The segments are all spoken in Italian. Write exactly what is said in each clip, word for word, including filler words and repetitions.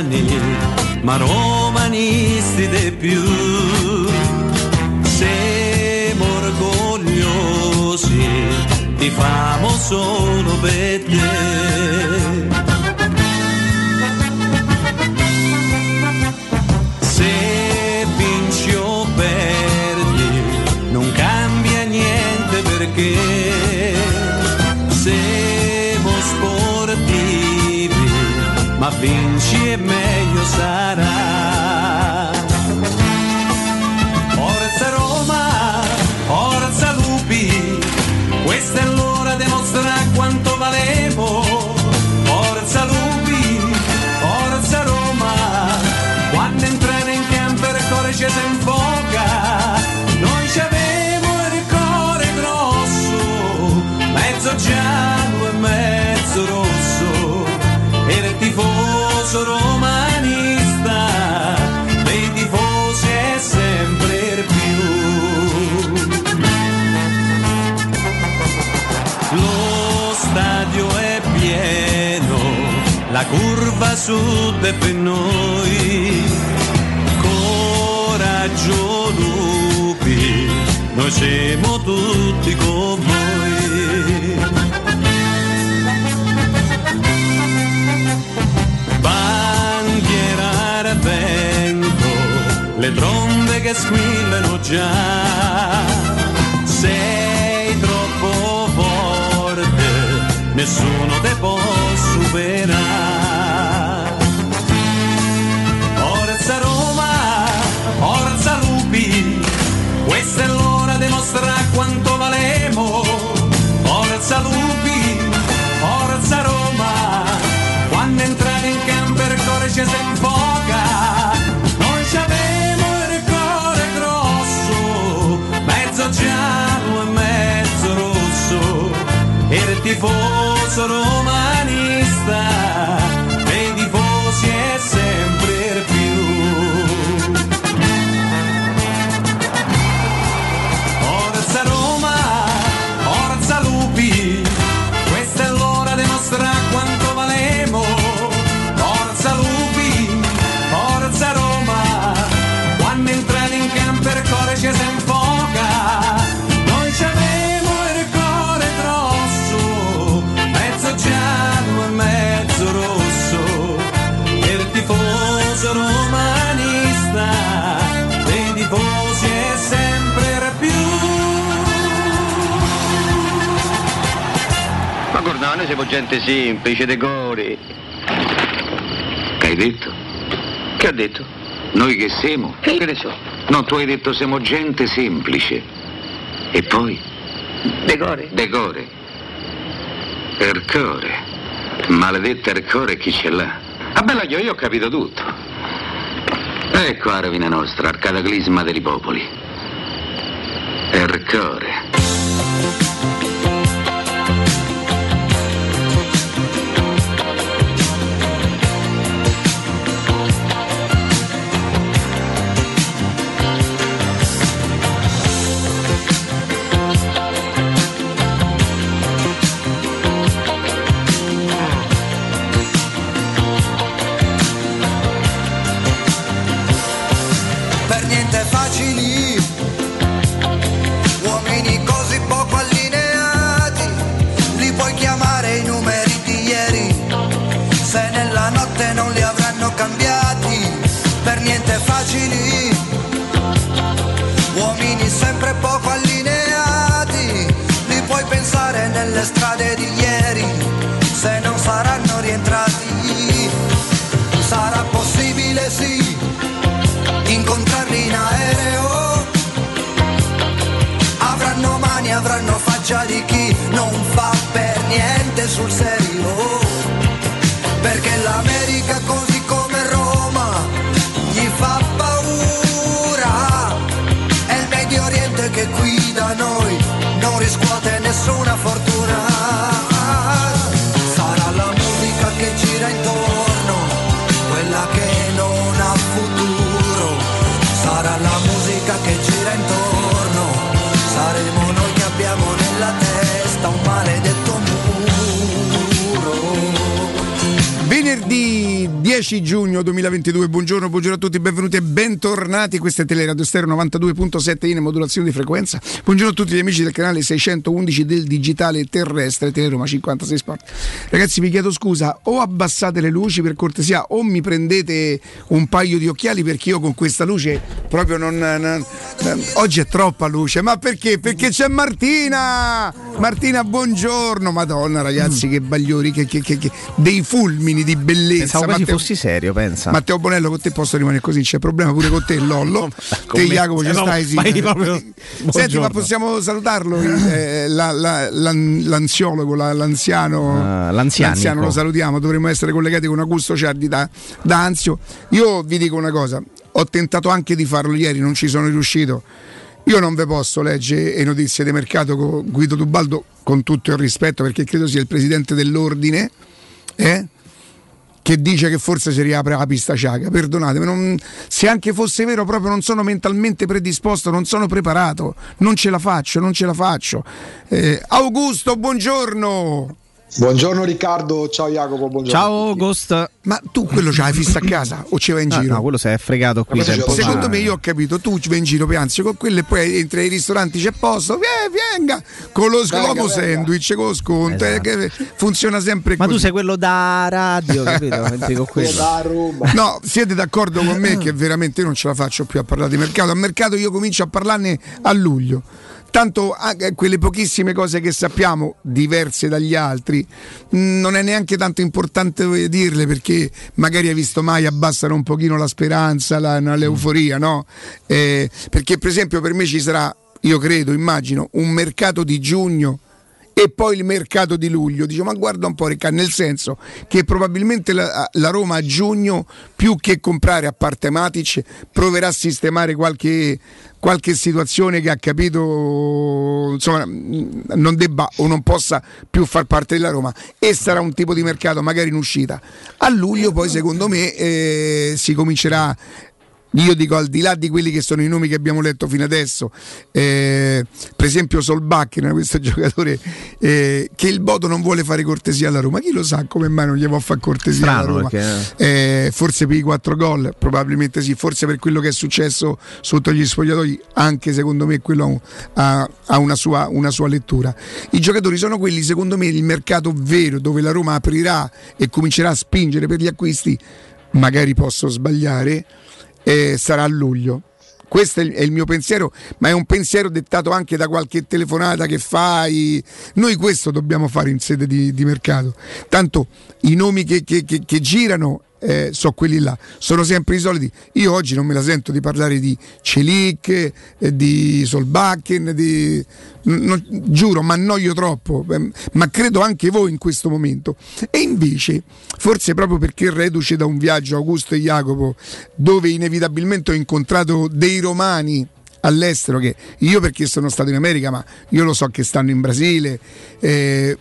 romani, ma romanisti di più. Siamo orgogliosi, ti famo solo per te. Se vinci o perdi, non cambia niente perché siamo sportivi, ma vinci e meglio sarà. Forza Roma, forza Lupi, questa è l'ora di mostrare quanto valemo. Forza Lupi, forza Roma, quando entrano in campo il cuore ci si infoca. Noi ci avevo il cuore grosso, mezzo giallo e mezzo rosso, era il tifoso romanista, dei tifosi è sempre più. Lo stadio è pieno, la curva sud è per noi. Coraggio Lupi, noi siamo tutti con voi. Bandiera al vento, le trombe che squillano già. Sei troppo forte, nessuno te può superare. Forza Roma, forza Lupi, questa è l'ora di mostrare quanto valemo. Forza Lupi, forza Roma, quando entrate in campo il cuore ci si infoca. Noi ci avevo il cuore grosso, mezzo giallo e mezzo rosso, era il tifoso romanista, dei tifosi è sempre più. Forza Roma, forza Lupi, questa è l'ora di mostrare quanto valemo. Forza Lupi, forza Roma, quando entrate in campo il cuore ci si infoca. Noi ci avevo il cuore grosso, mezzo giallo e mezzo rosso, il tifoso romanista, dei tifosi è sempre più. Ma guarda, noi siamo gente semplice, decori. Che hai detto? Che ha detto? Noi che siamo? Che ne so? No, tu hai detto siamo gente semplice. E poi? Decore. Decore. Ercore. Maledetta Ercore, chi ce l'ha? Ah bella io, io ho capito tutto. Ecco la rovina nostra, al cataclisma dei popoli. Ercore. Per niente facili, uomini così poco allineati, li puoi chiamare i numeri di ieri, se nella notte non li avranno cambiati. Per niente facili, uomini sempre poco allineati, li puoi pensare nelle strade di ieri, se non saranno rientrati. Sarà possibile sì incontrarli in aereo, avranno mani, avranno faccia di chi non fa per niente sul serio, perché l'America così come Roma gli fa paura, è il Medio Oriente che qui da noi non riscuote nessuna fortuna. Sarà la musica che gira intorno, quella che non ha futuro, sarà la musica che gira intorno, saremo noi che abbiamo nella testa un maledetto muro. Venerdì dieci giugno duemilaventidue, buongiorno, buongiorno a tutti, benvenuti e bentornati. Questa è Teleradio Stereo novantadue virgola sette in modulazione di frequenza. Buongiorno a tutti gli amici del canale seicentoundici del digitale terrestre Teleroma cinquantasei Sport. Ragazzi, vi chiedo scusa, o abbassate le luci per cortesia o mi prendete un paio di occhiali, perché io con questa luce proprio non, non, non oggi è troppa luce. Ma perché? Perché c'è Martina! Martina, buongiorno. Madonna ragazzi, mm. che bagliori, che, che, che, che dei fulmini di bellezza. Pensavo quasi Matteo, fossi serio, pensa. Matteo Bonello, con te posso rimanere così, c'è problema pure con te, Lollo. Te Jacopo ci no, stai, sì. Senti, ma possiamo salutarlo, eh, la, la, l'an, l'ansiologo, la, l'anziano, uh, l'anziano lo salutiamo, dovremmo essere collegati con Augusto Ciardi da, da Anzio. Io vi dico una cosa, ho tentato anche di farlo ieri, non ci sono riuscito. Io non ve posso leggere le notizie di mercato con Guido Tubaldo, con tutto il rispetto, perché credo sia il presidente dell'ordine, eh? che dice che forse si riapre la pista Ciaga. Perdonatemi, non, se anche fosse vero, proprio non sono mentalmente predisposto, non sono preparato, non ce la faccio, non ce la faccio. Eh, Augusto, buongiorno. Buongiorno Riccardo, ciao Jacopo, buongiorno. Ciao August. Ma tu quello ce l'hai fisso a casa o ci vai in ah, giro? No, quello si è fregato qui. Secondo me, io ho capito, tu ci vai in giro pianzi con quello e poi entri ai ristoranti, c'è posto, eh, venga, con lo scopo sandwich, con lo sconto, esatto. eh, funziona sempre Ma così. Ma tu sei quello da radio, capito? con quello. No, siete d'accordo con me che veramente io non ce la faccio più a parlare di mercato. A mercato io comincio a parlarne a luglio. Tanto quelle pochissime cose che sappiamo, diverse dagli altri, non è neanche tanto importante dirle, perché magari hai visto mai abbassare un pochino la speranza, la, l'euforia, no? Eh, perché per esempio per me ci sarà, io credo, immagino, un mercato di giugno e poi il mercato di luglio. Dico, ma guarda un po', Riccardo, nel senso che probabilmente la, la Roma a giugno, più che comprare a parte Matic, proverà a sistemare qualche qualche situazione che ha capito, insomma, non debba o non possa più far parte della Roma, e sarà un tipo di mercato magari in uscita. A luglio poi secondo me eh, si comincerà, io dico, al di là di quelli che sono i nomi che abbiamo letto fino adesso, eh, per esempio Solbakken, questo giocatore eh, che il Bodo non vuole fare cortesia alla Roma. Chi lo sa come mai non gli può fare cortesia Strano, alla Roma? Perché... eh, forse per i quattro gol, probabilmente sì, forse per quello che è successo sotto gli spogliatoi, anche secondo me quello ha, ha una, sua, una sua lettura. I giocatori sono quelli, secondo me, il mercato vero dove la Roma aprirà e comincerà a spingere per gli acquisti, magari posso sbagliare, Eh, sarà a luglio. Questo è il, è il mio pensiero, ma è un pensiero dettato anche da qualche telefonata che fai. Noi questo dobbiamo fare in sede di, di mercato. Tanto i nomi che, che, che, che girano eh, so quelli là, sono sempre i soliti. Io oggi non me la sento di parlare di Celik, eh, di Solbakken, di... Non, giuro, mi annoio troppo, eh, ma credo anche voi in questo momento. E invece, forse proprio perché reduce da un viaggio, Augusto e Jacopo, dove inevitabilmente ho incontrato dei romani all'estero, che io perché sono stato in America, ma io lo so che stanno in Brasile, eh,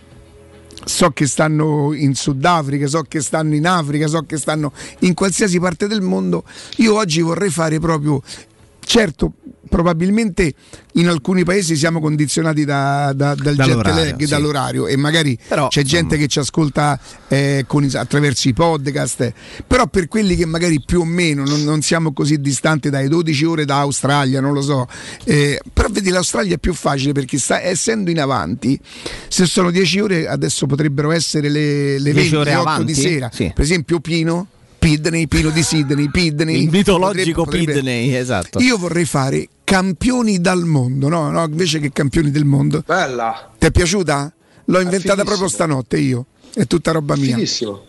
so che stanno in Sudafrica, so che stanno in Africa, so che stanno in qualsiasi parte del mondo. Io oggi vorrei fare proprio, certo, probabilmente in alcuni paesi siamo condizionati da, da, dal jet lag, sì, dall'orario, e magari però c'è gente che ci ascolta eh, con, attraverso i podcast, eh. Però per quelli che magari più o meno non, non siamo così distanti dai dodici ore da Australia, non lo so, eh, però vedi, l'Australia è più facile perché sta, essendo in avanti, se sono dieci ore adesso potrebbero essere le, le ventiotto di sera, sì. Per esempio Pino Pidney, Pino di Sydney, Pidney, il mitologico potrebbe, potrebbe, Pidney, esatto. Io vorrei fare campioni dal mondo, no, no, invece che campioni del mondo. Bella. Ti è piaciuta? L'ho inventata proprio stanotte io. È tutta roba mia. Fighissimo.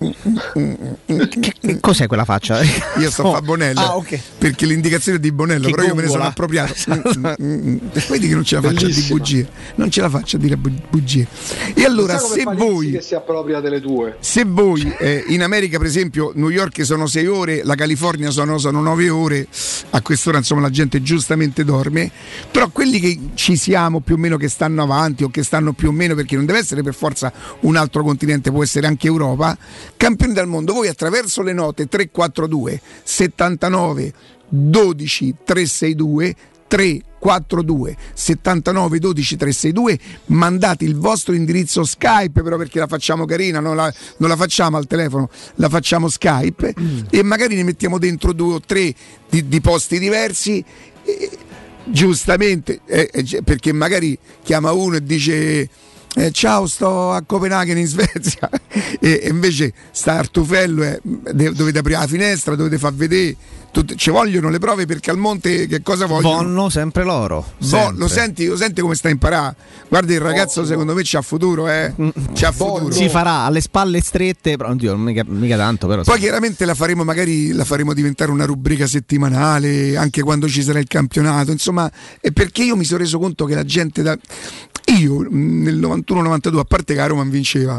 Che cos'è quella faccia? Io sto oh. a Bonello, ah, okay. Perché l'indicazione è di Bonello, che però gongola. Io me ne sono appropriato. Vedi che non ce la faccio Bellissima. a dire bugie. Non ce la faccio a dire bugie. E allora, se voi che si appropria delle tue. Se voi eh, in America, per esempio, New York sono sei ore, la California sono, sono nove ore, a quest'ora insomma la gente giustamente dorme, però quelli che ci siamo più o meno, che stanno avanti o che stanno più o meno, perché non deve essere per forza un altro continente, può essere anche Europa, campioni del mondo, voi attraverso le note tre quattro due settantanove dodici trecentosessantadue tre quattro due settantanove dodici trecentosessantadue, mandate il vostro indirizzo Skype, però perché la facciamo carina, non la, non la facciamo al telefono, la facciamo Skype mm. e magari ne mettiamo dentro due o tre di, di posti diversi, e, giustamente eh, perché magari chiama uno e dice Eh, ciao, sto a Copenaghen in Svezia e, e invece sta Artufello, eh, dovete aprire la finestra, dovete far vedere tutte, ci vogliono le prove perché al monte che cosa vogliono? Vonno sempre loro Vo, lo senti, lo senti come sta a imparare? Guarda, il ragazzo oh, secondo me c'ha futuro, eh. C'ha futuro. Si farà alle spalle strette, però oddio, mica, mica tanto però. Poi sì. Chiaramente la faremo, magari la faremo diventare una rubrica settimanale anche quando ci sarà il campionato, insomma, è perché io mi sono reso conto che la gente da io nel novantuno novantadue, a parte che la Roma non vinceva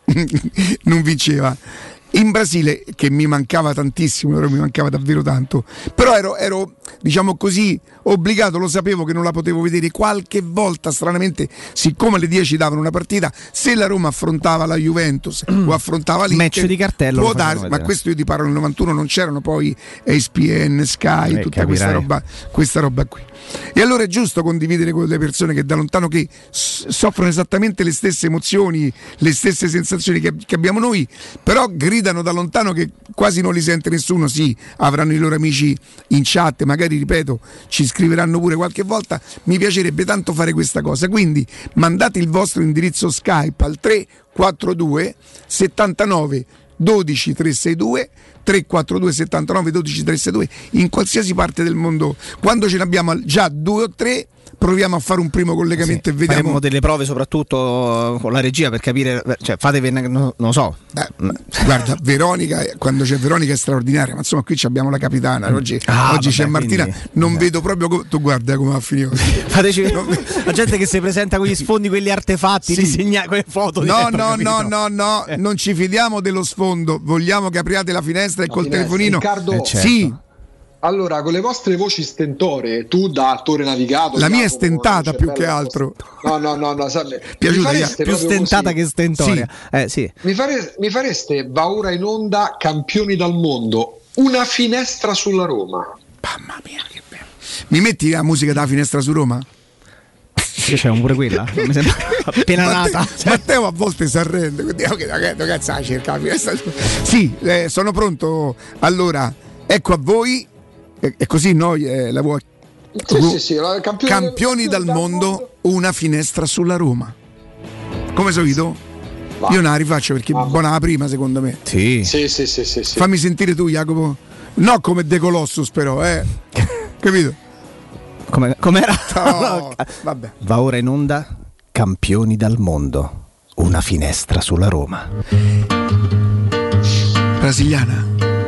non vinceva in Brasile, che mi mancava tantissimo, mi mancava davvero tanto, però ero, ero diciamo così obbligato, lo sapevo che non la potevo vedere. Qualche volta stranamente, siccome alle dieci davano una partita, se la Roma affrontava la Juventus mm. o affrontava l'Inter, match di cartello può darsi, ma questo io ti parlo nel novantuno, non c'erano poi S P N, Sky, eh, tutta questa roba, questa roba qui. E allora è giusto condividere con le persone che da lontano, che s- soffrono esattamente le stesse emozioni, le stesse sensazioni che, che abbiamo noi, però gridano da lontano che quasi non li sente nessuno. Sì, avranno i loro amici in chat, magari, ripeto, ci scriveranno pure qualche volta. Mi piacerebbe tanto fare questa cosa, quindi mandate il vostro indirizzo Skype al tre quattro due settantanove dodici trecentosessantadue, tre quattro due settantanove dodici trecentosessantadue, in qualsiasi parte del mondo. Quando ce ne abbiamo già due o tre, proviamo a fare un primo collegamento, sì, e vediamo. Faremo delle prove soprattutto con la regia per capire, cioè fatevi, non, non lo so. Eh, guarda, Veronica, quando c'è Veronica è straordinaria, ma insomma qui abbiamo la capitana, oggi, ah, oggi vabbè, c'è Martina, quindi, non vabbè. vedo proprio come, tu guarda come va a finire. Fateci la gente che si presenta con gli sfondi, quelli artefatti, sì, disegna quelle foto. No, di no, no, no, no, eh. non ci fidiamo dello sfondo, vogliamo che apriate la finestra e no, col finestra. telefonino. Riccardo, eh, certo. Sì. Allora, con le vostre voci stentoree, tu da attore navigato, la mia è stentata più che altro. No, no, no, no, sa, più stentata che stentoria. Sì. Eh, sì. Mi, fare, mi fareste, va ora in onda, Campioni dal mondo, una finestra sulla Roma. Mamma mia, che bello. Mi metti la musica della finestra su Roma? Che c'è pure quella? Mi sembra appena nata. Matteo, Matteo a volte si arrende, quindi okay, okay, cazzo la cerca la finestra. Sì, eh, sono pronto. Allora, ecco a voi. E così noi eh, la vuoi sì, uh, sì, sì, campioni, campioni dal, dal mondo, mondo, una finestra sulla Roma. Come solito? Va. Io non la rifaccio perché è buona la prima, secondo me. Sì. Sì, sì, sì, sì, sì. Fammi sentire tu, Jacopo. No, come De Colossus, però, eh. Capito? Come, com'era? No, vabbè. Va ora in onda, Campioni dal mondo, una finestra sulla Roma. Brasiliana.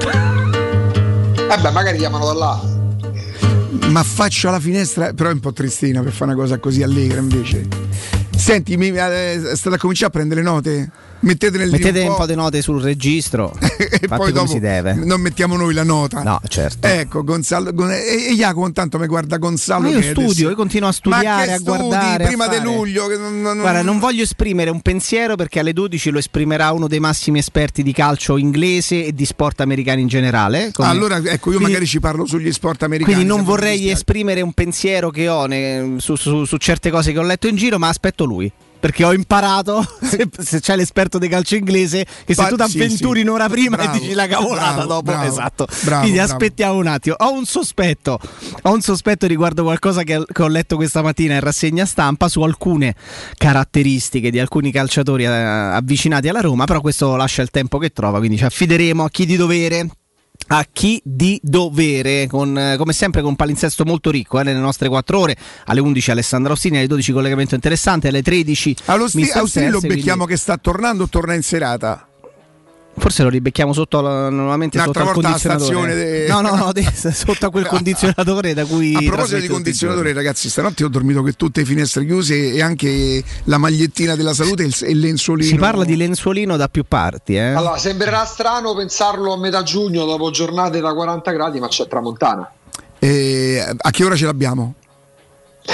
Eh beh, magari chiamano da là. Ma faccio alla finestra, però è un po' tristina per fare una cosa così allegra invece. Senti, mi, eh, state a cominciare a prendere note? Mettete, nel Mettete un po'. un po' di note sul registro e poi dopo si deve. Non mettiamo noi la nota. No, certo. Ecco, Gonzalo, e, e Jacopo intanto mi guarda Gonzalo. Ma io che studio, adesso... io continuo a studiare, a studi, guardare. Prima di luglio. Che non, non... Guarda, non voglio esprimere un pensiero perché alle dodici lo esprimerà uno dei massimi esperti di calcio inglese e di sport americani in generale. Come... Allora, ecco, io quindi, magari ci parlo sugli sport americani. Quindi non vorrei esprimere un pensiero che ho ne, su, su, su certe cose che ho letto in giro, ma aspetto lui. Perché ho imparato, se, se c'è l'esperto di calcio inglese, che se ba- tu ti avventuri sì, sì. un'ora prima bravo, e dici la cavolata bravo, dopo, bravo, esatto. Bravo, Quindi bravo. aspettiamo un attimo. Ho un sospetto, ho un sospetto riguardo qualcosa che, che ho letto questa mattina in rassegna stampa su alcune caratteristiche di alcuni calciatori eh, avvicinati alla Roma, però questo lascia il tempo che trova, quindi ci affideremo a chi di dovere. A chi di dovere, con, come sempre con un palinsesto molto ricco eh, nelle nostre quattro ore. Alle undici Alessandro Ostini, alle dodici collegamento interessante, alle tredici allo sti- Ostini lo becchiamo quindi... che sta tornando o torna in serata? Forse lo ribecchiamo sotto la, normalmente Un'altra sotto al condizionatore. De... No, no, no, de... sotto a quel condizionatore da cui. A proposito di condizionatore, ragazzi, stanotte ho dormito con tutte le finestre chiuse e anche la magliettina della salute e il lenzuolino. Si parla di lenzuolino da più parti, eh? Allora, sembrerà strano pensarlo a metà giugno dopo giornate da quaranta gradi, ma c'è tramontana. E a che ora ce l'abbiamo?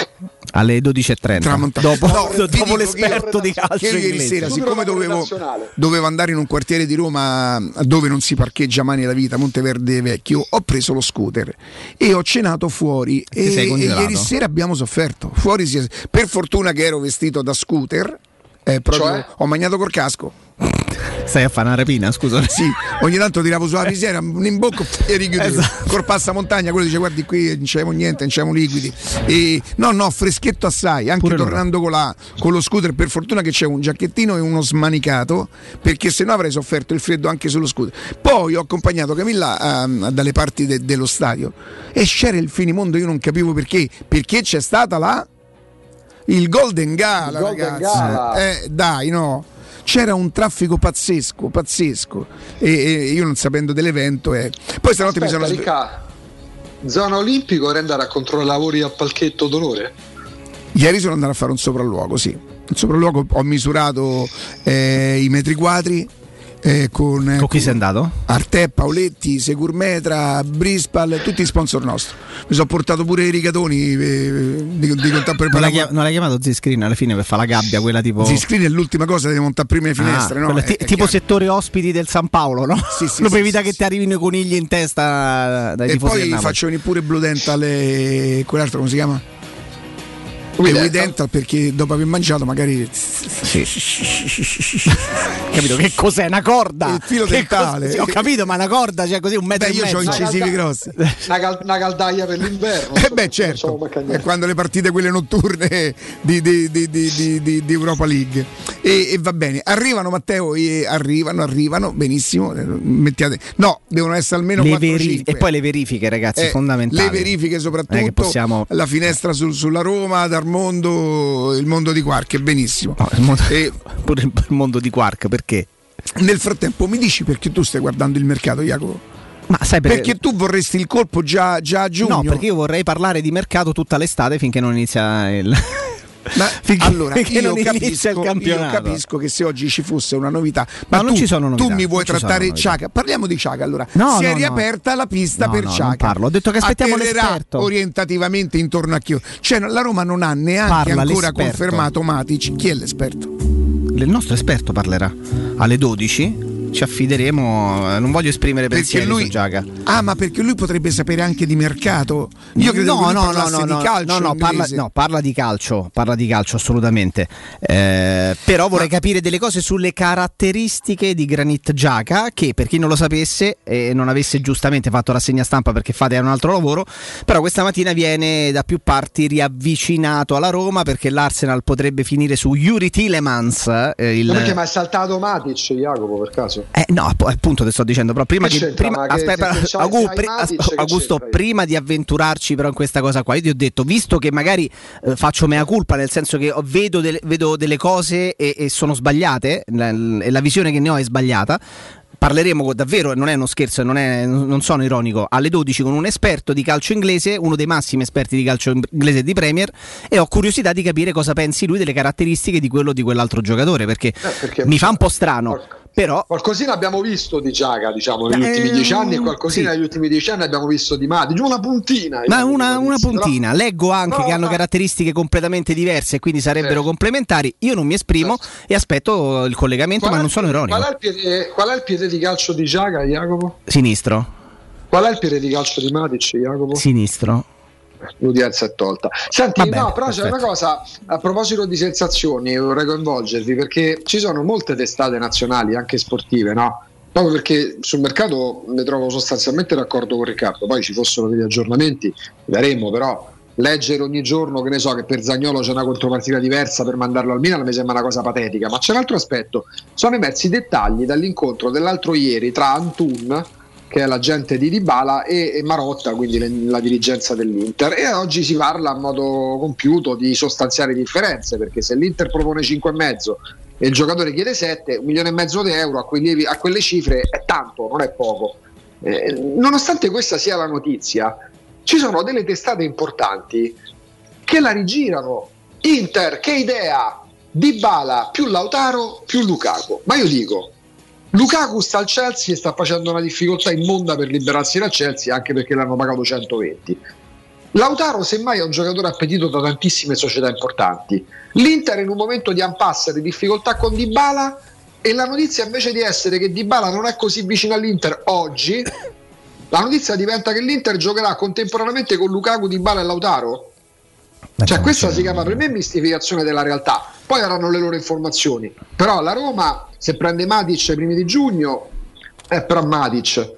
alle dodici e trenta dopo, no, dopo l'esperto di calcio ieri inglese. sera, siccome dovevo, dovevo andare in un quartiere di Roma dove non si parcheggia mai nella vita, Monteverde Vecchio, ho preso lo scooter e ho cenato fuori e, e ieri sera abbiamo sofferto fuori, si è, per fortuna che ero vestito da scooter, eh, proprio, cioè? Ho mangiato col casco. Stai a fare una rapina, scusa? Sì, ogni tanto tiravo sulla visiera, un imbocco e richiudevo. Esatto. Col passamontagna, quello dice guardi qui non c'avevamo niente, non c'avevamo liquidi. E, no, no, freschetto assai, anche pure tornando con, la, con lo scooter, per fortuna che c'è un giacchettino e uno smanicato, perché sennò avrei sofferto il freddo anche sullo scooter. Poi ho accompagnato Camilla uh, dalle parti de- dello stadio e c'era il finimondo, io non capivo perché, perché c'è stata la il Golden Gala, il Golden ragazzi. Gala. Eh, dai, no. C'era un traffico pazzesco, pazzesco, e, e io non sapendo dell'evento, eh. Poi stanotte mi sono Ricca, zona olimpico era andare a controllare lavori al palchetto d'onore? Ieri sono andato a fare un sopralluogo, sì. Un sopralluogo, ho misurato eh, i metri quadri. Eh, con, con chi con sei andato? Arte, Paoletti, Securmetra, Brispal, tutti sponsor nostri. Mi sono portato pure i rigatoni eh, di, di contare per non, l'hai chiam- non l'hai chiamato Z-Screen alla fine per fare la gabbia, quella tipo Z-Screen è l'ultima cosa, devi montare prima le finestre, ah, no? È, è tipo settore ospiti del San Paolo, no? Sì, sì, non sì, evita sì, che sì. ti arrivino i conigli in testa dai e tifosi poi del Napoli. faccio venire pure Blue Dental e quell'altro come si chiama? We Dental. Dental, perché dopo aver mangiato magari sì. Capito che cos'è una corda? Il filo dentale. Cos- ho capito, ma una corda, cioè così un metro beh, e mezzo. Io ho incisivi calda- grossi. Una, cal- una caldaia per l'inverno. Eh beh, certo. È quando le partite quelle notturne di, di, di, di, di, di, di Europa League. E, e va bene. Arrivano Matteo e arrivano, arrivano benissimo. Mettiate. No, devono essere almeno le quattro veri- e poi le verifiche, ragazzi, eh, fondamentali. Le verifiche soprattutto. Possiamo... La finestra sul, sulla Roma, dal mondo, il mondo di Quark, benissimo. No, il mondo, e, pure il mondo di Quark, perché? Nel frattempo mi dici perché tu stai guardando il mercato, Jacopo? Ma sai perché? Perché tu vorresti il colpo già, già a giugno? No, perché io vorrei parlare di mercato tutta l'estate finché non inizia il... Ma finché, allora finché io, non capisco, il campionato. Io capisco che se oggi ci fosse una novità, ma, ma tu, non ci sono novità, tu mi vuoi trattare Ciaga? Parliamo di Ciaga allora. No, si no, è riaperta no. la pista no, per no, Ciaga. Non parlo. Ho detto che aspettiamo l'esperto. Orientativamente intorno a chi? Cioè la Roma non ha neanche Parla ancora l'esperto. confermato Matic. Chi è l'esperto? Il nostro esperto parlerà alle dodici. Ci affideremo, non voglio esprimere pensieri lui, su Giaga. Ah, ma perché lui potrebbe sapere anche di mercato? Io credo no, che lui no, parlasse no, no, di calcio. No, no, parla, no, parla di calcio, parla di calcio assolutamente. Eh, però vorrei ma... capire delle cose sulle caratteristiche di Granit Xhaka, che per chi non lo sapesse e non avesse giustamente fatto rassegna stampa perché fate un altro lavoro, però questa mattina viene da più parti riavvicinato alla Roma perché l'Arsenal potrebbe finire su Yuri Tielemans. Eh, il... Perché mi ha saltato Matic, Jacopo, per caso? Eh, no, appunto te sto dicendo, però prima che che, prima, che aspetta, se, se Augusto, pri- Matic, Augusto prima di avventurarci però in questa cosa qua, io ti ho detto, visto che magari eh, faccio mea culpa, nel senso che vedo delle, vedo delle cose e, e sono sbagliate, la, e la visione che ne ho è sbagliata. Parleremo davvero, non è uno scherzo, non, è, non sono ironico, alle dodici con un esperto di calcio inglese, uno dei massimi esperti di calcio inglese di Premier, e ho curiosità di capire cosa pensi lui delle caratteristiche di quello di quell'altro giocatore, perché, eh, perché mi fa un po' strano. Porca. Però qualcosina abbiamo visto di Xhaka, diciamo, negli eh, ultimi dieci anni, e qualcosina sì. negli ultimi dieci anni abbiamo visto di Matic, una puntina. Ma una, una puntina. Però... Leggo anche no, che hanno no. caratteristiche completamente diverse e quindi sarebbero sì. complementari. Io non mi esprimo sì. e aspetto il collegamento, qual ma non sono ironico. Qual è, il piede, qual è il piede di calcio di Xhaka, Jacopo? Sinistro. Qual è il piede di calcio di Matic, Jacopo? Sinistro. L'udienza è tolta. Senti, bene, no, però perfetto. C'è una cosa a proposito di sensazioni, vorrei coinvolgervi perché ci sono molte testate nazionali, anche sportive, no? Proprio perché sul mercato ne trovo sostanzialmente d'accordo con Riccardo. Poi ci fossero degli aggiornamenti, vedremo, però leggere ogni giorno, che ne so, che per Zaniolo c'è una contropartita diversa per mandarlo al Milan mi sembra una cosa patetica. Ma c'è un altro aspetto: sono emersi dettagli dall'incontro dell'altro ieri tra Antun, che è l'agente di Dybala, e, e Marotta, quindi le, la dirigenza dell'Inter, e oggi si parla a modo compiuto di sostanziali differenze, perché se l'Inter propone cinque e mezzo e il giocatore chiede sette, un milione e mezzo di euro a, quelli, a quelle cifre è tanto, non è poco. Eh, nonostante questa sia la notizia, ci sono delle testate importanti che la rigirano. Inter, che idea? Dybala più Lautaro più Lukaku. Ma io dico, Lukaku sta al Chelsea e sta facendo una difficoltà immonda per liberarsi dal Chelsea, anche perché l'hanno pagato centoventi. Lautaro semmai è un giocatore appetito da tantissime società importanti. L'Inter è in un momento di impasse, di difficoltà con Dybala, e la notizia invece di essere che Dybala non è così vicino all'Inter oggi, la notizia diventa che l'Inter giocherà contemporaneamente con Lukaku, Dybala e Lautaro. Cioè questa si chiama per me mistificazione della realtà. Poi avranno le loro informazioni, però la Roma se prende Matic ai primi di giugno è però Matic,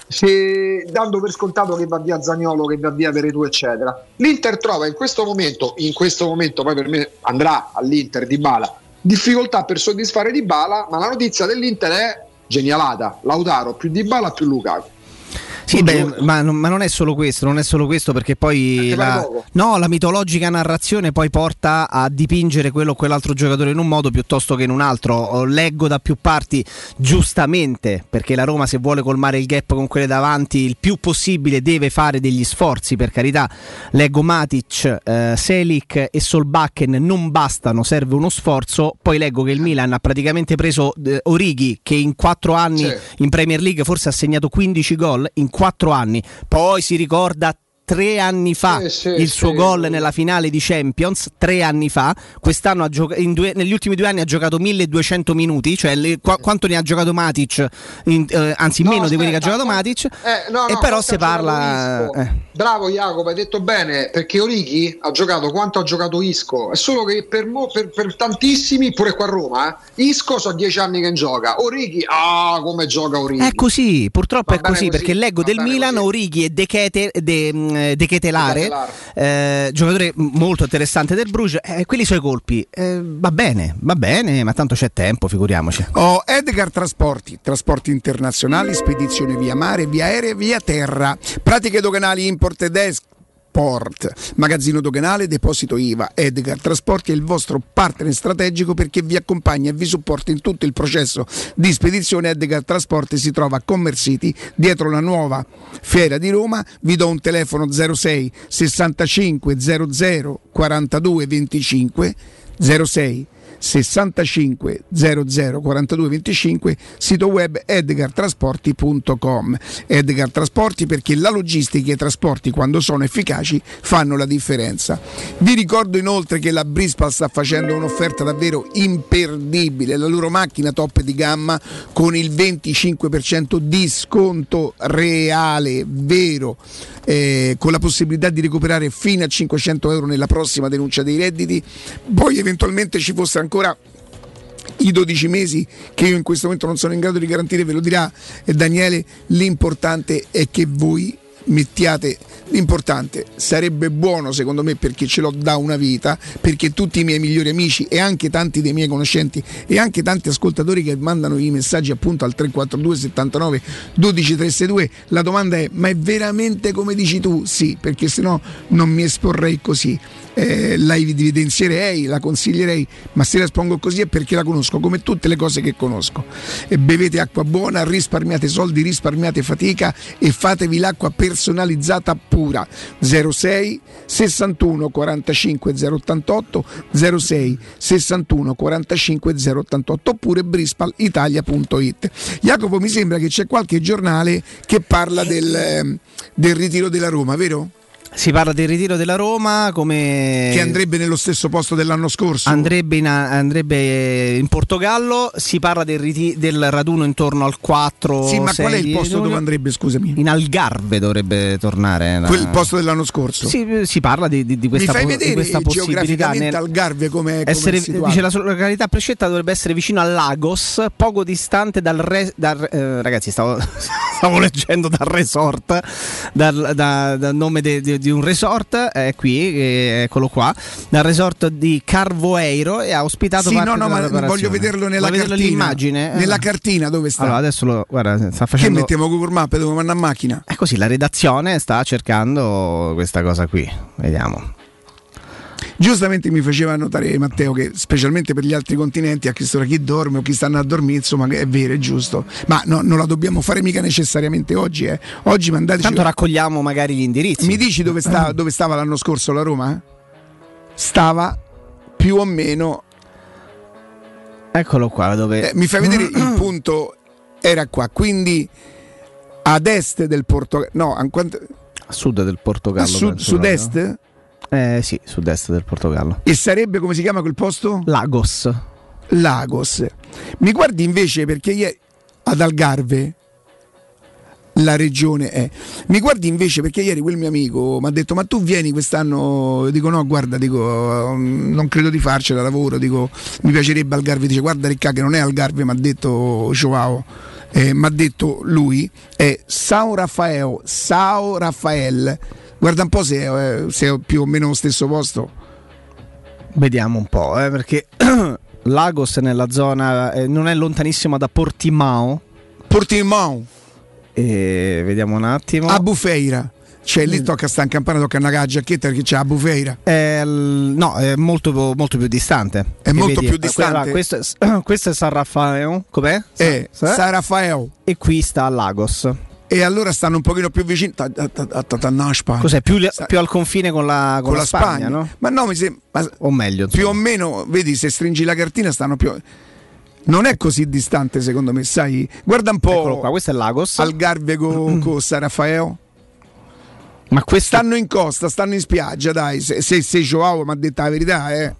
se, dando per scontato che va via Zaniolo, che va via Veretù eccetera. L'Inter trova in questo momento in questo momento poi per me andrà all'Inter Dybala, difficoltà per soddisfare Dybala, ma la notizia dell'Inter è genialata: Lautaro più Dybala più Lukaku. Sì, beh, ma, non, ma non è solo questo, non è solo questo perché poi la, no, la mitologica narrazione poi porta a dipingere quello o quell'altro giocatore in un modo piuttosto che in un altro. Leggo da più parti, giustamente, perché la Roma se vuole colmare il gap con quelle davanti il più possibile deve fare degli sforzi, per carità. Leggo Matic, eh, Selic e Solbakken non bastano, serve uno sforzo. Poi leggo che il Milan ha praticamente preso eh, Origi, che in quattro anni sì. in Premier League forse ha segnato quindici gol in quattro anni, poi si ricorda tre anni fa eh, sì, il suo sì. gol nella finale di Champions, tre anni fa. Quest'anno ha gioca- in due, negli ultimi due anni ha giocato milleduecento minuti, cioè le, qu- quanto ne ha giocato Matic, in, eh, anzi no, meno aspetta, di quelli che ha giocato Matic, eh, no, e no, però si parla eh. Bravo Jacopo, hai detto bene, perché Origi ha giocato quanto ha giocato Isco, è solo che per, mo, per, per tantissimi, pure qua a Roma, eh, Isco so dieci anni che gioca, Origi, ah come gioca Origi. È così, purtroppo va è così, così, perché leggo del Milan così. Origi e De, Kete, De, De Ketelare, eh, giocatore molto interessante del Bruges, eh, quelli suoi colpi, eh, va bene, va bene, ma tanto c'è tempo, figuriamoci. Oh, Edgar Trasporti, trasporti internazionali, spedizione via mare, via aerea, via terra, pratiche doganali, import ed export, magazzino doganale, deposito I V A. Edgar Trasporti è il vostro partner strategico perché vi accompagna e vi supporta in tutto il processo di spedizione. Edgar Trasporti si trova a Commerce City, dietro la nuova Fiera di Roma. Vi do un telefono zero sei sessantacinque zero zero quarantadue venticinque, zero sei sessantacinque zero zero quarantadue venticinque, sito web edgar trasporti punto com. Edgar Trasporti, perché la logistica e i trasporti, quando sono efficaci, fanno la differenza. Vi ricordo inoltre che la Brispal sta facendo un'offerta davvero imperdibile, la loro macchina top di gamma con il venticinque per cento di sconto reale, vero, eh, con la possibilità di recuperare fino a cinquecento euro nella prossima denuncia dei redditi. Poi eventualmente ci fosse ancora i dodici mesi che io in questo momento non sono in grado di garantire, ve lo dirà Daniele. L'importante è che voi mettiate, l'importante sarebbe buono secondo me, perché ce l'ho da una vita, perché tutti i miei migliori amici e anche tanti dei miei conoscenti e anche tanti ascoltatori che mandano i messaggi appunto al tre quattro due settantanove dodici trecentosessantadue, la domanda è: ma è veramente come dici tu? Sì, perché sennò non mi esporrei così. Eh, la evidenzierei, la consiglierei, ma se la espongo così è perché la conosco come tutte le cose che conosco. E bevete acqua buona, risparmiate soldi, risparmiate fatica e fatevi l'acqua personalizzata pura. zero sei sessantuno quarantacinque zero ottantotto, zero sei sessantuno quarantacinque zero ottantotto, oppure brispal italia punto it. Jacopo, mi sembra che c'è qualche giornale che parla del, eh, del ritiro della Roma, vero? Si parla del ritiro della Roma, come che andrebbe nello stesso posto dell'anno scorso. Andrebbe in, andrebbe in Portogallo. Si parla del, riti- del raduno intorno al quattro. Sì, ma qual è il posto dove andrebbe, scusami? In Algarve dovrebbe tornare. La... Quel posto dell'anno scorso. Sì, si parla di, di, di questa, Mi fai vedere di questa possibilità. Geograficamente Algarve come essere, dice la località prescelta dovrebbe essere vicino a Lagos, poco distante dal, re, dal eh, ragazzi stavo, stavo leggendo dal resort, dal, da, dal nome de, de, di un resort, è qui, eccolo qua, dal resort di Carvoeiro, e ha ospitato sì, parte no, no, della ma voglio vederlo nella Vuoi cartina, l'immagine? Nella cartina dove sta? Allora adesso lo, guarda, sta facendo. Che mettiamo Google Maps, dove vanno a macchina? È così, la redazione sta cercando questa cosa qui, vediamo. Giustamente mi faceva notare Matteo che specialmente per gli altri continenti, a quest'ora chi dorme o chi stanno a dormire, insomma, è vero, è giusto, ma no, non la dobbiamo fare mica necessariamente oggi, eh. Oggi mandateci. Tanto raccogliamo magari gli indirizzi. Mi dici dove, sta, dove stava l'anno scorso la Roma? Stava più o meno, eccolo qua dove eh, mi fai vedere il punto, era qua, quindi ad est del Portogallo, no, A sud del Portogallo. A sud, penso, sud-est? No? Eh sì, sud-est del Portogallo. E sarebbe, come si chiama quel posto? Lagos. Lagos. Mi guardi invece perché ieri ad Algarve, la regione è. Mi guardi invece perché ieri quel mio amico mi ha detto: ma tu vieni quest'anno? Io dico no, guarda, dico non credo di farcela, lavoro, dico mi piacerebbe Algarve. Dice guarda Riccardo, che non è Algarve, mi ha detto Joao, eh, mi ha detto lui, è Sao Raffaele, Sao Rafael. Guarda un po' se è, se è più o meno lo stesso posto. Vediamo un po', eh, perché Lagos è nella zona, eh, non è lontanissimo da Portimao. Portimao. E vediamo un attimo. A Bufeira. Cioè lì tocca sta in campana, tocca andare con la giacchetta perché c'è a Bufeira. Eh, no, è molto, molto più distante. È e molto vedi, più distante. Allora, questo, è, questo è San Raffaele, com'è? Eh, Sa- San Raffaele. E qui sta Lagos. E allora stanno un pochino più vicini. Ta, ta, ta, ta, ta, no, Spagna. Cos'è? Più, più al confine con la, con con la, la Spagna, Spagna, no? Ma no, mi sembra. O meglio, più insomma. o meno, vedi, se stringi la cartina stanno più. Non è così distante, secondo me, sai? Guarda un po'. Eccolo qua, questo è Lagos. Algarve con co San Raffaele. Ma questo... Stanno in costa, stanno in spiaggia, dai. Se, se, se Joao mi ha detto la verità, eh.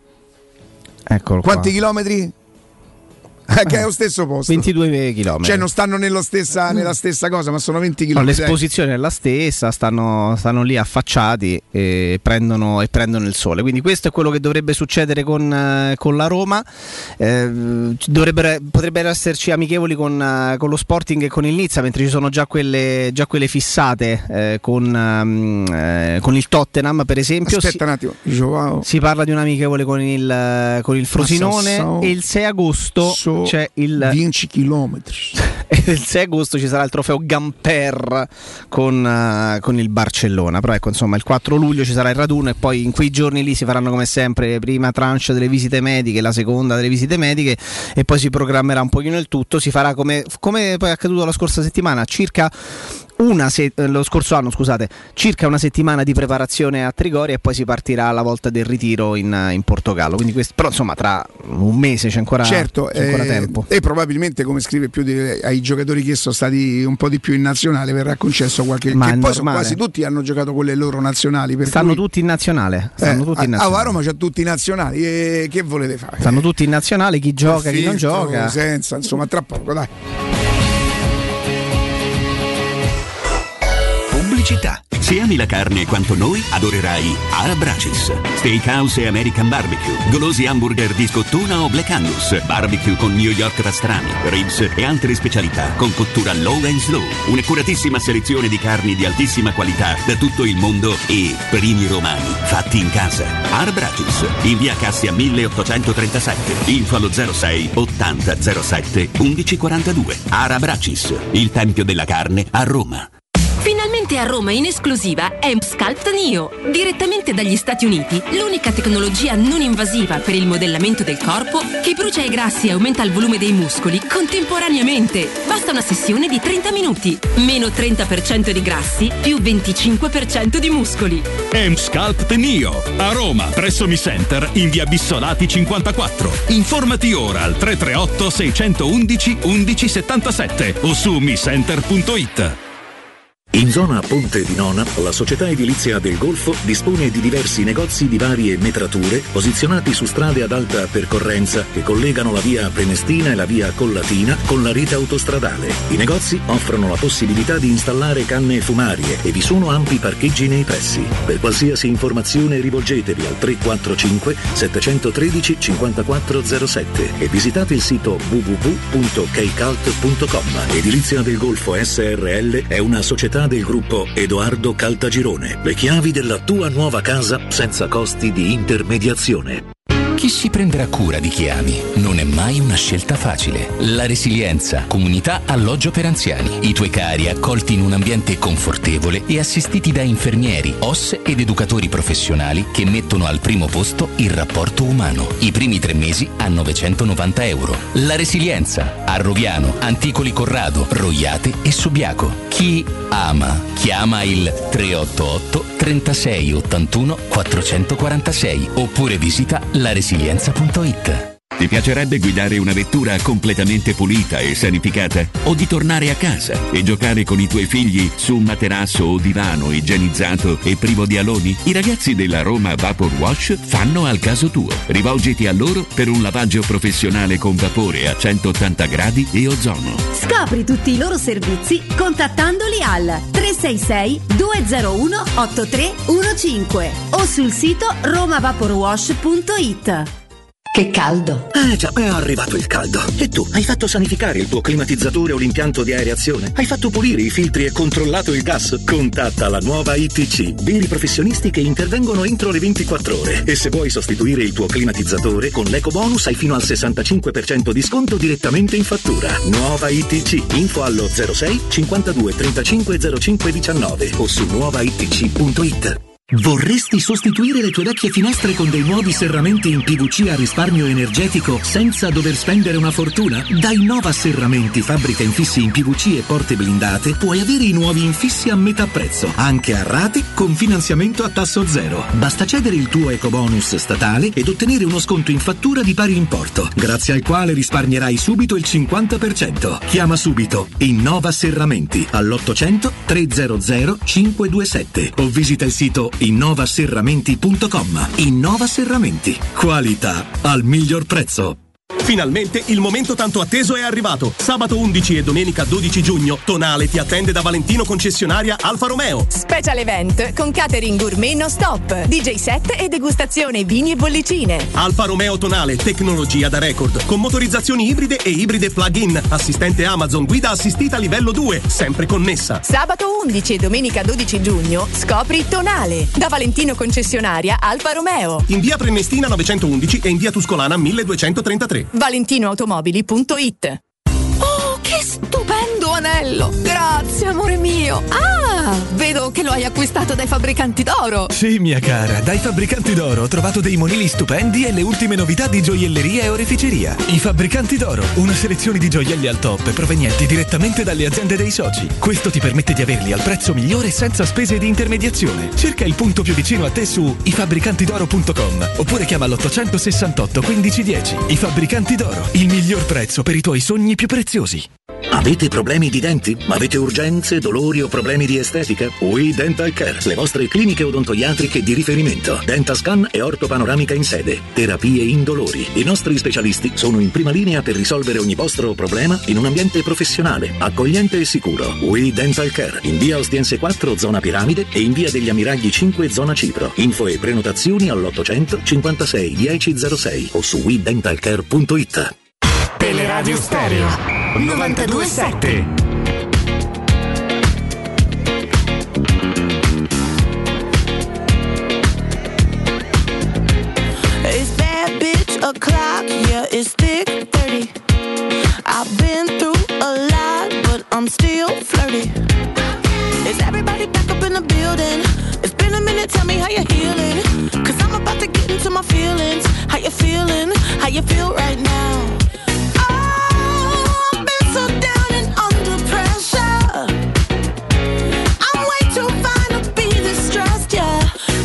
Eccolo Quanti qua. chilometri? Eh, che è lo stesso posto. ventidue chilometri. Cioè non stanno nello stessa, nella stessa cosa, ma sono venti No, chilometri. l'esposizione è la stessa, stanno, stanno lì affacciati e prendono, e prendono il sole. Quindi questo è quello che dovrebbe succedere con, eh, con la Roma. Eh, dovrebbero, potrebbero esserci amichevoli con, eh, con lo Sporting e con il Nizza, mentre ci sono già quelle, già quelle fissate eh, con, eh, con il Tottenham, per esempio. Aspetta si, un attimo, Joao. si parla di un amichevole con il, con il Frosinone so, so, e il sei agosto so c'è il dieci chilometri. e il sei agosto ci sarà il trofeo Gamper con, uh, con il Barcellona. Però ecco, insomma, il quattro luglio ci sarà il raduno e poi in quei giorni lì si faranno come sempre prima tranche delle visite mediche, la seconda delle visite mediche e poi si programmerà un pochino il tutto. Si farà come, come poi è accaduto la scorsa settimana, circa una se- lo scorso anno, scusate, circa una settimana di preparazione a Trigoria e poi si partirà alla volta del ritiro in, in Portogallo. Quindi questo, però insomma tra un mese c'è ancora, certo, c'è ancora eh, tempo. E probabilmente, come scrive più di, ai giocatori che sono stati un po' di più in nazionale, verrà concesso qualche. Ma che è poi sono normale. quasi tutti hanno giocato con le loro nazionali. Per Stanno cui, tutti in nazionale. Stanno eh, tutti in a, nazionale. a Roma c'ha tutti i nazionali. E che volete fare? Stanno tutti in nazionale, chi gioca, chi non Filtro, gioca. senza, insomma, tra poco, dai. Pubblicità. Se ami la carne quanto noi, adorerai Arabracis. Steakhouse e American Barbecue, golosi hamburger di scottuna o Black Angus, barbecue con New York pastrami, ribs e altre specialità con cottura low and slow. Un'accuratissima selezione di carni di altissima qualità da tutto il mondo e primi romani fatti in casa. Arabracis, in via Cassia milleottocentotrentasette, info allo zero sei ottanta zero sette undici quarantadue. Arabracis, il tempio della carne a Roma. Finalmente a Roma in esclusiva è Sculpt Neo, direttamente dagli Stati Uniti, l'unica tecnologia non invasiva per il modellamento del corpo che brucia i grassi e aumenta il volume dei muscoli contemporaneamente. Basta una sessione di trenta minuti, meno trenta per cento di grassi, più venticinque per cento di muscoli. M-Sculpt Neo, a Roma, presso Mi Center, in via Bissolati cinquantaquattro. Informati ora al tre tre otto sei uno uno uno uno sette sette o su mi center punto it. In zona Ponte di Nona, la società edilizia del Golfo dispone di diversi negozi di varie metrature posizionati su strade ad alta percorrenza che collegano la via Prenestina e la via Collatina con la rete autostradale. I negozi offrono la possibilità di installare canne fumarie e vi sono ampi parcheggi nei pressi. Per qualsiasi informazione rivolgetevi al tre quattro cinque sette uno tre cinque zero sette e visitate il sito w w w punto keicalt punto com. Edilizia del Golfo S R L è una società del gruppo Edoardo Caltagirone. Le chiavi della tua nuova casa senza costi di intermediazione. Chi si prenderà cura di chi ami? Non è mai una scelta facile. La Resilienza, comunità alloggio per anziani. I tuoi cari accolti in un ambiente confortevole e assistiti da infermieri, O S ed educatori professionali che mettono al primo posto il rapporto umano. I primi tre mesi a novecentonovanta euro. La Resilienza, a Roviano, Anticoli Corrado, Roiate e Subiaco. Chi ama, chiama il tre otto otto trentasei ottantuno quattrocentoquarantasei oppure visita la resilienza punto it. Ti piacerebbe guidare una vettura completamente pulita e sanificata? O di tornare a casa e giocare con i tuoi figli su un materasso o divano igienizzato e privo di aloni? I ragazzi della Roma Vapor Wash fanno al caso tuo. Rivolgiti a loro per un lavaggio professionale con vapore a centottanta gradi e ozono. Scopri tutti i loro servizi contattandoli al tre sei sei due zero uno otto tre uno cinque o sul sito roma vapor wash punto it. Che caldo! Eh già, è arrivato il caldo. E tu, hai fatto sanificare il tuo climatizzatore o l'impianto di areazione? Hai fatto pulire i filtri e controllato il gas? Contatta la nuova I T C, veri professionisti che intervengono entro le ventiquattro ore. E se vuoi sostituire il tuo climatizzatore, con l'eco bonus hai fino al sessantacinque per cento di sconto direttamente in fattura. Nuova I T C, info allo zero sei cinquantadue trentacinque zero cinque diciannove o su nuova i t c punto it. Vorresti sostituire le tue vecchie finestre con dei nuovi serramenti in P V C a risparmio energetico senza dover spendere una fortuna? Da Innova Serramenti, fabbrica infissi in P V C e porte blindate, puoi avere i nuovi infissi a metà prezzo, anche a rate con finanziamento a tasso zero. Basta cedere il tuo ecobonus statale ed ottenere uno sconto in fattura di pari importo, grazie al quale risparmierai subito il cinquanta per cento. Chiama subito Innova Serramenti all'ottocento trecento cinque due sette o visita il sito innova serramenti punto com. Innova Serramenti, qualità al miglior prezzo. Finalmente il momento tanto atteso è arrivato. Sabato undici e domenica dodici giugno Tonale ti attende da Valentino concessionaria Alfa Romeo. Special event con catering gourmet non stop, D J set e degustazione vini e bollicine. Alfa Romeo Tonale, tecnologia da record, con motorizzazioni ibride e ibride plug-in, assistente Amazon, guida assistita livello due, sempre connessa. Sabato undici e domenica dodici giugno scopri Tonale da Valentino concessionaria Alfa Romeo. In via Prenestina novecentoundici e in via Tuscolana milleduecentotrentatré. valentinoautomobili punto it. Oh, che stupendo anello! Grazie, amore mio! Ah, vedo che lo hai acquistato dai fabbricanti d'oro! Sì, mia cara, dai fabbricanti d'oro ho trovato dei monili stupendi e le ultime novità di gioielleria e oreficeria. I fabbricanti d'oro, una selezione di gioielli al top provenienti direttamente dalle aziende dei soci. Questo ti permette di averli al prezzo migliore senza spese di intermediazione. Cerca il punto più vicino a te su i fabbricanti d'oro punto com oppure chiama l'ottocentosessantotto quindici dieci. I Fabbricanti d'Oro, il miglior prezzo per i tuoi sogni più preziosi. Avete problemi di denti? Avete urgenze, dolori o problemi di estetica? We Dental Care, le vostre cliniche odontoiatriche di riferimento. Dentascan e ortopanoramica in sede. Terapie indolori. I nostri specialisti sono in prima linea per risolvere ogni vostro problema in un ambiente professionale, accogliente e sicuro. We Dental Care, in via Ostiense quattro, zona Piramide, e in via degli Ammiragli cinque, zona Cipro. Info e prenotazioni all'ottocento cinquantasei dieci zero sei o su we dental care punto it. Teleradio Stereo novantadue sette. It's bad bitch o'clock, yeah, it's thick thirty. I've been through a lot, but I'm still flirty. Is everybody back up in the building? It's been a minute, tell me how you're healing. Cause I'm about to get into my feelings. How you feeling? How you feel right now? So down and under pressure. I'm way too fine to be distressed, yeah.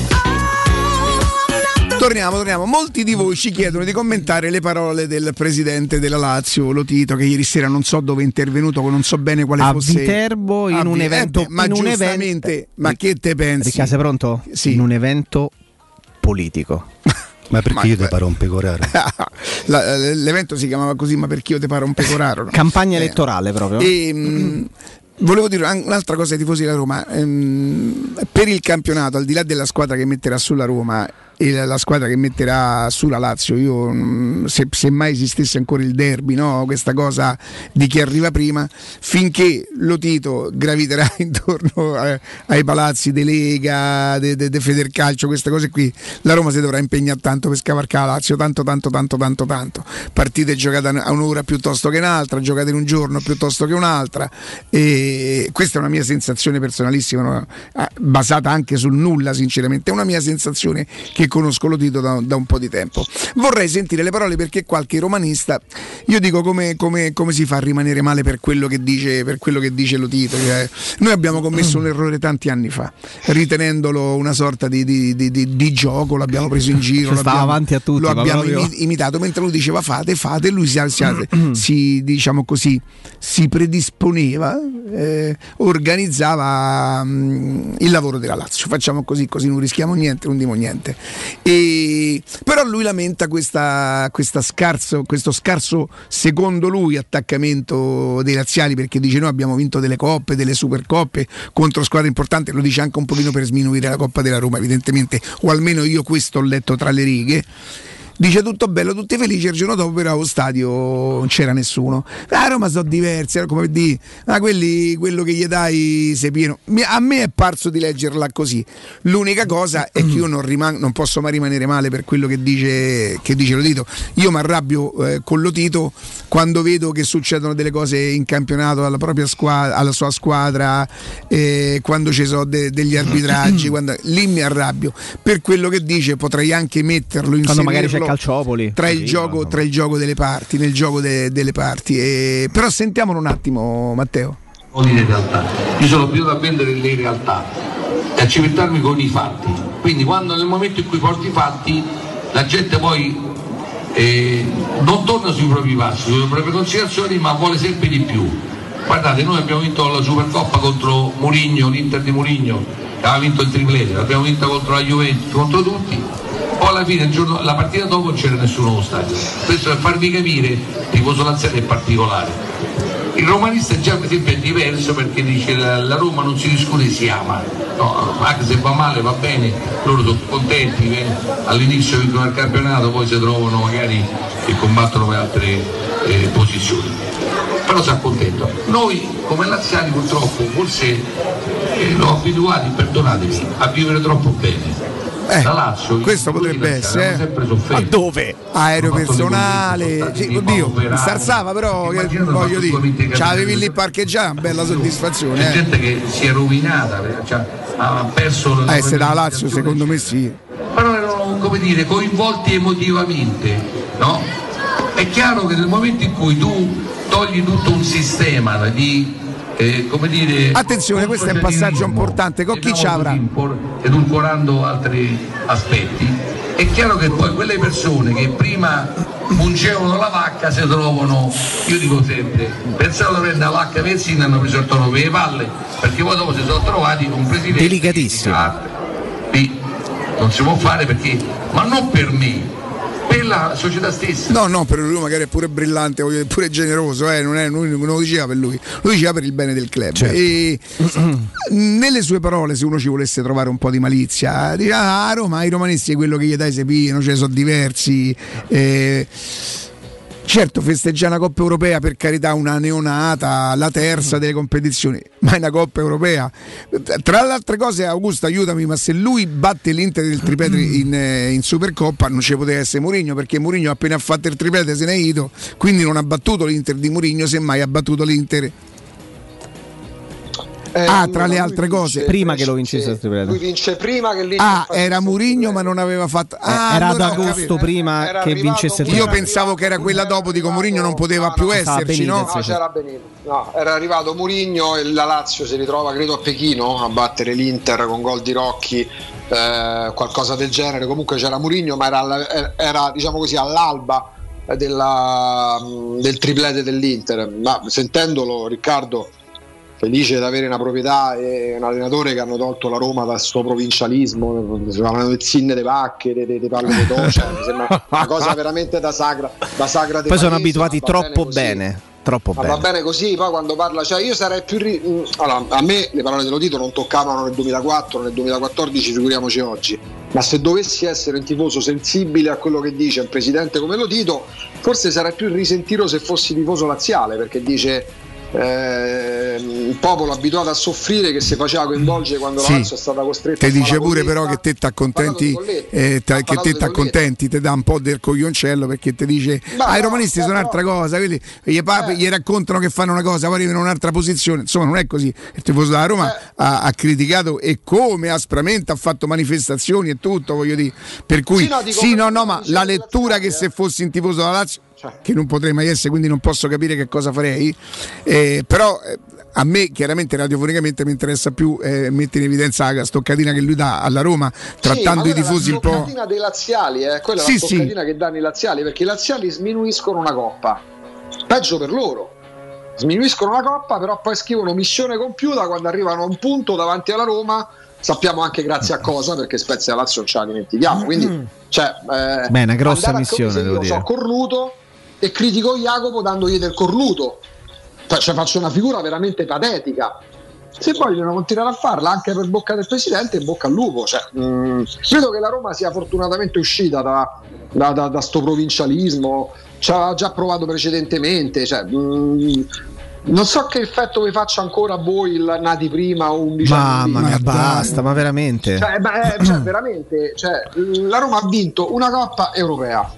Oh, torniamo, torniamo. Molti di voi ci chiedono di commentare le parole del presidente della Lazio, Lotito, che ieri sera non so dove è intervenuto, non so bene quale a fosse. Viterbo in a un Vi- evento. Eh, ma in un giustamente, evento, ma che te pensi? Ricca, sei pronto? Sì. In un evento politico. Ma perché Ma- io ti pare un pecoraro? La- l'evento si chiamava così, ma perché io te pare un pecoraro? No? Campagna Eh, elettorale proprio. E, mh, volevo dire un- un'altra cosa ai tifosi della Roma. Ehm, per il campionato, al di là della squadra che metterà sulla Roma e la, la squadra che metterà sulla Lazio, io mh, se, se mai esistesse ancora il derby, no? Questa cosa di chi arriva prima, finché Lotito graviterà intorno a, ai palazzi de Lega, de, de, de Federcalcio, queste cose qui, la Roma si dovrà impegnare tanto per scavalcare la Lazio, tanto tanto tanto tanto tanto. Partite giocate a un'ora piuttosto che un'altra, giocate in un giorno piuttosto che un'altra, e questa è una mia sensazione personalissima, no? Basata anche sul nulla, sinceramente. È una mia sensazione che che conosco lo Tito da, da un po' di tempo. Vorrei sentire le parole, perché qualche romanista, io dico come, come, come si fa a rimanere male per quello che dice, per quello che dice lo Tito. Cioè, noi abbiamo commesso un errore tanti anni fa, ritenendolo una sorta di, di, di, di, di gioco, l'abbiamo preso in giro, cioè, stava avanti a tutti, lo abbiamo proprio... imitato, mentre lui diceva fate, fate, e lui si, si, si diciamo così, si predisponeva, eh, organizzava mh, il lavoro della Lazio. Facciamo così, così non rischiamo niente, non dimo niente. E, però lui lamenta questa, questa scarso, questo scarso, secondo lui, attaccamento dei laziali, perché dice noi abbiamo vinto delle coppe, delle supercoppe contro squadre importanti. Lo dice anche un pochino per sminuire la Coppa della Roma, evidentemente, o almeno io questo ho letto tra le righe. Dice tutto bello, tutti felici, il giorno dopo però allo stadio non c'era nessuno. A Roma sono diversi, come di, ma quelli, quello che gli dai sei pieno. A me è parso di leggerla così. L'unica cosa è che io non, riman- non posso mai rimanere male per quello che dice, che dice lo Tito. Io mi arrabbio eh, con lo Tito quando vedo che succedono delle cose in campionato alla propria squadra, alla sua squadra, eh, quando ci sono de- degli arbitraggi, quando... lì mi arrabbio. Per quello che dice potrei anche metterlo in quando magari c'è Calciopoli tra il, gioco, tra il gioco delle parti, nel gioco de, delle parti. E... però sentiamolo un attimo, Matteo. Di realtà. Io sono abituato a vendere le realtà e a cimentarmi con i fatti. Quindi quando nel momento in cui porti i fatti, la gente poi eh, non torna sui propri passi, sulle proprie considerazioni, ma vuole sempre di più. Guardate, noi abbiamo vinto la Supercoppa contro Mourinho, l'Inter di Mourinho, aveva vinto il triplete, l'abbiamo vinta contro la Juventus, contro tutti. Poi alla fine il giorno, la partita dopo non c'era nessuno allo stadio. Questo per farvi capire il tifoso laziale è particolare. Il romanista già per esempio è diverso, perché dice la, la Roma non si discute, si ama, no, anche se va male va bene, loro sono contenti, eh? All'inizio vincono il campionato, poi si trovano magari e combattono per altre eh, posizioni, però si accontentano. Noi come laziali purtroppo forse eh, lo abituati, perdonatemi, a vivere troppo bene. Eh, Lazio, questo potrebbe essere, eh? Ma dove? Aereo personale, sì, oddio, starzava, però che, voglio dire, c'avevi lì parcheggiato, una bella soddisfazione. C'è eh. gente che si è rovinata, cioè, ha perso eh, se da Lazio secondo me sì. Però erano, come dire, coinvolti emotivamente, no? È chiaro che nel momento in cui tu togli tutto un sistema di Eh, come dire, attenzione, questo è un passaggio importante. Con chi ci avrà? Edulcorando altri aspetti, è chiaro che poi quelle persone che prima mungevano la vacca si trovano, io dico sempre, pensavo di prendere la vacca Versini, hanno preso il toro per le palle, perché poi dopo si sono trovati con un presidente delicatissimo. Sì, non si può fare perché, ma non per me, per la società stessa. No, no, per lui magari è pure brillante, pure generoso, eh, non, è, non lo diceva per lui, lo diceva per il bene del club. Certo. E nelle sue parole, se uno ci volesse trovare un po' di malizia, dirà: ah, Roma, i romanisti è quello che gli dai se pieno, cioè sono diversi. Eh, certo, festeggiare una Coppa Europea, per carità, una neonata, la terza delle competizioni, ma è una Coppa Europea. Tra le altre cose, Augusto, aiutami, ma se lui batte l'Inter del triplete in, in Supercoppa non ci poteva essere Mourinho, perché Mourinho appena ha fatto il triplete se n'è ido, quindi non ha battuto l'Inter di Mourinho, semmai ha battuto l'Inter. Eh, ah, tra le altre cose, vince, prima che lo vincesse il triplete. Lui vince prima che l'Inter. Ah, era Mourinho, ma non aveva fatto. Ah, eh, era allora ad agosto prima era che vincesse il triplete. Io pensavo che era quella dopo, dico Mourinho non poteva no, più no, esserci, no? No, c'era Benito. No, era arrivato Mourinho e la Lazio si ritrova, credo, a Pechino a battere l'Inter con gol di Rocchi, eh, qualcosa del genere. Comunque c'era Mourinho, ma era, era diciamo così all'alba della, del triplete dell'Inter. Ma sentendolo, Riccardo, felice di avere una proprietà e un allenatore che hanno tolto la Roma dal suo provincialismo, si parlano del zinne de vacche, dei palle di doccia, mi sembra una cosa veramente da sagra, da sagra. Poi sono abituati troppo bene, troppo ma bene. Va bene così, poi quando parla, cioè io sarei più ri... allora, a me le parole dello Tito non toccavano nel duemilaquattro, nel duemilaquattordici, figuriamoci oggi, ma se dovessi essere un tifoso sensibile a quello che dice un presidente come lo Tito, forse sarei più risentito se fossi tifoso laziale, perché dice eh, un popolo abituato a soffrire che si faceva coinvolgere quando sì. la Lazio è stata costretta te a dice pure però che te t'accontenti eh, te, che te t'accontenti te dà un po' del coglioncello perché ti dice ma ah, no, i romanisti sono un'altra no. cosa quelli, gli, papi, eh. gli raccontano che fanno una cosa poi arrivano in un'altra posizione, insomma non è così. Il tifoso della Roma eh. ha, ha criticato e come aspramente ha fatto manifestazioni e tutto, voglio dire, per cui sì no, dico, sì, no, no ma la lettura che se fossi un tifoso della Lazio che non potrei mai essere, quindi non posso capire che cosa farei, eh, però eh, a me chiaramente radiofonicamente mi interessa più eh, mettere in evidenza la stoccatina che lui dà alla Roma trattando sì, i tifosi un po'. La stoccatina dei laziali, eh, quella è sì, la stoccatina sì. che danno i laziali, perché i laziali sminuiscono una coppa, peggio per loro, sminuiscono una coppa però poi scrivono missione compiuta quando arrivano a un punto davanti alla Roma. Sappiamo anche grazie a cosa, perché Spezia e Lazio non ce la dimentichiamo, quindi cioè, eh, beh, una grossa missione, devo io dire. So cornuto e critico Jacopo dandogli del cornuto, cioè faccio una figura veramente patetica. Se vogliono continuare a farla anche per bocca del presidente, bocca al lupo, cioè, mh, credo che la Roma sia fortunatamente uscita da, da, da, da sto provincialismo, ci ha già provato precedentemente, cioè, mh, non so che effetto vi faccia ancora a voi il nati prima o undici anni. Mamma mia, basta, ma veramente cioè, beh, cioè, veramente cioè, la Roma ha vinto una Coppa Europea.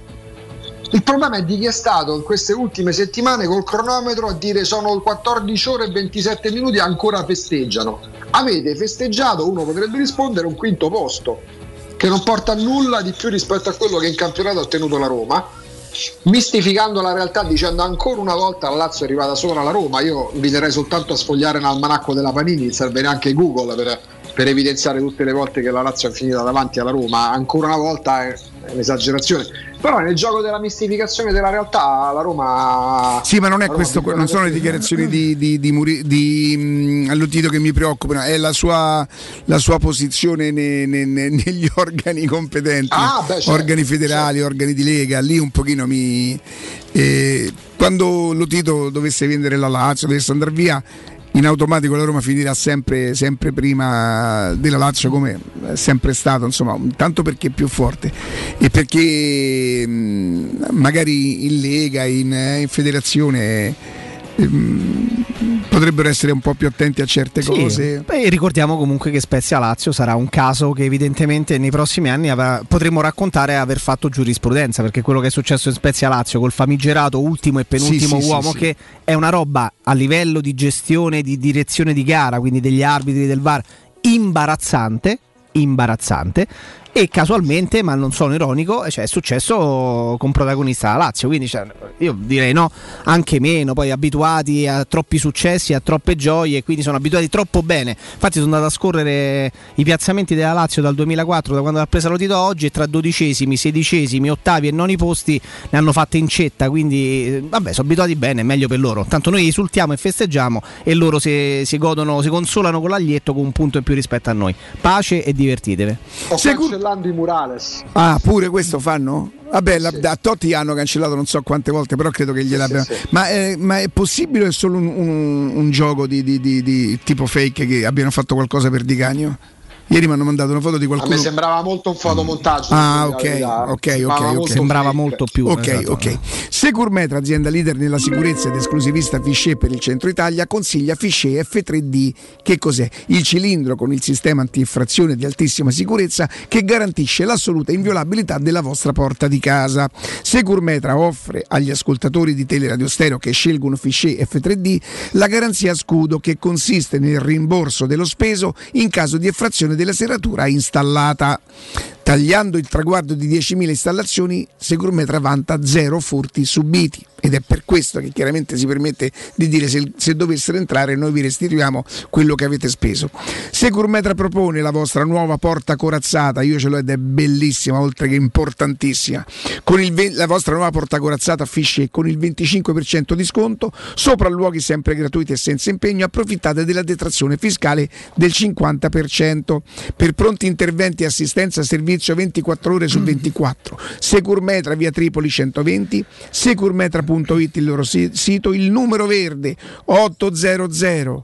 Il problema è di chi è stato in queste ultime settimane col cronometro a dire sono quattordici ore e ventisette minuti e ancora festeggiano. Avete festeggiato, uno potrebbe rispondere, un quinto posto che non porta a nulla di più rispetto a quello che in campionato ha ottenuto la Roma, mistificando la realtà dicendo ancora una volta la Lazio è arrivata solo alla Roma. Io inviterei soltanto a sfogliare l'almanacco della Panini, non serve neanche Google per, per evidenziare tutte le volte che la Lazio è finita davanti alla Roma. Ancora una volta è, è un'esagerazione, però nel gioco della mistificazione della realtà la Roma sì, ma non è questo, non sono le dichiarazioni di, di, di, di, di mh, Allutito che mi preoccupano, è la sua, la sua posizione ne, ne, ne, negli organi competenti, ah, beh, certo, organi federali, certo. organi di Lega, lì un pochino mi eh, quando Lotito dovesse vendere la Lazio, dovesse andare via, in automatico la Roma finirà sempre, sempre prima della Lazio, come è sempre stato, insomma, tanto perché è più forte e perché mh, magari in Lega, in, in federazione mh, potrebbero essere un po' più attenti a certe sì. cose. Beh, ricordiamo comunque che Spezia Lazio sarà un caso che evidentemente nei prossimi anni avrà, potremo raccontare aver fatto giurisprudenza, perché quello che è successo in Spezia Lazio col famigerato ultimo e penultimo sì, sì, uomo sì, che sì. è una roba a livello di gestione, di direzione di gara, quindi degli arbitri del V A R, imbarazzante imbarazzante e casualmente, ma non sono ironico, cioè è successo con protagonista la Lazio, quindi cioè, io direi no, anche meno, poi abituati a troppi successi, a troppe gioie, quindi sono abituati troppo bene. Infatti sono andato a scorrere i piazzamenti della Lazio dal duemilaquattro, da quando l'ha presa Lotito a oggi, e tra dodicesimi, sedicesimi, ottavi e noni posti ne hanno fatte incetta, quindi vabbè, sono abituati bene, è meglio per loro, tanto noi esultiamo e festeggiamo e loro si, si godono, si consolano con l'aglietto con un punto in più rispetto a noi. Pace e divertitevi. Secondo i Murales. Ah, pure questo fanno? Vabbè, la, da Totti hanno cancellato non so quante volte, però credo che gliel'abbiano. Sì, sì. Ma, eh, ma è possibile che è solo un, un, un gioco di, di, di, di tipo fake che abbiano fatto qualcosa per Di Canio? Ieri mi hanno mandato una foto di qualcuno. A me sembrava molto un fotomontaggio. Ah, ok, ok, ok, ok. Sembrava molto più. Ok, esatto. ok. Securmetra, azienda leader nella sicurezza ed esclusivista Fichet per il centro Italia, consiglia Fichet F tre D. Che cos'è? Il cilindro con il sistema anti-infrazione di altissima sicurezza che garantisce l'assoluta inviolabilità della vostra porta di casa. Securmetra offre agli ascoltatori di Teleradio Stereo che scelgono Fichet F tre D la garanzia scudo, che consiste nel rimborso dello speso in caso di effrazione della serratura installata. Tagliando il traguardo di diecimila installazioni, Securmetra vanta zero furti subiti, ed è per questo che chiaramente si permette di dire se, se dovessero entrare noi vi restituiamo quello che avete speso. Securmetra propone la vostra nuova porta corazzata, io ce l'ho ed è bellissima, oltre che importantissima, con il ve- la vostra nuova porta corazzata Fichet con il venticinque per cento di sconto, sopralluoghi sempre gratuiti e senza impegno, approfittate della detrazione fiscale del cinquanta per cento per pronti interventi e assistenza servizio ventiquattro ore su ventiquattro. Securmetra via Tripoli centoventi, securmetra punto it il loro sito, il numero verde ottocento zero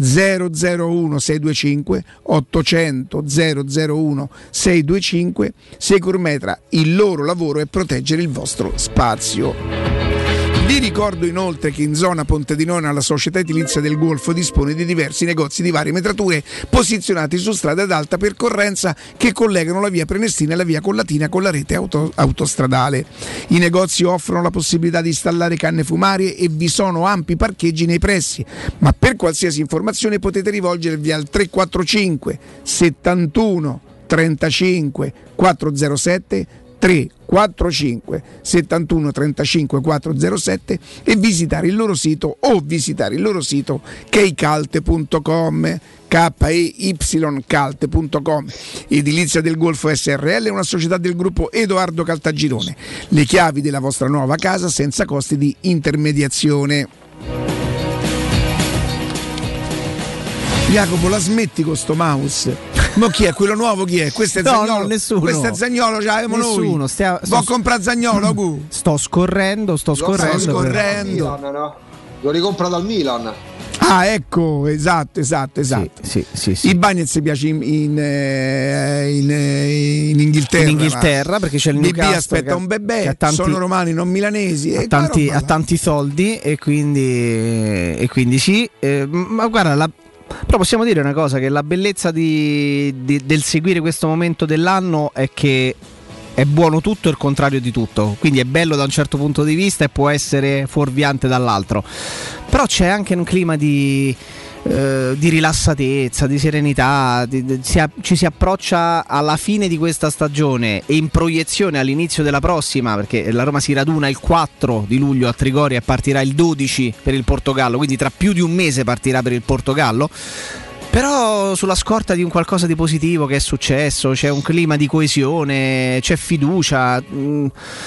zero uno sei due cinque ottocento zero zero uno sei due cinque. Securmetra, il loro lavoro è proteggere il vostro spazio. Vi ricordo inoltre che in zona Ponte di Nona la società edilizia del Golfo dispone di diversi negozi di varie metrature posizionati su strade ad alta percorrenza che collegano la via Prenestina e la via Collatina con la rete auto- autostradale. I negozi offrono la possibilità di installare canne fumarie e vi sono ampi parcheggi nei pressi, ma per qualsiasi informazione potete rivolgervi al tre quattro cinque settantuno trentacinque quattrocentosette tre quattro cinque settantuno trentacinque quattrocentosette e visitare il loro sito o visitare il loro sito keycalte punto com k e y calte punto com. Edilizia del Golfo S R L è una società del gruppo Edoardo Caltagirone. Le chiavi della vostra nuova casa senza costi di intermediazione. Jacopo, la smetti con sto mouse? Ma chi è? Quello nuovo chi è? Questo è No, Zaniolo. no, nessuno. Questo è Zaniolo, ce l'avevamo noi. Nessuno. Stia, Sto a comprare Zaniolo, gu. Sto scorrendo, sto scorrendo. Sto scorrendo. Milan, no? Lo ricompra dal Milan. Ah, ecco, esatto, esatto, esatto. Sì, sì, sì. Il Bagnez piace in, in, eh, in, eh, in Inghilterra. In Inghilterra, perché c'è il B B Newcastle aspetta che- un bebè, che ha tanti- sono romani, non milanesi. Ha e tanti, quella ha roba là. tanti soldi e quindi, e quindi sì. Eh, ma guarda, la, però possiamo dire una cosa, che la bellezza di, di- del seguire questo momento dell'anno è che è buono tutto e il contrario di tutto, quindi è bello da un certo punto di vista e può essere fuorviante dall'altro, però c'è anche un clima di, eh, di rilassatezza, di serenità, di- di- si a- ci si approccia alla fine di questa stagione e in proiezione all'inizio della prossima, perché la Roma si raduna il quattro di luglio a Trigoria e partirà il dodici per il Portogallo, quindi tra più di un mese partirà per il Portogallo. Però sulla scorta di un qualcosa di positivo che è successo, c'è un clima di coesione, c'è fiducia, mh,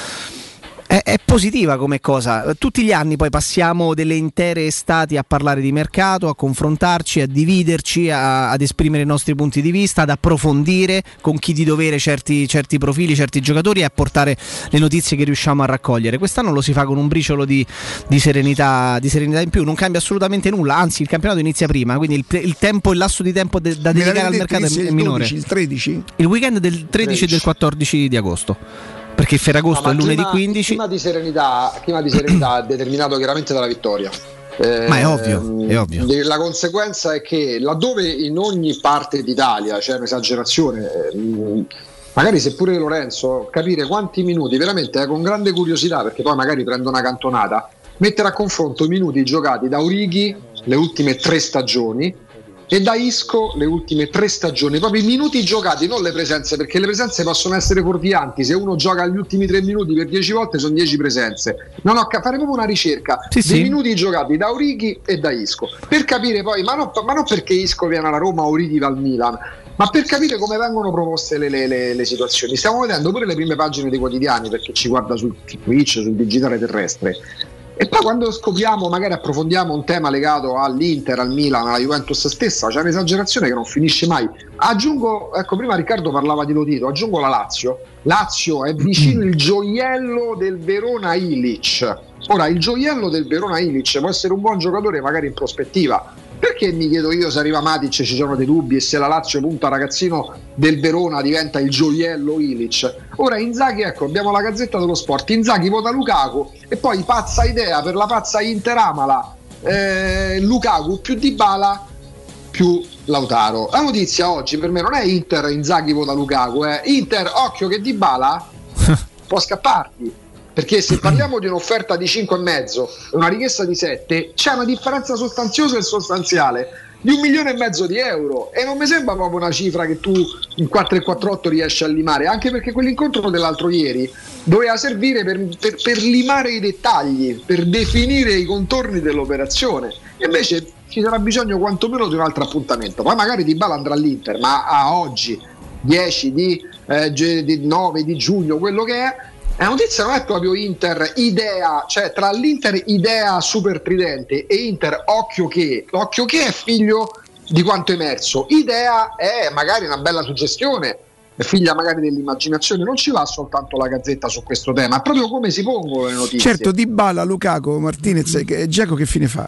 è, è positiva come cosa. Tutti gli anni poi passiamo delle intere estati a parlare di mercato, a confrontarci, a dividerci, a- ad esprimere i nostri punti di vista, ad approfondire con chi di dovere certi, certi profili, certi giocatori e a portare le notizie che riusciamo a raccogliere. Quest'anno lo si fa con un briciolo di, di serenità, di serenità in più, non cambia assolutamente nulla, anzi il campionato inizia prima, quindi il, il tempo, il lasso di tempo de- da Me dedicare al l'avevi detto, mercato è, inizia è il minore. dodici, il tredici? Il weekend del tredici e del quattordici di agosto, perché il Ferragosto No, è ma lunedì clima- quindici. clima di serenità, clima di serenità determinato chiaramente dalla vittoria. Eh, Ma è ovvio, è ovvio. La conseguenza è che laddove in ogni parte d'Italia c'è un'esagerazione, eh, magari seppure Lorenzo, capire quanti minuti, veramente eh, con grande curiosità, perché poi magari prendo una cantonata, mettere a confronto i minuti giocati da Orighi le ultime tre stagioni e da Isco le ultime tre stagioni, proprio i minuti giocati, non le presenze, perché le presenze possono essere fuorvianti. Se uno gioca gli ultimi tre minuti per dieci volte sono dieci presenze. No, no, ca- fare proprio una ricerca Sì, dei sì. minuti giocati da Orighi e da Isco, per capire poi, ma non, ma non perché Isco viene alla Roma o Orighi va al Milan, ma per capire come vengono proposte le, le- le- le situazioni. Stiamo vedendo pure le prime pagine dei quotidiani, perché ci guarda sul Twitch, sul digitale terrestre. E poi quando scopriamo, magari approfondiamo un tema legato all'Inter, al Milan, alla Juventus stessa, c'è un'esagerazione che non finisce mai. Aggiungo, ecco, prima Riccardo parlava di Lotito, aggiungo la Lazio. Lazio è vicino il gioiello del Verona Ilic. Ora, il gioiello del Verona Ilic può essere un buon giocatore magari in prospettiva. Perché mi chiedo io se arriva Matic ci sono dei dubbi e se la Lazio punta ragazzino del Verona diventa il gioiello Ilic. Ora Inzaghi, ecco, abbiamo la Gazzetta dello Sport, Inzaghi vota Lukaku e poi pazza idea per la pazza Inter Amala, eh, Lukaku più Dybala più Lautaro. La notizia oggi per me non è Inter Inzaghi vota Lukaku, è Inter occhio che Dybala può scapparti. Perché se parliamo di un'offerta di cinque e mezzo e una richiesta di sette, c'è una differenza sostanziosa e sostanziale di un milione e mezzo di euro e non mi sembra proprio una cifra che tu in quattro e quattr'otto riesci a limare, anche perché quell'incontro dell'altro ieri doveva servire per, per, per limare i dettagli, per definire i contorni dell'operazione, e invece ci sarà bisogno quantomeno di un altro appuntamento. Poi magari Dybala andrà all'Inter, ma a oggi dieci di, eh, di nove di giugno, quello che è, la notizia non è proprio Inter idea, cioè tra l'Inter idea super tridente e Inter occhio che, occhio che è figlio di quanto emerso, idea è magari una bella suggestione, è figlia magari dell'immaginazione, non ci va soltanto la Gazzetta su questo tema, è proprio come si pongono le notizie. Certo, Dybala, Lukaku, Martinez, che- Dzeko che fine fa?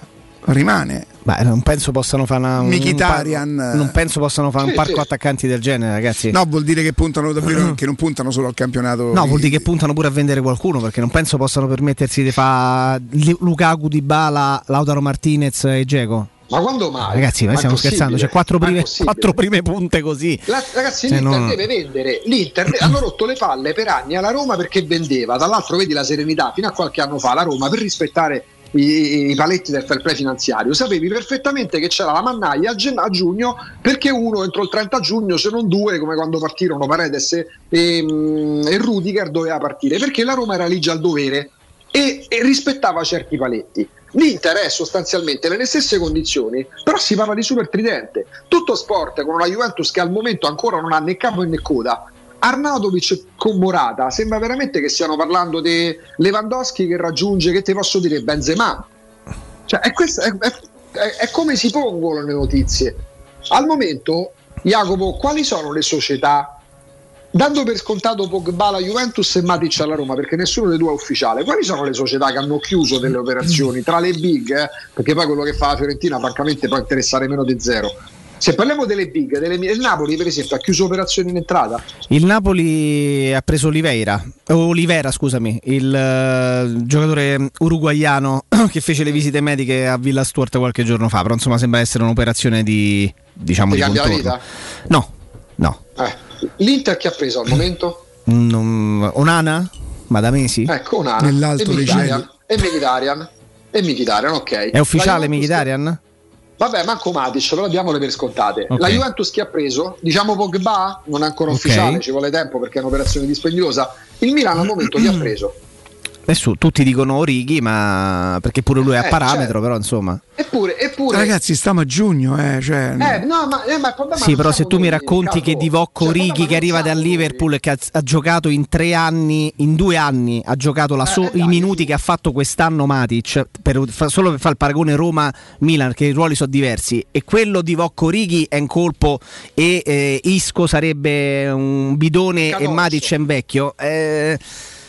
rimane. Beh, non penso possano fare una, un, Mkhitaryan. un par- non penso possano fare Sì, un parco sì. attaccanti del genere, ragazzi. No, vuol dire che puntano davvero, che non puntano solo al campionato. No, vuol dire che puntano pure a vendere qualcuno, perché non penso possano permettersi di fare Lukaku, Dybala, Lautaro Martinez e Dzeko. Ma quando mai? Ragazzi, ma Ma è stiamo possibile? scherzando, c'è quattro Ma è prime, possibile? quattro prime punte così. La- ragazzi, Cioè, l'Inter non- deve vendere. L'Inter hanno rotto le palle per anni alla Roma perché vendeva. Dall'altro, vedi la serenità, fino a qualche anno fa la Roma, per rispettare i, i paletti del fair play finanziario, sapevi perfettamente che c'era la mannaia a, gen- a giugno, perché uno entro il trenta giugno, se non due, come quando partirono Paredes e, e, e Rudiger, doveva partire, perché la Roma era lì già al dovere e, e rispettava certi paletti. L'Inter è sostanzialmente nelle stesse condizioni, però si parla di super tridente. Tutto sport con una Juventus che al momento ancora non ha né capo né coda. Arnautovic con Morata, sembra veramente che stiano parlando di Lewandowski che raggiunge, che ti posso dire, Benzema. Cioè, è, questo, è, è, è come si pongono le notizie. Al momento, Jacopo, quali sono le società, dando per scontato Pogba alla Juventus e Matic alla Roma, perché nessuno dei due è ufficiale, quali sono le società che hanno chiuso delle operazioni tra le big, eh? Perché poi quello che fa la Fiorentina francamente può interessare meno di zero. Se parliamo delle big, delle, il Napoli per esempio ha chiuso operazioni in entrata. Il Napoli ha preso Oliveira, Olivera, scusami, il uh, giocatore uruguaiano che fece le visite mediche a Villa Stuart qualche giorno fa, però insomma sembra essere un'operazione di, diciamo, Ti di cambia la contorno. vita? No, no. Eh. L'Inter che ha preso al momento? Non- Onana? Ma da mesi? Ecco, Onana. Nell'alto e dei Mkhitaryan. E Mkhitaryan. E Mkhitaryan, ok. È ufficiale La Juventus- Mkhitaryan? Vabbè, manco Matic, però diamole per scontate. Ok. La Juventus che ha preso? Diciamo Pogba? Non è ancora Ok. ufficiale, ci vuole tempo perché è un'operazione dispendiosa. Il Milan al momento chi ha preso? Adesso tutti dicono Orighi, ma perché pure lui è a Eh, parametro, certo. però insomma. Eppure, eppure Ragazzi, stiamo a giugno, eh, cioè, eh, no, ma, eh, ma il problema Sì, non però se siamo tu mi noi, racconti che Riccardo. Divock Cioè, Orighi, ma che non arriva siamo dal Liverpool e che ha, ha giocato in tre anni, in due anni, ha giocato la so- Eh, i dai, minuti che ha fatto quest'anno Matic, per, fa- solo per fare il paragone Roma-Milan, che i ruoli sono diversi, e quello Divock Orighi è un colpo e eh, Isco sarebbe un bidone Cadoccio. e Matic è un vecchio. Eh,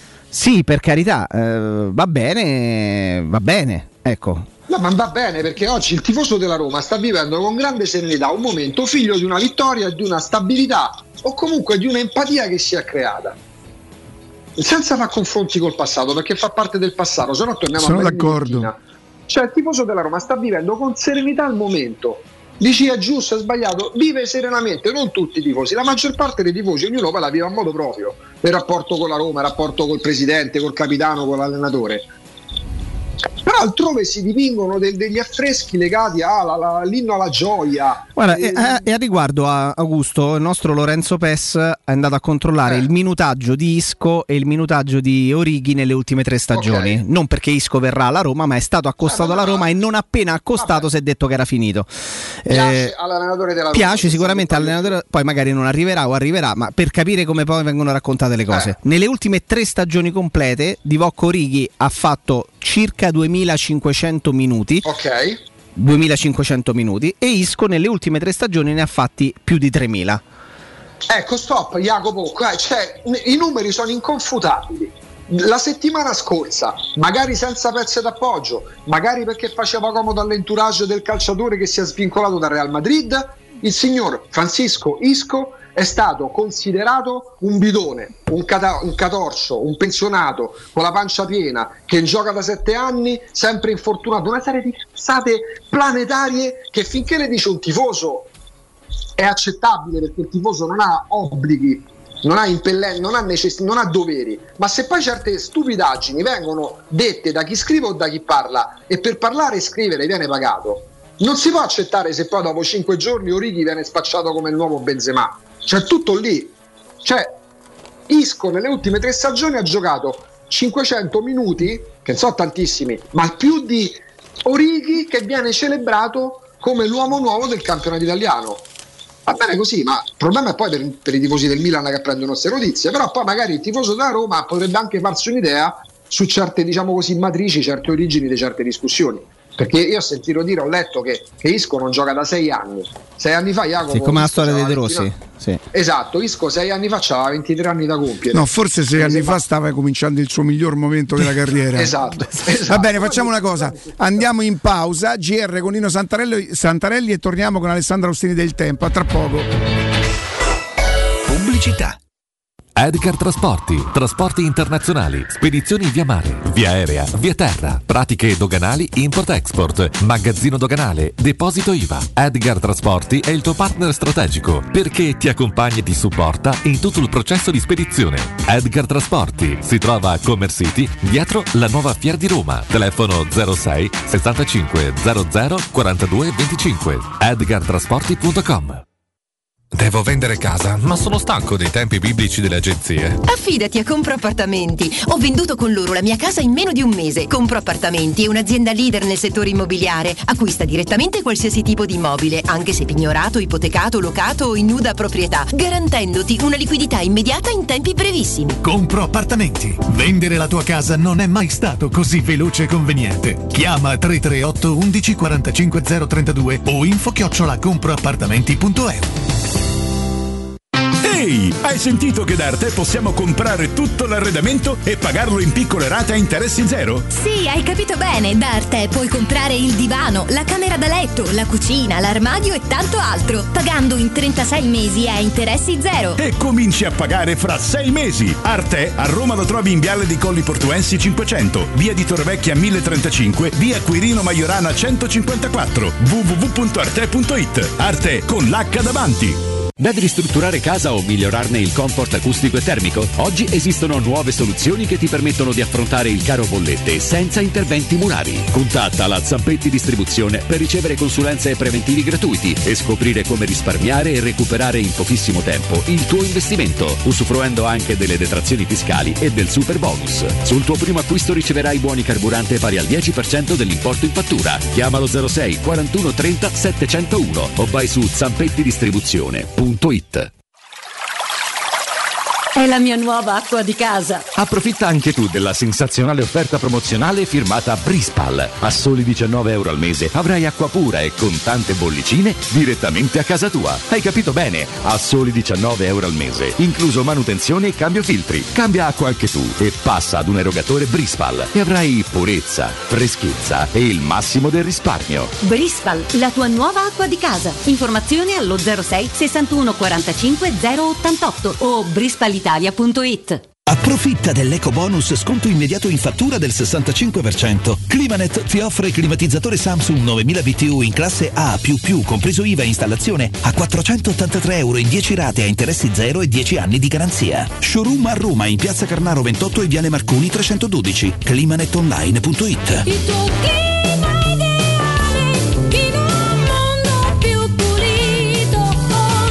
sì, per carità, eh, va bene, va bene, ecco. No, ma va bene perché oggi il tifoso della Roma sta vivendo con grande serenità un momento figlio di una vittoria e di una stabilità o comunque di un'empatia che si è creata. Senza fare confronti col passato, perché fa parte del passato, se no torniamo sono a Marini d'accordo. Martina. Cioè il tifoso della Roma sta vivendo con serenità il momento. Dici è giusto, è sbagliato, vive serenamente, non tutti i tifosi, la maggior parte dei tifosi, ognuno poi la vive a modo proprio, il rapporto con la Roma, il rapporto col presidente, col capitano, con l'allenatore. Però altrove si dipingono del- degli affreschi legati all'inno alla gioia. Guarda, Eh, e, e- e a riguardo a Augusto, il nostro Lorenzo Pes è andato a controllare Eh. il minutaggio di Isco e il minutaggio di Orighi nelle ultime tre stagioni. Ok. Non perché Isco verrà alla Roma, ma è stato accostato Eh, ma- alla Roma e non appena accostato Vabbè. si è detto che era finito. piace Eh, all'allenatore della Roma. Piace sicuramente all'allenatore, poi magari non arriverà o arriverà, ma per capire come poi vengono raccontate le cose. Eh. Nelle ultime tre stagioni complete, Divock Orighi ha fatto circa duemilacinquecento minuti. Ok. duemilacinquecento minuti e Isco nelle ultime tre stagioni ne ha fatti più di tremila. Ecco, stop Jacopo, qua- cioè, i numeri sono inconfutabili. La settimana scorsa, magari senza pezze d'appoggio, magari perché faceva comodo all'entourage del calciatore che si è svincolato dal Real Madrid, il signor Francisco Isco è stato considerato un bidone, un, cata- un catorcio, un pensionato con la pancia piena che gioca da sette anni, sempre infortunato, una serie di cazzate planetarie che finché le dice un tifoso è accettabile perché il tifoso non ha obblighi, non ha, impellen- non ha, necess- non ha doveri, ma se poi certe stupidaggini vengono dette da chi scrive o da chi parla e per parlare e scrivere viene pagato, non si può accettare se poi dopo cinque giorni Orighi viene spacciato come il nuovo Benzema. Cioè tutto lì. Cioè Isco nelle ultime tre stagioni ha giocato cinquecento minuti, che non so tantissimi, ma più di Orighi che viene celebrato come l'uomo nuovo del campionato italiano. Va bene così, ma il problema è poi per, per i tifosi del Milan che prendono queste notizie, però poi magari il tifoso della Roma potrebbe anche farsi un'idea su certe, diciamo così, matrici, certe origini di certe discussioni. perché io ho sentito dire, ho letto che, che Isco non gioca da sei anni. Sei anni fa Jacopo, sì, come la Isco storia dei De ventinove Rossi, sì. Esatto, Isco sei anni fa aveva ventitré anni da compiere. No, forse sei anni fa stava cominciando il suo miglior momento della carriera. esatto, esatto. Va bene, facciamo una cosa, andiamo in pausa, G R con Nino Santarelli, Santarelli e torniamo con Alessandro Austini del Tempo, a tra poco. Pubblicità. Edgar Trasporti, trasporti internazionali, spedizioni via mare, via aerea, via terra, pratiche doganali, import-export, magazzino doganale, deposito I V A. Edgar Trasporti è il tuo partner strategico perché ti accompagna e ti supporta in tutto il processo di spedizione. Edgar Trasporti si trova a Commerce City, dietro la nuova Fiera di Roma. Telefono zero sei sessantacinque zero zero quarantadue venticinque. edgar trasporti punto com. Devo vendere casa, ma sono stanco dei tempi biblici delle agenzie. Affidati a Compro Appartamenti. Ho venduto con loro la mia casa in meno di un mese. Compro Appartamenti è un'azienda leader nel settore immobiliare. Acquista direttamente qualsiasi tipo di immobile, anche se pignorato, ipotecato, locato o in nuda proprietà, garantendoti una liquidità immediata in tempi brevissimi. Compro Appartamenti. Vendere la tua casa non è mai stato così veloce e conveniente. Chiama tre tre otto undici quarantacinque zero trentadue o info chiocciola comproappartamenti punto e u. Ehi, hai sentito che da Arte possiamo comprare tutto l'arredamento e pagarlo in piccole rate a interessi zero? Sì, hai capito bene, da Arte puoi comprare il divano, la camera da letto, la cucina, l'armadio e tanto altro, pagando in trentasei mesi a interessi zero. E cominci a pagare fra sei mesi. Arte a Roma lo trovi in Viale dei Colli Portuensi cinquecento, via di Torrevecchia mille trentacinque, via Quirino Maiorana centocinquantaquattro, w w w punto arte punto it. Arte con l'H davanti. Devi ristrutturare casa o migliorarne il comfort acustico e termico? Oggi esistono nuove soluzioni che ti permettono di affrontare il caro bollette senza interventi murari. Contatta la Zampetti Distribuzione per ricevere consulenze e preventivi gratuiti e scoprire come risparmiare e recuperare in pochissimo tempo il tuo investimento, usufruendo anche delle detrazioni fiscali e del super bonus. Sul tuo primo acquisto riceverai buoni carburante pari al dieci per cento dell'importo in fattura. Chiamalo zero sei quarantuno trenta settecentouno o vai su zampetti distribuzione punto it. È la mia nuova acqua di casa. Approfitta anche tu della sensazionale offerta promozionale firmata Brispal. A soli diciannove euro al mese avrai acqua pura e con tante bollicine direttamente a casa tua. Hai capito bene? A soli diciannove euro al mese, incluso manutenzione e cambio filtri. Cambia acqua anche tu e passa ad un erogatore Brispal e avrai purezza, freschezza e il massimo del risparmio. Brispal, la tua nuova acqua di casa. Informazioni allo zero sei sessantuno quarantacinque zero ottantotto o brispalitalia punto it. Approfitta dell'eco bonus sconto immediato in fattura del sessantacinque per cento. Climanet ti offre climatizzatore Samsung novemila B T U in classe A più più, compreso I V A e installazione, a quattrocentottantatré euro in dieci rate a interessi zero e dieci anni di garanzia. Showroom a Roma in piazza Carnaro ventotto e viale Marconi trecentododici. climanet online punto it. Il tuo clima ideale in un mondo più pulito con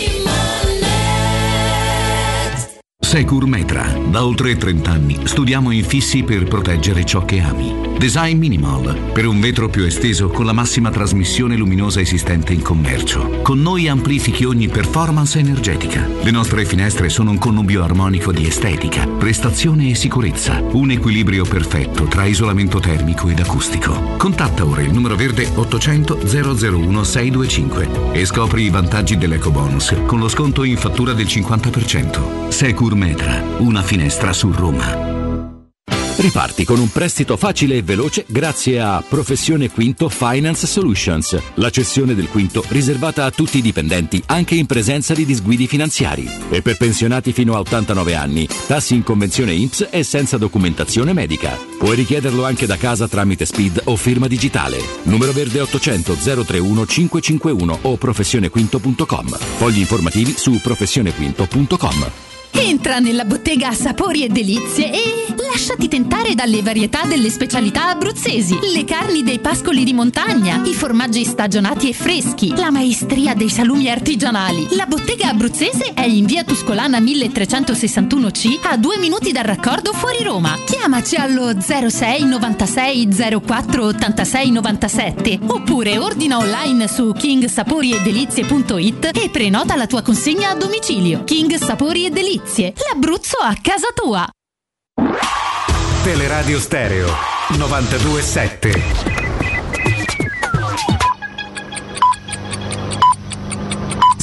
Climanet. Securmetra. Da oltre trenta anni studiamo infissi per proteggere ciò che ami. Design Minimal, per un vetro più esteso con la massima trasmissione luminosa esistente in commercio. Con noi amplifichi ogni performance energetica. Le nostre finestre sono un connubio armonico di estetica, prestazione e sicurezza. Un equilibrio perfetto tra isolamento termico ed acustico. Contatta ora il numero verde ottocento zero zero uno sei due cinque e scopri i vantaggi dell'ecobonus con lo sconto in fattura del cinquanta per cento. Securmetra, una finestra su Roma. Riparti con un prestito facile e veloce grazie a Professione Quinto Finance Solutions, la cessione del quinto riservata a tutti i dipendenti anche in presenza di disguidi finanziari. E per pensionati fino a ottantanove anni, tassi in convenzione I N P S e senza documentazione medica. Puoi richiederlo anche da casa tramite S P I D o firma digitale. Numero verde ottocento zero trentuno cinquecentocinquantuno o professionequinto punto com. Fogli informativi su professionequinto punto com. Entra nella bottega Sapori e Delizie e lasciati tentare dalle varietà delle specialità abruzzesi, le carni dei pascoli di montagna, i formaggi stagionati e freschi, la maestria dei salumi artigianali. La bottega abruzzese è in via Tuscolana milletrecentosessantuno C, a due minuti dal raccordo fuori Roma. Chiamaci allo zero sei novantasei zero quattro ottantasei novantasette oppure ordina online su king sapori e delizie punto it e prenota la tua consegna a domicilio. King Sapori e Delizie, l'Abruzzo a casa tua. Teleradio Stereo novantadue sette.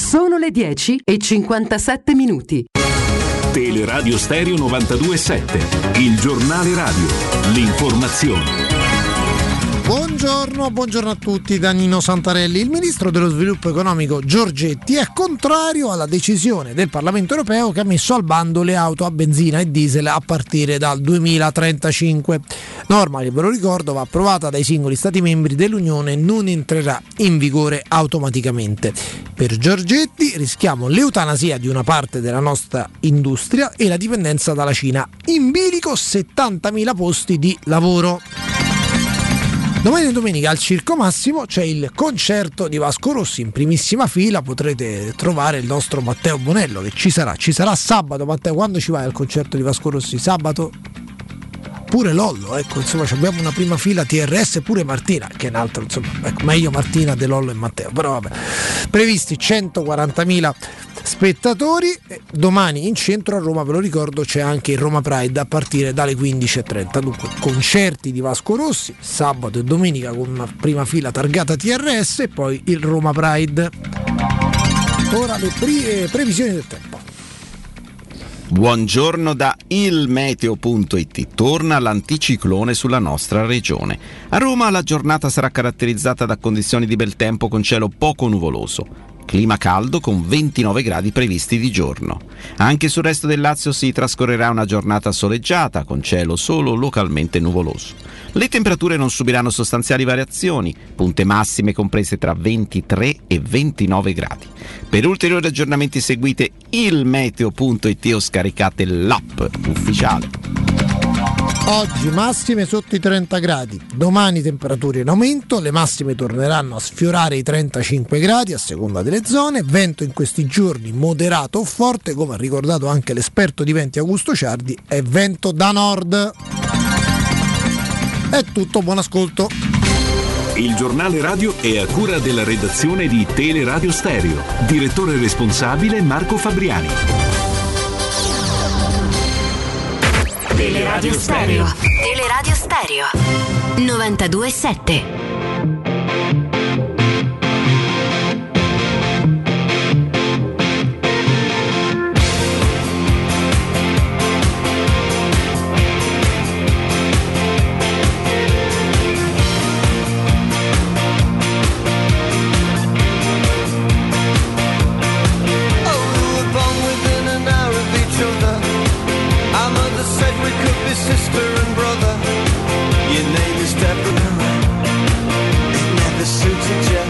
Sono le dieci e cinquantasette minuti. Teleradio Stereo novantadue virgola sette, il giornale radio, l'informazione. Buongiorno, buongiorno a tutti da Nino Santarelli. Il ministro dello sviluppo economico Giorgetti è contrario alla decisione del Parlamento europeo che ha messo al bando le auto a benzina e diesel a partire dal duemilatrentacinque. Norma che, ve lo ricordo, va approvata dai singoli Stati membri dell'Unione e non entrerà in vigore automaticamente. Per Giorgetti rischiamo l'eutanasia di una parte della nostra industria e la dipendenza dalla Cina. In bilico settantamila posti di lavoro. Domani e domenica al Circo Massimo c'è il concerto di Vasco Rossi. In primissima fila potrete trovare il nostro Matteo Bonello, che ci sarà. Ci sarà sabato. Matteo, quando ci vai al concerto di Vasco Rossi? Sabato? Pure Lollo, ecco, insomma abbiamo una prima fila T R S, pure Martina, che è un altro, insomma, ecco, meglio Martina De Lollo e Matteo, però vabbè. Previsti centoquarantamila spettatori. Domani in centro a Roma, ve lo ricordo, c'è anche il Roma Pride a partire dalle quindici e trenta. Dunque concerti di Vasco Rossi sabato e domenica con una prima fila targata T R S e poi il Roma Pride. Ora le pre- previsioni del tempo. Buongiorno da ilmeteo punto it. Torna l'anticiclone sulla nostra regione. A Roma la giornata sarà caratterizzata da condizioni di bel tempo con cielo poco nuvoloso. Clima caldo con ventinove gradi previsti di giorno. Anche sul resto del Lazio si trascorrerà una giornata soleggiata con cielo solo localmente nuvoloso. Le temperature non subiranno sostanziali variazioni, punte massime comprese tra ventitré e ventinove gradi. Per ulteriori aggiornamenti seguite ilmeteo punto it o scaricate l'app ufficiale. Oggi massime sotto i trenta gradi, domani temperature in aumento, le massime torneranno a sfiorare i trentacinque gradi a seconda delle zone, vento in questi giorni moderato o forte, come ha ricordato anche l'esperto di venti Augusto Ciardi, è vento da nord. È tutto, buon ascolto. Il giornale radio è a cura della redazione di Teleradio Stereo, direttore responsabile Marco Fabriani. Teleradio Stereo. Teleradio Stereo. novantadue virgola sette. Sister and brother, your name is Deborah. It never suited you.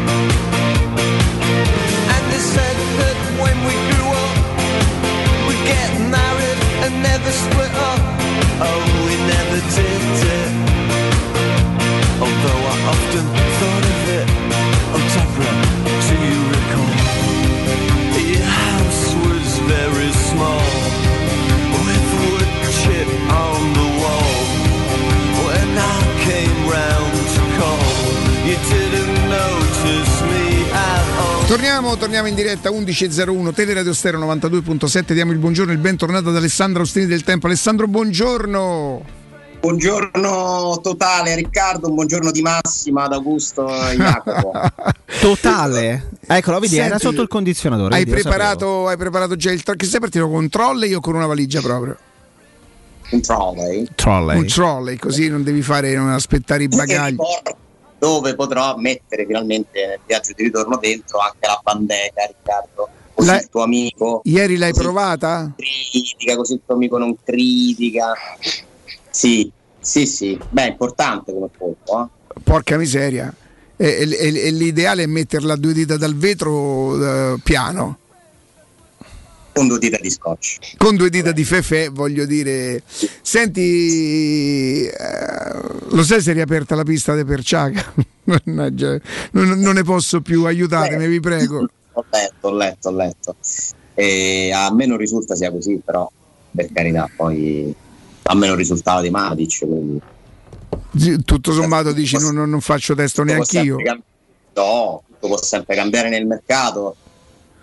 And they said that when we grew up, we'd get married and never split up. Oh, we never did it. Although I often thought of it. Oh, Deborah, do you recall? Your house was very small, with wood chip on the wall. When I came round to call, you didn't notice me at all. Torniamo, torniamo in diretta undici e zero uno, Teleradio Stereo novantadue virgola sette. Diamo il buongiorno e il bentornato ad Alessandro Ostini del Tempo. Alessandro, buongiorno. Buongiorno totale Riccardo, un buongiorno di Massima, ad Augusto e Jacopo. Totale? Eccolo, vedi, Senti, era sotto il condizionatore. Hai vedi, preparato, hai preparato già il che sei partito con un trolley o con una valigia proprio? Un trolley. trolley. Un trolley, così non devi fare, non aspettare i bagagli. Dove potrò mettere finalmente nel viaggio di ritorno dentro anche la bandeca, Riccardo. Così l'hai, il tuo amico. Ieri l'hai provata? Critica, così il tuo amico non critica. Sì, sì, sì. Beh, è importante come colpo, eh. Porca miseria. E, e, e l'ideale è metterla a due dita dal vetro uh, piano. Con due dita di scotch. Con due dita di fefè, voglio dire. Senti, uh, lo sai se è riaperta la pista di Perciaca? non, non ne posso più, aiutatemi, vi prego. Ho letto, ho letto, ho letto. E a me non risulta sia così, però per carità, poi a me non risultava di Matic, quindi. Tutto sommato dici non, non faccio testo neanche io. Cambi- no, tutto può sempre cambiare nel mercato.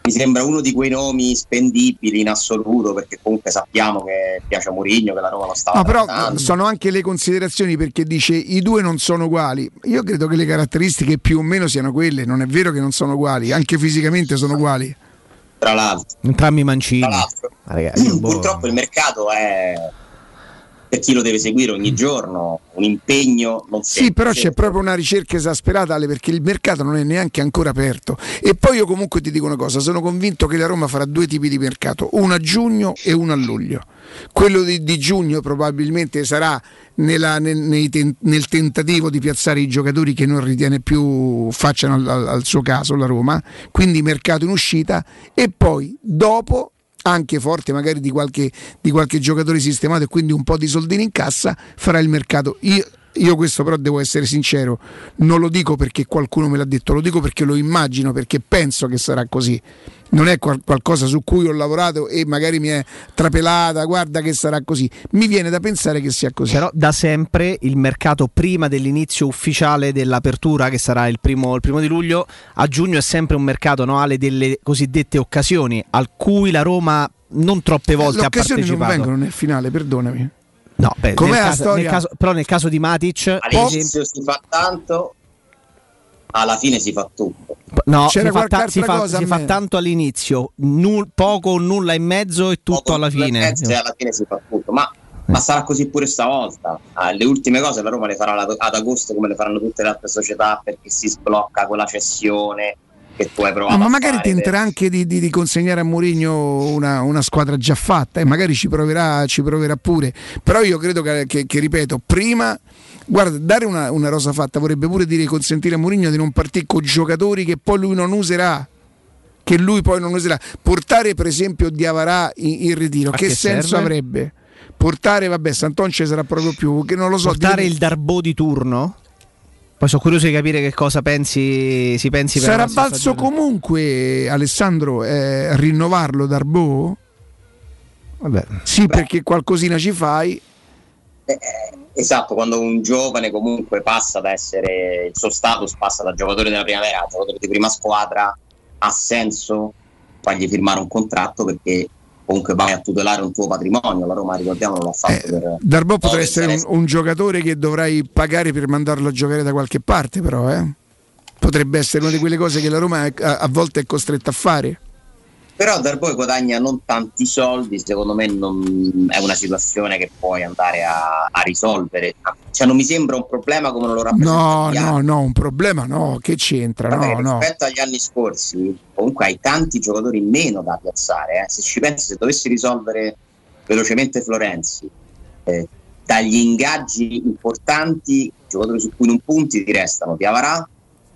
mi sembra uno di quei nomi spendibili in assoluto, perché comunque sappiamo che piace a Mourinho, che la Roma lo stava no, però trattando. Sono anche le considerazioni, perché dice i due non sono uguali. Io credo che le caratteristiche più o meno siano quelle, non è vero che non sono uguali, anche fisicamente sono uguali. Tra l'altro, entrambi mancini. Tra l'altro. Ah, ragazzi, purtroppo il mercato è, per chi lo deve seguire ogni giorno, un impegno non semplice. Sì, però c'è proprio una ricerca esasperata, Ale, perché il mercato non è neanche ancora aperto. E poi io comunque ti dico una cosa, sono convinto che la Roma farà due tipi di mercato, uno a giugno e uno a luglio. Quello di, di giugno probabilmente sarà nella, nel, nei ten, nel tentativo di piazzare i giocatori che non ritiene più facciano al, al, al suo caso la Roma, quindi mercato in uscita, e poi dopo anche forte magari di qualche, di qualche giocatore sistemato e quindi un po' di soldini in cassa, farà il mercato. Io, io questo però devo essere sincero, non lo dico perché qualcuno me l'ha detto, lo dico perché lo immagino, perché penso che sarà così. Non è qual- qualcosa su cui ho lavorato e magari mi è trapelata, guarda che sarà così. Mi viene da pensare che sia così. Però da sempre il mercato prima dell'inizio ufficiale dell'apertura, che sarà il primo, il primo di luglio, a giugno è sempre un mercato, no, Ale, delle cosiddette occasioni, al cui la Roma non troppe volte ha partecipato. Le occasioni non vengono nel finale, perdonami. No, beh, com'è nel la caso, storia? nel caso, però nel caso di Matic all'inizio si fa tanto, alla fine si fa tutto. No, C'era si fa, ta- si fa, cosa si a fa me? tanto all'inizio, null, poco o nulla in mezzo e tutto Poco alla fine. mezzo e alla fine si fa tutto, ma, ma sarà così pure stavolta. Ah, le ultime cose la Roma le farà ad agosto, come le faranno tutte le altre società, perché si sblocca quella cessione che tu hai provato No, ma a magari fare tenterà per... anche di, di, di consegnare a Mourinho una, una squadra già fatta e magari ci proverà, ci proverà pure. Però io credo che, che, che ripeto, prima, guarda, dare una, una rosa fatta vorrebbe pure dire consentire a Mourinho di non partire con giocatori che poi lui non userà. Che lui poi non userà. Portare per esempio Diawara in, in ritiro, che, che senso serve? avrebbe? Portare, vabbè, Santon ci sarà proprio più, che non lo so. Portare dire... il Darboe di turno? Poi sono curioso di capire che cosa pensi, si pensi per sarà la prossima valso stagione. comunque, Alessandro, eh, rinnovarlo Darboe? Vabbè. Sì, perché qualcosina ci fai. Eh, esatto, quando un giovane comunque passa da essere, il suo status passa da giocatore della primavera a giocatore di prima squadra, ha senso fargli firmare un contratto, perché comunque vai a tutelare un tuo patrimonio. La Roma, ricordiamolo, l'ha fatto eh, per Darboe potrà no, essere un, un giocatore che dovrai pagare per mandarlo a giocare da qualche parte, però eh? potrebbe essere una di quelle cose che la Roma a, a volte è costretta a fare. Però Darboe guadagna non tanti soldi, secondo me non è una situazione che puoi andare a, a risolvere. Cioè non mi sembra un problema come non lo rappresenta. No, no, no, un problema no, che c'entra? Vabbè, no, no. rispetto agli anni scorsi comunque hai tanti giocatori in meno da piazzare, eh. Se ci pensi, se dovessi risolvere velocemente Florenzi, eh, dagli ingaggi importanti, giocatori su cui non punti ti restano Diawara,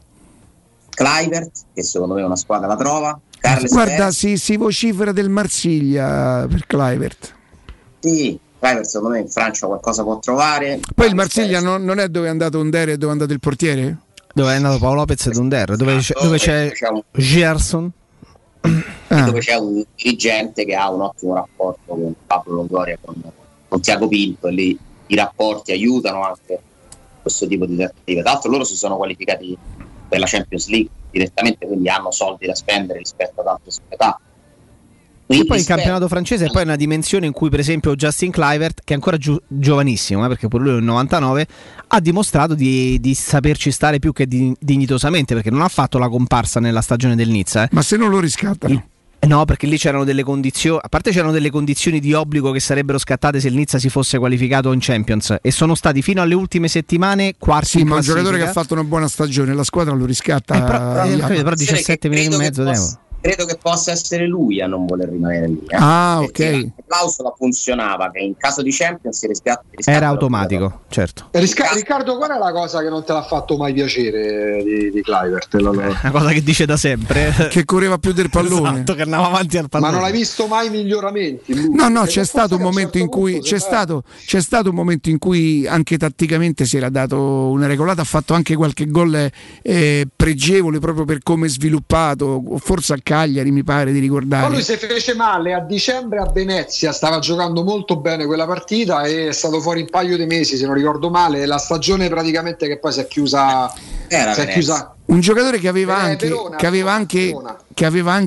Kluivert, che secondo me una squadra la trova, Carles Guarda, Perez. si, si vocifera del Marsiglia per Kluivert. Sì, Kluivert secondo me in Francia qualcosa può trovare. Poi il Marsiglia non, non è dove è andato Under e dove è andato il portiere? Dove è andato Paolo Lopez ed Under? Dove c'è, dove c'è Gerson? E dove c'è un dirigente che ha un ottimo rapporto con Pablo Longoria, con, con Tiago Pinto, e lì i rapporti aiutano anche questo tipo di trattative. Tra l'altro loro si sono qualificati per la Champions League direttamente, quindi hanno soldi da spendere rispetto ad altre società. E poi il campionato francese è poi una dimensione in cui per esempio Justin Kluivert, che è ancora giu- giovanissimo, eh, perché pure lui è il novantanove, ha dimostrato di, di saperci stare più che di- dignitosamente, perché non ha fatto la comparsa nella stagione del Nizza. Eh. Ma se non lo riscattano? Eh no, perché lì c'erano delle condizioni, a parte c'erano delle condizioni di obbligo che sarebbero scattate se il Nizza si fosse qualificato in Champions, e sono stati fino alle ultime settimane quarti sì, in ma un classifica. giocatore che ha fatto una buona stagione, la squadra lo riscatta. Eh, però, eh, credo, però diciassette milioni e mezzo possa, d'euro. Credo che possa essere lui a non voler rimanere lì. Eh. Ah, ok. La clausola funzionava che in caso di Champions si riscatta, riscatta era automatico, certo. Risca- Riccardo, qual è la cosa che non te l'ha fatto mai piacere di, di Kluivert? Una cosa che dice da sempre, che correva più del pallone, esatto, che andava avanti al pallone. Ma non hai visto mai miglioramenti? Lui? No, no, Perché c'è stato un momento in cui c'è stato, c'è stato un momento in cui anche tatticamente si era dato una regolata, ha fatto anche qualche gol eh, pregevole proprio per come è sviluppato, forse a Cagliari mi pare di ricordare. Ma lui si fece male a dicembre a Venezia, stava giocando molto bene quella partita e è stato fuori un paio di mesi, se non ricordo male, la stagione praticamente che poi si è chiusa, Era si è chiusa. Un giocatore che aveva Eh, anche Verona, che aveva Verona, anche Verona. che aveva anche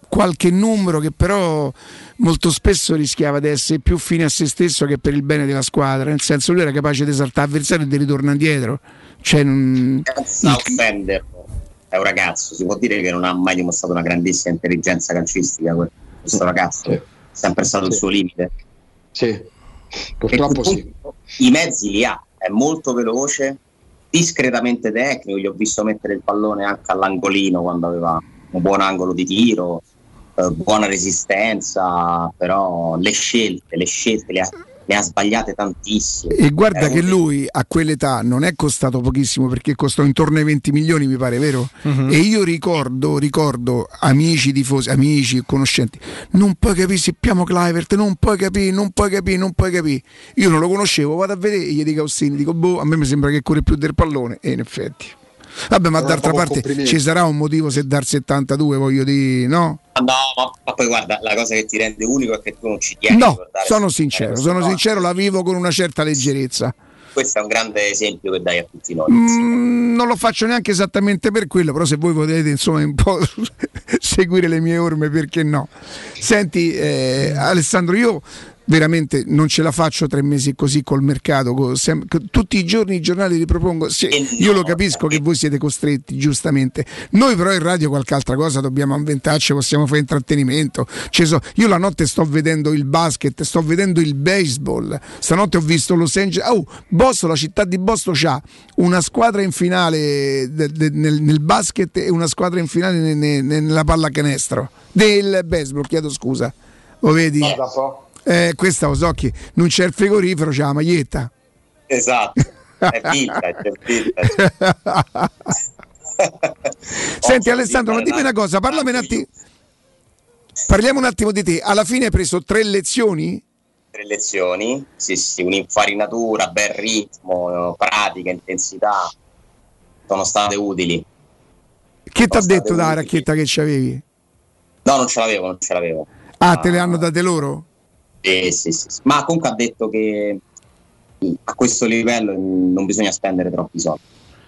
qualche numero che però molto spesso rischiava di essere più fine a se stesso che per il bene della squadra, nel senso lui era capace di saltare l'avversario e di ritornare indietro, cioè non... senza offenderlo, è un ragazzo, si può dire che non ha mai dimostrato una grandissima intelligenza calcistica questo ragazzo, è sempre stato sì. il suo limite. Sì, purtroppo sì. I mezzi li ha, è molto veloce, discretamente tecnico, gli ho visto mettere il pallone anche all'angolino quando aveva un buon angolo di tiro, eh, buona resistenza, però le scelte, le scelte le ha, le ha sbagliate tantissime. E guarda Era che un... lui a quell'età non è costato pochissimo, perché costò intorno ai venti milioni mi pare, vero? Uh-huh. E io ricordo, ricordo amici tifosi, amici, conoscenti, non puoi capire se Piamo Kluivert, non puoi capire, non puoi capire, non puoi capire. Io non lo conoscevo, vado a vedere e gli dico a Ostini, dico boh, a me mi sembra che corre più del pallone, e in effetti. Vabbè, ma d'altra parte ci sarà un motivo se dar settantadue, voglio dire, no? No, ma, ma poi guarda, la cosa che ti rende unico è che tu non ci tieni. No, sono sincero, sono no. sincero, la vivo con una certa leggerezza. Questo è un grande esempio che dai a tutti noi. Mm, non lo faccio neanche esattamente per quello, però se voi potete insomma un po' seguire le mie orme, perché no? Senti, eh, Alessandro, io veramente non ce la faccio tre mesi così col mercato, con, sem- con, tutti i giorni i giornali li propongo. Se, io lo capisco che voi siete costretti, giustamente. Noi però in radio qualche altra cosa dobbiamo inventarci, possiamo fare intrattenimento. So, io la notte sto vedendo il basket, sto vedendo il baseball. Stanotte ho visto Los Angeles. Oh, Boston, la città di Boston c'ha una squadra in finale de- de- nel, nel basket e una squadra in finale ne- ne- nella pallacanestro. Del baseball, chiedo scusa. Lo vedi? Eh, questa lo so che non c'è il frigorifero, c'è la maglietta. Esatto, è vintage, è vintage. Senti Alessandro, ma dimmi una cosa, parlami un attimo. Parliamo un attimo di te. Alla fine hai preso tre lezioni? Tre lezioni, sì, sì, un'infarinatura, bel ritmo, pratica, intensità. Sono state utili. Che ti ha detto dalla racchetta che c'avevi? No, non ce l'avevo, non ce l'avevo. Ah, ah. Te le hanno date loro? Sì, sì, sì, sì. Ma comunque ha detto che a questo livello non bisogna spendere troppi soldi,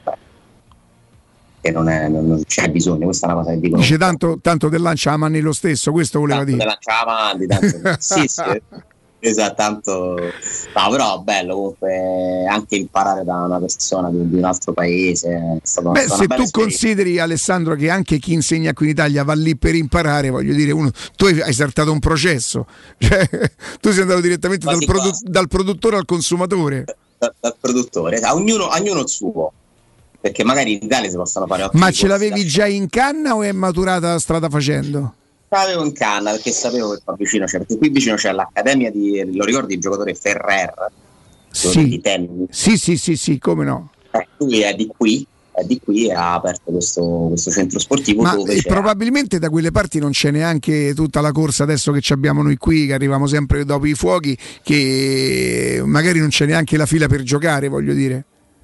che non, è, non c'è bisogno, questa è una cosa che dicono. Dice tanto, tanto del lancia la manni lo stesso, questo voleva tanto dire. Lancia la manni, tanto... sì, sì, esatto, tanto... no, però bello comunque anche imparare da una persona di, di un altro paese. È stata Beh, una se bella tu consideri, Alessandro, che anche chi insegna qui in Italia va lì per imparare, voglio dire, uno, tu hai saltato un processo, cioè, tu sei andato direttamente dal, produ- dal produttore al consumatore. Da, dal produttore, ognuno, ognuno il suo, perché magari in Italia si possono fare. Ma ce l'avevi già in canna o è maturata strada facendo? L'avevo in canna perché sapevo che qua vicino c'è, perché qui vicino c'è l'accademia di, lo ricordi il giocatore Ferrer, sì. di tennis? Sì, sì, sì, sì, come no. Eh, lui è di qui, è di qui e ha aperto questo, questo centro sportivo. Ma dove probabilmente da quelle parti non c'è neanche tutta la corsa adesso che ci abbiamo noi qui, che arriviamo sempre dopo i fuochi, che magari non c'è neanche la fila per giocare, voglio dire.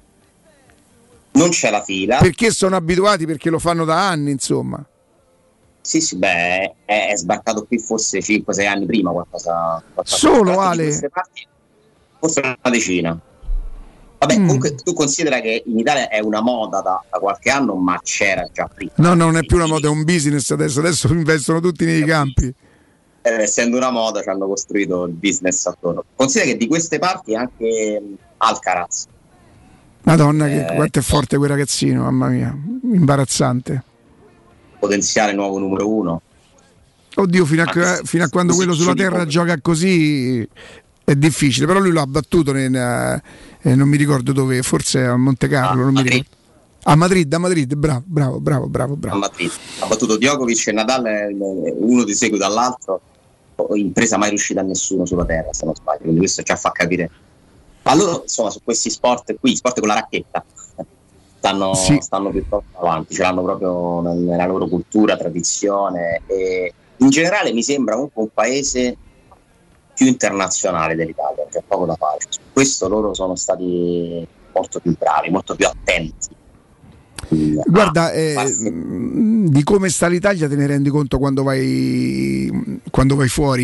Non c'è la fila. Perché sono abituati, perché lo fanno da anni, insomma. Sì, sì, beh, è, è sbarcato qui forse cinque sei anni prima qualcosa. qualcosa Solo Ale? Parti, forse una decina. Vabbè, mm. comunque tu considera che in Italia è una moda da, da qualche anno, ma c'era già prima. No, no, non è più una moda, è un business adesso, adesso investono tutti nei campi. Eh, essendo una moda ci hanno costruito il business attorno. Considera che di queste parti anche Alcaraz. Madonna, eh, che quanto è forte quel ragazzino, mamma mia, imbarazzante. Potenziale nuovo numero uno. Oddio, fino a, fino a quando quello sulla terra gioca così è difficile, però lui l'ha battuto nel, eh, non mi ricordo dove, forse a Monte Carlo, ah, non mi ricordo. A Madrid, a Madrid, bravo, bravo, bravo, bravo, bravo. A Madrid. Ha battuto Djokovic e Nadal, uno di seguito all'altro, impresa mai riuscita a nessuno sulla terra, se non sbaglio, quindi questo già fa capire. Ma loro, insomma, su questi sport qui, sport con la racchetta, stanno, sì. stanno piuttosto avanti, ce l'hanno proprio nella loro cultura, tradizione, e in generale mi sembra comunque un paese più internazionale dell'Italia, c'è poco da fare. Su questo loro sono stati molto più bravi, molto più attenti. Guarda, eh, di come sta l'Italia te ne rendi conto quando vai, quando vai fuori,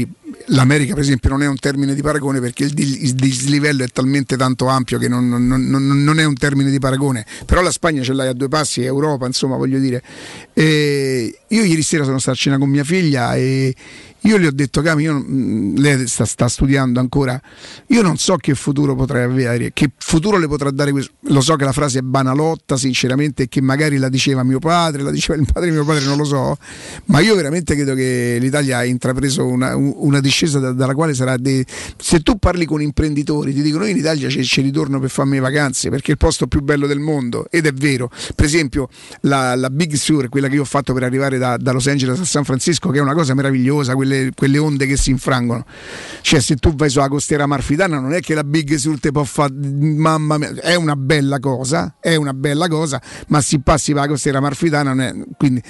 l'America per esempio non è un termine di paragone, perché il, dis- il dislivello è talmente tanto ampio che non, non, non, non è un termine di paragone. Però la Spagna ce l'hai a due passi, è Europa, insomma, voglio dire. E io ieri sera sono stato a cena con mia figlia e io le ho detto, Cami, io, lei sta, sta studiando ancora, io non so che futuro potrei avere, che futuro le potrà dare questo. Lo so che la frase è banalotta sinceramente, e che magari la diceva mio padre, la diceva il padre di mio padre, non lo so, ma io veramente credo che l'Italia ha intrapreso una, una discesa da, dalla quale sarà de... se tu parli con imprenditori ti dicono, io in Italia ci, ci ritorno per farmi vacanze perché è il posto più bello del mondo, ed è vero. Per esempio la, la Big Sur, quella che io ho fatto per arrivare da, da Los Angeles a San Francisco, che è una cosa meravigliosa, quelle quelle onde che si infrangono, cioè se tu vai sulla costiera amalfitana non è che la Big Sur te può fare, mamma mia, è una bella cosa, è una bella cosa, ma si passi per la costiera amalfitana, non è, quindi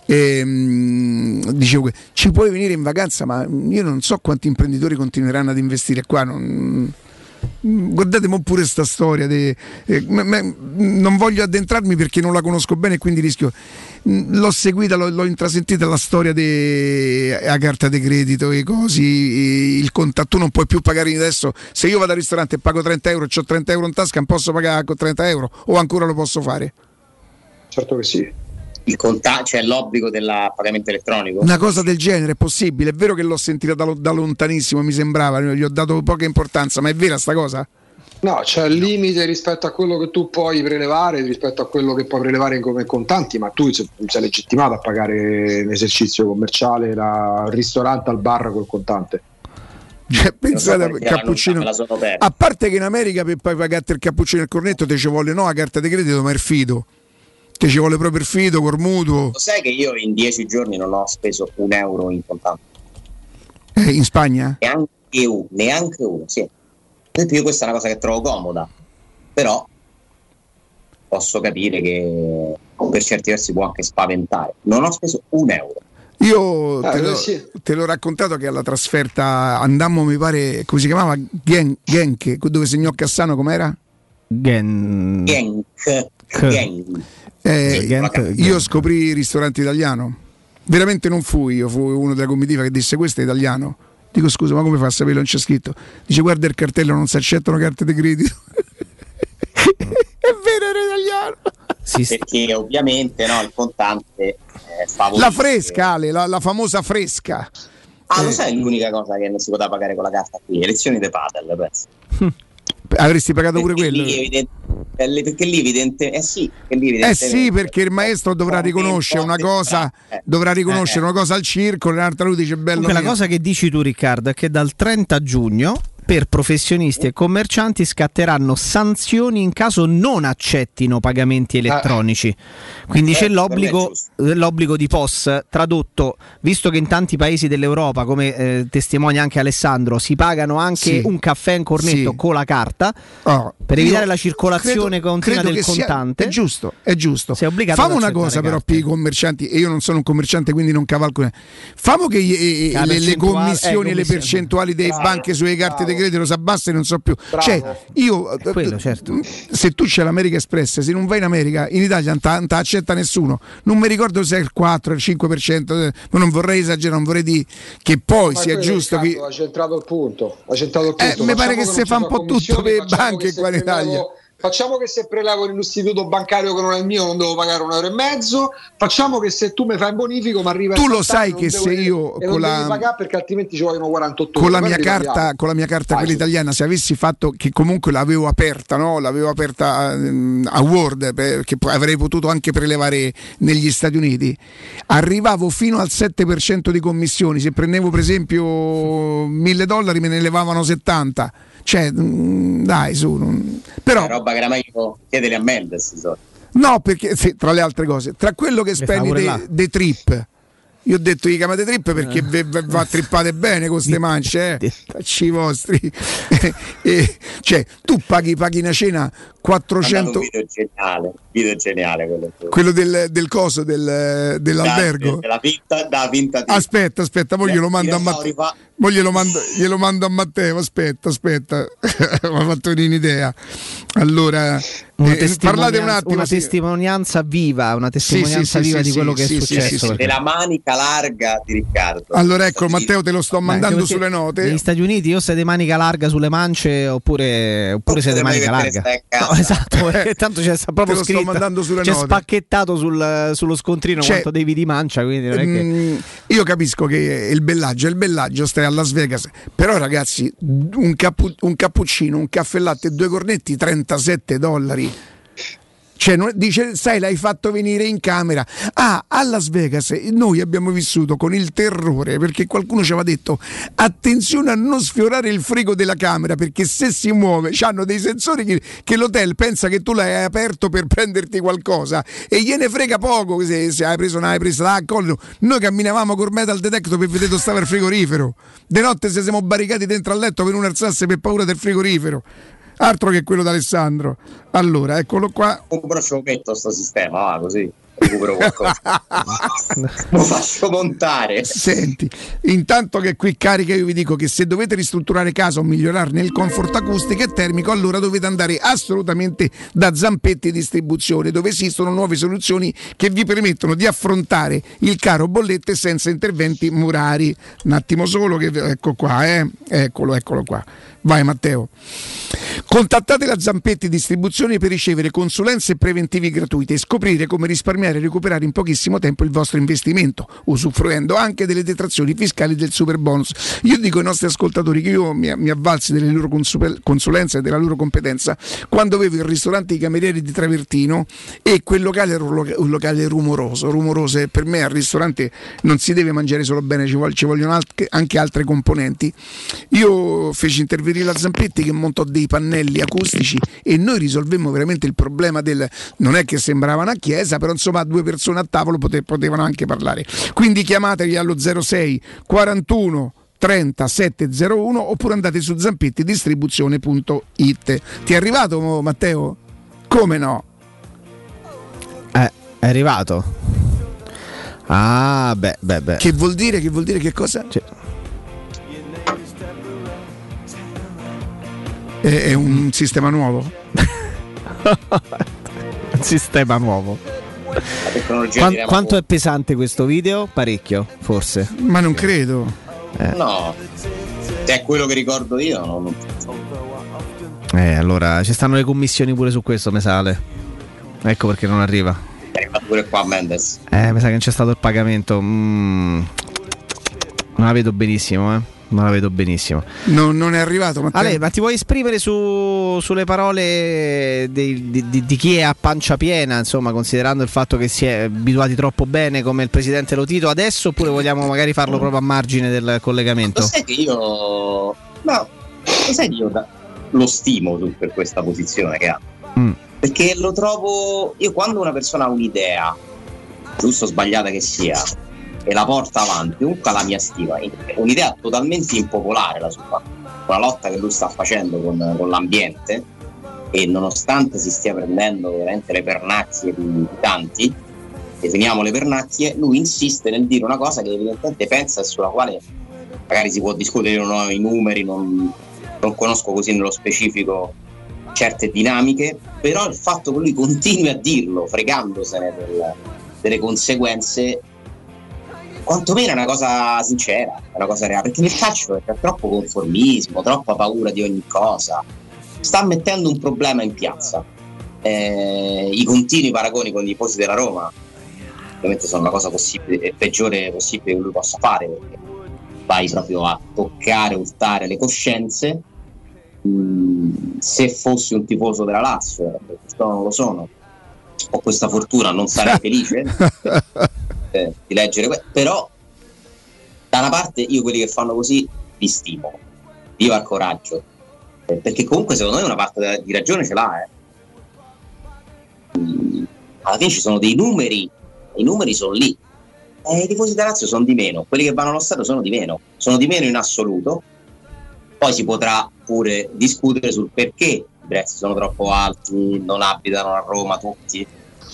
ehm, dicevo, ci puoi venire in vacanza, ma io non so quanti imprenditori continueranno ad investire qua, non... Guardate mo pure sta storia de, eh, me, me, non voglio addentrarmi perché non la conosco bene e quindi rischio. L'ho seguita, l'ho, l'ho intrasentita la storia della carta di credito e così, il contatto. Tu non puoi più pagare adesso. Se io vado al ristorante e pago trenta euro e ho trenta euro in tasca, non posso pagare con trenta euro, o ancora lo posso fare? Certo che sì. Il contatto, cioè l'obbligo del pagamento elettronico? Una cosa del genere è possibile? È vero che l'ho sentita da, da lontanissimo, mi sembrava, gli ho dato poca importanza, ma è vera sta cosa? No, c'è il limite rispetto a quello che tu puoi prelevare, rispetto a quello che puoi prelevare come contanti, ma tu sei legittimato a pagare l'esercizio commerciale, al ristorante, al bar col contante. Cioè, pensate al cappuccino, a parte che in America per poi pagare il cappuccino e il cornetto te ci vuole no la carta di credito ma il fido. Che ci vuole proprio il fido, col mutuo. Lo sai che io in dieci giorni non ho speso un euro in contanti? Eh, in Spagna? Neanche uno, neanche uno, sì. Io questa è una cosa che trovo comoda, però posso capire che per certi versi può anche spaventare. Non ho speso un euro. Io te, ah, l'ho, sì. te l'ho raccontato che alla trasferta andammo, mi pare, come si chiamava? Gen, Genk, dove segnò Cassano, com'era? Gen... Genk. Genk. Eh, io scoprì il ristorante italiano, veramente non fui io, fu uno della comitiva che disse questo è italiano. Dico scusa, ma come fa a sapere, non c'è scritto? Dice guarda il cartello, non si accettano carte di credito. È vero, era italiano. Sì, perché ovviamente no, il contante favorisce... La fresca, Ale, la, la famosa fresca. Ah, eh. Lo sai l'unica cosa che non si poteva pagare con la carta qui? Elezioni di padel, penso. Avresti pagato perché pure quello? Lì evidente, perché lì evidente, eh sì, che lì eh sì, perché il maestro dovrà riconoscere una cosa, eh. dovrà riconoscere eh. una cosa al circolo, l'altra lui dice bello. La cosa che dici tu, Riccardo, è che dal trenta giugno per professionisti e commercianti scatteranno sanzioni in caso non accettino pagamenti elettronici. Quindi eh, c'è l'obbligo, l'obbligo di P O S, tradotto, visto che in tanti paesi dell'Europa, come eh, testimonia anche Alessandro, si pagano anche sì. un caffè in cornetto sì. con la carta, oh, per evitare la circolazione credo, continua credo del contante. Sia, è giusto, è giusto. Sei obbligato Famo una cosa però per i commercianti, e io non sono un commerciante quindi non cavalco. Famo che gli, eh, le, le commissioni e eh, le percentuali delle banche sulle carte di credito si abbassa e non so più. Bravo. Cioè, io quello, certo. se tu c'è l'America Express, se non vai in America, in Italia non ti accetta nessuno. Non mi ricordo se è il quattro, il cinque per cento, ma non vorrei esagerare, non vorrei dire che poi ma sia giusto che ha centrato il punto, ha centrato il punto. Eh, mi pare che, che si fa un po' tutto per le banche qua in Italia. Facciamo che se prelevo in un istituto bancario che non è il mio non devo pagare un euro e mezzo. Facciamo che se tu mi fai un bonifico mi arriva tu lo sai che se io e con non la devi pagare perché altrimenti ci vogliono quarantotto con ore. la mia carta con la mia carta quella italiana, se avessi fatto che comunque l'avevo aperta, no? L'avevo aperta um, a Word perché avrei potuto anche prelevare negli Stati Uniti, arrivavo fino al sette per cento di commissioni. Se prendevo per esempio mille dollari me ne levavano settanta. Cioè, dai, su, non... però è roba che era meglio chiedere a Mendes. So. No, perché sì, tra le altre cose, tra quello che spendi dei de trip, io ho detto gli chiamate trip perché eh. v- va trippate bene con queste mance, eh? Facci i vostri. e, cioè, tu paghi, paghi una cena quattrocento. Un video geniale, video geniale quello. Quello del, del coso del, dell'albergo. Da, della finta, da finta aspetta, aspetta, poi glielo mando a Matteo. Mo glielo mando, glielo mando a Matteo, aspetta, aspetta, mi ha fatto un'idea. Allora, una eh, testimonianza, parlate un attimo. Una sì. testimonianza viva, una testimonianza sì, sì, viva sì, di quello sì, che sì, è sì, successo. sì, sì, sì. Della manica larga di Riccardo. Allora ecco, Matteo, te lo sto mandando Beh, sulle note. Negli Stati Uniti o sei di manica larga sulle mance oppure, oppure sei di manica larga. No, esatto, perché tanto c'è proprio te lo sto scritto, mandando sulle c'è note. spacchettato sul, sullo scontrino Cioè, quanto devi di mancia, quindi non è che... Mm, io capisco che il bellaggio, il bellaggio stai a Las Vegas, però ragazzi, un, cappu- un cappuccino, un caffè latte e due cornetti, trentasette dollari. Cioè, non- dice, sai, l'hai fatto venire in camera. Ah, a Las Vegas noi abbiamo vissuto con il terrore perché qualcuno ci aveva detto attenzione a non sfiorare il frigo della camera perché se si muove c'hanno dei sensori che, che l'hotel pensa che tu l'hai aperto per prenderti qualcosa e gliene frega poco se, se hai preso, non hai preso la collo. Noi camminavamo col metal detector per vedere dove stava il frigorifero. De notte se siamo barricati dentro al letto per non alzarsi per paura del frigorifero. Altro che quello d'Alessandro. Allora, eccolo qua. Un braccio metto sto sistema, va così. Recupero qualcosa. Lo faccio montare. Senti, intanto che qui carica io vi dico che se dovete ristrutturare casa o migliorarne il comfort acustico e termico, allora dovete andare assolutamente da Zampetti Distribuzione, dove esistono nuove soluzioni che vi permettono di affrontare il caro bollette senza interventi murari. Un attimo solo che ecco qua, eh. Eccolo, eccolo qua. Vai Matteo. Contattate la Zampetti Distribuzione per ricevere consulenze preventivi gratuite e scoprire come risparmiare e recuperare in pochissimo tempo il vostro investimento, usufruendo anche delle detrazioni fiscali del super bonus. Io dico ai nostri ascoltatori che io mi, mi avvalsi delle loro consul- consulenze e della loro competenza quando avevo il ristorante I Camerieri di Travertino e quel locale era un, loca- un locale rumoroso, rumoroso e per me al ristorante non si deve mangiare solo bene, ci, vog- ci vogliono alt- anche altre componenti. Io feci intervenire la Zampetti che montò dei pannelli acustici e noi risolvemmo veramente il problema del non è che sembrava una chiesa, però insomma due persone a tavolo pote- potevano anche parlare. Quindi chiamatevi allo zero sei quarantuno trenta settecentouno oppure andate su zampettidistribuzione punto it. Ti è arrivato Matteo? Come no? Eh, è arrivato. Ah, beh, beh, beh. Che vuol dire? Che vuol dire che cosa? Cioè, È un sistema nuovo? Un sistema nuovo. Quan- quanto è pesante questo video? Parecchio, forse. Ma non credo. Eh. No, se è quello che ricordo io, no, non... Eh, allora ci stanno le commissioni pure su questo, mi sale. Ecco perché non arriva. È arrivato pure qua Mendes. Eh, mi sa che non c'è stato il pagamento. Mm. Non la vedo benissimo, eh. Non la vedo benissimo. No, non è arrivato. Matteo. Ale, ma ti vuoi esprimere su, sulle parole di, di, di, di chi è a pancia piena, insomma, considerando il fatto che si è abituati troppo bene come il presidente Lotito adesso, oppure vogliamo magari farlo proprio a margine del collegamento? Lo sai che io no, lo sai che io da, lo stimo tu per questa posizione che ha. Mm. Perché lo trovo, io quando una persona ha un'idea, giusto o sbagliata che sia, e la porta avanti, comunque la mia stima, un'idea totalmente impopolare la sua, una lotta che lui sta facendo con, con l'ambiente, e nonostante si stia prendendo veramente le pernacchie di, di tanti, definiamo le pernacchie, lui insiste nel dire una cosa che evidentemente pensa e sulla quale magari si può discutere o no i numeri, non, non conosco così nello specifico certe dinamiche, però il fatto che lui continui a dirlo fregandosene del, delle conseguenze, quantomeno è una cosa sincera, è una cosa reale, perché nel calcio c'è troppo conformismo, troppa paura di ogni cosa, sta mettendo un problema in piazza. Eh, i continui paragoni con i tifosi della Roma ovviamente sono una cosa possibile e peggiore possibile che lui possa fare, perché vai proprio a toccare, urtare le coscienze. Mm, se fossi un tifoso della Lazio, non lo sono, ho questa fortuna, non sarei felice eh, di leggere que- però da una parte io quelli che fanno così li stimo, viva il coraggio, eh, perché comunque secondo me una parte di ragione ce l'ha, eh. mm, alla fine ci sono dei numeri, i numeri sono lì, e i tifosi della Lazio sono di meno, quelli che vanno allo stadio sono di meno, sono di meno in assoluto. Poi si potrà pure discutere sul perché i prezzi sono troppo alti, non abitano a Roma tutti,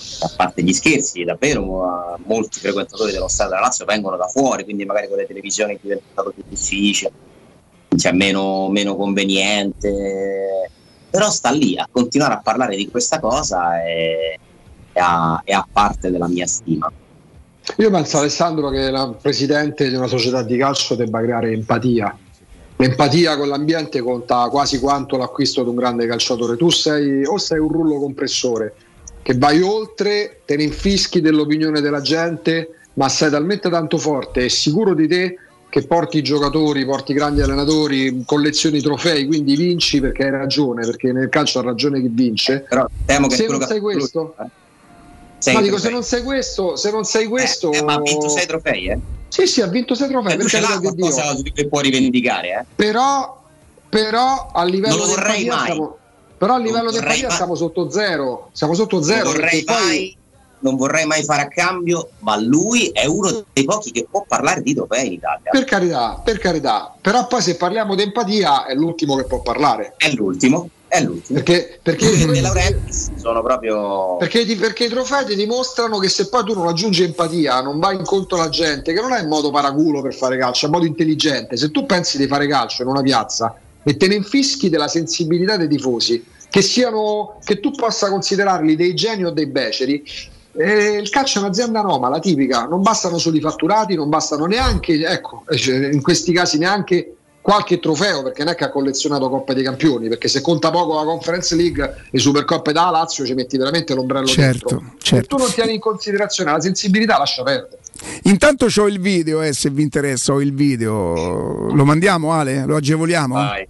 a parte gli scherzi, davvero molti frequentatori dello stadio della Lazio vengono da fuori, quindi magari con le televisioni è diventato più difficile, cioè meno, meno conveniente, però sta lì a continuare a parlare di questa cosa e, e, a, e a parte della mia stima. Io penso, Alessandro, che il presidente di una società di calcio debba creare empatia. L'empatia con l'ambiente conta quasi quanto l'acquisto di un grande calciatore. Tu sei o sei un rullo compressore che vai oltre, te ne infischi dell'opinione della gente, ma sei talmente tanto forte e sicuro di te che porti i giocatori, porti i grandi allenatori, collezioni trofei, quindi vinci perché hai ragione, perché nel calcio ha ragione chi vince. Però temo che se non sei questo, sei ma dico, se non sei questo, se non sei questo, eh, eh, ma ha vinto sei trofei, eh? Sì, sì, ha vinto sei trofei. Tu ce l'ha qualcosa che può rivendicare, eh? Però, però a livello non lo vorrei mai. Siamo, però a livello di empatia siamo sotto zero. Siamo sotto zero. Non vorrei mai. Poi... non vorrei mai fare a cambio, ma lui è uno dei pochi che può parlare di trofei in Italia. Per carità, per carità. Però poi se parliamo di empatia è l'ultimo che può parlare. È l'ultimo, è l'ultimo. Perché, perché De Laurentiis sono proprio... Perché, perché i trofei ti dimostrano che se poi tu non aggiungi empatia, non vai incontro alla gente, che non è il modo paraculo per fare calcio, è un modo intelligente. Se tu pensi di fare calcio in una piazza e te ne infischi della sensibilità dei tifosi, che siano, che tu possa considerarli dei geni o dei beceri, Eh, il calcio è un'azienda anomala, tipica, non bastano solo i fatturati, non bastano neanche, ecco, in questi casi neanche qualche trofeo, perché non è che ha collezionato Coppe dei Campioni, perché se conta poco la Conference League e Supercoppe da Lazio ci metti veramente l'ombrello certo, dentro. certo. Se tu non tieni in considerazione la sensibilità, lascia perdere. Intanto c'ho il video, eh, se vi interessa, ho il video, lo mandiamo, Ale? Lo agevoliamo? Vai.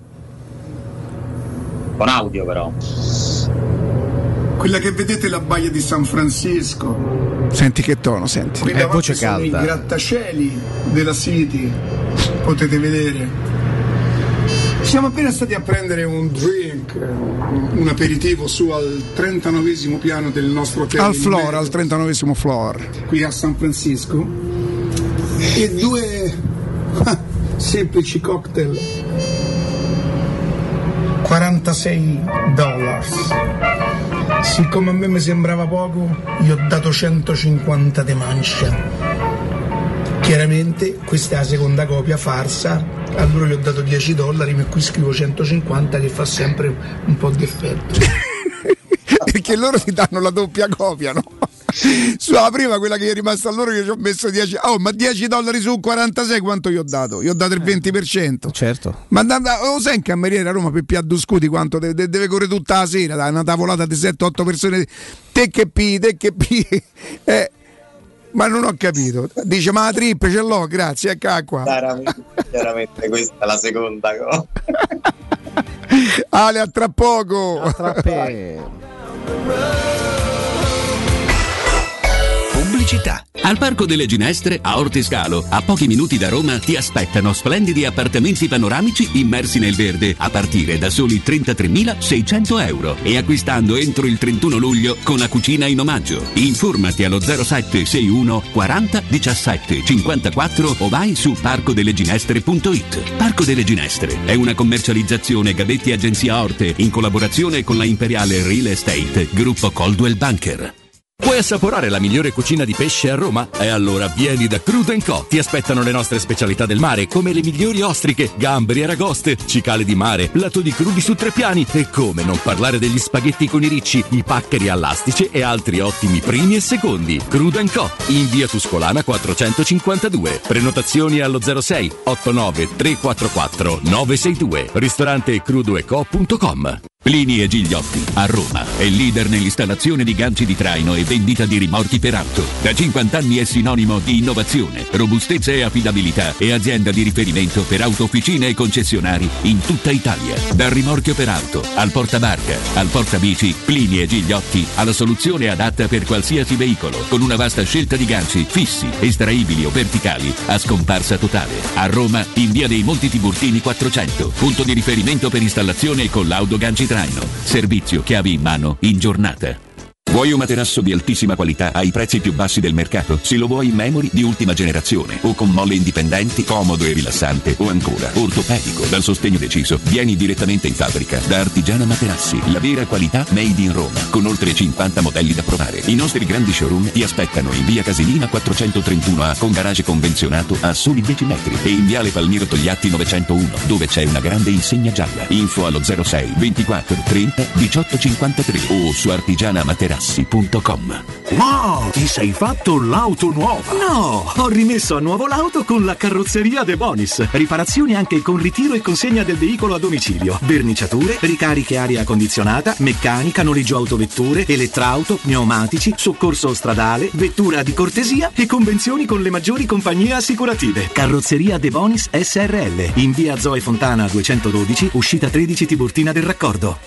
Con audio però. Quella che vedete è la baia di San Francisco. Senti che tono, senti. Qui è voce sono calda. I grattacieli della City, potete vedere. Siamo appena stati a prendere un drink, un aperitivo su al trentanovesimo piano del nostro hotel. Al floor, al trentanovesimo floor. Qui a San Francisco. E due ah, semplici cocktail. quarantasei dollars. Siccome a me mi sembrava poco, gli ho dato centocinquanta de mancia. Chiaramente questa è la seconda copia farsa, allora gli ho dato dieci dollari, ma qui scrivo centocinquanta che fa sempre un po' di effetto. Perché loro ti danno la doppia copia, no? Sulla prima, quella che è rimasta a loro, io ci ho messo dieci. Oh, ma dieci dollari su quarantasei quanto gli ho dato? Gli ho dato il venti per cento. Certo. Ma lo sai in cameriere a Roma per più a due scudi quanto deve, deve correre tutta la sera, dai, una tavolata di sette otto persone. Te che pi, te che pi. Eh, ma non ho capito. Dice, ma la trip ce l'ho, grazie, ecco qua. Chiaramente, chiaramente questa è la seconda cosa. Ale, a tra poco. A tra pe- Pubblicità. Al Parco delle Ginestre, a Ortiscalo, a pochi minuti da Roma, ti aspettano splendidi appartamenti panoramici immersi nel verde a partire da soli trentatremilaseicento euro e acquistando entro il trentuno luglio con la cucina in omaggio. Informati allo zero sette sei uno quaranta diciassette cinquantaquattro o vai su parco delle ginestre punto it. Parco delle Ginestre è una commercializzazione Gabetti Agenzia Orte in collaborazione con la Imperiale Real Estate, gruppo Coldwell Banker. Vuoi assaporare la migliore cucina di pesce a Roma? E allora vieni da Crudo and Co. Ti aspettano le nostre specialità del mare, come le migliori ostriche, gamberi e aragoste, cicale di mare, lato di crudi su tre piani e come non parlare degli spaghetti con i ricci, i paccheri all'astice e altri ottimi primi e secondi. Crudo and Co. in via Tuscolana quattrocentocinquantadue. Prenotazioni allo zero sei otto nove tre quattro quattro nove sei due. Ristorante crudo e co punto com. Plini e Gigliotti, a Roma, è leader nell'installazione di ganci di traino e vendita di rimorchi per auto. Da cinquanta anni è sinonimo di innovazione, robustezza e affidabilità e azienda di riferimento per autofficine e concessionari in tutta Italia. Dal rimorchio per auto, al portabarca, al portabici, Plini e Gigliotti ha la soluzione adatta per qualsiasi veicolo, con una vasta scelta di ganci fissi, estraibili o verticali, a scomparsa totale. A Roma, in via dei Monti Tiburtini quattrocento, punto di riferimento per installazione con laudo ganci traino. Servizio chiavi in mano in giornata. Vuoi un materasso di altissima qualità ai prezzi più bassi del mercato? Se lo vuoi in memory di ultima generazione o con molle indipendenti, comodo e rilassante, o ancora ortopedico dal sostegno deciso, vieni direttamente in fabbrica da Artigiana Materassi, la vera qualità made in Roma, con oltre cinquanta modelli da provare. I nostri grandi showroom ti aspettano in via Casilina quattrocentotrentuno A con garage convenzionato a soli dieci metri e in viale Palmiro Togliatti novecentouno, dove c'è una grande insegna gialla. Info allo zero sei ventiquattro trenta diciotto cinquantatré o su artigiana materassi punto com. Wow, ti sei fatto l'auto nuova? No, ho rimesso a nuovo l'auto con la carrozzeria De Bonis. Riparazioni anche con ritiro e consegna del veicolo a domicilio. Verniciature, ricariche aria condizionata, meccanica, noleggio autovetture, elettrauto, pneumatici, soccorso stradale, vettura di cortesia e convenzioni con le maggiori compagnie assicurative. Carrozzeria De Bonis S R L, in via Zoe Fontana duecentododici, uscita tredici Tiburtina del Raccordo.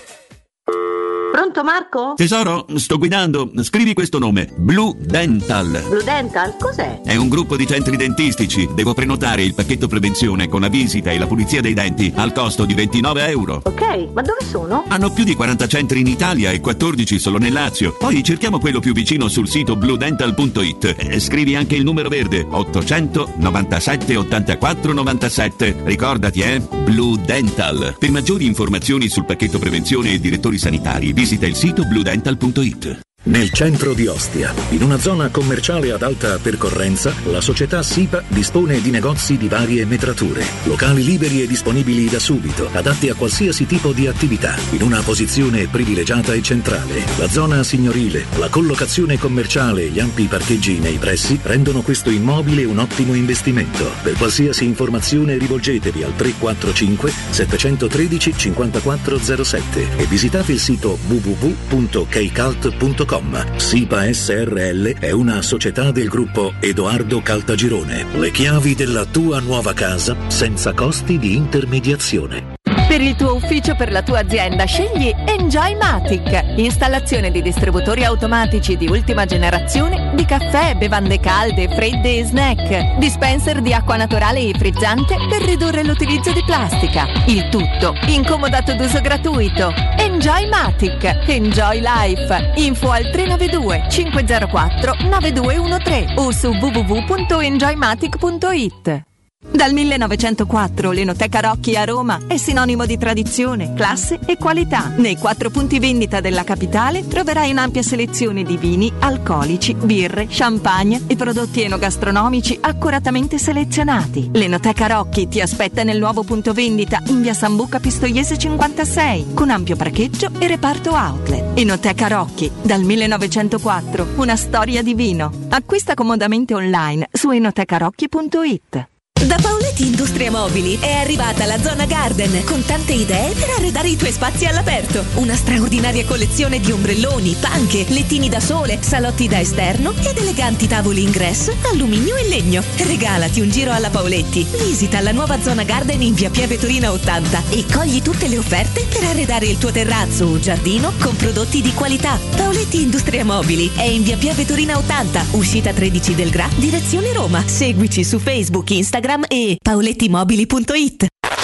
Pronto Marco? Tesoro, sto guidando. Scrivi questo nome: Blue Dental. Blue Dental? Cos'è? È un gruppo di centri dentistici. Devo prenotare il pacchetto prevenzione con la visita e la pulizia dei denti al costo di ventinove euro. Ok, ma dove sono? Hanno più di quaranta centri in Italia e quattordici solo nel Lazio. Poi cerchiamo quello più vicino sul sito blue dental punto it. E scrivi anche il numero verde: ottocento novantasette ottantaquattro novantasette. Ricordati, eh? Blue Dental. Per maggiori informazioni sul pacchetto prevenzione e direttori sanitari, visita il sito blue dental punto it. Nel centro di Ostia, in una zona commerciale ad alta percorrenza, la società SIPA dispone di negozi di varie metrature, locali liberi e disponibili da subito, adatti a qualsiasi tipo di attività, in una posizione privilegiata e centrale. La zona signorile, la collocazione commerciale e gli ampi parcheggi nei pressi rendono questo immobile un ottimo investimento. Per qualsiasi informazione rivolgetevi al tre quattro cinque sette uno tre cinque quattro zero sette e visitate il sito w w w punto keicalt punto com. SIPA S R L è una società del gruppo Edoardo Caltagirone. Le chiavi della tua nuova casa senza costi di intermediazione. Per il tuo ufficio, per la tua azienda, scegli Enjoymatic. Installazione di distributori automatici di ultima generazione di caffè, bevande calde, fredde e snack. Dispenser di acqua naturale e frizzante per ridurre l'utilizzo di plastica. Il tutto in comodato d'uso gratuito. Enjoymatic. Enjoy life. Info al tre nove due cinque zero quattro nove due uno tre o su w w w punto enjoymatic punto it. Dal millenovecentoquattro l'Enoteca Rocchi a Roma è sinonimo di tradizione, classe e qualità. Nei quattro punti vendita della capitale troverai un'ampia selezione di vini, alcolici, birre, champagne e prodotti enogastronomici accuratamente selezionati. L'Enoteca Rocchi ti aspetta nel nuovo punto vendita in via Sambuca Pistoiese cinquantasei con ampio parcheggio e reparto outlet. Enoteca Rocchi, dal millenovecentoquattro, una storia di vino. Acquista comodamente online su enotecarocchi punto it. Da Paoletti Industria Mobili è arrivata la Zona Garden con tante idee per arredare i tuoi spazi all'aperto. Una straordinaria collezione di ombrelloni, panche, lettini da sole, salotti da esterno ed eleganti tavoli ingresso, alluminio e legno. Regalati un giro alla Paoletti. Visita la nuova Zona Garden in via Pieve Torina ottanta e cogli tutte le offerte per arredare il tuo terrazzo o giardino con prodotti di qualità. Paoletti Industria Mobili è in via Pieve Torina ottanta, uscita tredici del Gra, direzione Roma. Seguici su Facebook, Instagram e paolettimobili punto it.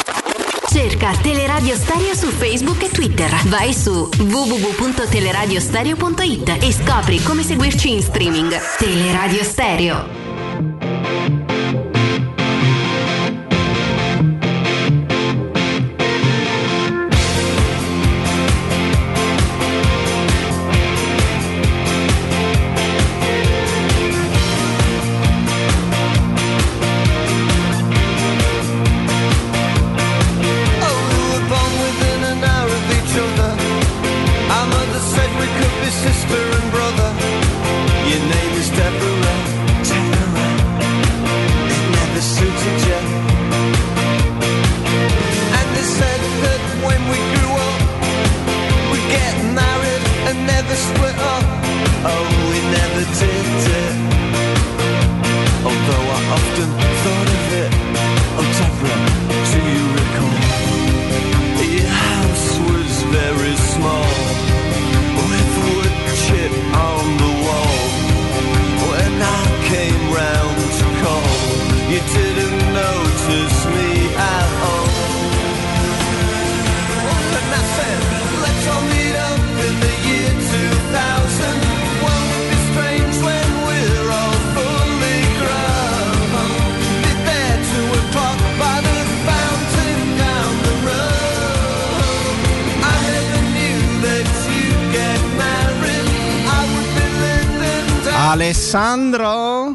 Cerca Teleradio Stereo su Facebook e Twitter. Vai su w w w punto teleradiostereo punto it e scopri come seguirci in streaming. Teleradio Stereo. Sister and brother, your name is Deborah. Alessandro?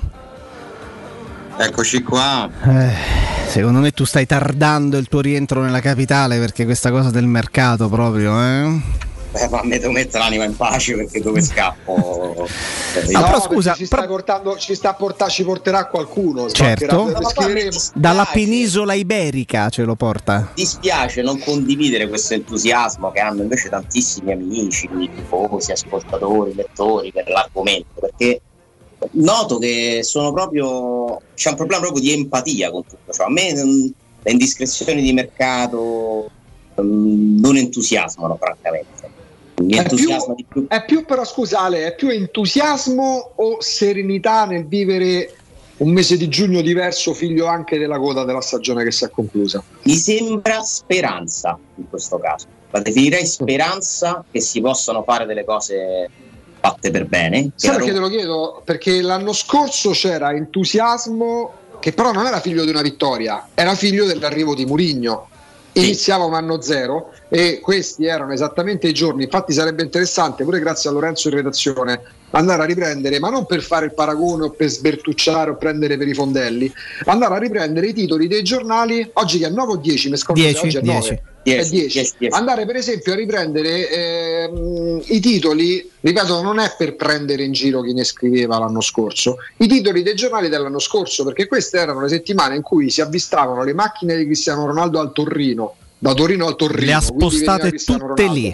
Eccoci qua. Eh, secondo me tu stai tardando il tuo rientro nella capitale, perché questa cosa del mercato proprio, eh? Beh, ma mi devo mettere l'anima in pace, perché dove scappo? No, no, però scusa, ci sta portando, ci sta porta, ci porterà qualcuno. Certo, dalla penisola iberica ce lo porta. Dispiace non condividere questo entusiasmo che hanno invece tantissimi amici, tifosi, ascoltatori, lettori per l'argomento, perché noto che sono proprio c'è un problema proprio di empatia con tutto ciò. A me mh, le indiscrezioni di mercato mh, non entusiasmano, francamente. Mi è, più, di più. è più però scusale, è più entusiasmo o serenità nel vivere un mese di giugno diverso, figlio anche della coda della stagione che si è conclusa? Mi sembra speranza in questo caso. La definirei speranza che si possano fare delle cose fatte per bene. Sai perché te lo chiedo? Perché l'anno scorso c'era entusiasmo che però non era figlio di una vittoria, era figlio dell'arrivo di Mourinho. Iniziavamo anno zero e questi erano esattamente i giorni. Infatti sarebbe interessante, pure grazie a Lorenzo in redazione, andare a riprendere, ma non per fare il paragone o per sbertucciare o prendere per i fondelli, andare a riprendere i titoli dei giornali. Oggi che è nove o dieci? Mi scordo che oggi è nove. È dieci. Andare per esempio a riprendere ehm, i titoli, ripeto, non è per prendere in giro chi ne scriveva l'anno scorso, i titoli dei giornali dell'anno scorso, perché queste erano le settimane in cui si avvistavano le macchine di Cristiano Ronaldo al Torino, da Torino al Torino, le ha spostate tutte Ronaldo. Lì.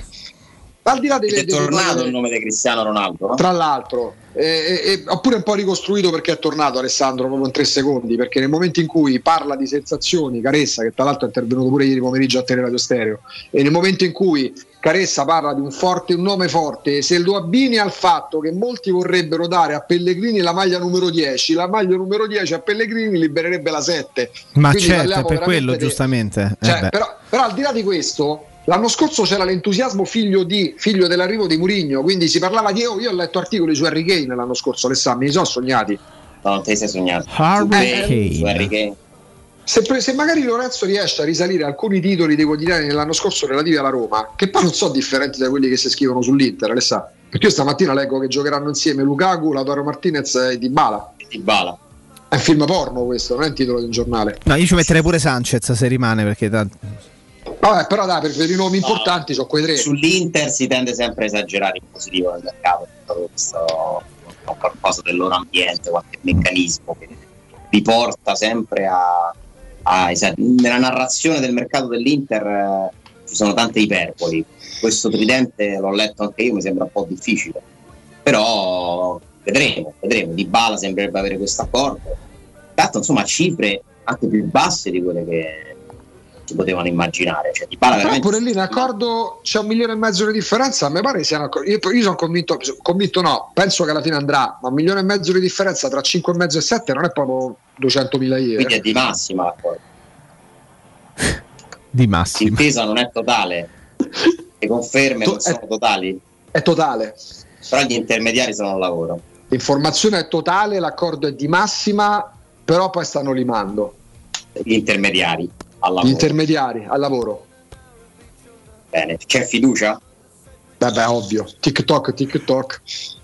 Al di là delle, è tornato delle... il nome di Cristiano Ronaldo, no? Tra l'altro, eh, eh, ho pure un po' ricostruito perché è tornato Alessandro proprio in tre secondi, perché nel momento in cui parla di sensazioni, Caressa, che tra l'altro è intervenuto pure ieri pomeriggio a Teleradio Stereo, e nel momento in cui Caressa parla di un forte, un nome forte, se lo abbini al fatto che molti vorrebbero dare a Pellegrini la maglia numero dieci, la maglia numero dieci a Pellegrini libererebbe la sette. Ma quindi certo, per quello de... giustamente. Cioè, eh però, però al di là di questo, l'anno scorso c'era l'entusiasmo figlio di figlio dell'arrivo di Mourinho, quindi si parlava di oh, io ho letto articoli su Harry Kane l'anno scorso, Alessandro, mi sono sognati. No, non te sei sognato. Harry Kane. Se, se magari Lorenzo riesce a risalire alcuni titoli dei quotidiani dell'anno scorso relativi alla Roma, che poi non sono differenti da quelli che si scrivono sull'Inter, Alessandro, perché io stamattina leggo che giocheranno insieme Lukaku, Lautaro Martinez e Dybala. Dybala. È un film porno questo, non è il titolo di un giornale. No, io ci metterei pure Sanchez se rimane, perché tanto... Vabbè, però dai, per, per i nomi no, importanti sono quei tre. Sull'Inter si tende sempre a esagerare in positivo nel mercato, questo qualcosa del loro ambiente, qualche meccanismo che vi porta sempre a, a esag- nella narrazione del mercato dell'Inter eh, ci sono tante iperboli. Questo tridente l'ho letto anche io, mi sembra un po' difficile, però vedremo, vedremo. Dybala sembrerebbe avere questo accordo, tanto insomma cifre anche più basse di quelle che si potevano immaginare, cioè Dybala veramente... pure lì in accordo c'è un milione e mezzo di differenza, a me pare siano io, io sono convinto, convinto no, penso che alla fine andrà, ma un milione e mezzo di differenza tra cinque e mezzo e sette non è proprio duecentomila euro, quindi è di massima l'accordo. Di massima, l'intesa non è totale, le conferme to- non sono è, totali, è totale, però gli intermediari sono al lavoro, l'informazione è totale, l'accordo è di massima, però poi stanno limando gli intermediari al lavoro. Gli intermediari al lavoro. Bene, c'è fiducia? Beh, beh, ovvio. TikTok, TikTok.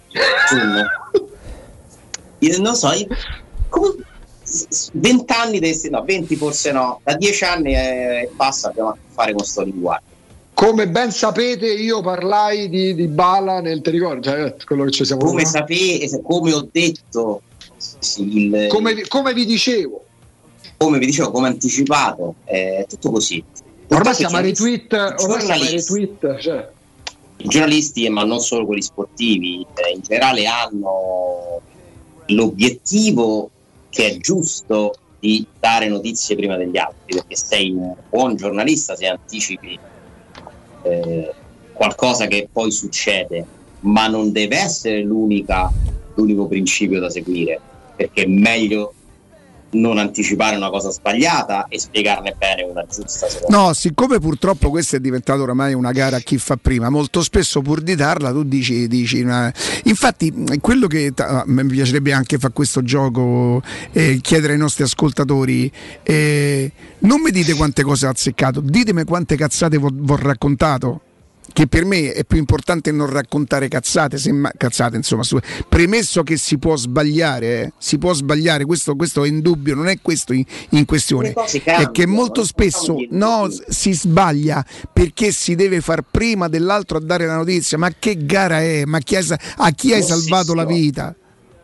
Io non so, io, come vent'anni, no, venti forse no, da dieci anni e passa abbiamo a fare con sto linguaggio. Come ben sapete, io parlai di, di Bala nel ti ricordi? Cioè, quello che ci siamo come sapete, come ho detto, sì, il, come, come vi dicevo. Come vi dicevo, come anticipato, è tutto così. Ormai siamo a retweet, ormai siamo a retweet, cioè. I giornalisti, ma non solo quelli sportivi, in generale hanno l'obiettivo che è giusto di dare notizie prima degli altri, perché sei un buon giornalista se anticipi eh, qualcosa che poi succede, ma non deve essere l'unica, l'unico principio da seguire, perché è meglio non anticipare una cosa sbagliata e spiegarne bene una giusta. No, siccome purtroppo questa è diventata oramai una gara a chi fa prima, molto spesso pur di darla tu dici, dici una... infatti quello che a me piacerebbe anche fare questo gioco, eh, chiedere ai nostri ascoltatori, eh, non mi dite quante cose ho azzeccato, ditemi quante cazzate vi ho raccontato. che per me è più importante non raccontare cazzate, se ma- cazzate insomma, su- premesso che si può sbagliare, eh, si può sbagliare, questo, questo è indubbio, non è questo in, in questione, è che molto spesso no, si sbaglia perché si deve far prima dell'altro a dare la notizia, ma che gara è? Ma chi hai, a chi hai salvato la vita?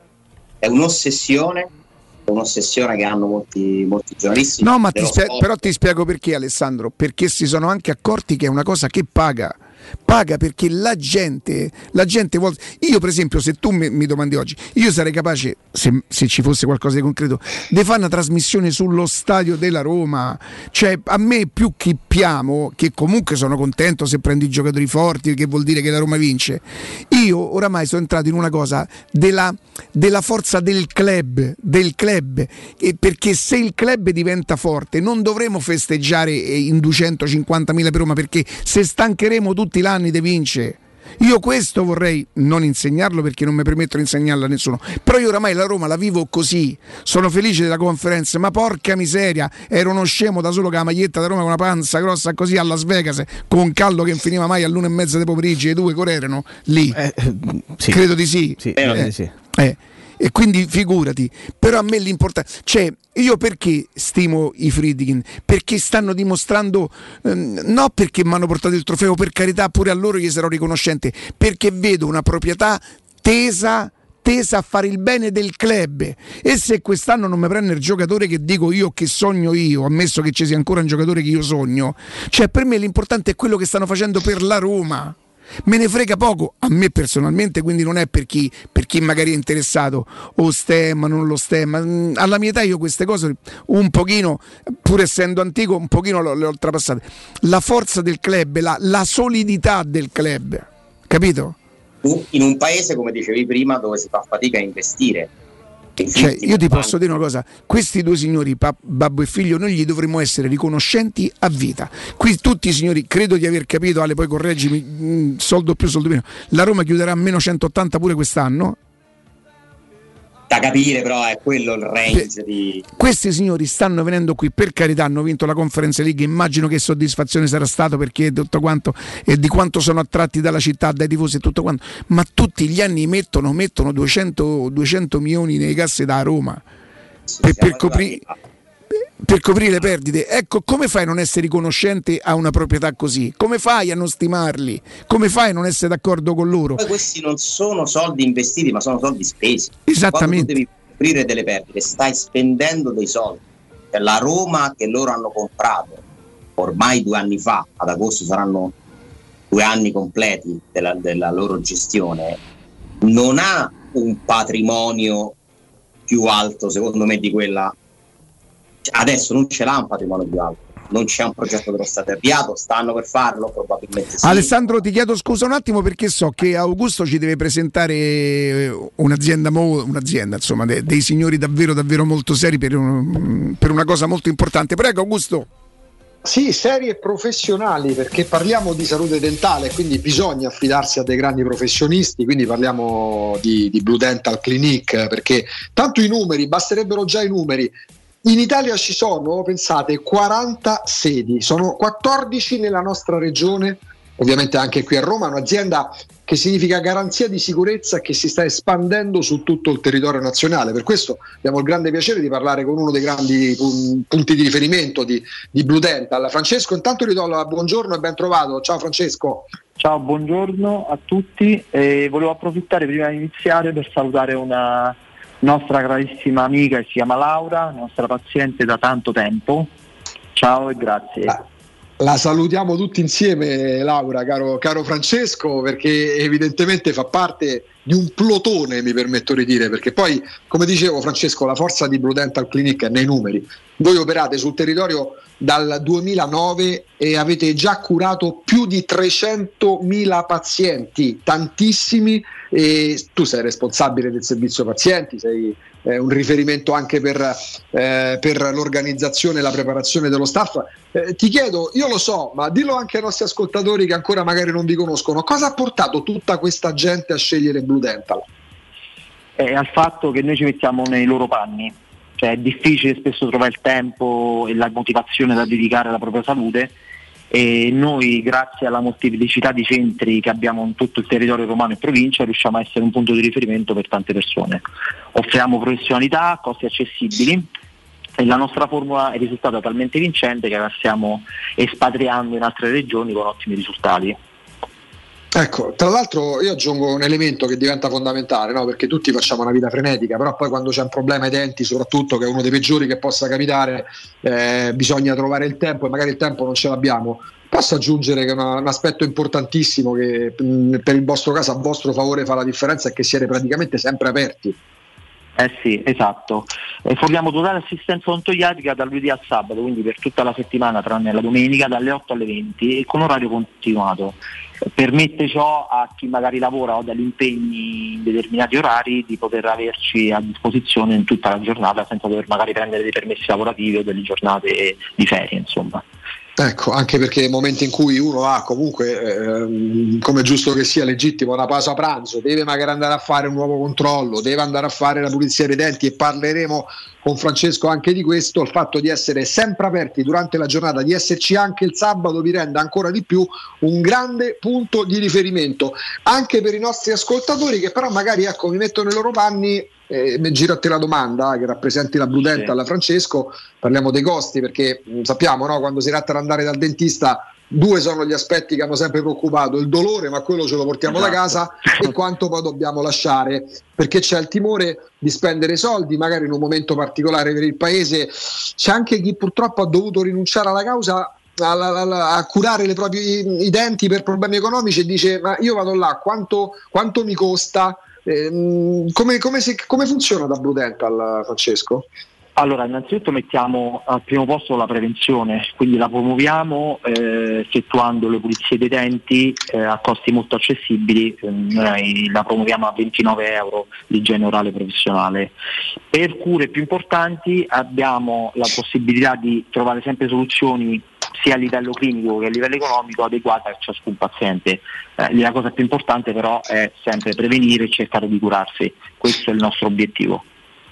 È un'ossessione, è un'ossessione che hanno molti, molti giornalisti. No, ma ti dello spie- sport. però ti spiego perché, Alessandro, perché si sono anche accorti che è una cosa che paga. Paga perché la gente, la gente vuole. Io, per esempio, se tu mi, mi domandi oggi, io sarei capace, se, se ci fosse qualcosa di concreto, di fare una trasmissione sullo stadio della Roma. Cioè, a me più che piamo, che comunque sono contento se prendi i giocatori forti, che vuol dire che la Roma vince. Io oramai sono entrato in una cosa della, della forza del club, del club, e perché se il club diventa forte non dovremo festeggiare in duecentocinquantamila per Roma, perché se stancheremo tutti l'anni di vince. Io questo vorrei non insegnarlo perché non mi permetto di insegnarlo a nessuno, però io oramai la Roma la vivo così, sono felice della conferenza, ma porca miseria, ero uno scemo da solo con la maglietta da Roma con una panza grossa così a Las Vegas, con un caldo che non finiva mai all'una e mezza di pomeriggio, e due correrano lì, eh, sì. credo di sì, sì, eh, eh, sì. Eh. E quindi figurati, però a me l'importante, cioè io perché stimo i Friedkin? Perché stanno dimostrando, ehm, no perché mi hanno portato il trofeo, per carità pure a loro gli sarò riconoscente, perché vedo una proprietà tesa tesa a fare il bene del club, e se quest'anno non mi prende il giocatore che dico io, che sogno io, ammesso che ci sia ancora un giocatore che io sogno, cioè per me l'importante è quello che stanno facendo per la Roma. Me ne frega poco a me personalmente, quindi non è per chi, per chi magari è interessato o stemma, non lo stemma. Alla mia età io queste cose un pochino, pur essendo antico, un pochino le ho oltrepassate. La forza del club, la, la solidità del club, capito? In un paese, come dicevi prima, dove si fa fatica a investire. Cioè, io ti posso dire una cosa, questi due signori, pap- babbo e figlio, noi gli dovremmo essere riconoscenti a vita. Qui tutti i signori, credo di aver capito, Ale, poi correggimi, mh, soldo più, soldo meno, la Roma chiuderà a meno centottanta pure quest'anno. Da capire, però è quello il range di... Questi signori stanno venendo qui, per carità, hanno vinto la Conference League, immagino che soddisfazione sarà stato perché tutto quanto, e di quanto sono attratti dalla città, dai tifosi e tutto quanto, ma tutti gli anni mettono, mettono duecento, duecento milioni nelle casse da Roma per, per coprire per coprire le perdite. Ecco, come fai a non essere riconoscente a una proprietà così? Come fai a non stimarli? Come fai a non essere d'accordo con loro? Poi questi non sono soldi investiti, ma sono soldi spesi. Esattamente. Quando tu devi coprire delle perdite, stai spendendo dei soldi. La Roma che loro hanno comprato ormai due anni fa, ad agosto saranno due anni completi della, della loro gestione, non ha un patrimonio più alto, secondo me, di quella. Adesso non ce l'ha un patrimonio più alto, non c'è un progetto dello Stato avviato, stanno per farlo, probabilmente sì. Alessandro, ti chiedo scusa un attimo perché so che Augusto ci deve presentare un'azienda, un'azienda insomma, dei, dei signori davvero davvero molto seri per, un, per una cosa molto importante. Prego Augusto. Sì, seri e professionali, perché parliamo di salute dentale, quindi bisogna affidarsi a dei grandi professionisti, quindi parliamo di, di Blue Dental Clinic, perché tanto i numeri, basterebbero già i numeri. In Italia ci sono, pensate, quaranta sedi, sono quattordici nella nostra regione, ovviamente anche qui a Roma, un'azienda che significa garanzia di sicurezza che si sta espandendo su tutto il territorio nazionale. Per questo abbiamo il grande piacere di parlare con uno dei grandi punti di riferimento di, di Blue Dental. Francesco, intanto ridò la buongiorno e ben trovato. Ciao Francesco. Ciao, buongiorno a tutti. E volevo approfittare prima di iniziare per salutare una nostra carissima amica che si chiama Laura, nostra paziente da tanto tempo. Ciao e grazie. La, la salutiamo tutti insieme, Laura, caro, caro Francesco, perché evidentemente fa parte di un plotone, mi permetto di dire, perché poi, come dicevo Francesco, la forza di Blue Dental Clinic è nei numeri. Voi operate sul territorio dal duemilanove e avete già curato più di trecentomila pazienti, tantissimi, e tu sei responsabile del servizio pazienti, sei eh, un riferimento anche per, eh, per l'organizzazione e la preparazione dello staff. Eh, ti chiedo, io lo so, ma dillo anche ai nostri ascoltatori che ancora magari non vi conoscono, cosa ha portato tutta questa gente a scegliere Blue Dental? È al fatto che noi ci mettiamo nei loro panni. Cioè è difficile spesso trovare il tempo e la motivazione da dedicare alla propria salute, e noi, grazie alla molteplicità di centri che abbiamo in tutto il territorio romano e provincia, riusciamo a essere un punto di riferimento per tante persone. Offriamo professionalità a costi accessibili e la nostra formula è risultata talmente vincente che la stiamo espatriando in altre regioni con ottimi risultati. Ecco, tra l'altro io aggiungo un elemento che diventa fondamentale, no? Perché tutti facciamo una vita frenetica, però poi quando c'è un problema ai denti, soprattutto, che è uno dei peggiori che possa capitare, eh, bisogna trovare il tempo e magari il tempo non ce l'abbiamo. Posso aggiungere che una, un aspetto importantissimo che mh, per il vostro caso a vostro favore fa la differenza è che siete praticamente sempre aperti. Eh sì, esatto. Eh, forniamo totale assistenza odontoiatrica dal lunedì al sabato, quindi per tutta la settimana tranne la domenica, dalle otto alle venti e con orario continuato. Permette ciò a chi magari lavora o dagli impegni in determinati orari di poter averci a disposizione in tutta la giornata senza dover magari prendere dei permessi lavorativi o delle giornate di ferie, insomma. Ecco, anche perché nei momenti in cui uno ha comunque, ehm, come è giusto che sia, legittimo, una pausa pranzo, deve magari andare a fare un nuovo controllo, deve andare a fare la pulizia dei denti, e parleremo con Francesco anche di questo, il fatto di essere sempre aperti durante la giornata, di esserci anche il sabato, vi rende ancora di più un grande punto di riferimento anche per i nostri ascoltatori che però magari, ecco, mi metto nei loro panni. Eh, giro a te la domanda che rappresenti la Blue Dental, sì. Francesco, parliamo dei costi perché mh, sappiamo, no, quando si tratta di andare dal dentista due sono gli aspetti che hanno sempre preoccupato: il dolore, ma quello ce lo portiamo esatto. da casa, e quanto poi dobbiamo lasciare, perché c'è il timore di spendere soldi magari in un momento particolare per il paese. C'è anche chi purtroppo ha dovuto rinunciare alla causa a, a, a curare le proprie, i denti per problemi economici, e dice: ma io vado là, quanto, quanto mi costa? Eh, come, come, si, come funziona da Blue Dental, Francesco? Allora, innanzitutto mettiamo al primo posto la prevenzione, quindi la promuoviamo eh, effettuando le pulizie dei denti eh, a costi molto accessibili. Eh, noi la promuoviamo a ventinove euro l'igiene orale professionale. Per cure più importanti abbiamo la possibilità di trovare sempre soluzioni sia a livello clinico che a livello economico adeguate a ciascun paziente. Eh, la cosa più importante però è sempre prevenire e cercare di curarsi, questo è il nostro obiettivo.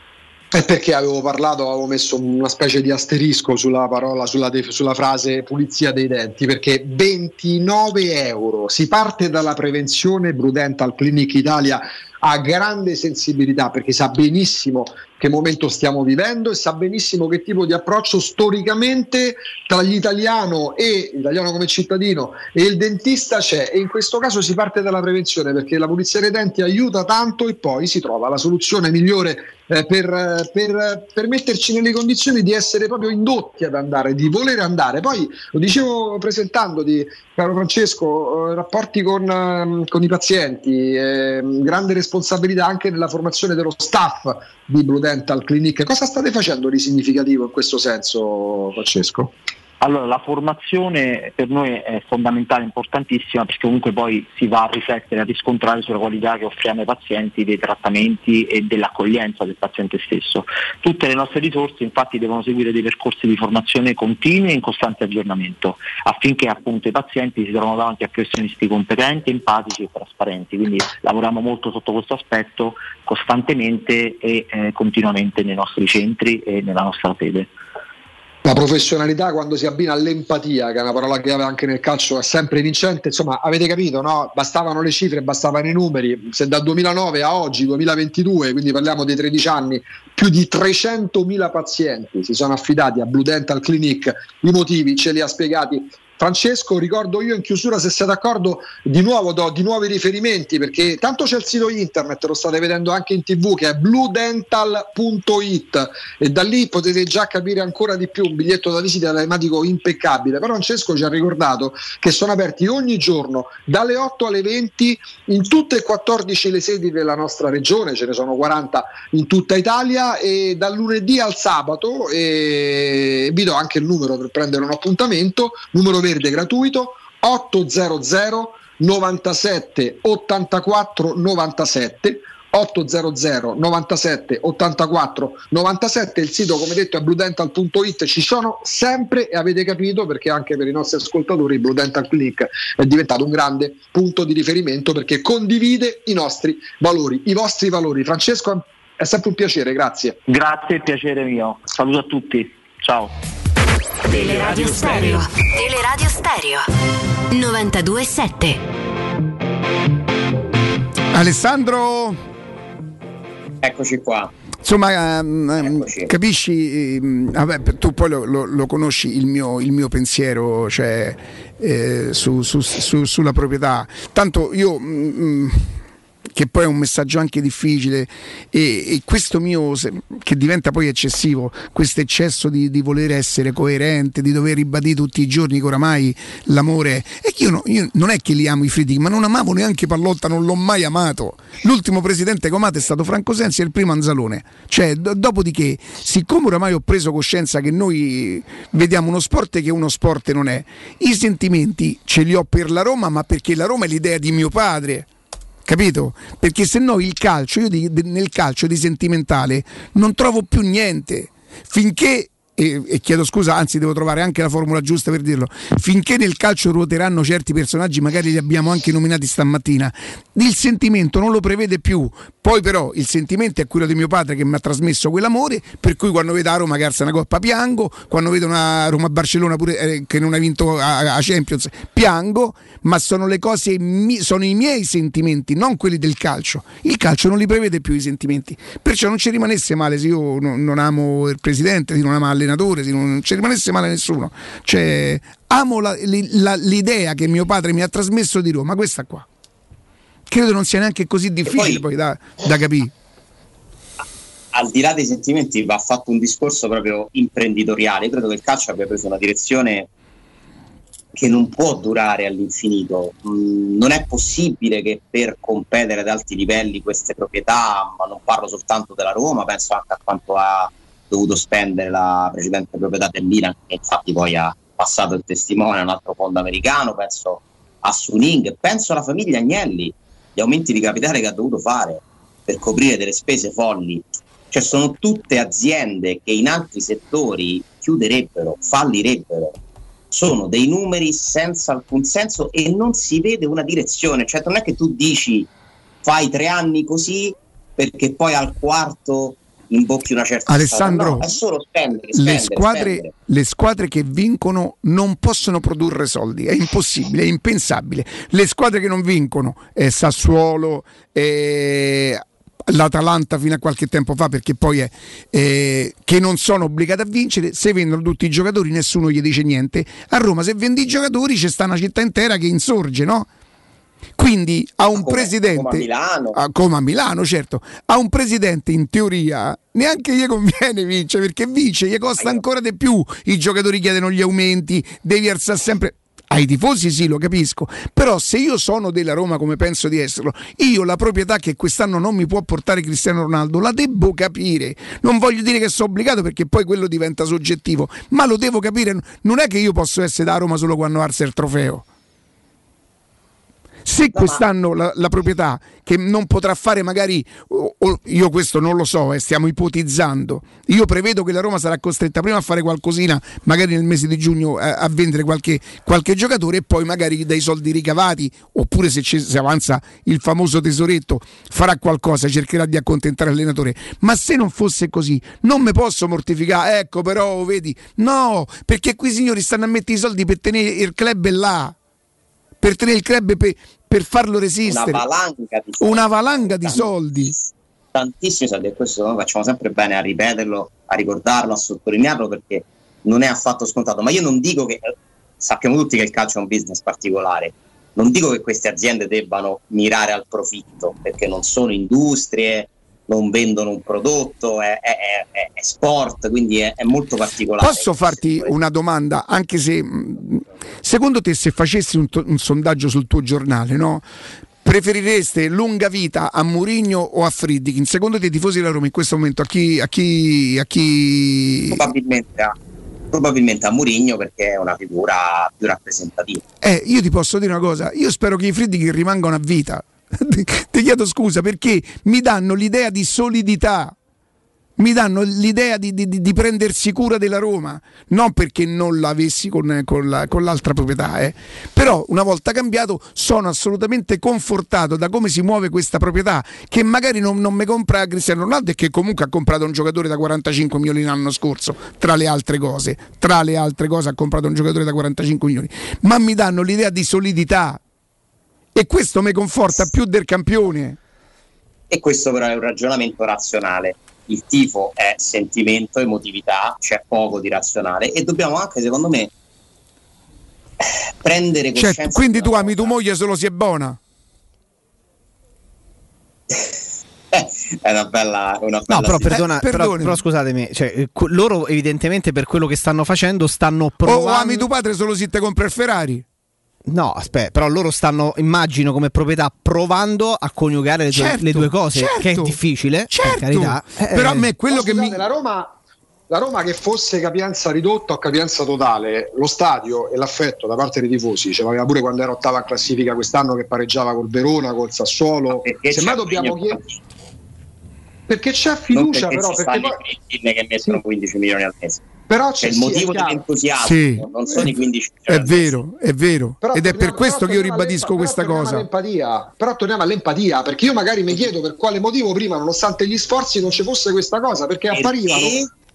È perché avevo parlato, avevo messo una specie di asterisco sulla parola, sulla, def- sulla frase pulizia dei denti, perché ventinove euro, si parte dalla prevenzione. Blue Dental Clinic Italia ha grande sensibilità perché sa benissimo che momento stiamo vivendo e sa benissimo che tipo di approccio storicamente tra l'italiano e l'italiano come cittadino e il dentista c'è, e in questo caso si parte dalla prevenzione perché la pulizia dei denti aiuta tanto e poi si trova la soluzione migliore eh, per, per, per metterci nelle condizioni di essere proprio indotti ad andare, di voler andare. Poi lo dicevo presentandoti, caro Francesco, eh, rapporti con, eh, con i pazienti, eh, grande responsabilità anche nella formazione dello staff di Blue Dental Clinic. Cosa state facendo di significativo in questo senso, Francesco? Allora, la formazione per noi è fondamentale, importantissima, perché comunque poi si va a riflettere, a riscontrare sulla qualità che offriamo ai pazienti dei trattamenti e dell'accoglienza del paziente stesso. Tutte le nostre risorse infatti devono seguire dei percorsi di formazione continui e in costante aggiornamento, affinché appunto i pazienti si trovino davanti a professionisti competenti, empatici e trasparenti. Quindi lavoriamo molto sotto questo aspetto costantemente e eh, continuamente nei nostri centri e nella nostra sede. La professionalità, quando si abbina all'empatia, che è una parola che anche nel calcio è sempre vincente, insomma, avete capito, no? Bastavano le cifre, bastavano i numeri. Se dal duemilanove a oggi, duemilaventidue, quindi parliamo dei tredici anni, più di trecentomila pazienti si sono affidati a Blue Dental Clinic, i motivi ce li ha spiegati Francesco. Ricordo io in chiusura, se siete d'accordo, di nuovo do di nuovi riferimenti, perché tanto c'è il sito internet, lo state vedendo anche in tv, che è blue dental punto it, e da lì potete già capire ancora di più. Un biglietto da visita telematico impeccabile. Però Francesco ci ha ricordato che sono aperti ogni giorno dalle otto alle venti in tutte e quattordici le sedi della nostra regione, ce ne sono quaranta in tutta Italia, e dal lunedì al sabato. E vi do anche il numero per prendere un appuntamento, numero verde gratuito ottocento novantasette ottantaquattro novantasette ottocento novantasette ottantaquattro novantasette. Il sito, come detto, è blue dental punto it. Ci sono sempre, e avete capito, perché anche per i nostri ascoltatori Blue Dental Clinic è diventato un grande punto di riferimento, perché condivide i nostri valori, i vostri valori. Francesco, è sempre un piacere, grazie. Grazie, piacere mio. Saluto a tutti, ciao. Teleradio Stereo. Teleradio Stereo. novantadue sette. Alessandro, eccoci qua. Insomma, um, capisci, um, vabbè, tu poi lo, lo, lo conosci il mio, il mio pensiero, cioè eh, su, su, su, sulla proprietà. Tanto io, um, che poi è un messaggio anche difficile, e, e questo mio, che diventa poi eccessivo, questo eccesso di, di voler essere coerente, di dover ribadire tutti i giorni che oramai l'amore, e io, no, io non è che li amo i Friedrich, ma non amavo neanche Pallotta, non l'ho mai amato. L'ultimo presidente Comate è stato Franco Sensi e il primo Anzalone. Cioè, do, dopodiché, siccome oramai ho preso coscienza che noi vediamo uno sport che uno sport non è, i sentimenti ce li ho per la Roma, ma perché la Roma è l'idea di mio padre. Capito? Perché se no il calcio, io di, nel calcio di sentimentale non trovo più niente. Finché, e, e chiedo scusa, anzi devo trovare anche la formula giusta per dirlo, finché nel calcio ruoteranno certi personaggi, magari li abbiamo anche nominati stamattina, il sentimento non lo prevede più. Poi però il sentimento è quello di mio padre che mi ha trasmesso quell'amore, per cui quando vedo a Roma che alza una coppa piango, quando vedo una Roma-Barcellona pure, eh, che non ha vinto a, a Champions piango, ma sono le cose, mi, sono i miei sentimenti, non quelli del calcio. Il calcio non li prevede più i sentimenti, perciò non ci rimanesse male se io non, non amo il presidente, se non amo l'allenatore, se non, non ci rimanesse male nessuno. Cioè, amo la, la, l'idea che mio padre mi ha trasmesso di Roma, questa qua. Credo non sia neanche così difficile poi, poi da, da capire. Al di là dei sentimenti va fatto un discorso proprio imprenditoriale. Io credo che il calcio abbia preso una direzione che non può durare all'infinito. Mm, non è possibile che per competere ad alti livelli queste proprietà, ma non parlo soltanto della Roma, penso anche a quanto ha dovuto spendere la precedente proprietà del Milan, che infatti poi ha passato il testimone a un altro fondo americano, penso a Suning, penso alla famiglia Agnelli, gli aumenti di capitale che ha dovuto fare per coprire delle spese folli. Cioè sono tutte aziende che in altri settori chiuderebbero, fallirebbero. Sono dei numeri senza alcun senso e non si vede una direzione. Cioè non è che tu dici fai tre anni così perché poi al quarto imbocchi una certa Alessandro, strada. No, è solo spendere, spendere, le squadre, spendere. Le squadre che vincono non possono produrre soldi, è impossibile, è impensabile. Le squadre che non vincono, eh, Sassuolo, eh, l'Atalanta fino a qualche tempo fa, perché poi è eh, che non sono obbligate a vincere, se vendono tutti i giocatori nessuno gli dice niente. A Roma se vendi i giocatori c'è sta una città intera che insorge, no? Quindi ha un come, presidente come a Milano, ah, come a Milano, certo, ha un presidente in teoria neanche gli conviene vincere, perché vince gli costa ancora di più, i giocatori chiedono gli aumenti, devi alzare sempre. Ai tifosi sì, lo capisco, però se io sono della Roma come penso di esserlo, io la proprietà che quest'anno non mi può portare Cristiano Ronaldo la devo capire. Non voglio dire che sono obbligato, perché poi quello diventa soggettivo, ma lo devo capire. Non è che io posso essere da Roma solo quando alza il trofeo. Se quest'anno la, la proprietà che non potrà fare magari, o, o, io questo non lo so, eh, stiamo ipotizzando, io prevedo che la Roma sarà costretta prima a fare qualcosina magari nel mese di giugno, a, a vendere qualche, qualche giocatore, e poi magari dai soldi ricavati, oppure se, se avanza il famoso tesoretto farà qualcosa, cercherà di accontentare l'allenatore. Ma se non fosse così non mi posso mortificare, ecco però vedi, no, perché qui signori stanno a mettere i soldi per tenere il club là, per tenere il club, per, per farlo resistere, una valanga di soldi, una valanga di soldi. Tantissimi soldi, e questo noi facciamo sempre bene a ripeterlo, a ricordarlo, a sottolinearlo, perché non è affatto scontato. Ma io non dico che, sappiamo tutti che il calcio è un business particolare, non dico che queste aziende debbano mirare al profitto, perché non sono industrie, non vendono un prodotto, è, è, è, è sport, quindi è, è molto particolare. Posso farti una domanda, anche se secondo te, se facessi un, to- un sondaggio sul tuo giornale, no? Preferireste lunga vita a Mourinho o a Friedkin? Secondo te i tifosi della Roma in questo momento a chi a chi, a chi... Probabilmente a, probabilmente a Mourinho, perché è una figura più rappresentativa. Eh, io ti posso dire una cosa, io spero che i Friedkin rimangano a vita. Ti chiedo scusa, perché mi danno l'idea di solidità, mi danno l'idea di, di, di prendersi cura della Roma, non perché non l'avessi con, con, la, con l'altra proprietà, eh. Però una volta cambiato sono assolutamente confortato da come si muove questa proprietà, che magari non, non mi compra Cristiano Ronaldo e che comunque ha comprato un giocatore da quarantacinque milioni l'anno scorso, tra le altre cose, tra le altre cose ha comprato un giocatore da quarantacinque milioni, ma mi danno l'idea di solidità e questo mi conforta più del campione. E questo però è un ragionamento razionale. Il tifo è sentimento, emotività, c'è poco di razionale e dobbiamo anche, secondo me, prendere coscienza. Cioè, quindi tu ami tua moglie solo se è buona? È una bella, una bella no, però, sì. perdona, eh, però, però scusatemi, cioè, loro evidentemente per quello che stanno facendo stanno provando. O ami tuo padre solo se te compra il Ferrari? No, aspetta, però loro stanno, immagino, come proprietà provando a coniugare le, certo, due, le due cose, certo, che è difficile, certo, per carità. Eh, però a me quello no, che scusate, mi... la Roma, la Roma che fosse capienza ridotta o capienza totale, lo stadio e l'affetto da parte dei tifosi ce l'aveva pure quando era ottava in classifica quest'anno, che pareggiava col Verona, col Sassuolo. Semmai dobbiamo chiedere, perché c'è fiducia, perché però perché poi... che mettono sì. quindici milioni al mese. Però c'è c'è il motivo sì, dell'entusiasmo, sì, non sono è, i quindici milioni. È vero, è vero. Però ed è per questo che io ribadisco questa però cosa. All'empatia. Però torniamo all'empatia, perché io magari mi chiedo per quale motivo prima, nonostante gli sforzi, non ci fosse questa cosa, perché, perché apparivano.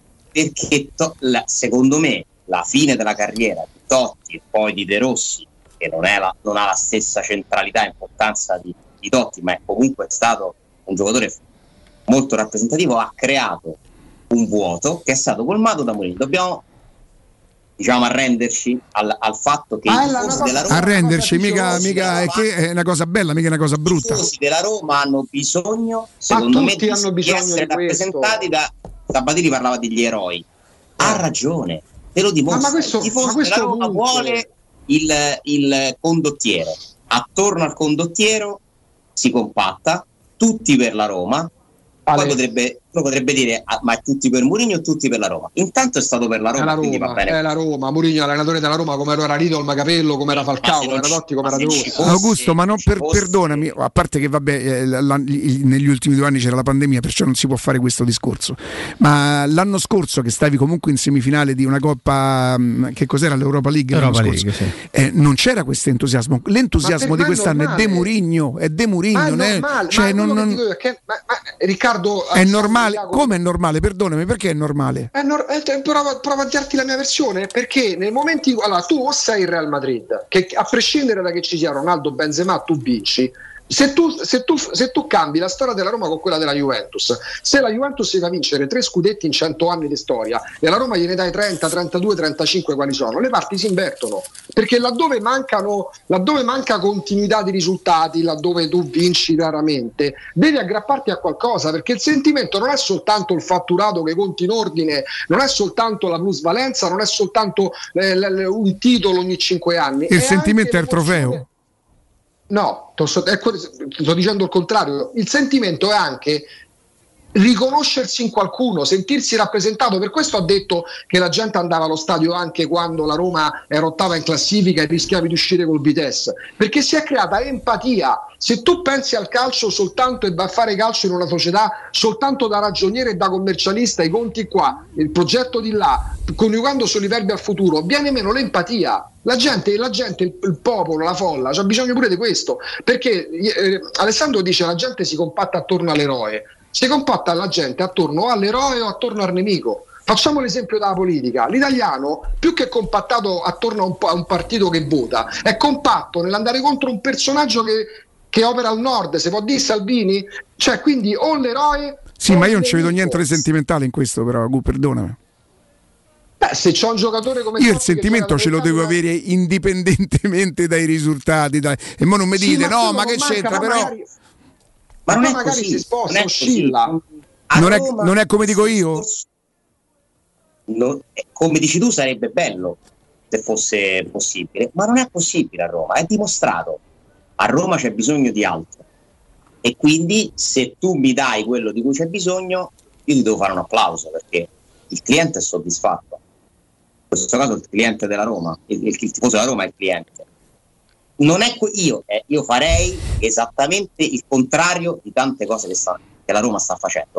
Perché to- la, secondo me la fine della carriera di Totti e poi di De Rossi, che non, è la, non ha la stessa centralità e importanza di, di Totti, ma è comunque stato un giocatore molto rappresentativo, ha creato un vuoto che è stato colmato da Mourinho. Dobbiamo, diciamo, arrenderci al, al fatto che ah, i tifosi cosa, della Roma, arrenderci mica, mica è, che è una cosa bella, mica è una cosa brutta. I tifosi della Roma hanno bisogno, secondo me, di, hanno bisogno di essere di rappresentati da Sabatini. Parlava degli eroi, ha ragione, te lo dimostra. Ma, ma questo, il tifoso ma questo della Roma vuole il, il condottiero, attorno al condottiero si compatta, tutti per la Roma. Ale. Poi potrebbe, uno potrebbe dire ah, ma tutti per Mourinho o tutti per la Roma? Intanto è stato per la Roma, è la quindi Roma, va bene. È la Roma, Mourinho allenatore della Roma, come era Ridolma, Capello, come era Falcao, come era Totti, come era De Rossi. Augusto, ma non per, perdonami, a parte che vabbè eh, negli ultimi due anni c'era la pandemia, perciò non si può fare questo discorso, ma l'anno scorso che stavi comunque in semifinale di una Coppa, che cos'era, l'Europa League, Europa l'anno League, scorso, sì. eh, non c'era questo entusiasmo, l'entusiasmo di quest'anno è, è De Mourinho, è De Mourinho, ma è non è, normale, cioè, ma non, non... Dico io, che, ma, ma, Riccardo è normale, come è normale, perdonami, perché è normale? È nor- eh, prova, prova a darti la mia versione, perché nel momento in cui allora, tu o sei il Real Madrid, che a prescindere da che ci sia Ronaldo, Benzema, tu vinci. Se tu, se, tu, se tu cambi la storia della Roma con quella della Juventus, se la Juventus si fa vincere tre scudetti in cento anni di storia e la Roma gliene dai trenta, trentadue, trentacinque quali sono, le parti si invertono, perché laddove mancano, laddove manca continuità di risultati, laddove tu vinci raramente, devi aggrapparti a qualcosa, perché il sentimento non è soltanto il fatturato che conti in ordine, non è soltanto la plusvalenza, non è soltanto eh, l- l- un titolo ogni cinque anni, il è sentimento è il trofeo. No, sto, sto dicendo il contrario. Il sentimento è anche riconoscersi in qualcuno, sentirsi rappresentato. Per questo ho detto che la gente andava allo stadio anche quando la Roma era ottava in classifica e rischiavi di uscire col Vitesse, perché si è creata empatia. Se tu pensi al calcio soltanto e vai a fare calcio in una società soltanto da ragioniere e da commercialista, i conti qua, il progetto di là, coniugando solo i verbi al futuro, viene meno l'empatia. La gente, la gente il, il popolo, la folla c'ha bisogno pure di questo, perché eh, Alessandro dice la gente si compatta attorno all'eroe, si compatta la gente attorno all'eroe o attorno al nemico. Facciamo l'esempio della politica: l'italiano, più che compattato attorno a un, a un partito che vota, è compatto nell'andare contro un personaggio che, che opera al nord, se può dire Salvini, cioè quindi o l'eroe. Sì, o ma io non ci vedo nemico. niente di sentimentale in questo, però Gu, perdonami. Beh, se c'è un giocatore come io il sentimento ce lo devo avere indipendentemente dai risultati, dai... e mo non mi dite sì, no, ma che c'entra, ma però magari, ma, ma non magari così, si sposta, non oscilla. Non è, non è come dico io? Non, come dici tu sarebbe bello se fosse possibile, ma non è possibile a Roma, è dimostrato. A Roma c'è bisogno di altro e quindi se tu mi dai quello di cui c'è bisogno io ti devo fare un applauso, perché il cliente è soddisfatto. In questo caso il cliente della Roma, il, il, il tifoso della Roma è il cliente. Non è que- io, eh, io farei esattamente il contrario di tante cose che, sta, che la Roma sta facendo.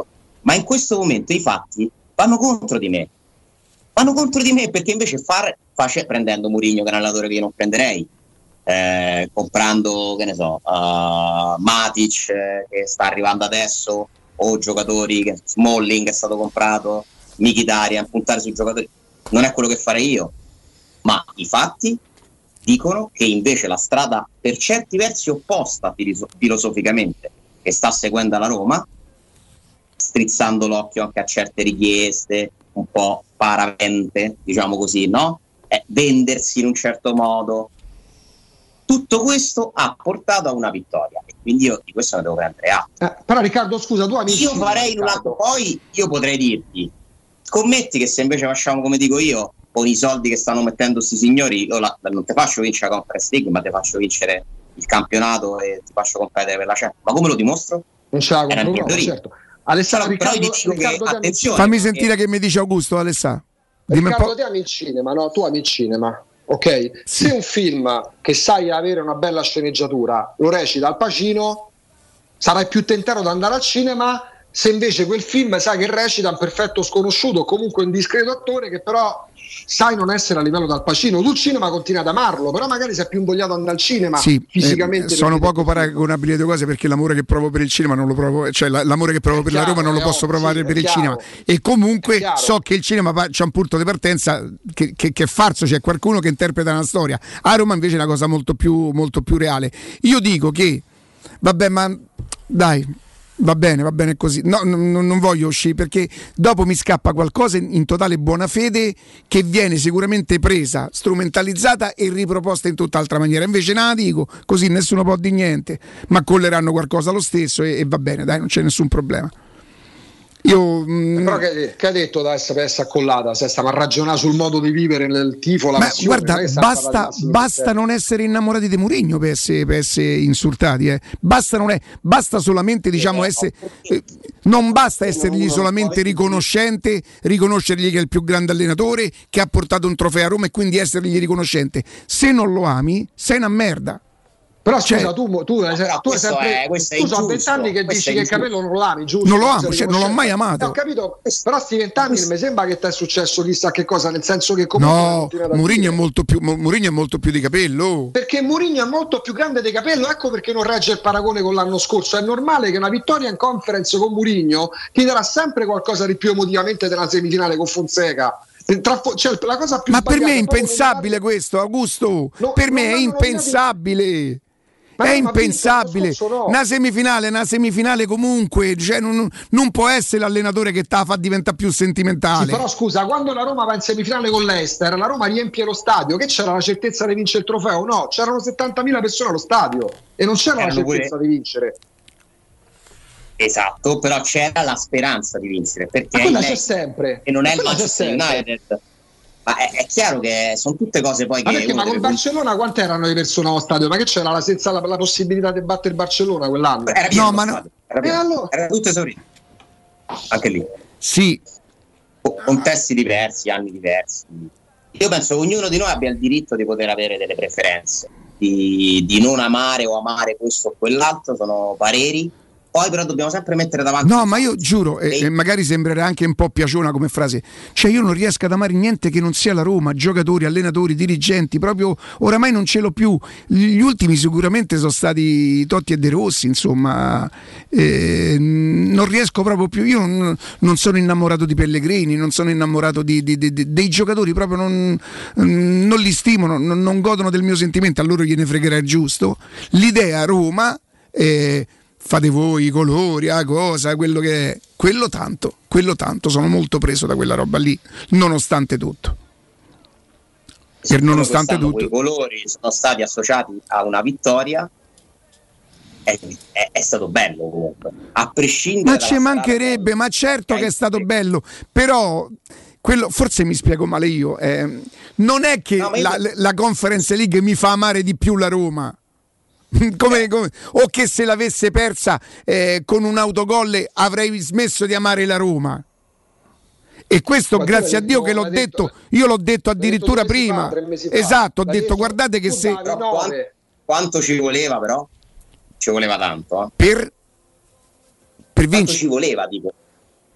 Ma in questo momento i fatti vanno contro di me. Vanno contro di me perché invece far, face, prendendo Mourinho, che è un allenatore che io non prenderei, eh, comprando, che ne so, uh, Matic, eh, che sta arrivando adesso, o giocatori, che, Smalling è stato comprato, Mkhitaryan, puntare sui giocatori, non è quello che farei io. Ma i fatti dicono che invece la strada per certi versi opposta filosoficamente che sta seguendo la Roma, strizzando l'occhio anche a certe richieste un po' paravente, diciamo così, no? Eh, vendersi in un certo modo, tutto questo ha portato a una vittoria e quindi io di questo ne devo prendere atto. Eh, però Riccardo, scusa, tu amici, io farei in una, poi io potrei dirti, scommetti che se invece facciamo come dico io, con i soldi che stanno mettendo questi signori, io la, non ti faccio vincere la Conference League, ma ti faccio vincere il campionato e ti faccio competere per la Champions. Ma come lo dimostro? Non ce la compro, certo. Alessandro, Riccardo, Riccardo, che, attenzione, fammi sentire che mi dice Augusto. Alessà, dimmi Riccardo, un po'. te ami il cinema, no? Tu ami il cinema, ok? Sì. Se un film che sai avere una bella sceneggiatura lo recita Al Pacino, sarai più tentato ad andare al cinema. Se invece quel film sai che recita un perfetto sconosciuto o comunque un discreto attore che però sai non essere a livello d'Al Pacino, tu il cinema continui ad amarlo, però magari sei più invogliato ad andare al cinema, sì, fisicamente. Eh, sono poco paragonabili le due cose, perché l'amore che provo per il cinema non lo provo, cioè l'amore che provo per chiaro, la Roma non lo posso ovvio, provare sì, per il chiaro, cinema, e comunque so che il cinema c'è un punto di partenza che, che, che è farso, c'è qualcuno che interpreta una storia. A Roma invece è una cosa molto più, molto più reale. Io dico che vabbè, ma dai, va bene, va bene così. No, n- non voglio uscire perché dopo mi scappa qualcosa in, in totale buona fede che viene sicuramente presa, strumentalizzata e riproposta in tutt'altra maniera. Invece no, dico così, nessuno può dire niente, ma colleranno qualcosa lo stesso e, e va bene, dai, non c'è nessun problema. Io, mh... Però che, che ha detto da essere, per essere accollata? Se stiamo a ragionare sul modo di vivere nel tifo, la ma passione, guarda, basta, basta non essere innamorati di Mourinho per essere, per essere insultati, eh. basta, non è, basta solamente diciamo essere, eh, non basta essergli solamente riconoscente, riconoscergli che è il più grande allenatore, che ha portato un trofeo a Roma e quindi essergli riconoscente. Se non lo ami sei una merda. Però scusa, cioè, tu, tu, no, tu hai sempre, è, tu sono vent'anni che dici che il Capello non lo ami, giusto? Non lo amo, cioè, non l'ho mai amato. Eh, ho capito, però sti vent'anni non mi sembra che ti è successo chissà che cosa, nel senso che comunque no, Mourinho è molto più Mourinho è molto più di Capello. Perché Mourinho è molto più grande di Capello, ecco perché non regge il paragone con l'anno scorso. È normale che una vittoria in Conference con Mourinho ti darà sempre qualcosa di più emotivamente della semifinale con Fonseca. Tra, cioè, la cosa più Ma per me è impensabile questo, Augusto. No, per me è impensabile. Ma è impensabile, no. Una semifinale, una semifinale comunque, cioè non, non può essere l'allenatore che te la fa diventare più sentimentale. Sì, però scusa, quando la Roma va in semifinale con l'Ester, la Roma riempie lo stadio, che c'era la certezza di vincere il trofeo? No, c'erano settantamila persone allo stadio e non c'era Erano la certezza pure... di vincere. Esatto, però c'era la speranza di vincere, perché ma quella c'è sempre e non è il Manchester United. Ma è, è chiaro che sono tutte cose poi ma che perché, ma con Barcellona quante erano le persone allo stadio? Ma che c'era la, senza la, la possibilità di battere il Barcellona quell'anno? Era pieno, no, ma no. Era, pieno. Allora... era tutto esaurito anche lì, sì, contesti diversi, anni diversi. Io penso che ognuno di noi abbia il diritto di poter avere delle preferenze, di, di non amare o amare questo o quell'altro, sono pareri. Poi però dobbiamo sempre mettere davanti. No, ma io giuro, e, e magari sembrerà anche un po' piaciona come frase, cioè io non riesco ad amare niente che non sia la Roma, giocatori, allenatori, dirigenti, proprio oramai non ce l'ho più. Gli ultimi sicuramente sono stati Totti e De Rossi, insomma, eh, non riesco proprio più, io non, non sono innamorato di Pellegrini, non sono innamorato di, di, di, di, dei giocatori, proprio non, non li stimo, non, non godono del mio sentimento, a loro gliene fregherà giusto. L'idea Roma... Eh, fate voi i colori, la cosa, quello che è, quello tanto, quello tanto, sono molto preso da quella roba lì, nonostante tutto. Sì, per nonostante tutto. I colori sono stati associati a una vittoria, è, è, è stato bello comunque, a prescindere. Ma ci mancherebbe, strada, ma certo che è stato bello, però... Quello, forse mi spiego male io, eh, non è che no, la, io... la Conference League mi fa amare di più la Roma. Come, come, o che se l'avesse persa eh, con un autogol avrei smesso di amare la Roma, e questo ma grazie a Dio che l'ho detto, detto io l'ho detto addirittura detto prima fa, esatto, ho detto, detto guardate che se quanto, quanto ci voleva, però ci voleva tanto eh. per per vincere ci voleva, dico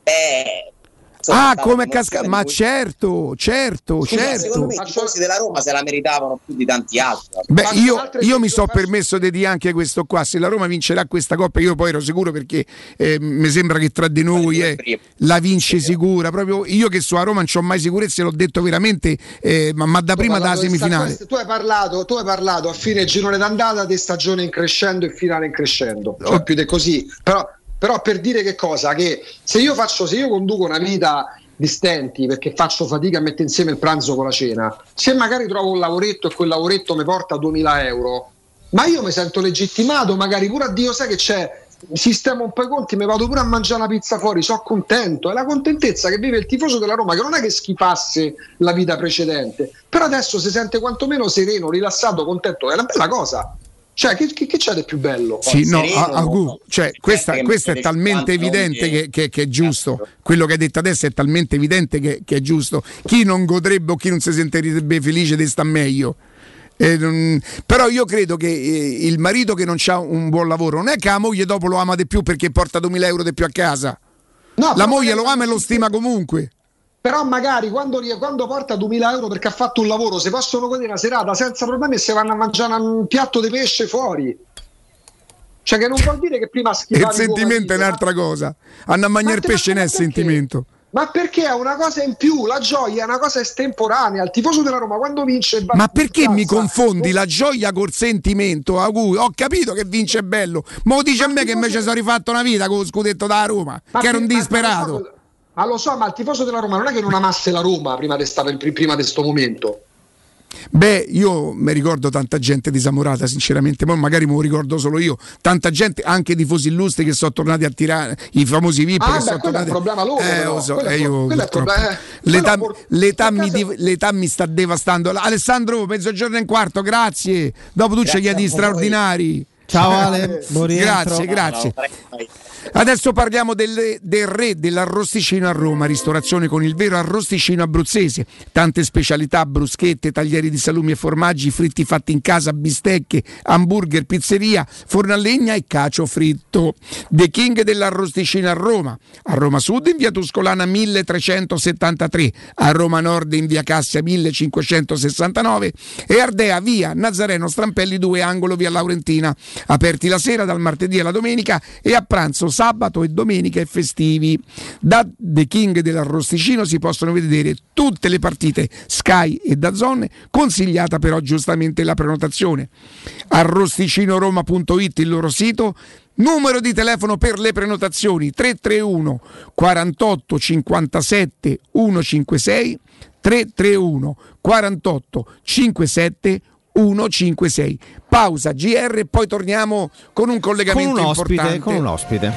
beh, ah, come cascata, ma certo, certo, Scusa, certo. secondo me i tifosi della Roma se la meritavano più di tanti altri. Beh, io, io mi sono permesso di dire anche questo qua: se la Roma vincerà questa Coppa, io poi ero sicuro perché eh, mi sembra che tra di noi eh, la vince sicura. Proprio io che sono a Roma non c'ho mai sicurezza, l'ho detto veramente, eh, ma, ma da prima dalla semifinale. Tu hai parlato, tu hai parlato a fine girone d'andata di stagione in crescendo e finale in crescendo, cioè oh. più di così. Però, però per dire che cosa? Che se io faccio, se io conduco una vita di stenti perché faccio fatica a mettere insieme il pranzo con la cena, se magari trovo un lavoretto e quel lavoretto mi porta duemila euro, ma io mi sento legittimato, magari pure a Dio, sai che c'è, sistemo un po' i conti, mi vado pure a mangiare una pizza fuori, sono contento. È la contentezza che vive il tifoso della Roma, che non è che schifasse la vita precedente, però adesso si sente quantomeno sereno, rilassato, contento. È una bella cosa. Cioè, che, che, che c'è di più bello? Sì, no, a, a, cioè, questa, questa è talmente evidente che, che, che è giusto. Quello che hai detto adesso è talmente evidente che, che è giusto. Chi non godrebbe o chi non si sentirebbe felice di sta meglio? Eh, non, però io credo che eh, il marito che non ha un buon lavoro non è che la moglie dopo lo ama di più perché porta duemila euro di più a casa. No, la moglie lo ama e lo stima comunque. Però magari quando, quando porta duemila euro perché ha fatto un lavoro, se possono godere una serata senza problemi e se vanno a mangiare un piatto di pesce fuori. Cioè, che non vuol dire che prima schifavi. Il sentimento è un'altra cosa. Hanno a mangiare pesce non è sentimento. Ma perché è una cosa in più, la gioia è una cosa estemporanea. Il tifoso della Roma quando vince ma perché mi confondi la gioia col sentimento? A cui ho capito che vince è bello, ma lo dice a me che invece sono rifatto una vita con lo scudetto della Roma, ma che ero un disperato. Ma lo so, ma il tifoso della Roma non è che non amasse la Roma prima di prima di sto momento. Beh, io mi ricordo tanta gente disamorata, sinceramente, poi magari me lo ricordo solo io, tanta gente, anche tifosi illustri che sono tornati a tirare, i famosi V I P ah, che beh, sono tornati. È un problema loro, eh, però. lo so, quello eh, io quello purtroppo. È l'età, por- l'età, mi div- l'età mi sta devastando. Alessandro, mezzogiorno e un quarto, grazie. Dopo tu ci chiedi straordinari. Ciao Ale, buon rientro. Grazie, grazie. Adesso parliamo del, del re dell'arrosticino a Roma, ristorazione con il vero arrosticino abruzzese, tante specialità, bruschette, taglieri di salumi e formaggi, fritti fatti in casa, bistecche, hamburger, pizzeria, forno a legna e cacio fritto. The King dell'arrosticino a Roma, a Roma Sud in via Tuscolana milletrecentosettantatré, a Roma Nord in via Cassia millecinquecentosessantanove e Ardea via Nazareno Strampelli due angolo via Laurentina, aperti la sera dal martedì alla domenica e a pranzo sabato e domenica e festivi. Da The King dell'arrosticino si possono vedere tutte le partite Sky e DAZN, consigliata però giustamente la prenotazione. arrosticinoroma punto it il loro sito. Numero di telefono per le prenotazioni tre tre uno quarantotto cinquantasette centocinquantasei tre tre uno quarantotto cinquantasette centocinquantasei. Pausa G R e poi torniamo con un collegamento con un ospite, importante. Con un ospite.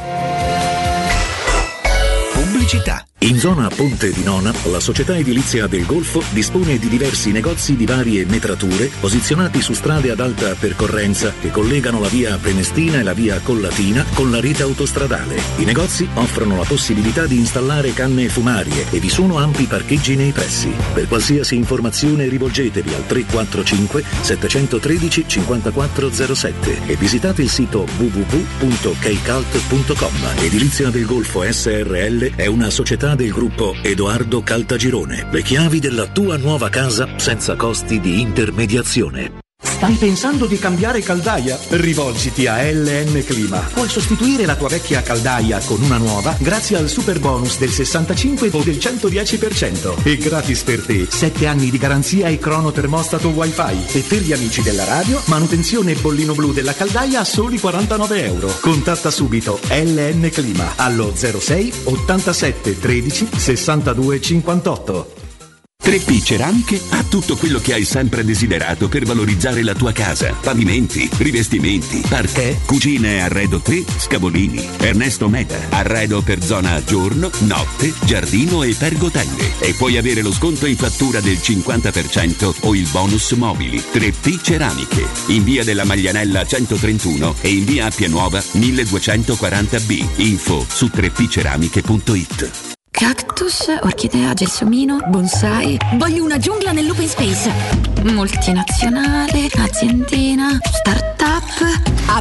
Pubblicità. In zona Ponte di Nona, la società edilizia del Golfo dispone di diversi negozi di varie metrature posizionati su strade ad alta percorrenza che collegano la via Prenestina e la via Collatina con la rete autostradale. I negozi offrono la possibilità di installare canne fumarie e vi sono ampi parcheggi nei pressi. Per qualsiasi informazione rivolgetevi al tre quattro cinque sette uno tre cinque zero sette e visitate il sito w w w punto keicalt punto com. Edilizia del Golfo S R L è una società del gruppo Edoardo Caltagirone. Le chiavi della tua nuova casa senza costi di intermediazione. Stai pensando di cambiare caldaia? Rivolgiti a L N Clima. Puoi sostituire la tua vecchia caldaia con una nuova grazie al super bonus del sessantacinque o del centodieci per cento. E gratis per te sette anni di garanzia e crono termostato wifi. E per gli amici della radio, manutenzione bollino blu della caldaia a soli quarantanove euro. Contatta subito L N Clima allo zero sei ottantasette tredici sessantadue cinquantotto. tre P Ceramiche ha tutto quello che hai sempre desiderato per valorizzare la tua casa. Pavimenti, rivestimenti, parquet, cucine e arredo tre, Scavolini. Ernesto Meda, arredo per zona giorno, notte, giardino e pergotelle. E puoi avere lo sconto in fattura del cinquanta per cento o il bonus mobili. tre P Ceramiche, in via della Maglianella centotrentuno e in via Appia Nuova milleduecentoquaranta B. Info su tre p ceramiche punto it. Cactus, orchidea, gelsomino, bonsai. Voglio una giungla nell'open space. Multinazionale, aziendina, start-up. Apro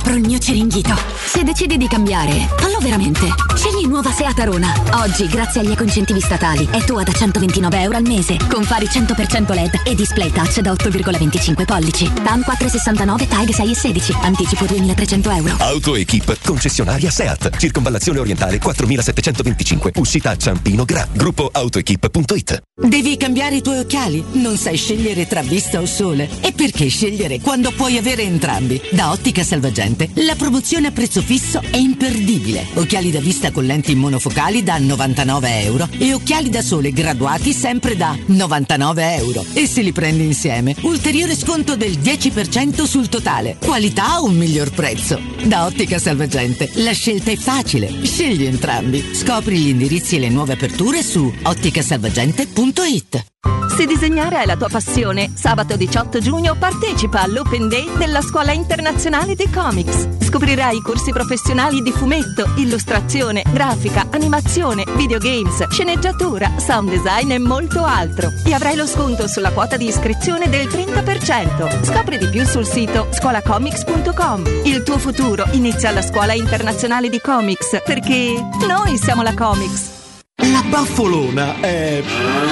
Apro il mio ceringhito. Se decidi di cambiare, fallo veramente. Scegli nuova Seat Arona. Oggi, grazie agli ecoincentivi statali, è tua da centoventinove euro al mese, con fari cento per cento L E D e display touch da otto virgola venticinque pollici. T A M quattro virgola sessantanove, T A G sei virgola sedici, anticipo duemilatrecento euro. AutoEquip, concessionaria Seat, circonvallazione orientale quattromilasettecentoventicinque, uscita a Ciampino Gra, gruppo autoequip punto it. Devi cambiare i tuoi occhiali? Non sai scegliere tra vista o sole? E perché scegliere quando puoi avere entrambi? Da Ottica Salvagente la promozione a prezzo fisso è imperdibile. Occhiali da vista con lenti monofocali da novantanove euro e occhiali da sole graduati sempre da novantanove euro. E se li prendi insieme, ulteriore sconto del dieci per cento sul totale. Qualità o un miglior prezzo? Da Ottica Salvagente la scelta è facile. Scegli entrambi. Scopri gli indirizzi e le nuove aperture su otticasalvagente punto it. Se disegnare è la tua passione, sabato diciotto giugno partecipa all'Open Day della Scuola Internazionale di Comics. Scoprirai corsi professionali di fumetto, illustrazione, grafica, animazione, videogames, sceneggiatura, sound design e molto altro. E avrai lo sconto sulla quota di iscrizione del trenta per cento. Scopri di più sul sito scuola comics punto com. Il tuo futuro inizia alla Scuola Internazionale di Comics, perché noi siamo la Comics. La Baffolona è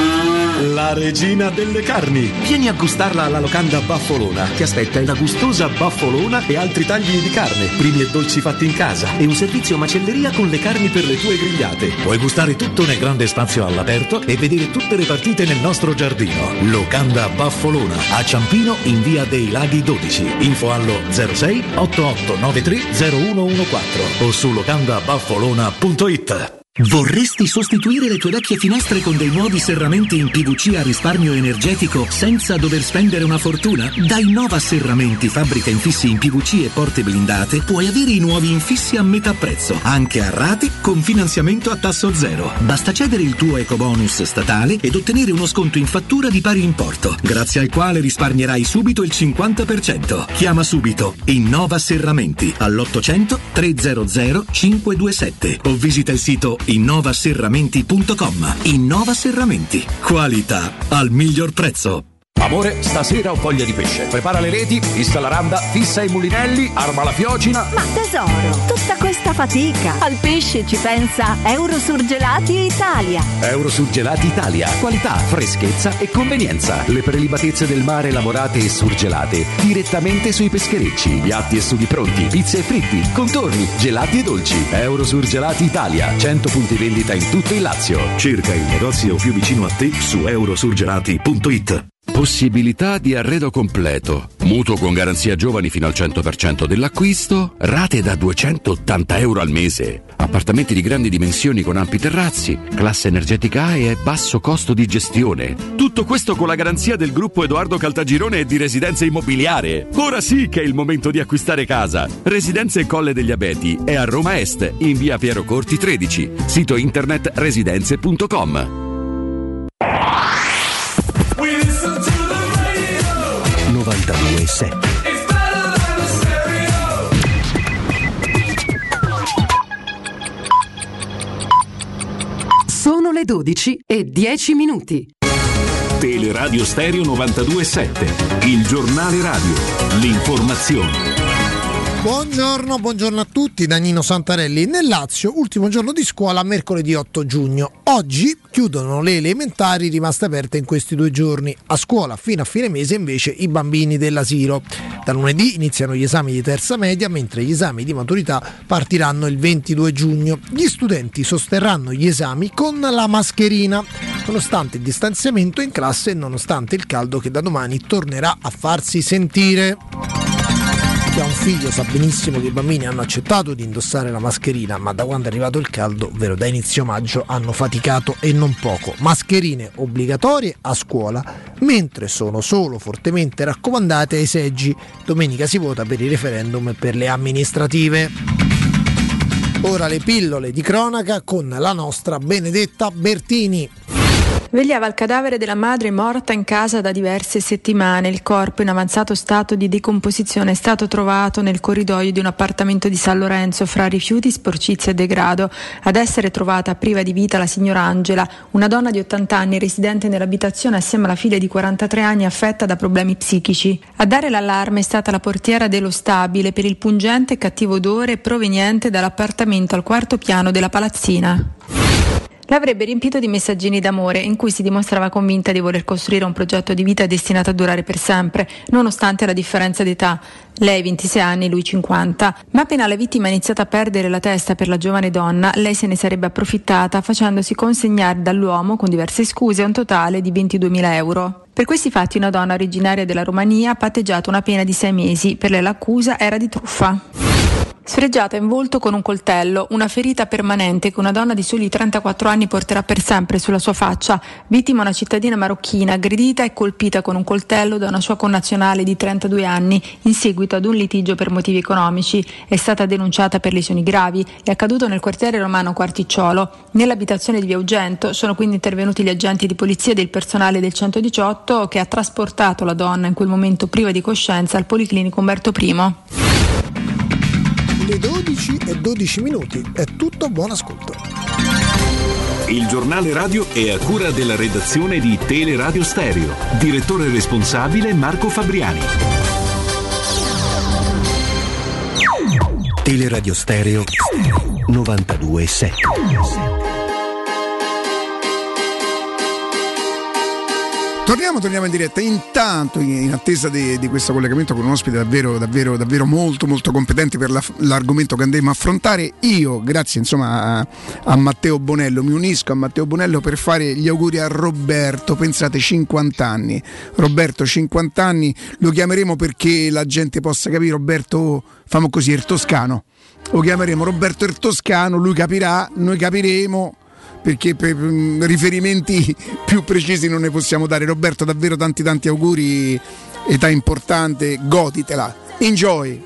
la regina delle carni. Vieni a gustarla alla locanda Baffolona. Ti aspetta una gustosa baffolona e altri tagli di carne, primi e dolci fatti in casa e un servizio macelleria con le carni per le tue grigliate. Puoi gustare tutto nel grande spazio all'aperto e vedere tutte le partite nel nostro giardino. Locanda Baffolona a Ciampino in via dei Laghi dodici. Info allo zero sei otto otto nove tre zero uno uno quattro o su locanda baffolona punto it. Vorresti sostituire le tue vecchie finestre con dei nuovi serramenti in P V C a risparmio energetico senza dover spendere una fortuna? Da Innova Serramenti, fabbrica infissi in P V C e porte blindate, puoi avere i nuovi infissi a metà prezzo, anche a rate con finanziamento a tasso zero. Basta cedere il tuo ecobonus statale ed ottenere uno sconto in fattura di pari importo, grazie al quale risparmierai subito il cinquanta per cento. Chiama subito Innova Serramenti all'ottocento trecento cinque due sette o visita il sito innova serramenti punto com. Innova Serramenti, qualità al miglior prezzo. Amore, stasera ho voglia di pesce. Prepara le reti, fissa la randa, fissa i mulinelli, arma la fiocina. Ma tesoro, tutta questa fatica. Al pesce ci pensa Eurosurgelati Italia. Eurosurgelati Italia. Qualità, freschezza e convenienza. Le prelibatezze del mare lavorate e surgelate direttamente sui pescherecci. Piatti e sughi pronti, pizze e fritti, contorni, gelati e dolci. Eurosurgelati Italia. cento punti vendita in tutto il Lazio. Cerca il negozio più vicino a te su eurosurgelati punto it. Possibilità di arredo completo, mutuo con garanzia giovani fino al cento per cento dell'acquisto, rate da duecentottanta euro al mese, appartamenti di grandi dimensioni con ampi terrazzi, classe energetica A e basso costo di gestione. Tutto questo con la garanzia del gruppo Edoardo Caltagirone e di Residenze Immobiliare. Ora sì che è il momento di acquistare casa. Residenze Colle degli Abeti è a Roma Est, in via Piero Corti tredici, sito internet residenze punto com. novantadue sette. Sono le dodici e dieci minuti. Teleradio Stereo novantadue sette, il giornale radio, l'informazione. Buongiorno, buongiorno a tutti da Nino Santarelli. Nel Lazio, ultimo giorno di scuola, mercoledì otto giugno. Oggi chiudono le elementari rimaste aperte in questi due giorni. A scuola fino a fine mese invece i bambini dell'asilo. Da lunedì iniziano gli esami di terza media, mentre gli esami di maturità partiranno il ventidue giugno. Gli studenti sosterranno gli esami con la mascherina, nonostante il distanziamento in classe e nonostante il caldo che da domani tornerà a farsi sentire. Chi ha un figlio sa benissimo che i bambini hanno accettato di indossare la mascherina, ma da quando è arrivato il caldo, ovvero da inizio maggio, hanno faticato e non poco. Mascherine obbligatorie a scuola, mentre sono solo fortemente raccomandate ai seggi. Domenica si vota per il referendum e per le amministrative. Ora le pillole di cronaca con la nostra Benedetta Bertini. Vegliava il cadavere della madre morta in casa da diverse settimane. Il corpo in avanzato stato di decomposizione è stato trovato nel corridoio di un appartamento di San Lorenzo fra rifiuti, sporcizia e degrado. Ad essere trovata priva di vita la signora Angela, una donna di ottanta anni residente nell'abitazione assieme alla figlia di quarantatré anni affetta da problemi psichici. A dare l'allarme è stata la portiera dello stabile per il pungente e cattivo odore proveniente dall'appartamento al quarto piano della palazzina. L'avrebbe riempito di messaggini d'amore in cui si dimostrava convinta di voler costruire un progetto di vita destinato a durare per sempre, nonostante la differenza d'età. Lei ventisei anni, lui cinquanta. Ma appena la vittima ha iniziato a perdere la testa per la giovane donna, lei se ne sarebbe approfittata facendosi consegnare dall'uomo con diverse scuse un totale di ventiduemila euro. Per questi fatti una donna originaria della Romania ha patteggiato una pena di sei mesi. Per lei l'accusa era di truffa. Sfregiata in volto con un coltello, una ferita permanente che una donna di soli trentaquattro anni porterà per sempre sulla sua faccia. Vittima una cittadina marocchina aggredita e colpita con un coltello da una sua connazionale di trentadue anni in seguito ad un litigio per motivi economici. È stata denunciata per lesioni gravi. È accaduto nel quartiere romano Quarticciolo. Nell'abitazione di Via Ugento sono quindi intervenuti gli agenti di polizia e del personale del centodiciotto che ha trasportato la donna in quel momento priva di coscienza al Policlinico Umberto I. Le dodici e dodici minuti. È tutto, buon ascolto. Il giornale radio è a cura della redazione di Teleradio Stereo. Direttore responsabile Marco Fabriani. Teleradio Stereo novantadue sette. Torniamo, torniamo in diretta. Intanto, in attesa di, di questo collegamento con un ospite davvero, davvero, davvero molto, molto competente per la, l'argomento che andremo a affrontare, io, grazie insomma a, a Matteo Bonello, mi unisco a Matteo Bonello per fare gli auguri a Roberto. Pensate, cinquanta anni. Roberto, cinquanta anni, lo chiameremo perché la gente possa capire. Roberto, famo così, il toscano. Lo chiameremo Roberto il Toscano, lui capirà, noi capiremo, perché per riferimenti più precisi non ne possiamo dare. Roberto, davvero tanti tanti auguri, età importante, goditela, enjoy.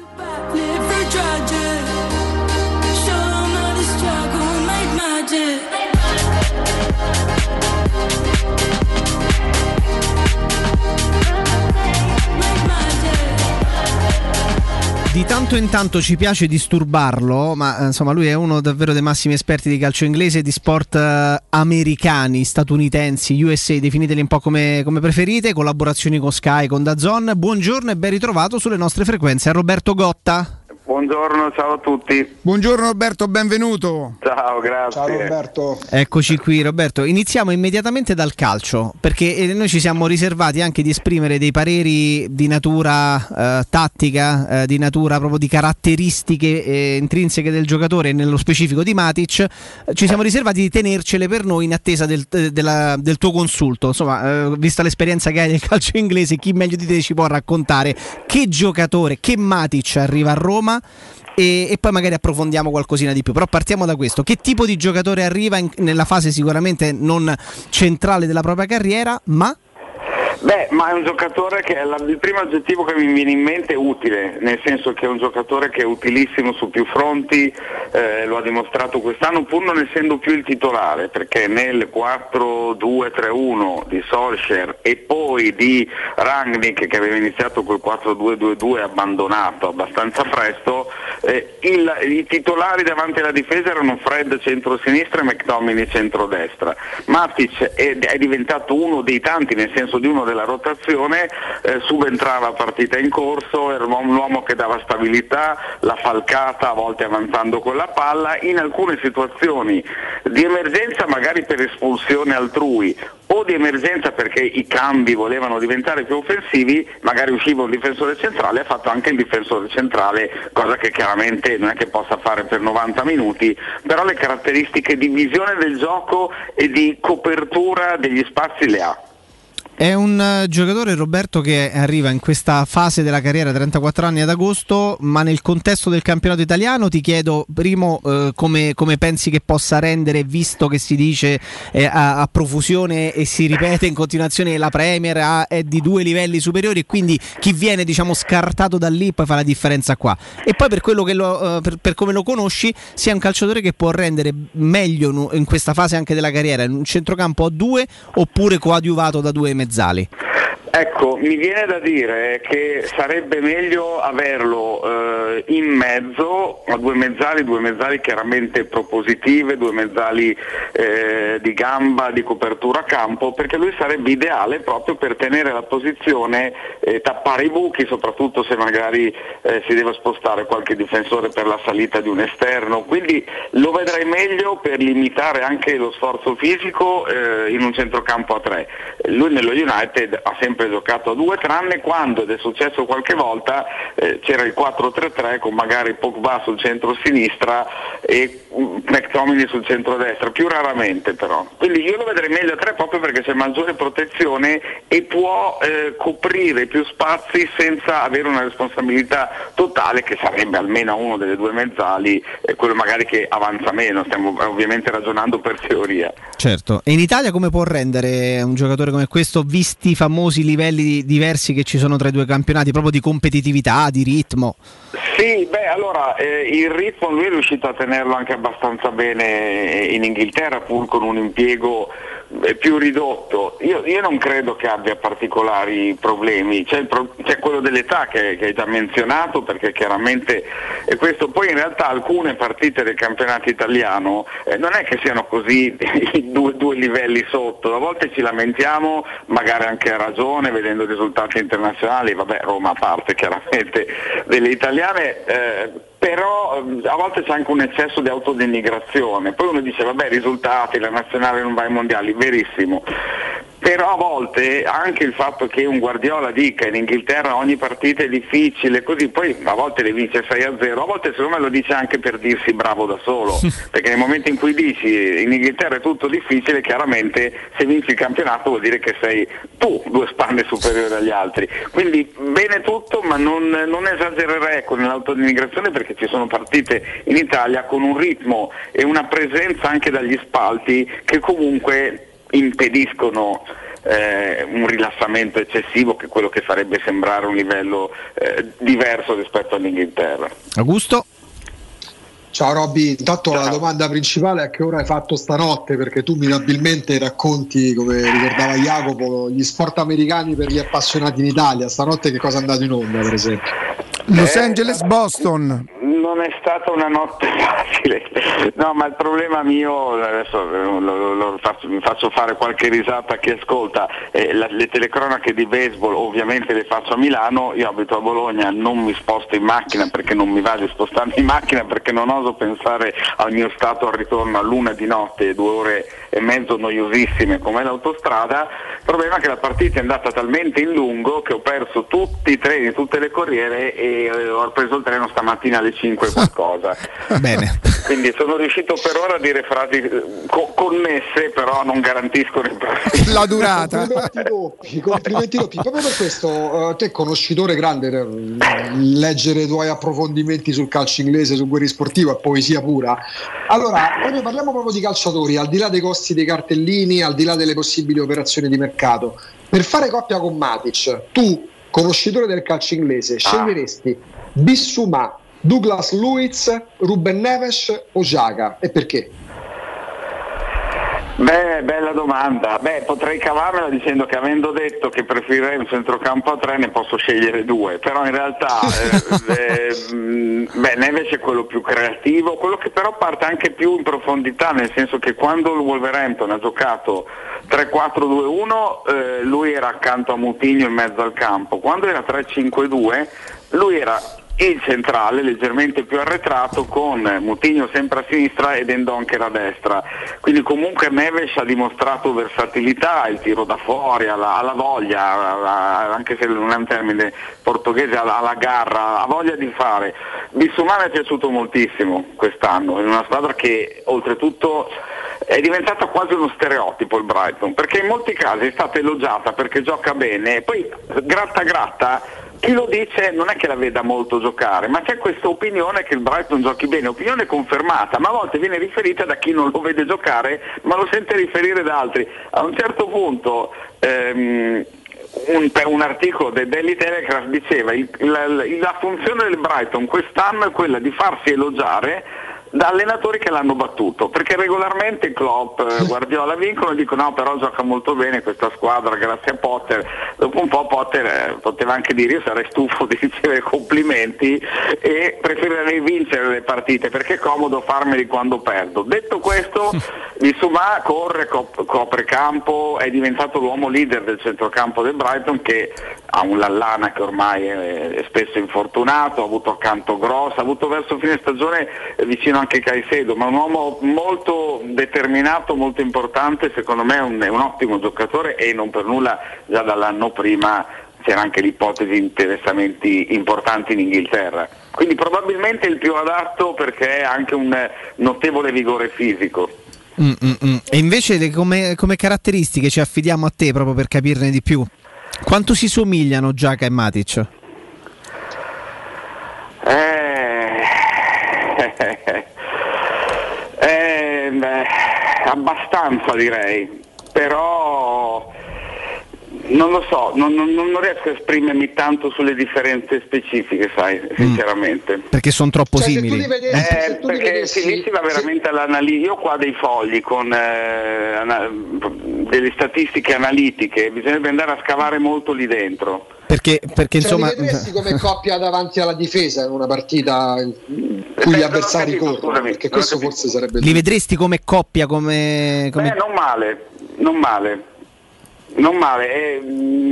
Di tanto in tanto ci piace disturbarlo, ma insomma lui è uno davvero dei massimi esperti di calcio inglese e di sport eh, americani, statunitensi, U S A, definiteli un po' come, come preferite, collaborazioni con Sky, con DAZN. Buongiorno e ben ritrovato sulle nostre frequenze a Roberto Gotta. Buongiorno, ciao a tutti. Buongiorno Roberto, benvenuto. Ciao, grazie. Ciao Roberto. Eccoci qui Roberto, iniziamo immediatamente dal calcio, perché noi ci siamo riservati anche di esprimere dei pareri di natura eh, tattica, eh, di natura proprio di caratteristiche eh, intrinseche del giocatore e nello specifico di Matic. Ci siamo riservati di tenercele per noi in attesa del, della, del tuo consulto. Insomma, eh, vista l'esperienza che hai del calcio inglese, chi meglio di te ci può raccontare che giocatore, che Matic arriva a Roma? E, e poi magari approfondiamo qualcosina di più, però partiamo da questo. Che tipo di giocatore arriva in, nella fase sicuramente non centrale della propria carriera, ma Beh, ma è un giocatore che è la, il primo aggettivo che mi viene in mente è utile, nel senso che è un giocatore che è utilissimo su più fronti, eh, lo ha dimostrato quest'anno pur non essendo più il titolare, perché nel quattro due tre uno di Solskjaer e poi di Rangnick, che aveva iniziato col quattro due due due abbandonato abbastanza presto, eh, il, i titolari davanti alla difesa erano Fred centro-sinistra e McTominay centro-destra. Matic è, è diventato uno dei tanti, nel senso di uno della rotazione, eh, subentrava a partita in corso, era un uomo che dava stabilità, la falcata a volte avanzando con la palla, in alcune situazioni di emergenza magari per espulsione altrui o di emergenza perché i cambi volevano diventare più offensivi, magari usciva un difensore centrale, ha fatto anche il difensore centrale, cosa che chiaramente non è che possa fare per novanta minuti, però le caratteristiche di visione del gioco e di copertura degli spazi le ha. È un uh, giocatore, Roberto, che arriva in questa fase della carriera, trentaquattro anni ad agosto, ma nel contesto del campionato italiano ti chiedo, primo, uh, come, come pensi che possa rendere, visto che si dice eh, a, a profusione e si ripete in continuazione la Premier ha, è di due livelli superiori e quindi chi viene, diciamo, scartato da lì poi fa la differenza qua. E poi per quello che lo, uh, per, per come lo conosci, sia un calciatore che può rendere meglio in questa fase anche della carriera in un centrocampo a due oppure coadiuvato da due mezzali. Ecco, mi viene da dire che sarebbe meglio averlo eh, in mezzo a due mezzali, due mezzali chiaramente propositive, due mezzali eh, di gamba, di copertura a campo, perché lui sarebbe ideale proprio per tenere la posizione, eh, tappare i buchi, soprattutto se magari eh, si deve spostare qualche difensore per la salita di un esterno, quindi lo vedrei meglio per limitare anche lo sforzo fisico eh, in un centrocampo a tre. Lui nello United ha sempre giocato a due, tranne quando, ed è successo qualche volta, eh, c'era il quattro tre tre con magari Pogba sul centro-sinistra e McTominay sul centro-destra, più raramente però. Quindi io lo vedrei meglio a tre proprio perché c'è maggiore protezione e può eh, coprire più spazi senza avere una responsabilità totale, che sarebbe almeno uno delle due mezzali, eh, quello magari che avanza meno, stiamo ovviamente ragionando per teoria. Certo, e in Italia come può rendere un giocatore come questo, visti i famosi livelli diversi che ci sono tra i due campionati, proprio di competitività, di ritmo? Sì, beh, allora eh, il ritmo lui è riuscito a tenerlo anche abbastanza bene in Inghilterra, pur con un impiego eh, più ridotto. Io, io non credo che abbia particolari problemi, c'è, il pro- c'è quello dell'età che, che hai già menzionato, perché chiaramente è questo. Poi in realtà alcune partite del campionato italiano eh, non è che siano così due, due livelli sotto, a volte ci lamentiamo, magari anche a ragione, vedendo i risultati internazionali, vabbè, Roma a parte chiaramente delle italiane, eh, però eh, a volte c'è anche un eccesso di autodenigrazione. Poi uno dice vabbè, risultati, la nazionale non va ai mondiali, verissimo. Però a volte anche il fatto che un Guardiola dica in Inghilterra ogni partita è difficile, così poi a volte le vince sei a zero, a volte secondo me lo dice anche per dirsi bravo da solo, perché nel momento in cui dici in Inghilterra è tutto difficile, chiaramente se vinci il campionato vuol dire che sei tu due spanne superiore agli altri. Quindi bene tutto, ma non, non esagererei con l'autodenigrazione, perché ci sono partite in Italia con un ritmo e una presenza anche dagli spalti che comunque impediscono eh, un rilassamento eccessivo, che è quello che farebbe sembrare un livello eh, diverso rispetto all'Inghilterra. Augusto? Ciao Robby, intanto Ciao. La domanda principale è a che ora hai fatto stanotte, perché tu mirabilmente racconti, come ricordava Jacopo, gli sport americani per gli appassionati in Italia. Stanotte che cosa è andato in onda, per esempio? Los eh, Angeles Boston. Non è stata una notte facile, no, ma il problema mio, adesso lo, lo, lo faccio, mi faccio fare qualche risata a chi ascolta, eh, la, le telecronache di baseball ovviamente le faccio a Milano, io abito a Bologna, non mi sposto in macchina perché non mi va di spostarmi in macchina, perché non oso pensare al mio stato al ritorno a l'una di notte, due ore e mezzo noiosissime come l'autostrada. Il problema è che la partita è andata talmente in lungo che ho perso tutti i treni, tutte le corriere, e eh, ho preso il treno stamattina alle cinque qualcosa. Bene. Quindi sono riuscito per ora a dire frasi co- connesse, però non garantiscono il la durata. Complimenti doppi, complimenti doppi. Proprio per questo, uh, te conoscitore grande, uh, leggere i tuoi approfondimenti sul calcio inglese, su Guerri Sportivo è poesia pura. Allora, noi parliamo proprio di calciatori, al di là dei costi dei cartellini, al di là delle possibili operazioni di mercato. Per fare coppia con Matic, tu, conoscitore del calcio inglese, sceglieresti Bissouma, Douglas Luiz, Ruben Neves o Xhaka, e perché? Beh, bella domanda. Beh, potrei cavarmela dicendo che, avendo detto che preferirei un centrocampo a tre, ne posso scegliere due, però in realtà eh, eh, beh, Neves è quello più creativo, quello che però parte anche più in profondità, nel senso che quando il Wolverhampton ha giocato tre quattro due uno eh, lui era accanto a Moutinho in mezzo al campo, quando era tre cinque due lui era il centrale leggermente più arretrato, con Moutinho sempre a sinistra ed Endonker a destra. Quindi comunque Neves ha dimostrato versatilità, il tiro da fuori, alla, alla voglia, alla, anche se non è un termine portoghese, alla, alla garra, ha voglia di fare. Bissouma mi è piaciuto moltissimo quest'anno, in una squadra che oltretutto è diventata quasi uno stereotipo il Brighton, perché in molti casi è stata elogiata perché gioca bene, e poi gratta gratta chi lo dice non è che la veda molto giocare, ma c'è questa opinione che il Brighton giochi bene, opinione confermata, ma a volte viene riferita da chi non lo vede giocare, ma lo sente riferire da altri. A un certo punto ehm, un, per un articolo del Daily Telegraph diceva il, la, la funzione del Brighton quest'anno è quella di farsi elogiare da allenatori che l'hanno battuto, perché regolarmente Klopp, eh, Guardiola vincono e dicono no, però gioca molto bene questa squadra grazie a Potter. Dopo un po' Potter eh, poteva anche dire io sarei stufo di ricevere complimenti e preferirei vincere le partite perché è comodo farmeli quando perdo. Detto questo, Bissouma corre, cop- copre campo, è diventato l'uomo leader del centrocampo del Brighton, che ha un Lallana che ormai è, è spesso infortunato, ha avuto accanto Gross, ha avuto verso fine stagione eh, vicino anche Caicedo, ma un uomo molto determinato, molto importante, secondo me è un, è un ottimo giocatore, e non per nulla già dall'anno prima c'era anche l'ipotesi di interessamenti importanti in Inghilterra, quindi probabilmente il più adatto perché ha anche un notevole vigore fisico. Mm, mm, mm. E invece le, come, come caratteristiche ci affidiamo a te proprio per capirne di più, quanto si somigliano Giaca e Matic? Eh, eh, beh, abbastanza direi, però non lo so, non, non, non riesco a esprimermi tanto sulle differenze specifiche, sai, sinceramente. Mm, perché sono troppo Cioè, simili. Vedessi, Eh, perché vedessi, si lì si va veramente all'analisi. Io ho qua dei fogli con eh, ana- delle statistiche analitiche, bisognerebbe andare a scavare molto lì dentro. Perché, perché cioè, insomma. li vedresti come coppia davanti alla difesa in una partita in cui gli avversari corrono, perché questo forse sarebbe. Li vedresti come coppia, come. come... Beh, non male, non male. Non male, eh,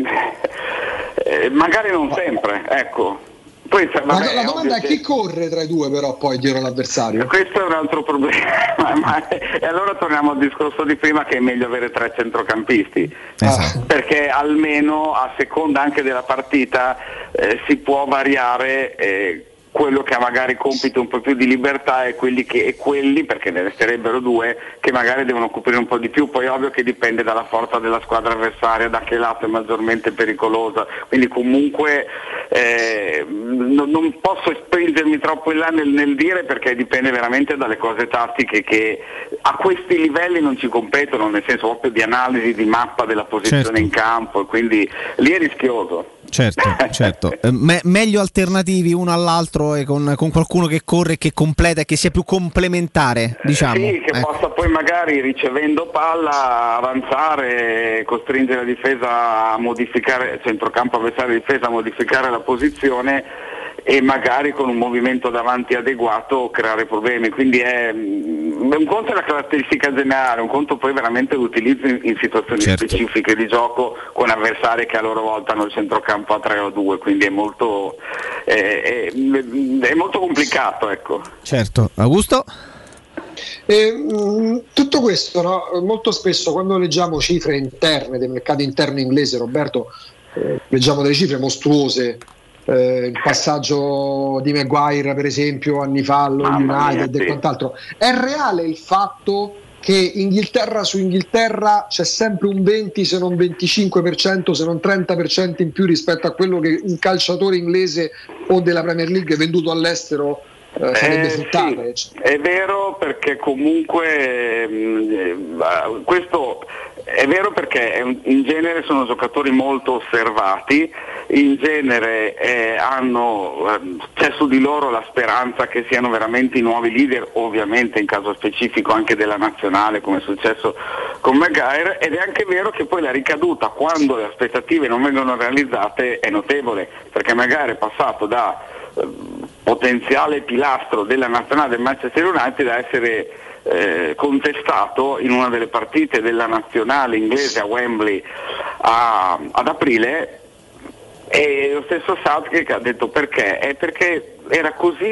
eh, magari non sempre, ecco. Poi, vabbè, la, la domanda è che... chi corre tra i due però poi dietro l'avversario? Questo è un altro problema, ma, e allora torniamo al discorso di prima che è meglio avere tre centrocampisti, esatto. Perché almeno a seconda anche della partita eh, si può variare eh, quello che ha magari compito un po' più di libertà e quelli, che, e quelli, perché ne resterebbero due, che magari devono coprire un po' di più. Poi ovvio che dipende dalla forza della squadra avversaria, da che lato è maggiormente pericolosa, quindi comunque eh, non, non posso spingermi troppo in là nel, nel dire, perché dipende veramente dalle cose tattiche che a questi livelli non ci competono, nel senso proprio di analisi di mappa della posizione, certo, in campo, e quindi lì è rischioso. Certo, certo. Eh, me- meglio alternativi uno all'altro e con, con qualcuno che corre, che completa e che sia più complementare, diciamo. Sì, che ecco. possa poi magari ricevendo palla avanzare, costringere la difesa a modificare, centrocampo avversario e difesa a modificare la posizione e magari con un movimento davanti adeguato creare problemi. Quindi è un conto è la caratteristica generale, un conto poi veramente l'utilizzo in, in situazioni, certo, specifiche di gioco con avversari che a loro volta hanno il centrocampo a tre o due, quindi è molto è, è, è molto complicato, ecco. Certo. Augusto? Eh, mh, tutto questo, no? Molto spesso quando leggiamo cifre interne dei mercati interni inglesi, Roberto, eh, leggiamo delle cifre mostruose. Eh, il passaggio di Maguire per esempio anni fa allo United mia, e quant'altro. È reale il fatto che Inghilterra su Inghilterra c'è sempre un venti se non venticinque per cento se non trenta per cento in più rispetto a quello che un calciatore inglese o della Premier League venduto all'estero eh, sarebbe eh, fruttato? Sì, è vero, perché comunque mh, questo è vero perché in genere sono giocatori molto osservati, in genere eh, hanno, c'è su di loro la speranza che siano veramente i nuovi leader, ovviamente in caso specifico anche della nazionale come è successo con Maguire, ed è anche vero che poi la ricaduta quando le aspettative non vengono realizzate è notevole, perché Maguire è passato da eh, potenziale pilastro della nazionale del Manchester United a essere Eh, contestato in una delle partite della nazionale inglese a Wembley a, ad aprile, e lo stesso Southgate ha detto perché? È perché era così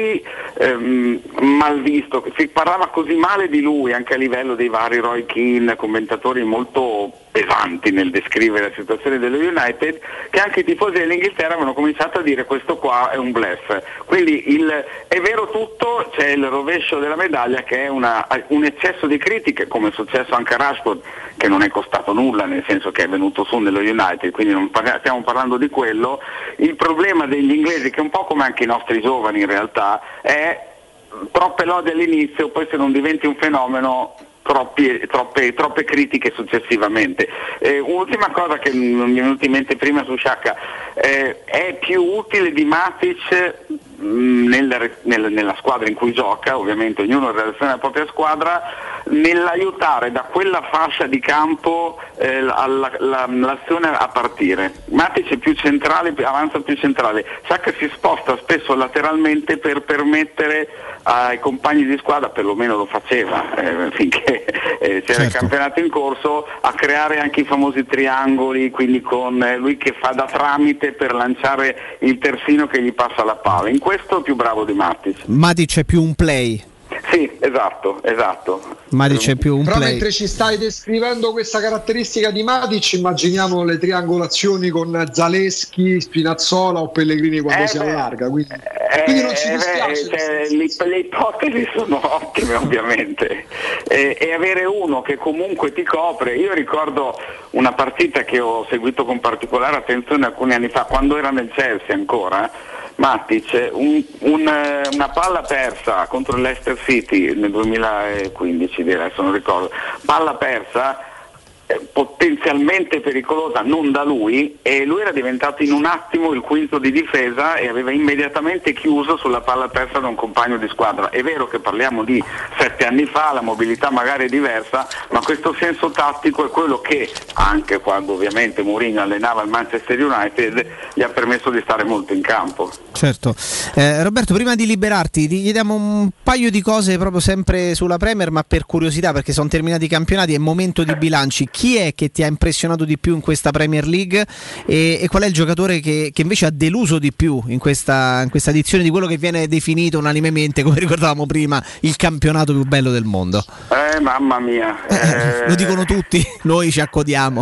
ehm, mal visto, si parlava così male di lui anche a livello dei vari Roy Keane, commentatori molto pesanti nel descrivere la situazione dello United, che anche i tifosi dell'Inghilterra avevano cominciato a dire questo qua è un bluff. Quindi il, è vero tutto, c'è il rovescio della medaglia che è una, un eccesso di critiche, come è successo anche a Rashford, che non è costato nulla, nel senso che è venuto su nello United, quindi non parla, stiamo parlando di quello. Il problema degli inglesi, che è un po' come anche i nostri giovani in realtà, è troppe lodi all'inizio, poi se non diventi un fenomeno Troppi, troppe, troppe critiche successivamente. Eh, un'ultima cosa che non mi è venuta in mente prima su Sciacca, eh, è più utile di Matic mh, nel, nel, nella squadra in cui gioca, ovviamente ognuno in relazione alla propria squadra, nell'aiutare da quella fascia di campo eh, alla, la, l'azione a partire. Matic è più centrale, avanza più centrale, Sciacca si sposta spesso lateralmente per permettere ai compagni di squadra, perlomeno lo faceva eh, finché eh, c'era certo. il campionato in corso, a creare anche i famosi triangoli, quindi con eh, lui che fa da tramite per lanciare il terzino che gli passa la palla. In questo è più bravo di Matic. Matic è più un play. Sì, esatto, esatto. Matic è più un Però play. mentre ci stai descrivendo questa caratteristica di Matic, immaginiamo le triangolazioni con Zaleschi, Spinazzola o Pellegrini quando eh si beh, allarga, quindi, eh, quindi non ci eh, dispiace. Cioè, le, le ipotesi sono ottime ovviamente, e, e avere uno che comunque ti copre. Io ricordo una partita che ho seguito con particolare attenzione alcuni anni fa, quando era nel Chelsea ancora, Matic, un, un, una palla persa contro il Leicester City nel duemilaquindici, adesso non ricordo, palla persa eh, potenzialmente pericolosa, non da lui, e lui era diventato in un attimo il quinto di difesa e aveva immediatamente chiuso sulla palla persa da un compagno di squadra. È vero che parliamo di sette anni fa, la mobilità magari è diversa, ma questo senso tattico è quello che anche quando ovviamente Mourinho allenava il Manchester United gli ha permesso di stare molto in campo. Certo. Eh, Roberto, prima di liberarti ti chiediamo un paio di cose proprio sempre sulla Premier, ma per curiosità, perché sono terminati i campionati, è momento di bilanci. Chi è che ti ha impressionato di più in questa Premier League e, e qual è il giocatore che, che invece ha deluso di più in questa, in questa edizione di quello che viene definito unanimemente, come ricordavamo prima, il campionato più bello del mondo? Eh, mamma mia. Eh, lo dicono tutti, noi ci accodiamo.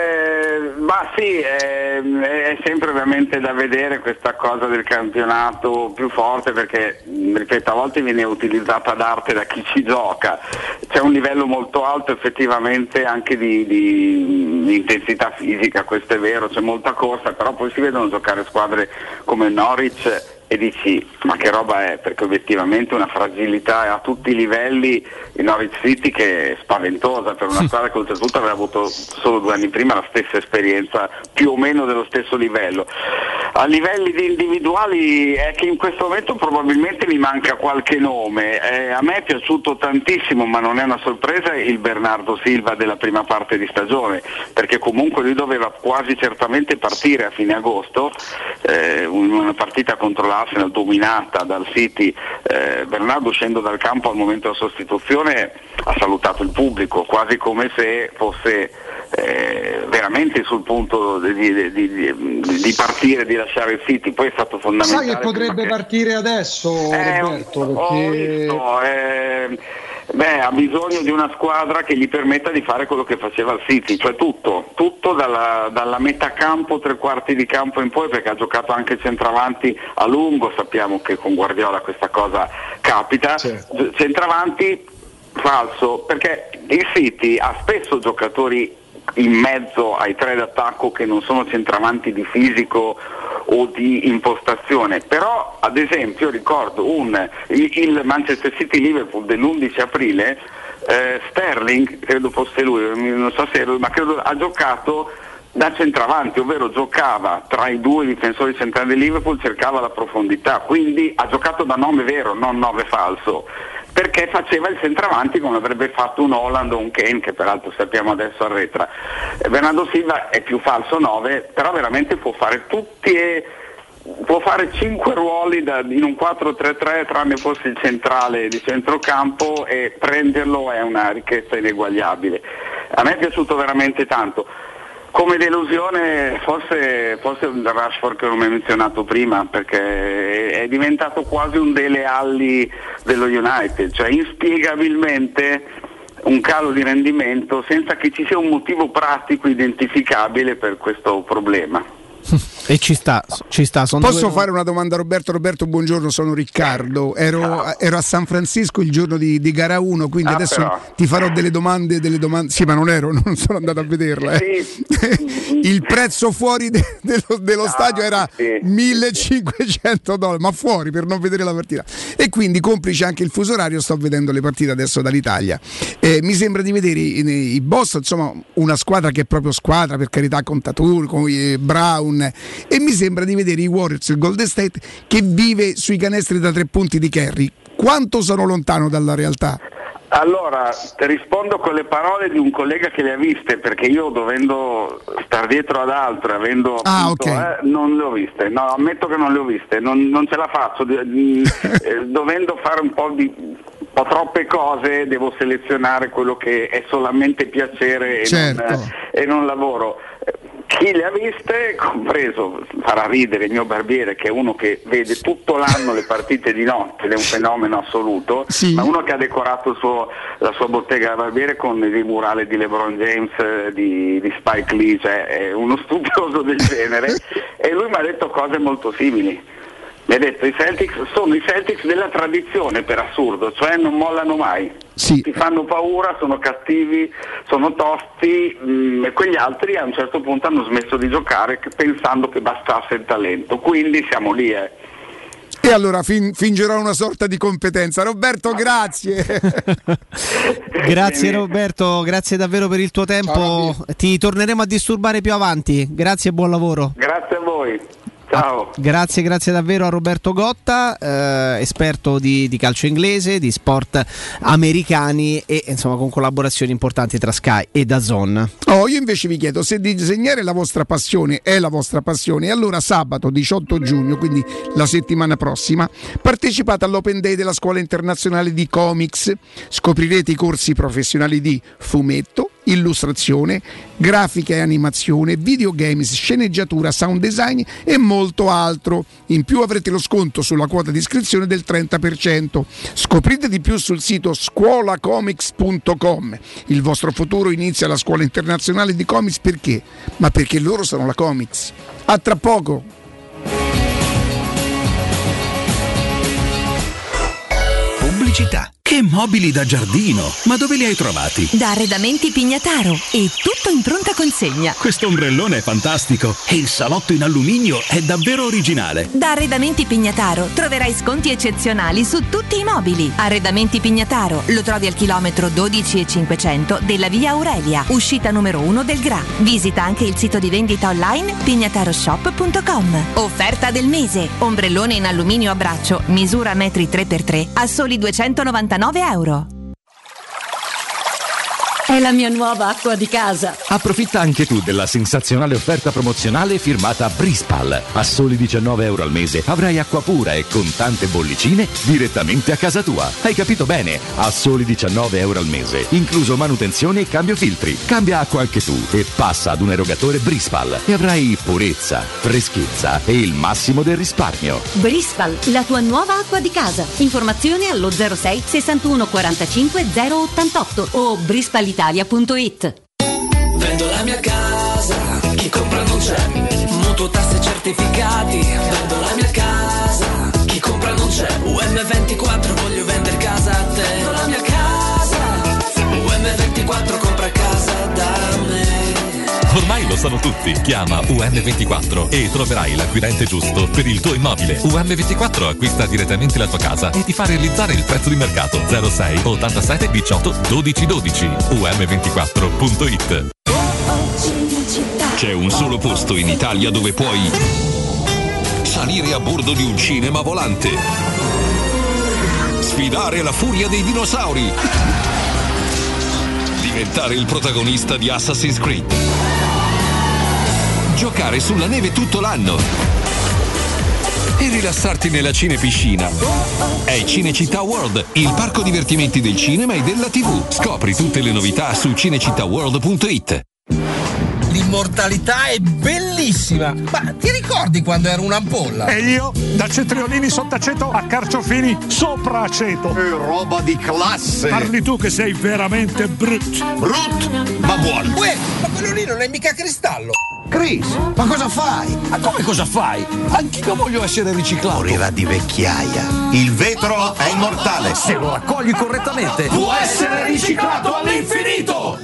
Eh, ma sì, eh, è sempre ovviamente da vedere questa cosa del campionato più forte, perché ripeto, a volte viene utilizzata d'arte da chi ci gioca. C'è un livello molto alto effettivamente anche di, di, di intensità fisica, questo è vero, c'è molta corsa, però poi si vedono giocare squadre come Norwich e dici ma che roba è, perché obiettivamente una fragilità a tutti i livelli in Norwich City che è spaventosa per una squadra che oltretutto aveva avuto solo due anni prima la stessa esperienza più o meno dello stesso livello. A livelli di individuali è che in questo momento probabilmente mi manca qualche nome. Eh, a me è piaciuto tantissimo, ma non è una sorpresa, il Bernardo Silva della prima parte di stagione, perché comunque lui doveva quasi certamente partire a fine agosto, eh, una partita contro l'Arsenal dominata dal City. eh, Bernardo, uscendo dal campo al momento della sostituzione, ha salutato il pubblico quasi come se fosse eh, veramente sul punto di, di, di, di partire, di lasciare il City. Poi è stato fondamentale. Sai che potrebbe che... partire adesso, eh, Roberto? Ho, perché... ho visto, eh, beh, ha bisogno di una squadra che gli permetta di fare quello che faceva il City, cioè tutto, tutto dalla, dalla metà campo, tre quarti di campo in poi, perché ha giocato anche centravanti a lungo, sappiamo che con Guardiola questa cosa capita, certo. Centravanti falso, perché il City ha spesso giocatori in mezzo ai tre d'attacco che non sono centravanti di fisico o di impostazione, però ad esempio ricordo un, il, il Manchester City-Liverpool dell'undici aprile, eh, Sterling, credo fosse lui, non so se è lui, ma credo ha giocato da centravanti, ovvero giocava tra i due difensori centrali del Liverpool, cercava la profondità, quindi ha giocato da nove vero, non nove falso, perché faceva il centravanti come avrebbe fatto un Haaland o un Kane, che peraltro sappiamo adesso arretra. Bernardo Silva è più falso nove, però veramente può fare tutti e può fare cinque ruoli da, in un quattro tre tre, tranne forse il centrale di centrocampo, e prenderlo è una ricchezza ineguagliabile. A me è piaciuto veramente tanto. Come delusione forse, forse un Rashford che non mi hai menzionato prima, perché è diventato quasi un Dele Alli dello United, cioè inspiegabilmente un calo di rendimento senza che ci sia un motivo pratico identificabile per questo problema. E ci sta, ci sta. Sono Posso due... fare una domanda a Roberto? Roberto, buongiorno, sono Riccardo. Ero, ero a San Francisco il giorno di, di gara uno, quindi ah, adesso però. ti farò delle domande, delle domande. Sì, ma non ero, non sono andato a vederla. Eh. Sì. Il prezzo fuori de, dello, dello ah, stadio era sì, millecinquecento dollari, ma fuori per non vedere la partita. E quindi, complice anche il fuso orario, sto vedendo le partite adesso dall'Italia. Eh, mi sembra di vedere i, i boss, insomma, una squadra che è proprio squadra, per carità, con Tatur, con eh, Brown. E mi sembra di vedere i Warriors, il Golden State, che vive sui canestri da tre punti di Curry. Quanto sono lontano dalla realtà? Allora, rispondo con le parole di un collega che le ha viste, perché io dovendo star dietro ad altro, avendo ah, appunto, okay. eh, non le ho viste, no, ammetto che non le ho viste, non, non ce la faccio, eh, dovendo fare un po' di un po' troppe cose, devo selezionare quello che è solamente piacere e, certo. non, eh, e non lavoro. Chi le ha viste, compreso, farà ridere il mio barbiere, che è uno che vede tutto l'anno le partite di notte ed è un fenomeno assoluto, sì. ma uno che ha decorato il suo, la sua bottega da barbiere con il murale di LeBron James, di, di Spike Lee, cioè è uno studioso del genere, e lui mi ha detto cose molto simili. Mi ha detto i Celtics sono i Celtics della tradizione, per assurdo, cioè non mollano mai, sì. ti fanno paura, sono cattivi, sono tosti, mh, e quegli altri a un certo punto hanno smesso di giocare pensando che bastasse il talento, quindi siamo lì. Eh. E allora fin- fingerò una sorta di competenza. Roberto, grazie. Grazie Roberto, grazie davvero per il tuo tempo. Ciao, ti torneremo a disturbare più avanti. Grazie e buon lavoro. Grazie a voi. Ciao. Grazie, grazie davvero a Roberto Gotta, eh, esperto di, di calcio inglese, di sport americani e insomma con collaborazioni importanti tra Sky e D A Z N. Oh, io invece vi chiedo se disegnare è la vostra passione, è la vostra passione, e allora sabato diciotto giugno, quindi la settimana prossima, partecipate all'Open Day della Scuola Internazionale di Comics. Scoprirete i corsi professionali di fumetto, illustrazione, grafica e animazione, videogames, sceneggiatura, sound design e molto altro. In più avrete lo sconto sulla quota di iscrizione del trenta per cento. Scoprite di più sul sito scuola comics punto com. Il vostro futuro inizia alla Scuola Internazionale di Comics perché? Ma perché loro sono la Comics. A tra poco. Pubblicità. Che mobili da giardino! Ma dove li hai trovati? Da Arredamenti Pignataro, e tutto in pronta consegna. Questo ombrellone è fantastico e il salotto in alluminio è davvero originale. Da Arredamenti Pignataro troverai sconti eccezionali su tutti i mobili. Arredamenti Pignataro lo trovi al chilometro dodici e cinquecento della via Aurelia, uscita numero uno del Gra. Visita anche il sito di vendita online pignataroshop punto com. Offerta del mese: ombrellone in alluminio a braccio, misura metri tre per tre a soli duecentonovantanove euro. È la mia nuova acqua di casa. Approfitta anche tu della sensazionale offerta promozionale firmata Brispal. A soli diciannove euro al mese avrai acqua pura e con tante bollicine direttamente a casa tua. Hai capito bene? A soli diciannove euro al mese, incluso manutenzione e cambio filtri. Cambia acqua anche tu e passa ad un erogatore Brispal e avrai purezza, freschezza e il massimo del risparmio. Brispal, la tua nuova acqua di casa. Informazioni allo zero sei sessantuno quarantacinque zero ottantotto o brispal italia punto it. Vendo la mia casa, chi compra non c'è. Mutuo, tasse, certificati. Vendo la mia casa, chi compra non c'è. U M ventiquattro, voglio vendere casa a te. Vendo la mia casa, U M ventiquattro, compra casa da me. Ormai lo sanno tutti. Chiama U M ventiquattro e troverai l'acquirente giusto per il tuo immobile. U M ventiquattro acquista direttamente la tua casa e ti fa realizzare il prezzo di mercato. zero sei ottantasette diciotto dodici dodici. U M ventiquattro punto it. C'è un solo posto in Italia dove puoi salire a bordo di un cinema volante, sfidare la furia dei dinosauri, diventare il protagonista di Assassin's Creed, giocare sulla neve tutto l'anno e rilassarti nella cinepiscina. È Cinecittà World, il parco divertimenti del cinema e della tivù. Scopri tutte le novità su cinecittà world punto it. l'immortalità è bellissima. Ma ti ricordi quando ero un'ampolla? E io, da Cetriolini sott'aceto a Carciofini sopra aceto. È roba di classe. Parli tu che sei veramente brut. Brut, ma buono. Uè, ma quello lì non è mica cristallo. Chris, ma cosa fai? Ma come cosa fai? Anch'io voglio essere riciclato. Morirà di vecchiaia. Il vetro è immortale. Se lo raccogli correttamente, può essere riciclato all'infinito.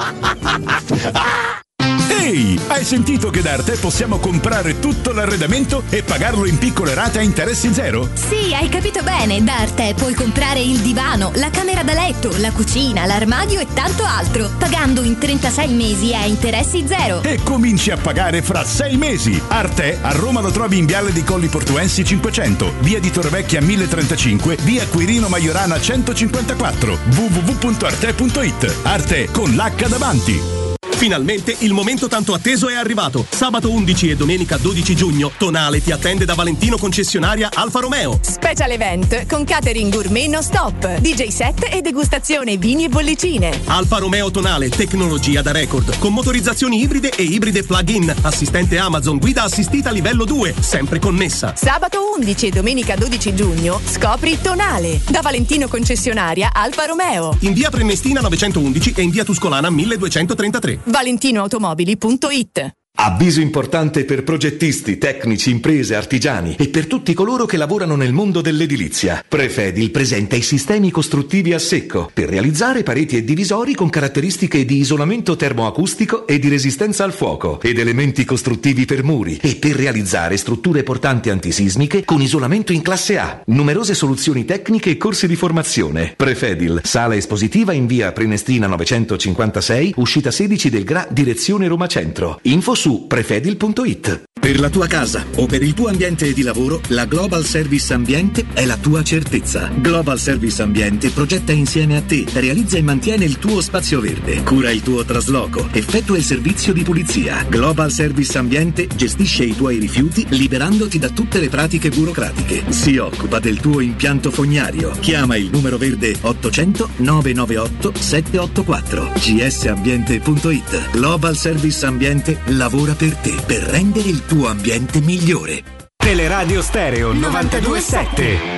Ehi, hai sentito che da Arte possiamo comprare tutto l'arredamento e pagarlo in piccole rate a interessi zero? Sì, hai capito bene, da Arte puoi comprare il divano, la camera da letto, la cucina, l'armadio e tanto altro, pagando in trentasei mesi a interessi zero. E cominci a pagare fra sei mesi. Arte a Roma lo trovi in Viale dei Colli Portuensi cinquecento, via di Torrevecchia mille trentacinque, via Quirino Maiorana centocinquantaquattro, w w w punto arte punto it. Arte con l'H davanti. Finalmente il momento tanto atteso è arrivato. Sabato undici e domenica dodici giugno, Tonale ti attende da Valentino concessionaria Alfa Romeo. Special event con catering gourmet non stop, D J set e degustazione vini e bollicine. Alfa Romeo Tonale, tecnologia da record, con motorizzazioni ibride e ibride plug-in, assistente Amazon, guida assistita livello due, sempre connessa. Sabato undici e domenica dodici giugno scopri Tonale da Valentino concessionaria Alfa Romeo. In via Prenestina novecentoundici e in via Tuscolana milleduecentotrentatré. valentinoautomobili punto it. Avviso importante per progettisti, tecnici, imprese, artigiani e per tutti coloro che lavorano nel mondo dell'edilizia. Prefedil presenta i sistemi costruttivi a secco per realizzare pareti e divisori con caratteristiche di isolamento termoacustico e di resistenza al fuoco ed elementi costruttivi per muri e per realizzare strutture portanti antisismiche con isolamento in classe A. Numerose soluzioni tecniche e corsi di formazione. Prefedil, sala espositiva in via Prenestina novecentocinquantasei, uscita sedici del Gra, direzione Roma Centro. Info su prefedil punto it. Per la tua casa o per il tuo ambiente di lavoro, la Global Service Ambiente è la tua certezza. Global Service Ambiente progetta insieme a te, realizza e mantiene il tuo spazio verde, cura il tuo trasloco, effettua il servizio di pulizia. Global Service Ambiente gestisce i tuoi rifiuti liberandoti da tutte le pratiche burocratiche. Si occupa del tuo impianto fognario. Chiama il numero verde ottocento nove nove otto sette otto quattro g s ambiente punto it. Global Service Ambiente lavora per te, per rendere il tuo ambiente migliore. Teleradio Stereo novantadue sette.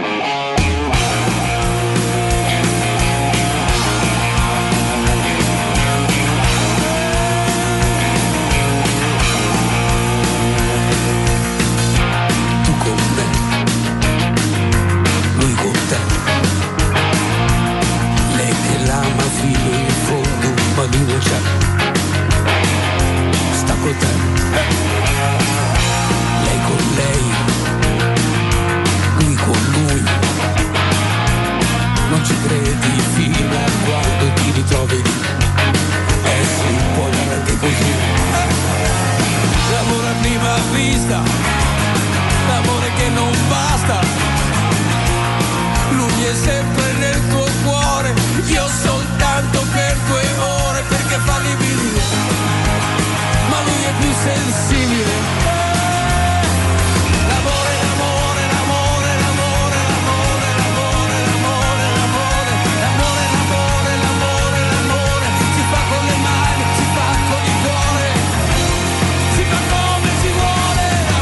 L'amore che non basta, lui è sempre nel tuo cuore, io soltanto per due ore perché fa lividi, ma lui è più sensibile. L'amore, l'amore, l'amore, l'amore, l'amore, l'amore, l'amore, l'amore, l'amore, l'amore, l'amore, l'amore, si fa con le mani, si fa con il cuore, si fa come si vuole.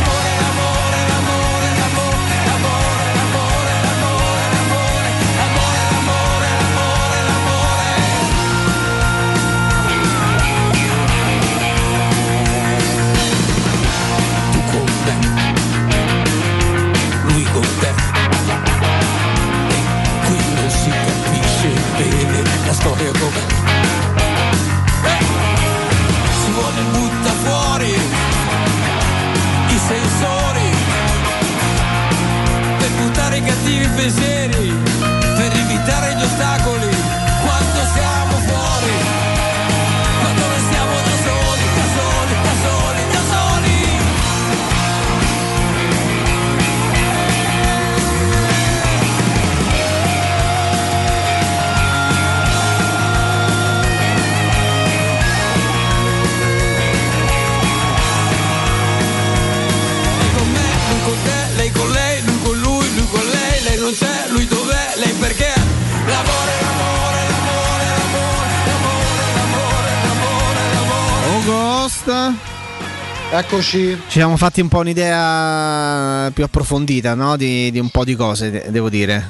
La storia come eh, si vuole butta fuori i sensori per buttare i cattivi pensieri, per evitare gli ostacoli quando siamo fuori, quando non siamo da soli, da soli, da soli, da soli. Con te, lei con lei, lui con lui, lui con lei, lei non c'è, lui dov'è, lei perché? L'amore, l'amore, l'amore, l'amore, l'amore, l'amore, l'amore, l'amore. Augusta. Eccoci. Ci siamo fatti un po' un'idea più approfondita, no? Di, di un po' di cose, devo dire.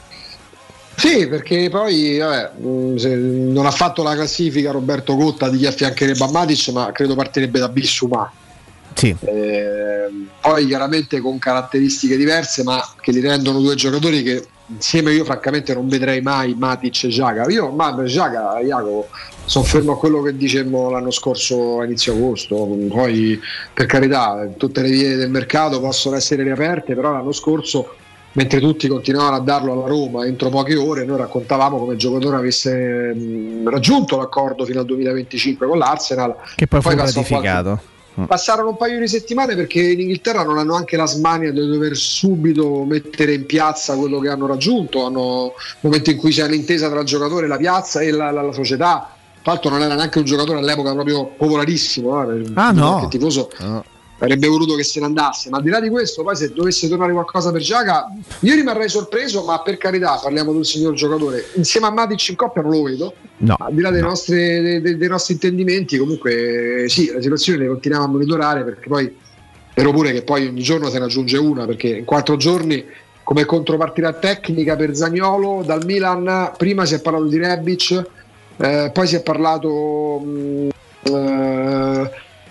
Sì, perché poi vabbè, non ha fatto la classifica Roberto Cotta di chi affiancherebbe a Matic, ma credo partirebbe da Bissouma. Sì. Eh, poi chiaramente con caratteristiche diverse, ma che li rendono due giocatori che insieme io francamente non vedrei mai Matic e Xhaka. Io ma Xhaka, Jacopo, sono fermo a quello che dicemmo l'anno scorso a inizio agosto. Poi per carità tutte le vie del mercato possono essere riaperte, però l'anno scorso, mentre tutti continuavano a darlo alla Roma entro poche ore, noi raccontavamo come il giocatore avesse mh, raggiunto l'accordo fino al duemilaventicinque con l'Arsenal, che poi, poi fu ratificato. Qualche... Passarono un paio di settimane perché in Inghilterra non hanno anche la smania di dover subito mettere in piazza quello che hanno raggiunto. Hanno momento in cui c'è un'intesa tra il giocatore, la piazza e la, la, la società. Tra l'altro non era neanche un giocatore all'epoca proprio popolarissimo, eh, ah no, il tifoso no. avrebbe voluto che se ne andasse, ma al di là di questo poi se dovesse tornare qualcosa per Xhaka io rimarrei sorpreso, ma per carità parliamo di un signor giocatore. Insieme a Matic in coppia non lo vedo, no, al di là dei, no. nostri, dei, dei, dei nostri intendimenti. Comunque sì, la situazione le continuiamo a monitorare, perché poi vero pure che poi ogni giorno se ne aggiunge una, perché in quattro giorni come contropartita tecnica per Zaniolo dal Milan prima si è parlato di Rebic, eh, poi si è parlato mh, eh,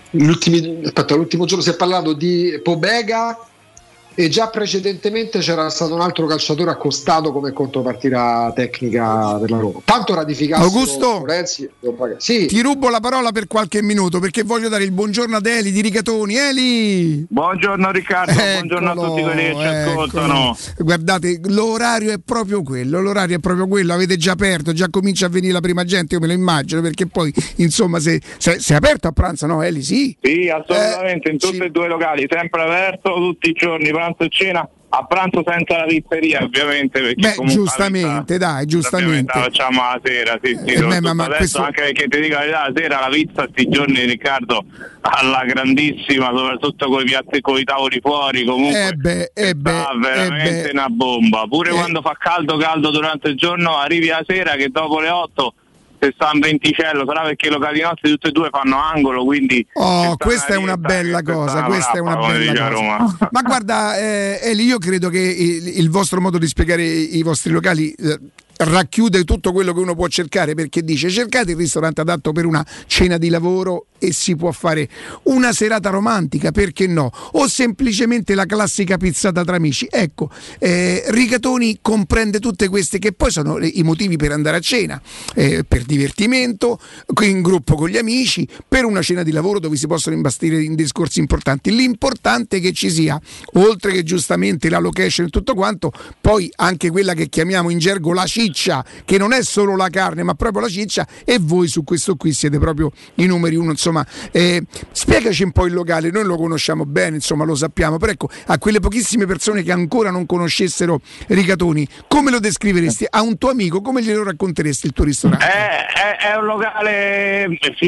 aspetta, l'ultimo giorno si è parlato di Pobega, e già precedentemente c'era stato un altro calciatore accostato come contropartita tecnica per la Roma. Tanto ratificato Augusto, Florenzi, sì. Ti rubo la parola per qualche minuto perché voglio dare il buongiorno ad Eli di Rigatoni. Eli! Buongiorno Riccardo, Eccolo, buongiorno a tutti quelli che ci ascoltano. Guardate, l'orario è proprio quello, l'orario è proprio quello, avete già aperto, già comincia a venire la prima gente, io me lo immagino, perché poi insomma se, se, se è aperto a pranzo, no Eli? Sì? Sì, assolutamente, eh, in tutti sì. e due i locali, sempre aperto tutti i giorni, pranzo e cena. A pranzo senza la pizzeria, ovviamente, perché beh, giustamente, pizza, dai, giustamente la facciamo la sera, sì, sì, eh, beh, ma, ma adesso, questo... anche perché ti dico la verità, la sera la pizza sti giorni, Riccardo, alla grandissima, soprattutto con i piatti, con i tavoli fuori, comunque eh beh, eh beh, sta veramente eh beh. una bomba. Pure eh. quando fa caldo caldo durante il giorno, arrivi la sera che dopo le otto se sta un venticello, sarà perché i locali nostri tutti e due fanno angolo, quindi oh, questa è una bella cosa, questa è una bella cosa. Ma guarda, eh, Eli, io credo che il, il vostro modo di spiegare i, i vostri locali eh, racchiude tutto quello che uno può cercare, perché dice cercate il ristorante adatto per una cena di lavoro e si può fare una serata romantica, perché no? O semplicemente la classica pizzata tra amici. Ecco, eh, Rigatoni comprende tutte queste, che poi sono i motivi per andare a cena, eh, per divertimento, in gruppo con gli amici, per una cena di lavoro dove si possono imbastire in discorsi importanti. L'importante è che ci sia, oltre che giustamente la location e tutto quanto, poi anche quella che chiamiamo in gergo la ciccia, che non è solo la carne ma proprio la ciccia, e voi su questo qui siete proprio i numeri uno. Insomma, eh, spiegaci un po' il locale, noi lo conosciamo bene, insomma lo sappiamo, però ecco, a quelle pochissime persone che ancora non conoscessero Rigatoni, come lo descriveresti? A un tuo amico come glielo racconteresti il tuo ristorante? È, è, è un locale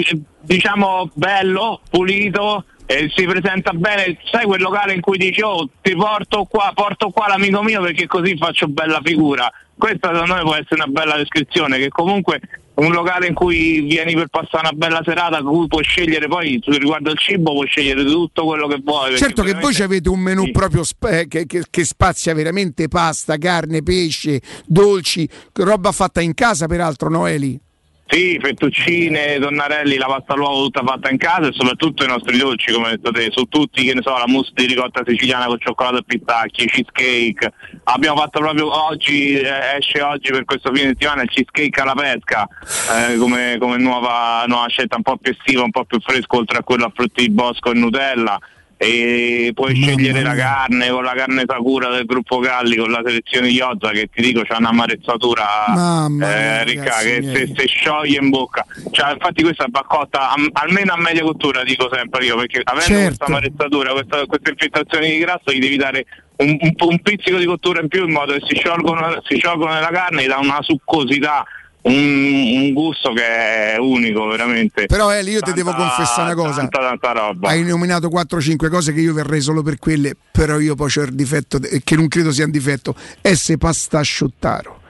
diciamo bello, pulito, e si presenta bene, sai quel locale in cui dici oh ti porto qua, porto qua l'amico mio perché così faccio bella figura. Questa secondo me può essere una bella descrizione, che comunque un locale in cui vieni per passare una bella serata, in cui puoi scegliere, poi riguardo il cibo puoi scegliere tutto quello che vuoi. Certo che voi avete un menù sì. proprio sp- che, che, che spazia veramente pasta, carne, pesce, dolci, roba fatta in casa peraltro, no Eli? Sì, fettuccine, tonnarelli, la pasta all'uovo tutta fatta in casa, e soprattutto i nostri dolci, come hai detto te, su tutti, che ne so, la mousse di ricotta siciliana con cioccolato e pistacchi, cheesecake. Abbiamo fatto proprio oggi, eh, esce oggi per questo fine settimana il cheesecake alla pesca, eh, come, come nuova, nuova scelta un po' più estiva, un po' più fresco, oltre a quello a frutti di bosco e Nutella. E puoi Mamma scegliere mia. La carne con la carne Sakura del gruppo Galli, con la selezione Iozza, che ti dico c'ha un'amarezzatura eh, ricca che se, se scioglie in bocca, cioè, infatti questa va cotta a, almeno a media cottura, dico sempre io, perché avendo certo. questa amarezzatura, questa, queste infiltrazioni di grasso, gli devi dare un, un, un pizzico di cottura in più, in modo che si sciolgono, si sciolgono nella carne, gli dà una succosità, Un, un gusto che è unico veramente. Però Eli, io ti devo confessare una cosa, tanta, tanta roba. Hai nominato quattro cinque cose che io verrei solo per quelle, però io poi c'ho il difetto che non credo sia un difetto, esse pasta asciuttaro.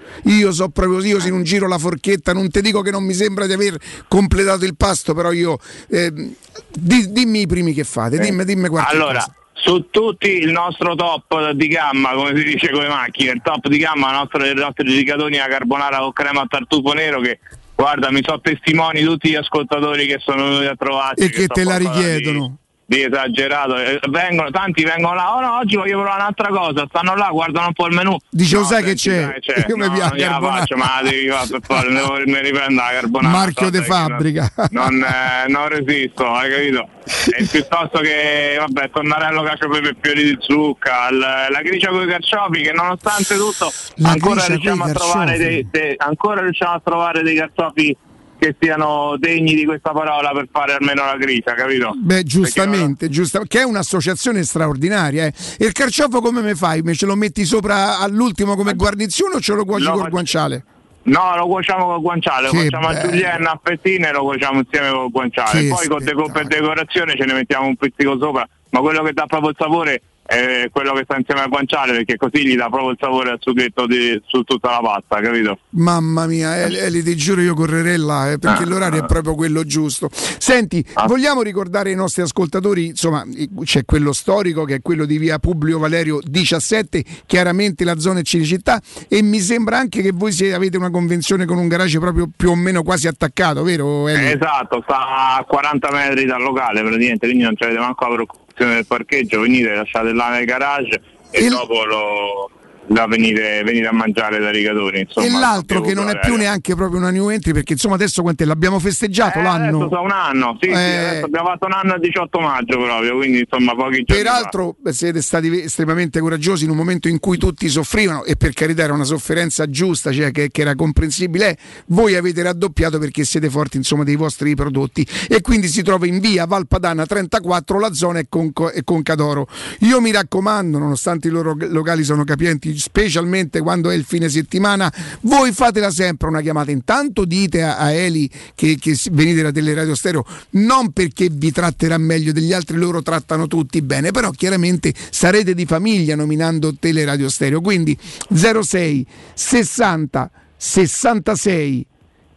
Io so proprio io se non giro la forchetta, non ti dico che non mi sembra di aver completato il pasto, però io eh, di, dimmi i primi che fate, dimmi, dimmi qualche allora, cosa. Su tutti il nostro top di gamma, come si dice con le macchine, il top di gamma nostro, dei nostri rigatoni a carbonara con crema a tartufo nero, che guarda, mi sono testimoni tutti gli ascoltatori che sono venuti a trovarci e che, che te la richiedono. Di, di esagerato, eh, vengono, tanti vengono là, oh no, oggi voglio provare un'altra cosa, stanno là, guardano un po' il menù. Dice, no, sai che c'è? Dai, c'è. Io no, mi piace non la faccio, ma la devi fare per fare, mi riprendo la carbonara. Marchio de fabbrica. Non, eh, non resisto, hai capito? E piuttosto che, vabbè, tonnarello, cacio pepe e fiori di zucca, l- la gricia con i carciofi, che nonostante tutto la ancora riusciamo a trovare dei, dei, ancora riusciamo a trovare dei carciofi che siano degni di questa parola per fare almeno la gricia, capito? Beh, giustamente, giusta, che è un'associazione straordinaria. Eh. E il carciofo come me fai? Me ce lo metti sopra all'ultimo come guarnizione o ce lo cuoci col guanciale? No, lo cuociamo col guanciale, Che lo facciamo bello. a julienne a fettine e lo cuociamo insieme col guanciale. Che Poi con deco- per decorazione ce ne mettiamo un pizzico sopra, ma quello che dà proprio il sapore è quello che sta insieme al guanciale, perché così gli dà proprio il sapore al sughetto di, su tutta la pasta, capito? Mamma mia, Eli, Eli, ti giuro io correrei là, eh, perché Ah, l'orario ah. è proprio quello giusto. Senti, Ah. vogliamo ricordare ai nostri ascoltatori, insomma, c'è quello storico che è quello di via Publio Valerio diciassette, chiaramente la zona è Cinecittà, e mi sembra anche che voi siete, avete una convenzione con un garage proprio più o meno quasi attaccato, vero Eli? Esatto, sta a quaranta metri dal locale praticamente, quindi non c'avete manco la preoccupazione del parcheggio, venite, lasciate là nel garage e Il- dopo lo, la venite, venite a mangiare da rigatoni. Insomma, E l'altro che non è più neanche neanche proprio una new entry, perché insomma adesso quant'è? L'abbiamo festeggiato Eh, l'anno. adesso sa un anno, sì, sì, Eh. adesso abbiamo fatto un anno il diciotto maggio proprio, quindi insomma pochi giorni Peraltro beh, siete stati estremamente coraggiosi in un momento in cui tutti soffrivano, e per carità era una sofferenza giusta, cioè che, che era comprensibile. Eh, voi avete raddoppiato perché siete forti insomma dei vostri prodotti, e quindi si trova in via Valpadana trentaquattro, la zona è con, è con Cadoro. Io mi raccomando, nonostante i loro locali sono capienti, specialmente quando è il fine settimana, voi fatela sempre una chiamata. Intanto dite a, a Eli che, che venite da Teleradio Stereo, non perché vi tratterà meglio degli altri, loro trattano tutti bene, però chiaramente sarete di famiglia nominando Teleradio Stereo. Quindi zero sei sessanta sessantasei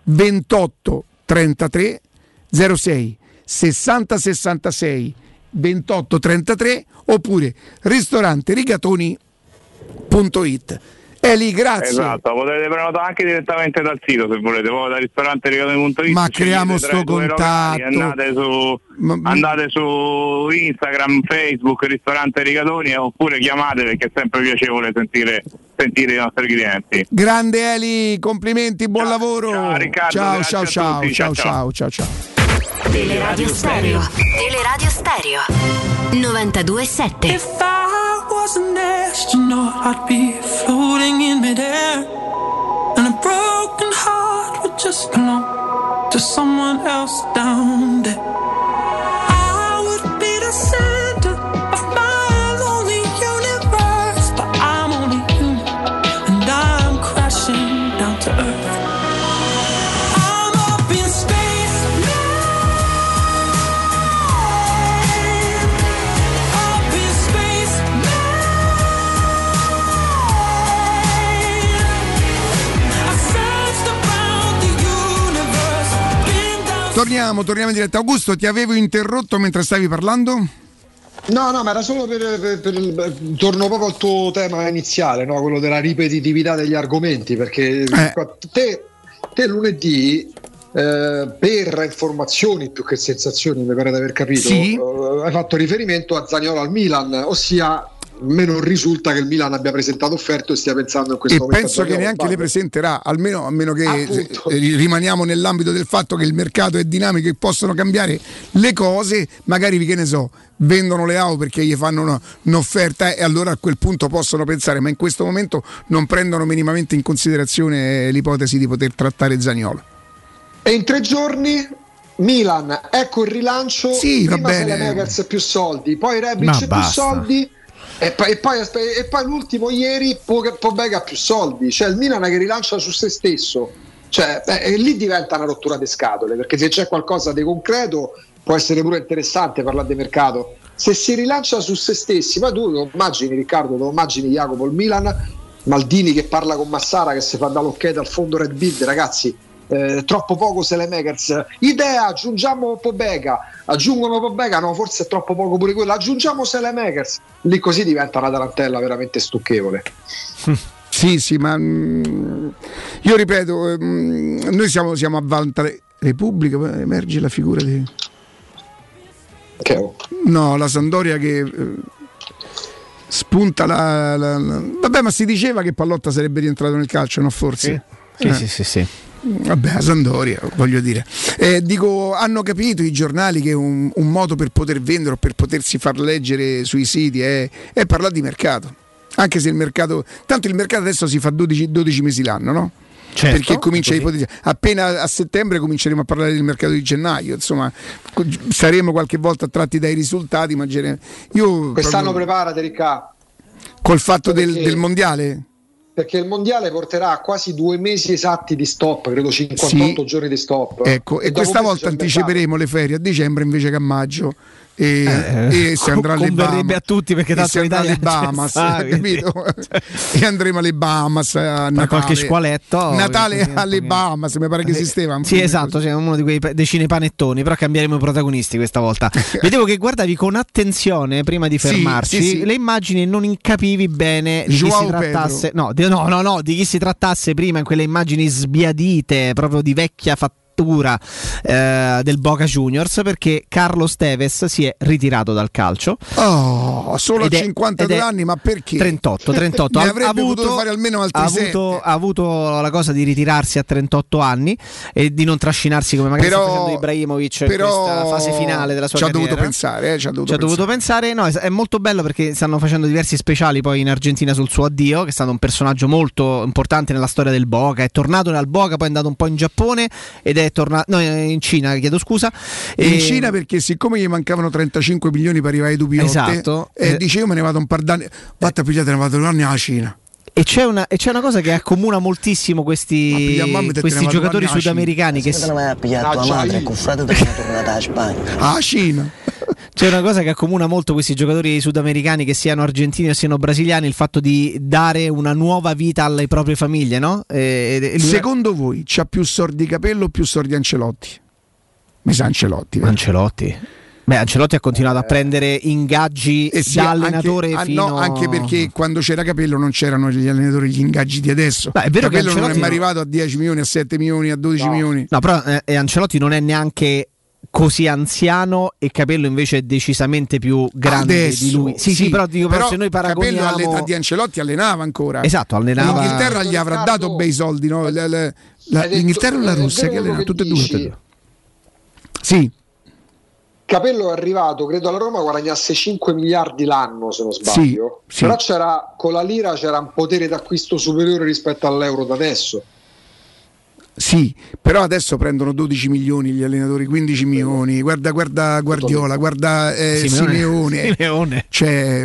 ventotto trentatré, zero sei sessanta sessantasei ventotto trentatré, oppure ristorante rigatoni punto it. Eli, grazie. Esatto, potete prenotare anche direttamente dal sito se volete, poi dal ristorante rigatoni punto it. Ma creiamo sto contatto. Andate su, Ma- andate su Instagram, Facebook, ristorante Rigatoni, oppure chiamate, perché è sempre piacevole sentire, sentire i nostri clienti. Grande Eli, complimenti, buon lavoro. ciao, Riccardo, ciao, grazie ciao, a ciao, tutti, ciao, ciao, ciao, ciao, ciao. Teleradio Stereo. Teleradio Stereo. novantadue sette. If I was an astronaut, I'd be floating in midair, and a broken heart would just belong to someone else down there. I would be the center of my lonely universe, but I'm only human, and I'm crashing down to earth. I'm up in space now, up in space now. I searched around the universe, been down. Torniamo, torniamo in diretta. Augusto, ti avevo interrotto mentre stavi parlando? No, no, ma era solo per, per, per il, torno proprio al tuo tema iniziale, no? Quello della ripetitività degli argomenti, perché Eh. te, te lunedì eh, per informazioni più che sensazioni, mi pare di aver capito, Sì. eh, hai fatto riferimento a Zaniolo al Milan, ossia a me non risulta che il Milan abbia presentato offerte o stia pensando in questo E momento penso a che Zaniolo, neanche le sbaglio? presenterà, almeno a meno che Appunto. eh, rimaniamo nell'ambito del fatto che il mercato è dinamico e possono cambiare le cose. Magari, che ne so, vendono le auto perché gli fanno una- un'offerta, e allora a quel punto possono pensare, ma in questo momento non prendono minimamente in considerazione l'ipotesi di poter trattare Zaniolo. E in tre giorni Milan, ecco il rilancio, Sì, va prima bene. Saelemaekers più soldi, poi Ma Rebic più basta. soldi e poi, e, poi, aspe- e poi l'ultimo ieri Po- Pobega più soldi, cioè il Milan che rilancia su se stesso, cioè, beh, e lì diventa una rottura di scatole, perché se c'è qualcosa di concreto può essere pure interessante parlare di mercato. Se si rilancia su se stessi, ma tu lo immagini, Riccardo, lo immagini Jacopo, il Milan Maldini che parla con Massara che si fa dall'ok dal fondo Red Bull, ragazzi. Eh, troppo poco Selemakers, idea, aggiungiamo Pobega, aggiungono Pobega, no forse è troppo poco pure quello, aggiungiamo Selemakers, lì così diventa una tarantella veramente stucchevole. Sì, sì, ma mh, io ripeto, mh, noi siamo, siamo a Valta Repubblica, emerge la figura di okay. no, la Sampdoria che eh, spunta la, la, la vabbè, ma si diceva che Pallotta sarebbe rientrato nel calcio, no forse? Sì, eh. sì, sì, sì. Vabbè, a Sampdoria, voglio dire. Eh, dico, hanno capito i giornali che un, un modo per poter vendere o per potersi far leggere sui siti è, è parlare di mercato. Anche se il mercato, tanto il mercato adesso si fa dodici, dodici mesi l'anno, no? Certo, perché comincia a ipotizzare. Appena a settembre cominceremo a parlare del mercato di gennaio, insomma, saremo qualche volta attratti dai risultati. Ma io quest'anno proprio, preparate, Ricca, col fatto del, del mondiale. Perché il mondiale porterà quasi due mesi esatti di stop, credo cinquantotto sì, giorni di stop. Ecco, e, e questa volta anticiperemo le ferie a dicembre invece che a maggio. E, eh, e si andrà alle Bahamas a tutti perché tanto l'Italia alle Bahamas, capito? E andremo alle Bahamas a Natale. Qualche squaletto Natale alle Bahamas, mi pare che esisteva. Sì, esatto, c'è uno di quei decine panettoni, però cambieremo i protagonisti questa volta. Vedevo che guardavi con attenzione prima di fermarci sì, sì, sì. le immagini e non capivi bene di Joao chi si trattasse. No, di, no, no, no, di chi si trattasse prima in quelle immagini sbiadite, proprio di vecchia fattura. Eh, del Boca Juniors, perché Carlos Tevez si è ritirato dal calcio. Oh, solo a cinquantadue è, anni, ma perché? trentotto, trentotto. Ne ha, avrebbe avuto, potuto fare almeno altri ha avuto, sette. ha avuto la cosa di ritirarsi a trentotto anni e di non trascinarsi come magari però, sta facendo Ibrahimovic però, in questa fase finale della sua ci carriera. Ha dovuto pensare, eh, ci ha dovuto, ci ha dovuto pensare. pensare. No, è molto bello perché stanno facendo diversi speciali poi in Argentina sul suo addio, che è stato un personaggio molto importante nella storia del Boca. È tornato nel Boca, poi è andato un po' in Giappone ed è tornato no, in Cina, chiedo scusa. In e... Cina perché siccome gli mancavano trentacinque milioni per arrivare ai Dubiotte, esatto. e eh, dicevo me ne vado un par d'anni, vatta pigliate, ne vado due anni alla Cina. E c'è, una, e c'è una cosa che accomuna moltissimo questi, questi giocatori sudamericani che se non vai a pigliare tua madre con frate da tornata a Spagna. Ah, Cina. C'è una cosa che accomuna molto questi giocatori sudamericani, che siano argentini o siano brasiliani, il fatto di dare una nuova vita alle proprie famiglie, no? E, e lui... Secondo voi c'ha più sordi Capello o più sordi Ancelotti? Mi sa Ancelotti. Vero? Ancelotti. Beh, Ancelotti ha continuato a prendere ingaggi eh sì, da allenatore anche, fino... no, anche perché quando c'era Capello non c'erano gli allenatori, gli ingaggi di adesso. Beh, è vero Capello che non è mai no. arrivato a dieci milioni, a sette milioni, a dodici no. milioni. No, però eh, Ancelotti non è neanche così anziano e Capello invece è decisamente più grande adesso, di lui. Sì, sì, sì però, dico, però, però se noi paragoniamo... Capello all'età di Ancelotti allenava ancora. Esatto, allenava. L'Inghilterra gli avrà dato bei soldi, no? La, la, la, l'Inghilterra o la Russia che allena? Tutte e due. Sì. Capello è arrivato, credo alla Roma guadagnasse cinque miliardi l'anno, se non sbaglio. Sì, però sì. c'era con la lira c'era un potere d'acquisto superiore rispetto all'euro da adesso. Sì, però adesso prendono dodici milioni gli allenatori, quindici milioni. Guarda, guarda Guardiola, guarda eh, Simeone. Simeone. Cioè,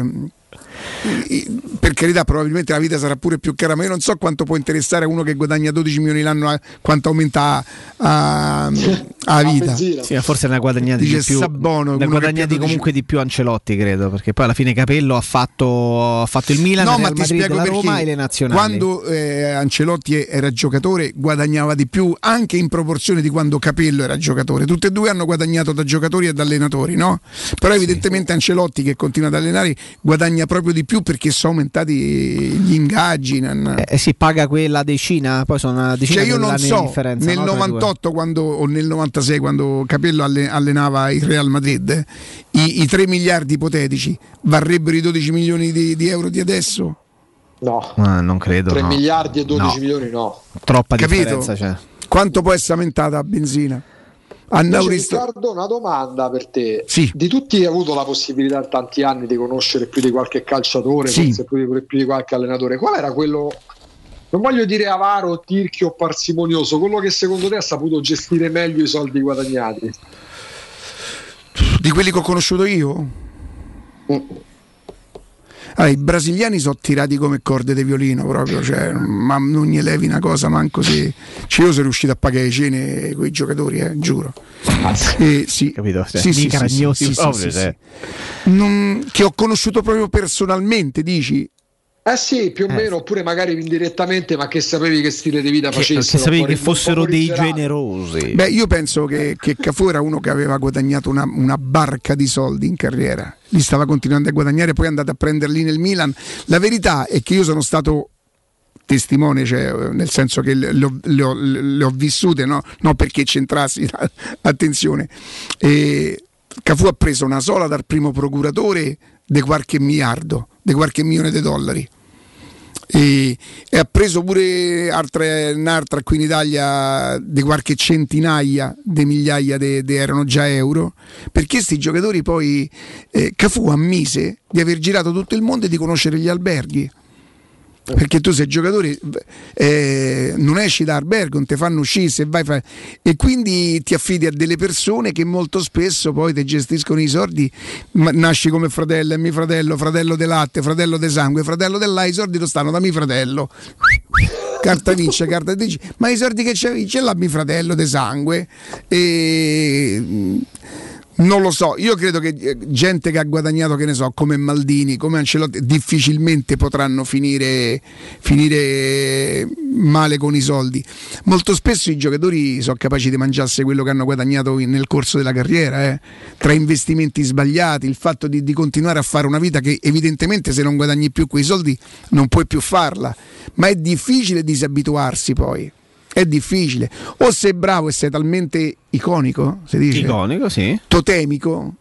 per carità, probabilmente la vita sarà pure più cara, ma io non so quanto può interessare a uno che guadagna dodici milioni l'anno a, quanto aumenta a, a, a vita. Sì, forse ne ha guadagnati Dice di più. Sabbono, ne ha guadagnati comunque di più Ancelotti, credo, perché poi alla fine Capello ha fatto, ha fatto il Milan, no, il Real ma Madrid, la Roma e le nazionali. Quando eh, Ancelotti era giocatore guadagnava di più anche in proporzione di quando Capello era giocatore. Tutti e due hanno guadagnato da giocatori e da allenatori, no? Però evidentemente sì. Ancelotti, che continua ad allenare, guadagna proprio di più perché sono aumentati gli ingaggi. Eh, eh sì, paga quella decina, poi sono una decina cioè io non so, differenza, nel no, novantotto quando, o nel novantasei quando Capello allenava il Real Madrid, eh, i, i tre miliardi ipotetici varrebbero i dodici milioni di, di euro di adesso? No, ah, non credo. tre no. miliardi e dodici no. milioni no. Troppa Capito? differenza c'è. Quanto può essere aumentata la benzina? Riccardo, una domanda per te. Sì. Di tutti hai avuto la possibilità in tanti anni di conoscere più di qualche calciatore, sì. forse più di, più di qualche allenatore. Qual era quello, non voglio dire avaro, tirchio o parsimonioso, quello che secondo te ha saputo gestire meglio i soldi guadagnati? Di quelli che ho conosciuto io? Mm. Allora, i brasiliani sono tirati come corde di violino proprio, cioè, ma non gli levi una cosa manco se cioè, io sono riuscito a pagare le cene con i giocatori, eh, giuro. Eh, sì. Capito? Sì, sì, sì, sì, sì, proprio, sì, sì. Non, che ho conosciuto proprio personalmente, dici? Eh sì, più o Eh. meno, oppure magari indirettamente, ma che sapevi che stile di vita Che, facessero. che sapevi un po' che ri- un po' fossero dei morigerati. generosi. Beh, io penso che, che Cafu era uno che aveva guadagnato una, una barca di soldi in carriera, li stava continuando a guadagnare, poi è andato a prenderli nel Milan. La verità è che io sono stato testimone, cioè, nel senso che le ho, le ho, le ho vissute, no? Non perché c'entrassi, attenzione. E Cafu ha preso una sola dal primo procuratore di qualche miliardo, di qualche milione di dollari. E, e ha preso pure altre, un'altra qui in Italia di qualche centinaia di migliaia di erano già euro, perché questi giocatori poi eh, Cafu ammise di aver girato tutto il mondo e di conoscere gli alberghi, perché tu sei giocatore, eh, non esci da albergo, non ti fanno uscire, se vai fai... e quindi ti affidi a delle persone che molto spesso poi ti gestiscono i soldi, ma nasci come fratello, è mio fratello, fratello de latte, fratello de sangue, fratello dell'A, i soldi lo stanno da mio fratello, carta vince, carta dice, ma i soldi che c'è, ce l'ha mio fratello de sangue. E non lo so, io credo che gente che ha guadagnato, che ne so, come Maldini, come Ancelotti, difficilmente potranno finire, finire male con i soldi. Molto spesso i giocatori sono capaci di mangiarsi quello che hanno guadagnato nel corso della carriera, eh? Tra investimenti sbagliati, il fatto di, di continuare a fare una vita che evidentemente se non guadagni più quei soldi non puoi più farla, ma è difficile disabituarsi poi. È difficile, o sei bravo e sei talmente iconico, si dice? Iconico, sì. Totemico,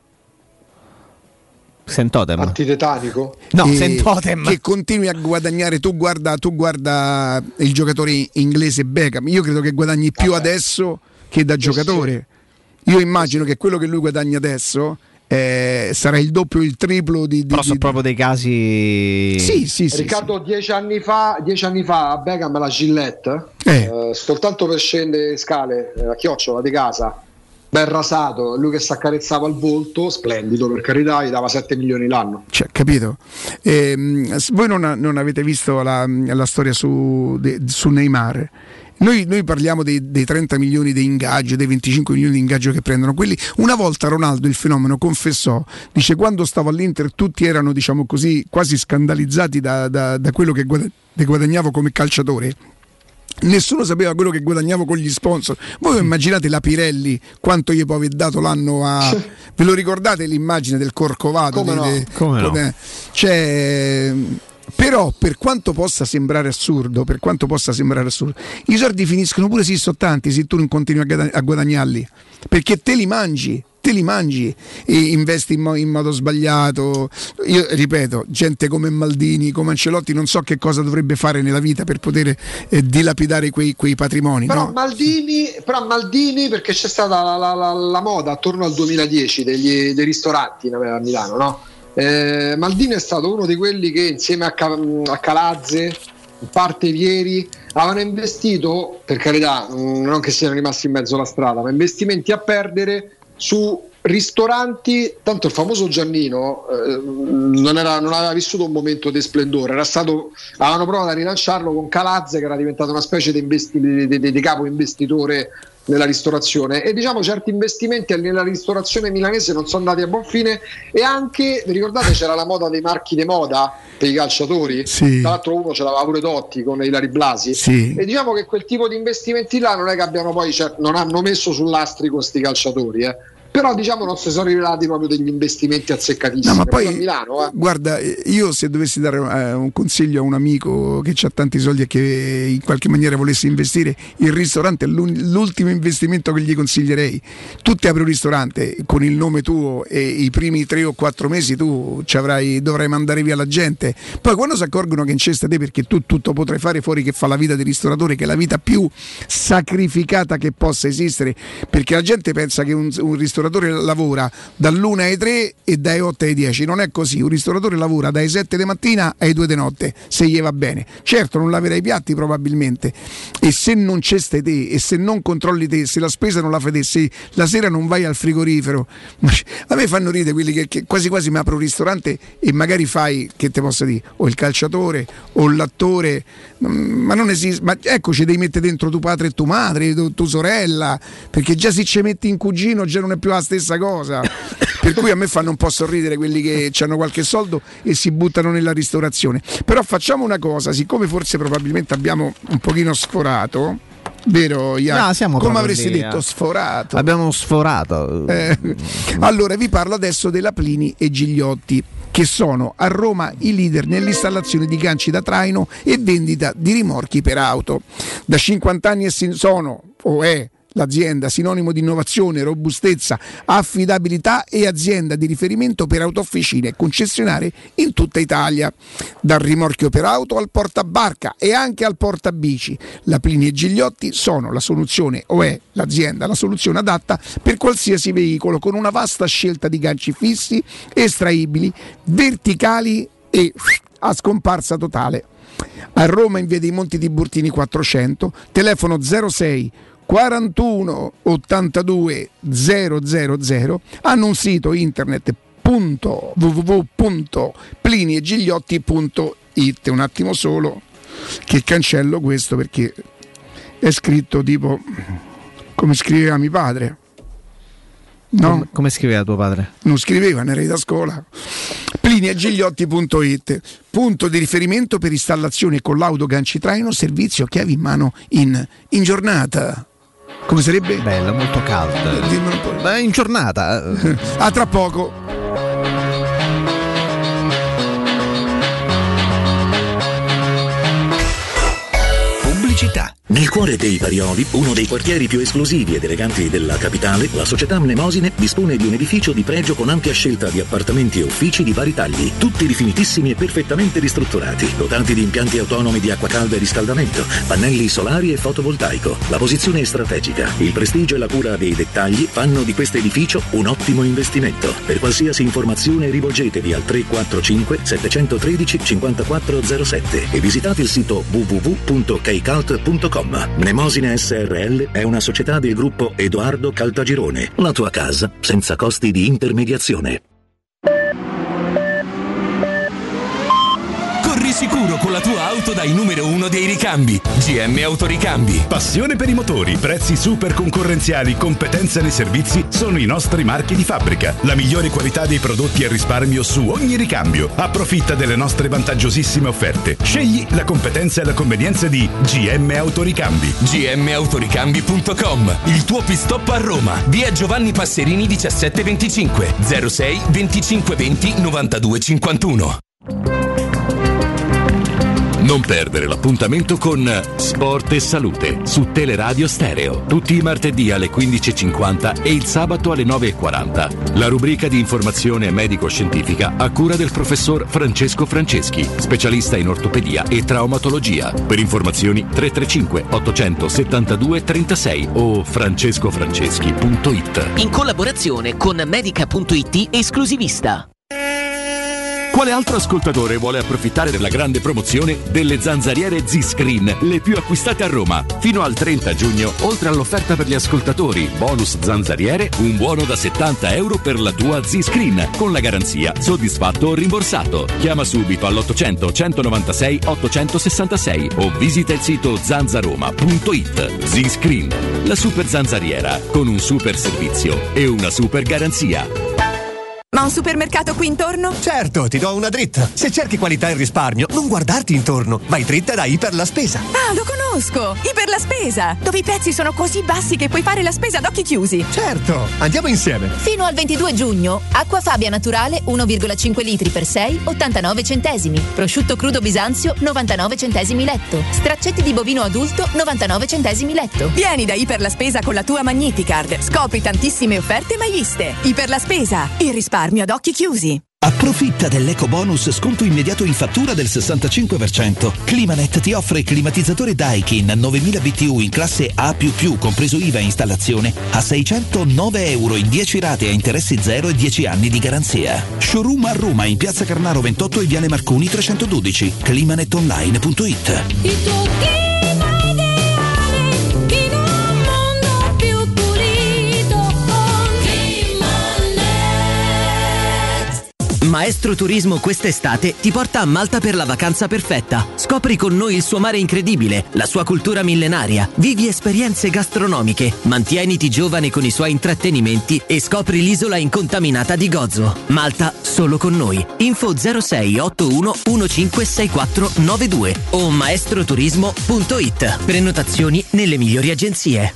Sentotem. Antitetanico? No, e Sentotem. Che continui a guadagnare. Tu guarda, tu guarda il giocatore inglese Beckham. Io credo che guadagni più Vabbè. adesso che da giocatore. Io immagino che quello che lui guadagna adesso eh, sarà il doppio o il triplo di, di Però sono di- proprio dei casi. Sì, sì, sì, Riccardo, dieci anni fa, dieci anni fa a Beckham la Gillette, Eh. eh, soltanto per scendere scale eh, a chiocciola di casa, ben rasato, lui che si accarezzava il volto, splendido per carità, gli dava sette milioni l'anno. Cioè, capito? Ehm, s- voi non, non avete visto la, la storia su, de- su Neymar. Noi, noi parliamo dei, dei trenta milioni di ingaggio, dei venticinque milioni di ingaggio che prendono quelli. Una volta Ronaldo, il fenomeno, confessò, dice: quando stavo all'Inter tutti erano, diciamo così, quasi scandalizzati da, da, da quello che guada- che guadagnavo come calciatore. Nessuno sapeva quello che guadagnavo con gli sponsor. Voi immaginate la Pirelli quanto gli può aver dato l'anno a. Ve lo ricordate l'immagine del Corcovado? Come De- no? de- Come no? come- Cioè, però per quanto possa sembrare assurdo, per quanto possa sembrare assurdo, i soldi finiscono pure se sono tanti, se tu non continui a guada- a guadagnarli, perché te li mangi. Te li mangi e investi in, mo- in modo sbagliato. Io ripeto, gente come Maldini, come Ancelotti, non so che cosa dovrebbe fare nella vita per poter eh, dilapidare quei, quei patrimoni. Però, no? Maldini, però Maldini, perché c'è stata la, la- la- la moda attorno al duemiladieci degli, dei ristoranti a Milano, no? Eh, Maldini è stato uno di quelli che insieme a, Ca- a Calazze, in parte Vieri, avevano investito, per carità, mh, non che siano rimasti in mezzo alla strada, ma investimenti a perdere su ristoranti. Tanto il famoso Giannino eh, non, era, non aveva vissuto un momento di splendore, era stato, avevano provato a rilanciarlo con Calazze, che era diventato una specie di, investi, di, di, di capo investitore nella ristorazione, e diciamo certi investimenti nella ristorazione milanese non sono andati a buon fine. E anche, vi ricordate, c'era la moda dei marchi di moda per i calciatori? Sì. Tra l'altro uno ce l'aveva pure Totti con Ilari Blasi. Sì. E diciamo che quel tipo di investimenti là non è che abbiano poi, cioè, non hanno messo sull'astrico sti calciatori, eh. Però diciamo non si sono rivelati proprio degli investimenti azzeccatissimi. No, ma Proprio poi a Milano, eh. guarda, io se dovessi dare eh, un consiglio a un amico che ha tanti soldi e che in qualche maniera volesse investire, il ristorante è l'un- l'ultimo investimento che gli consiglierei. Tu ti apri un ristorante con il nome tuo e i primi tre o quattro mesi tu ci avrai, dovrai mandare via la gente. Poi quando si accorgono che in cesta te, perché tu tutto potrai fare fuori che fa la vita di ristoratore, che è la vita più sacrificata che possa esistere, perché la gente pensa che un, un ristoratore lavora dall'una ai tre e dai otto ai dieci. Non è così. Un ristoratore lavora dai sette di mattina ai due di notte, se gli va bene. Certo non laverai i piatti probabilmente, e se non c'è stai te, e se non controlli te, se la spesa non la fai te, se la sera non vai al frigorifero. A me fanno ridere quelli che, che quasi quasi mi apro un ristorante e magari fai, che te posso dire, o il calciatore o l'attore, ma non esiste. Ma ecco, ci devi mettere dentro tuo padre e tua madre, tu, tua sorella, perché già se ci metti in cugino già non è più la stessa cosa. Per cui a me fanno un po' sorridere quelli che hanno qualche soldo e si buttano nella ristorazione. Però facciamo una cosa, siccome forse probabilmente abbiamo un pochino sforato, vero Iac? No, siamo come proprio avresti lì, detto, eh. sforato. Abbiamo sforato. Eh, allora vi parlo adesso della Plini e Gigliotti, che sono a Roma i leader nell'installazione di ganci da traino e vendita di rimorchi per auto. Da cinquanta anni sono o è l'azienda sinonimo di innovazione, robustezza, affidabilità e azienda di riferimento per autofficine e concessionarie in tutta Italia. Dal rimorchio per auto al portabarca e anche al portabici, la Plini e Gigliotti sono la soluzione o è l'azienda la soluzione adatta per qualsiasi veicolo, con una vasta scelta di ganci fissi, estraibili, verticali e a scomparsa totale. A Roma in via dei Monti Tiburtini quattrocento, telefono zero sei quarantuno ottantadue zero zero zero, hanno un sito internet w w w punto plini e gigliotti punto it. Un attimo solo che cancello questo perché è scritto tipo come scriveva mio padre. No? Come, come scriveva tuo padre? Non scriveva, ne eri da scuola. plini e gigliotti punto it, punto di riferimento per installazione con l'auto ganci traino, servizio chiavi in mano in, in giornata. Come sarebbe? Bella, molto calda. Dimmelo un po'. Beh, in giornata. A tra poco. Pubblicità. Nel cuore dei Parioli, uno dei quartieri più esclusivi ed eleganti della capitale, la società Mnemosine dispone di un edificio di pregio con ampia scelta di appartamenti e uffici di vari tagli, tutti rifinitissimi e perfettamente ristrutturati, dotati di impianti autonomi di acqua calda e riscaldamento, pannelli solari e fotovoltaico. La posizione è strategica, il prestigio e la cura dei dettagli fanno di questo edificio un ottimo investimento. Per qualsiasi informazione rivolgetevi al tre quattro cinque sette uno tre cinque zero sette e visitate il sito w w w punto keycult punto com. Mnemosine S R L è una società del gruppo Edoardo Caltagirone. La tua casa senza costi di intermediazione. Corri sicuro con la tua auto dai numero uno dei ricambi. G M Autoricambi. Passione per i motori, prezzi super concorrenziali, competenza nei servizi sono i nostri marchi di fabbrica. La migliore qualità dei prodotti e risparmio su ogni ricambio. Approfitta delle nostre vantaggiosissime offerte. Scegli la competenza e la convenienza di G M Autoricambi. G M Autoricambi punto com. Il tuo pit stop a Roma. Via Giovanni Passerini diciassette venticinque zero sei venticinque venti novantadue cinquantuno. Non perdere l'appuntamento con Sport e Salute su Teleradio Stereo, tutti i martedì alle quindici e cinquanta e il sabato alle nove e quaranta. La rubrica di informazione medico-scientifica a cura del professor Francesco Franceschi, specialista in ortopedia e traumatologia. Per informazioni tre tre cinque ottocentosettantadue trentasei o francescofranceschi punto it. In collaborazione con medica punto it esclusivista. Quale altro ascoltatore vuole approfittare della grande promozione delle zanzariere Z-Screen, le più acquistate a Roma? Fino al trenta giugno, oltre all'offerta per gli ascoltatori bonus zanzariere, un buono da settanta euro per la tua Z-Screen, con la garanzia soddisfatto o rimborsato. Chiama subito all'ottocento centonovantasei ottocentosessantasei o visita il sito zanzaroma punto it. Z-Screen, la super zanzariera, con un super servizio e una super garanzia. Ma un supermercato qui intorno? Certo, ti do una dritta. Se cerchi qualità e risparmio, non guardarti intorno. Vai dritta da Iper la Spesa. Ah, lo conosco! Iper la Spesa! Dove i prezzi sono così bassi che puoi fare la spesa ad occhi chiusi. Certo, andiamo insieme. Fino al ventidue giugno, acqua Fabia naturale uno virgola cinque litri per sei, ottantanove centesimi. Prosciutto crudo Bisanzio, novantanove centesimi letto. Straccetti di bovino adulto, novantanove centesimi letto. Vieni da Iper la Spesa con la tua Magnificard. Scopri tantissime offerte mai viste. Iper la Spesa, il risparmio ad occhi chiusi. Approfitta dell'eco bonus sconto immediato in fattura del sessantacinque per cento. Climanet ti offre il climatizzatore Daikin novemila B T U in classe A più più, compreso I V A e installazione, a seicentonove euro in dieci rate a interessi zero e dieci anni di garanzia. Showroom a Roma in piazza Carnaro ventotto e viale Marconi trecentododici. climanetonline punto it. Il tuo clima ideale in un mondo più pulito con Climanet. Maestro Turismo quest'estate ti porta a Malta per la vacanza perfetta. Scopri con noi il suo mare incredibile, la sua cultura millenaria, vivi esperienze gastronomiche, mantieniti giovane con i suoi intrattenimenti e scopri l'isola incontaminata di Gozo. Malta solo con noi. Info zero sei otto uno uno cinque sei quattro nove due o maestroturismo punto it. Prenotazioni nelle migliori agenzie.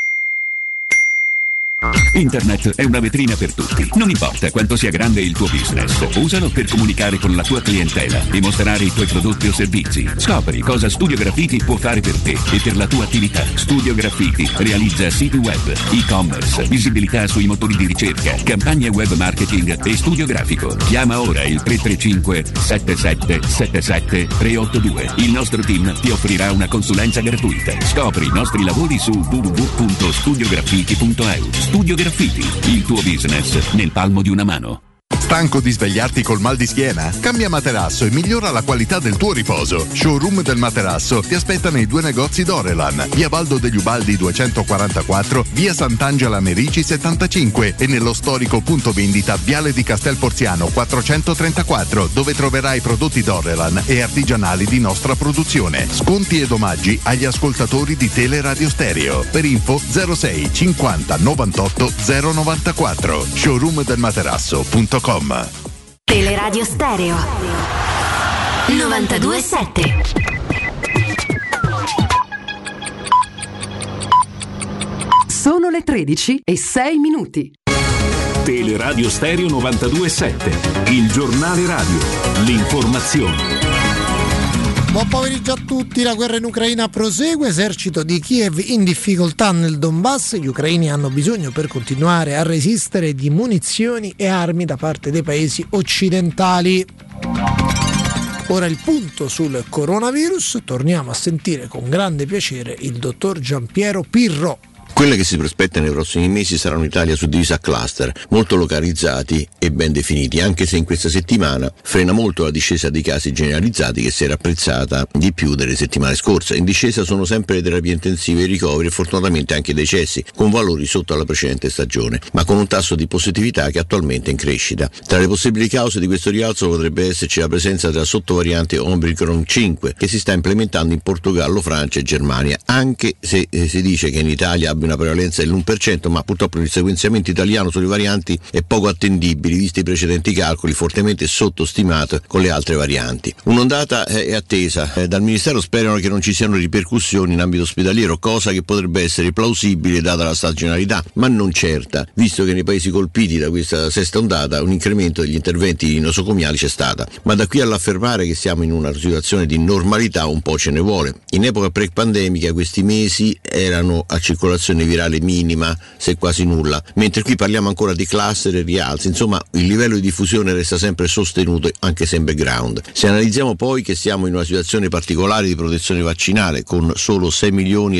Internet è una vetrina per tutti. Non importa quanto sia grande il tuo business, usalo per comunicare con la tua clientela e mostrare i tuoi prodotti o servizi. Scopri cosa Studio Graffiti può fare per te e per la tua attività. Studio Graffiti realizza siti web, e-commerce, visibilità sui motori di ricerca, campagne web marketing e studio grafico. Chiama ora il tre tre cinque sette sette sette sette tre otto due. Il nostro team ti offrirà una consulenza gratuita. Scopri i nostri lavori su w w w punto studio graffiti punto e u. Studio Graffiti, il tuo business nel palmo di una mano. Stanco di svegliarti col mal di schiena? Cambia materasso e migliora la qualità del tuo riposo. Showroom del materasso ti aspetta nei due negozi Dorelan, via Baldo degli Ubaldi duecentoquarantaquattro, via Sant'Angela Merici settantacinque e nello storico punto vendita Viale di Castel Porziano quattrocentotrentaquattro, dove troverai prodotti Dorelan e artigianali di nostra produzione. Sconti ed omaggi agli ascoltatori di Teleradio Stereo. Per info zero sei cinquanta novantotto zero novantaquattro. showroom del materasso punto com. Teleradio Stereo novantadue sette. Sono le tredici e sei minuti. Teleradio Stereo novantadue sette, il giornale radio, l'informazione. Buon pomeriggio a tutti, la guerra in Ucraina prosegue, esercito di Kiev in difficoltà nel Donbass, gli ucraini hanno bisogno per continuare a resistere di munizioni e armi da parte dei paesi occidentali. Ora il punto sul coronavirus, torniamo a sentire con grande piacere il dottor Giampiero Pirro. Quelle che si prospetta nei prossimi mesi sarà un'Italia suddivisa a cluster, molto localizzati e ben definiti, anche se in questa settimana frena molto la discesa dei casi generalizzati che si era apprezzata di più delle settimane scorse. In discesa sono sempre le terapie intensive, i ricoveri e fortunatamente anche i decessi, con valori sotto alla precedente stagione, ma con un tasso di positività che attualmente è in crescita. Tra le possibili cause di questo rialzo potrebbe esserci la presenza della sottovariante Omicron cinque, che si sta implementando in Portogallo, Francia e Germania, anche se eh, si dice che in Italia abbia una prevalenza dell'uno per cento, ma purtroppo il sequenziamento italiano sulle varianti è poco attendibile, visti i precedenti calcoli, fortemente sottostimato con le altre varianti. Un'ondata è attesa, eh, dal Ministero sperano che non ci siano ripercussioni in ambito ospedaliero, cosa che potrebbe essere plausibile data la stagionalità, ma non certa, visto che nei paesi colpiti da questa sesta ondata un incremento degli interventi nosocomiali c'è stata. Ma da qui all'affermare che siamo in una situazione di normalità un po' ce ne vuole. In epoca pre-pandemica questi mesi erano a circolazione virale minima, se quasi nulla, mentre qui parliamo ancora di cluster e rialzi, insomma il livello di diffusione resta sempre sostenuto anche se in background. Se analizziamo poi che siamo in una situazione particolare di protezione vaccinale con solo sei milioni e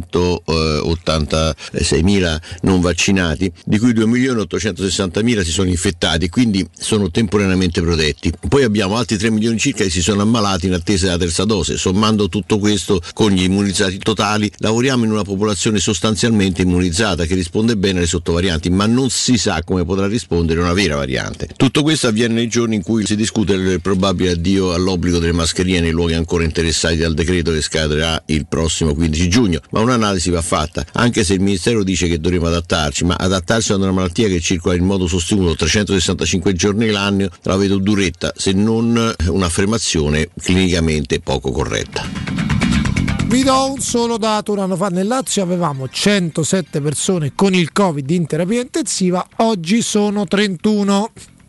seicentottantasei mila non vaccinati, di cui due milioni ottocentosessantamila si sono infettati, quindi sono temporaneamente protetti. Poi abbiamo altri tre milioni circa che si sono ammalati in attesa della terza dose. Sommando tutto questo con gli immunizzati totali lavoriamo in una popolazione sostanzialmente immunizzata che risponde bene alle sottovarianti, ma non si sa come potrà rispondere una vera variante. Tutto questo avviene nei giorni in cui si discute del probabile addio all'obbligo delle mascherine nei luoghi ancora interessati dal decreto che scadrà il prossimo quindici giugno, ma un'analisi va fatta, anche se il Ministero dice che dovremo adattarci, ma adattarsi ad una malattia che circola in modo sostenuto trecentosessantacinque giorni l'anno la vedo duretta, se non un'affermazione clinicamente poco corretta. Vi do un solo dato: un anno fa nel Lazio avevamo centosette persone con il Covid in terapia intensiva, oggi sono trentuno.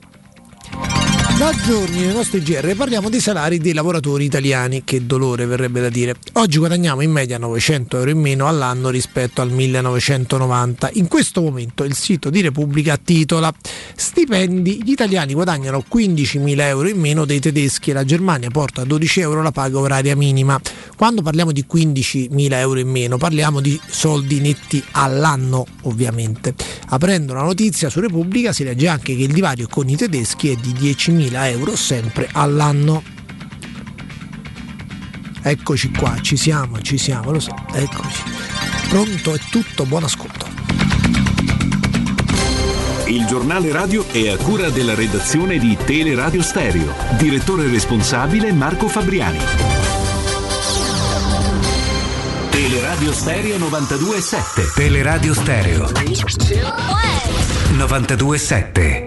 Da giorni nei nostri G R parliamo dei salari dei lavoratori italiani, che dolore verrebbe da dire. Oggi guadagniamo in media novecento euro in meno all'anno rispetto al millenovecentonovanta. In questo momento il sito di Repubblica titola: stipendi, gli italiani guadagnano quindicimila euro in meno dei tedeschi e la Germania porta a dodici euro la paga oraria minima. Quando parliamo di quindicimila euro in meno parliamo di soldi netti all'anno, ovviamente. Aprendo la notizia su Repubblica si legge anche che il divario con i tedeschi è di diecimila euro sempre all'anno. Eccoci qua, ci siamo, ci siamo, lo so, eccoci. Pronto, è tutto, buon ascolto. Il giornale radio è a cura della redazione di Teleradio Stereo. Direttore responsabile Marco Fabriani. Teleradio Stereo novantadue virgola sette. Teleradio Stereo novantadue virgola sette.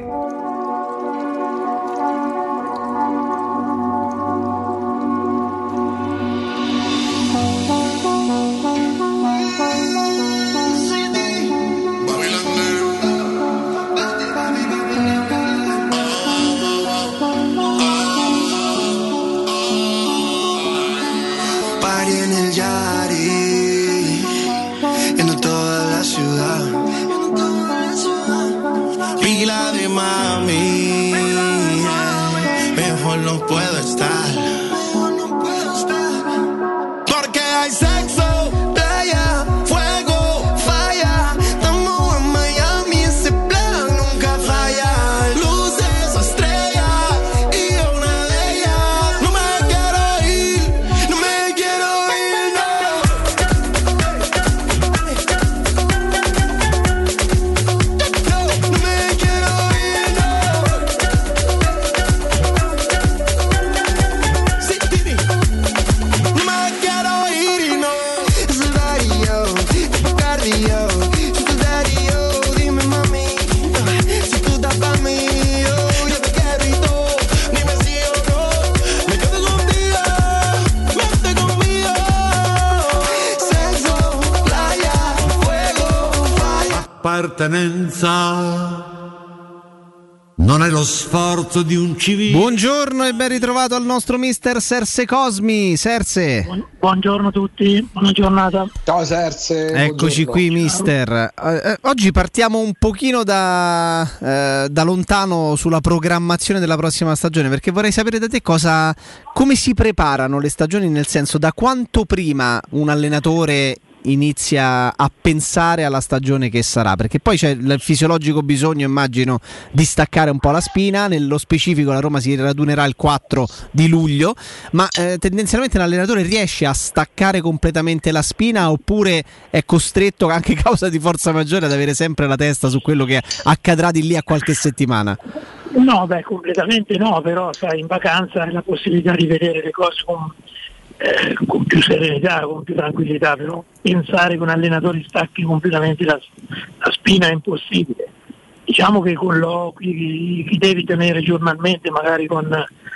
Non è lo sforzo di un civile. Buongiorno e ben ritrovato al nostro mister Serse Cosmi. Serse. Buon, buongiorno a tutti, buona giornata. Ciao Serse. Eccoci buongiorno. qui mister. Eh, oggi partiamo un pochino da, eh, da lontano sulla programmazione della prossima stagione, perché vorrei sapere da te cosa, come si preparano le stagioni, nel senso da quanto prima un allenatore inizia a pensare alla stagione che sarà, perché poi c'è il fisiologico bisogno, immagino, di staccare un po' la spina. Nello specifico la Roma si radunerà il quattro di luglio, ma eh, tendenzialmente l'allenatore riesce a staccare completamente la spina, oppure è costretto anche a causa di forza maggiore ad avere sempre la testa su quello che accadrà di lì a qualche settimana? No, beh, completamente no, però sai, in vacanza hai la possibilità di vedere le cose con Eh, con più serenità, con più tranquillità, però pensare che un allenatore stacchi completamente la, la spina è impossibile. Diciamo che i colloqui che devi tenere giornalmente, magari con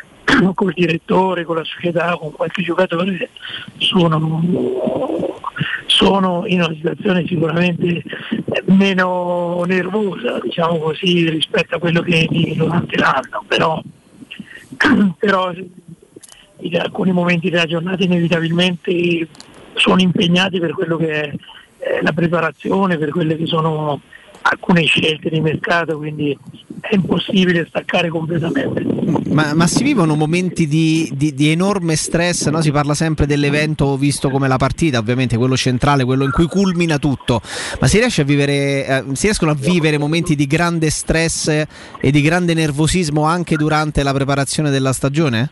col direttore, con la società, con qualche giocatore, sono, sono in una situazione sicuramente meno nervosa, diciamo così, rispetto a quello che è durante l'anno, però, però in alcuni momenti della giornata inevitabilmente sono impegnati per quello che è eh, la preparazione, per quelle che sono alcune scelte di mercato, quindi è impossibile staccare completamente. Ma, ma si vivono momenti di, di, di enorme stress, no? Si parla sempre dell'evento visto come la partita, ovviamente quello centrale, quello in cui culmina tutto, ma si riesce a vivere, eh, si riescono a vivere momenti di grande stress e di grande nervosismo anche durante la preparazione della stagione?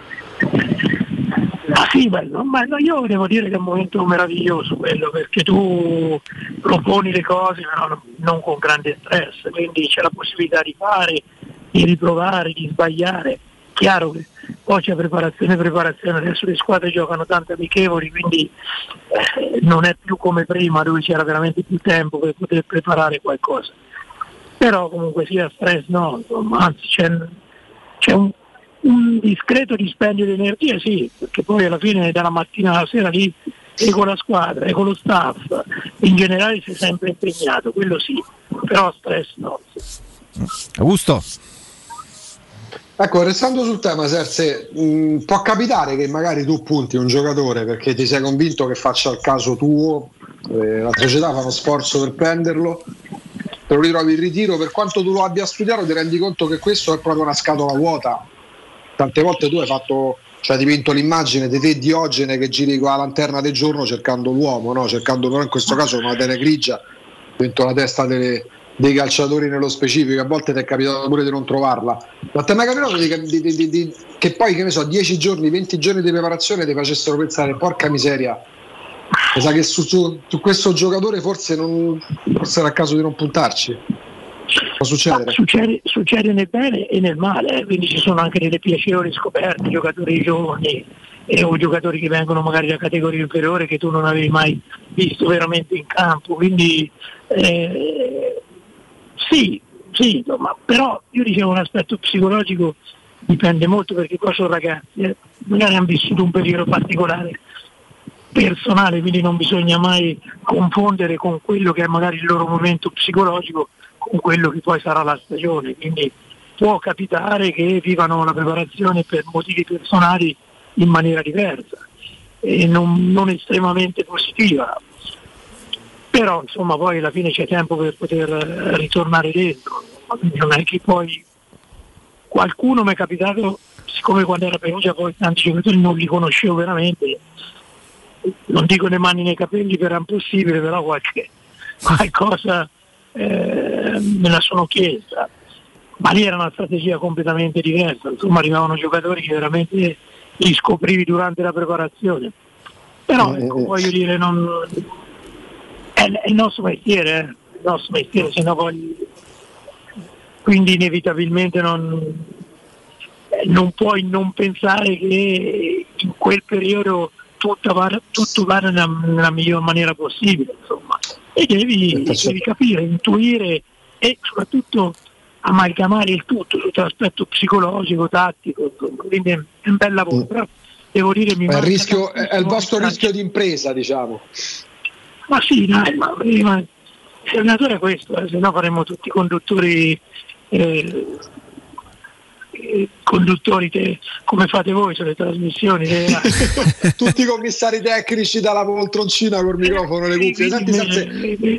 Ma sì, bello, ma io devo dire che è un momento meraviglioso quello, perché tu proponi le cose però non con grande stress, quindi c'è la possibilità di fare, di riprovare, di sbagliare. Chiaro che poi c'è preparazione preparazione, adesso le squadre giocano tanto amichevoli, quindi eh, non è più come prima dove c'era veramente più tempo per poter preparare qualcosa. Però comunque sia stress no, insomma, anzi c'è, c'è un un discreto dispendio di energia, sì, perché poi alla fine dalla mattina alla sera lì e con la squadra e con lo staff in generale sei sempre impegnato, quello sì, però stress no. Augusto. Ecco, restando sul tema, Serse, mh, può capitare che magari tu punti un giocatore perché ti sei convinto che faccia il caso tuo, eh, la società fa uno sforzo per prenderlo, te lo ritrovi in ritiro, per quanto tu lo abbia studiato ti rendi conto che questo è proprio una scatola vuota. Tante volte tu hai fatto, cioè ti pinto l'immagine di te Diogene che giri con la lanterna del giorno cercando l'uomo, no? Cercando però in questo caso una tela grigia dentro la testa delle, dei calciatori nello specifico, a volte ti è capitato pure di non trovarla. Ma ti è mai capitato di, di, di, di, di, che poi, che ne so, dieci giorni, venti giorni di preparazione ti facessero pensare, porca miseria, mi sa che su, su, su questo giocatore forse, non, forse era il caso di non puntarci? succede? succede succede nel bene e nel male, eh. Quindi ci sono anche delle piacevoli scoperte, giocatori giovani e o giocatori che vengono magari da categorie inferiori che tu non avevi mai visto veramente in campo, quindi eh, sì, sì, ma però io dicevo un aspetto psicologico dipende molto, perché qua sono ragazzi, eh, magari hanno vissuto un periodo particolare personale, quindi non bisogna mai confondere con quello che è magari il loro momento psicologico con quello che poi sarà la stagione, quindi può capitare che vivano la preparazione per motivi personali in maniera diversa e non, non estremamente positiva, però insomma poi alla fine c'è tempo per poter ritornare dentro, quindi non è che poi qualcuno mi è capitato, siccome quando era Perugia poi tanti giocatori non li conoscevo veramente, non dico né mani né capelli per impossibile, però qualche qualcosa eh, me la sono chiesta, ma lì era una strategia completamente diversa, insomma arrivavano giocatori che veramente li scoprivi durante la preparazione, però ecco, voglio dire, non è, è il nostro mestiere, eh, il nostro mestiere, se no poi quindi inevitabilmente non, non puoi non pensare che in quel periodo tutto va, tutto va nella, nella miglior maniera possibile, insomma, e devi, devi capire, intuire e soprattutto amalgamare il tutto, tutto l'aspetto psicologico, tattico, insomma. Quindi è un bel lavoro, mm. però devo dire mi è il, rischio, è il vostro rischio di impresa, diciamo. Ma sì, dai, ma, ma l'allenatore è questo, eh, se no faremmo tutti conduttori eh, eh, conduttori te, come fate voi sulle trasmissioni te, tutti i commissari tecnici dalla poltroncina col microfono, le cuffie. Senti, Sanze,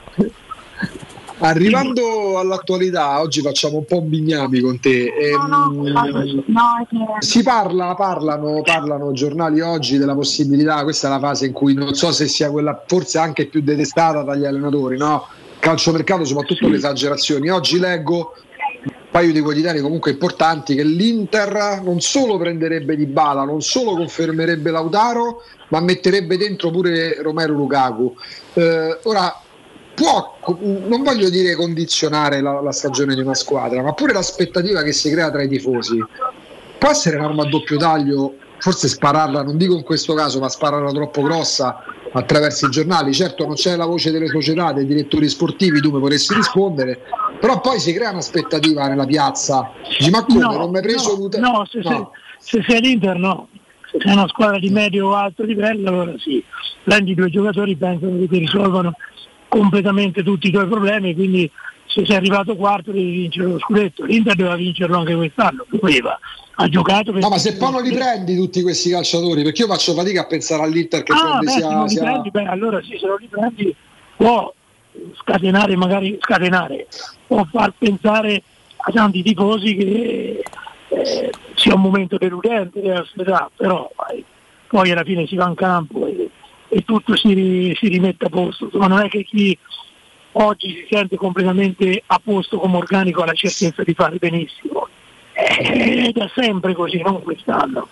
arrivando all'attualità, oggi facciamo un po' bignami con te. Ehm, no, no, no, si parla, parlano, parlano giornali oggi della possibilità, questa è la fase in cui non so se sia quella forse anche più detestata dagli allenatori, no? Calciomercato, soprattutto sì. Le esagerazioni. Oggi leggo un paio di quotidiani comunque importanti che l'Inter non solo prenderebbe Dybala, non solo confermerebbe Lautaro, ma metterebbe dentro pure Romelu Lukaku. Eh, ora può, non voglio dire condizionare la, la stagione di una squadra, ma pure l'aspettativa che si crea tra i tifosi può essere un'arma a doppio taglio, forse spararla, non dico in questo caso, ma spararla troppo grossa attraverso i giornali. Certo non c'è la voce delle società, dei direttori sportivi, tu mi vorresti rispondere, però poi si crea un'aspettativa nella piazza, dici ma come, no, non mi hai preso no, no, se, no. Se, se sei l'Inter no, se sei una squadra di medio o alto livello allora sì, prendi due giocatori, pensano che ti risolvano completamente tutti i tuoi problemi, quindi se sei arrivato quarto devi vincere lo scudetto. L'Inter doveva vincerlo anche quest'anno, doveva, ha giocato per... No, ma se poi non li prendi tutti questi calciatori, perché io faccio fatica a pensare all'Inter che ah, beh, sia, se non li sia... prendi, beh, allora sì, se non li prendi può scatenare, magari scatenare, può far pensare a tanti tifosi che eh, sia un momento deludente della società, però vai, poi alla fine si va in campo e, e tutto si, si rimette a posto. Insomma, non è che chi oggi si sente completamente a posto come organico ha la certezza di fare benissimo, è da sempre così, non quest'anno,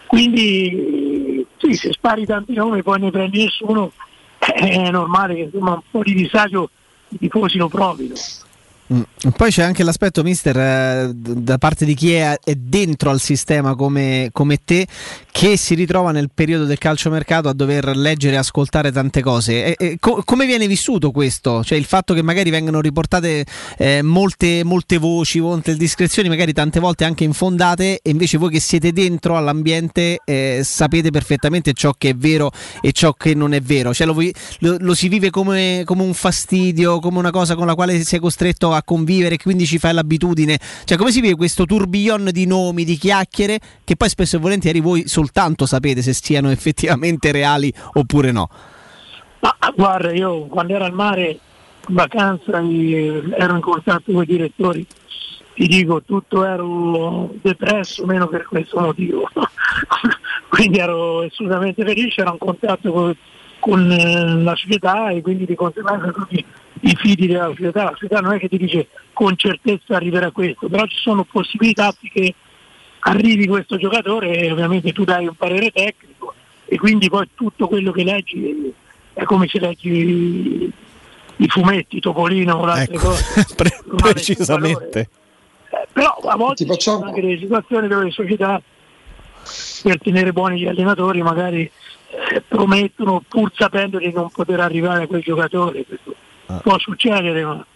quindi sì, se spari tanti nomi e poi ne prendi nessuno è normale che insomma un po' di disagio i tifosi lo provino. Mm. Poi c'è anche l'aspetto, mister, eh, da parte di chi è, è dentro al sistema come, come te, che si ritrova nel periodo del calciomercato a dover leggere e ascoltare tante cose. E, e, co- come viene vissuto questo? Cioè il fatto che magari vengano riportate eh, molte, molte voci, molte discrezioni, magari tante volte anche infondate, e invece voi che siete dentro all'ambiente eh, sapete perfettamente ciò che è vero e ciò che non è vero. Cioè lo, lo, lo si vive come, come un fastidio, come una cosa con la quale sei costretto a convivere, quindi ci fai l'abitudine. Cioè come si vive questo tourbillon di nomi, di chiacchiere, che poi spesso e volentieri voi soltanto sapete se siano effettivamente reali oppure no? Ma guarda, io quando ero al mare in vacanza ero in contatto con i direttori, ti dico, tutto ero depresso meno per questo motivo quindi ero assolutamente felice, ero in contatto con, con la società e quindi di conseguenza tutti i fidi della società. La società non è che ti dice con certezza arriverà questo, però ci sono possibilità che arrivi questo giocatore e ovviamente tu dai un parere tecnico e quindi poi tutto quello che leggi è come se leggi i fumetti, Topolino o altre ecco. cose. Pre- precisamente. Eh, però a volte ci sono anche delle situazioni dove le società, per tenere buoni gli allenatori, magari eh, promettono, pur sapendo di non poter arrivare a quel giocatore. Questo ah. può succedere, ma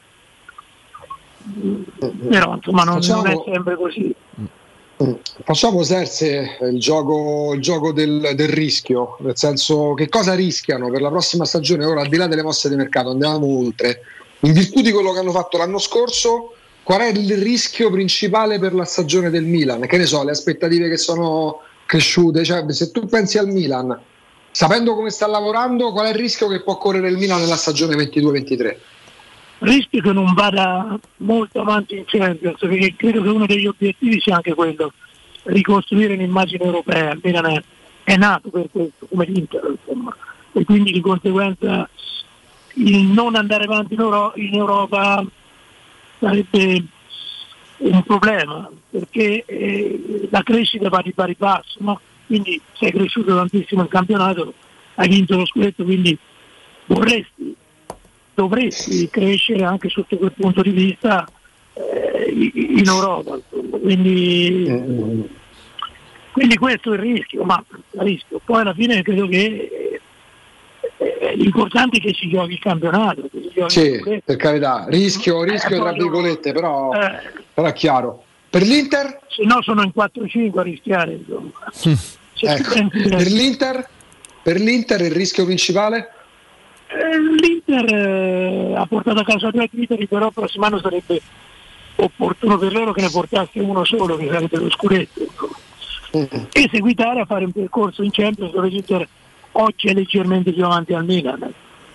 però insomma non, Facciamo... non è sempre così. Facciamo Serse il gioco, il gioco del, del rischio, nel senso, che cosa rischiano per la prossima stagione? Ora, al di là delle mosse di mercato, andiamo oltre, in virtù di quello che hanno fatto l'anno scorso, qual è il rischio principale per la stagione del Milan? Che ne so, le aspettative che sono cresciute, cioè, se tu pensi al Milan, sapendo come sta lavorando, qual è il rischio che può correre il Milan nella stagione ventidue ventitré? Rischio che non vada molto avanti in Champions, perché credo che uno degli obiettivi sia anche quello, ricostruire l'immagine europea. Il Milan è, è nato per questo, come l'Inter, insomma, e quindi di conseguenza il non andare avanti in, Euro- in Europa sarebbe un problema, perché eh, la crescita va di pari passo, no? Quindi sei cresciuto tantissimo in campionato, hai vinto lo scudetto, quindi vorresti dovresti crescere anche sotto quel punto di vista eh, in Europa, quindi, mm. quindi questo è il rischio, ma il rischio. Poi alla fine credo che eh, l'importante è che si giochi il campionato, che si giochi sì, il per carità, rischio, rischio eh, tra virgolette, però, eh, però è chiaro. Per l'Inter? Se no sono in quattro cinque a rischiare, insomma. Ecco. Per l'Inter? Per l'Inter il rischio principale? L'Inter eh, ha portato a casa due titoli, però il prossimo anno sarebbe opportuno per loro che ne portasse uno solo, che sarebbe lo scudetto, mm. e seguitare a fare un percorso in Champions dove l'Inter oggi è leggermente più avanti al Milan.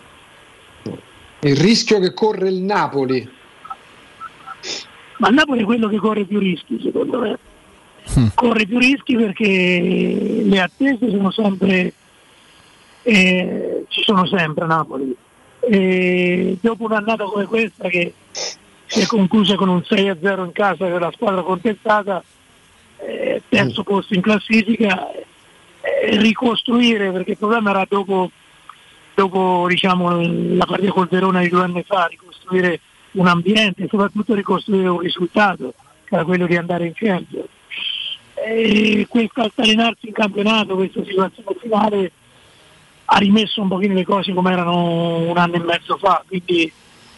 Il rischio che corre il Napoli? Ma il Napoli è quello che corre più rischi, secondo me. Mm. Corre più rischi perché le attese sono sempre Eh, ci sono sempre a Napoli, e dopo un'annata come questa che si è conclusa con un sei a zero in casa per la squadra contestata, eh, terzo posto in classifica, eh, ricostruire, perché il problema era dopo, dopo diciamo, la partita col Verona di due anni fa, ricostruire un ambiente e soprattutto ricostruire un risultato che era quello di andare in Champions. E questo altalenarsi in campionato, questa situazione finale ha rimesso un pochino le cose come erano un anno e mezzo fa, quindi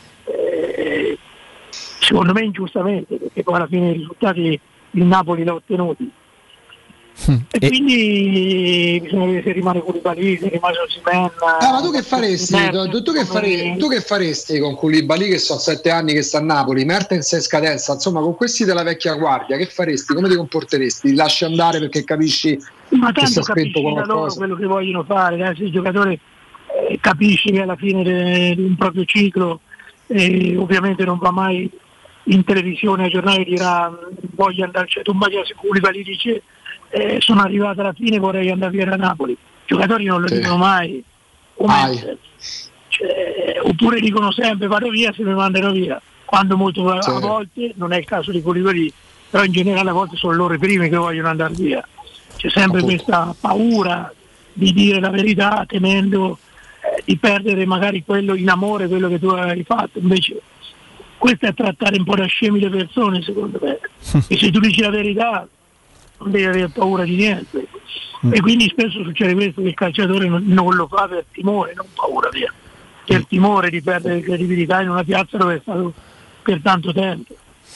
eh, secondo me ingiustamente, perché poi alla fine i risultati il Napoli l'ha ottenuti. Mm. E, e quindi bisogna vedere se rimane Koulibaly, se rimane Osimhen. Ah, ma tu che faresti? Tu, tu, tu, che fare, tu che faresti con Koulibaly, che sono sette anni che sta a Napoli, Mertens è in scadenza, insomma con questi della vecchia guardia, che faresti? Come ti comporteresti? Li lasci andare perché capisci ma che si è spento da loro quello che vogliono fare, eh? Se il giocatore eh, capisce che alla fine de, di un proprio ciclo eh, ovviamente non va mai in televisione ai giornali, dirà voglio andare, cioè tu Magia Koulibaly dice Eh, sono arrivato alla fine, vorrei andare via da Napoli. I giocatori non lo sì. dicono mai, mai. Cioè, oppure dicono sempre vado via se mi mandano via, quando molto sì. a volte non è il caso di Koulibaly, però in generale a volte sono loro i primi che vogliono andare via. C'è sempre Appunto. questa paura di dire la verità, temendo eh, di perdere magari quello in amore, quello che tu hai fatto. Invece questo è trattare un po' da scemi le persone, secondo me. E se tu dici la verità non devi avere paura di niente, mm. e quindi spesso succede questo, che il calciatore non, non lo fa per timore, non paura via, per mm. timore di perdere credibilità in una piazza dove è stato per tanto tempo.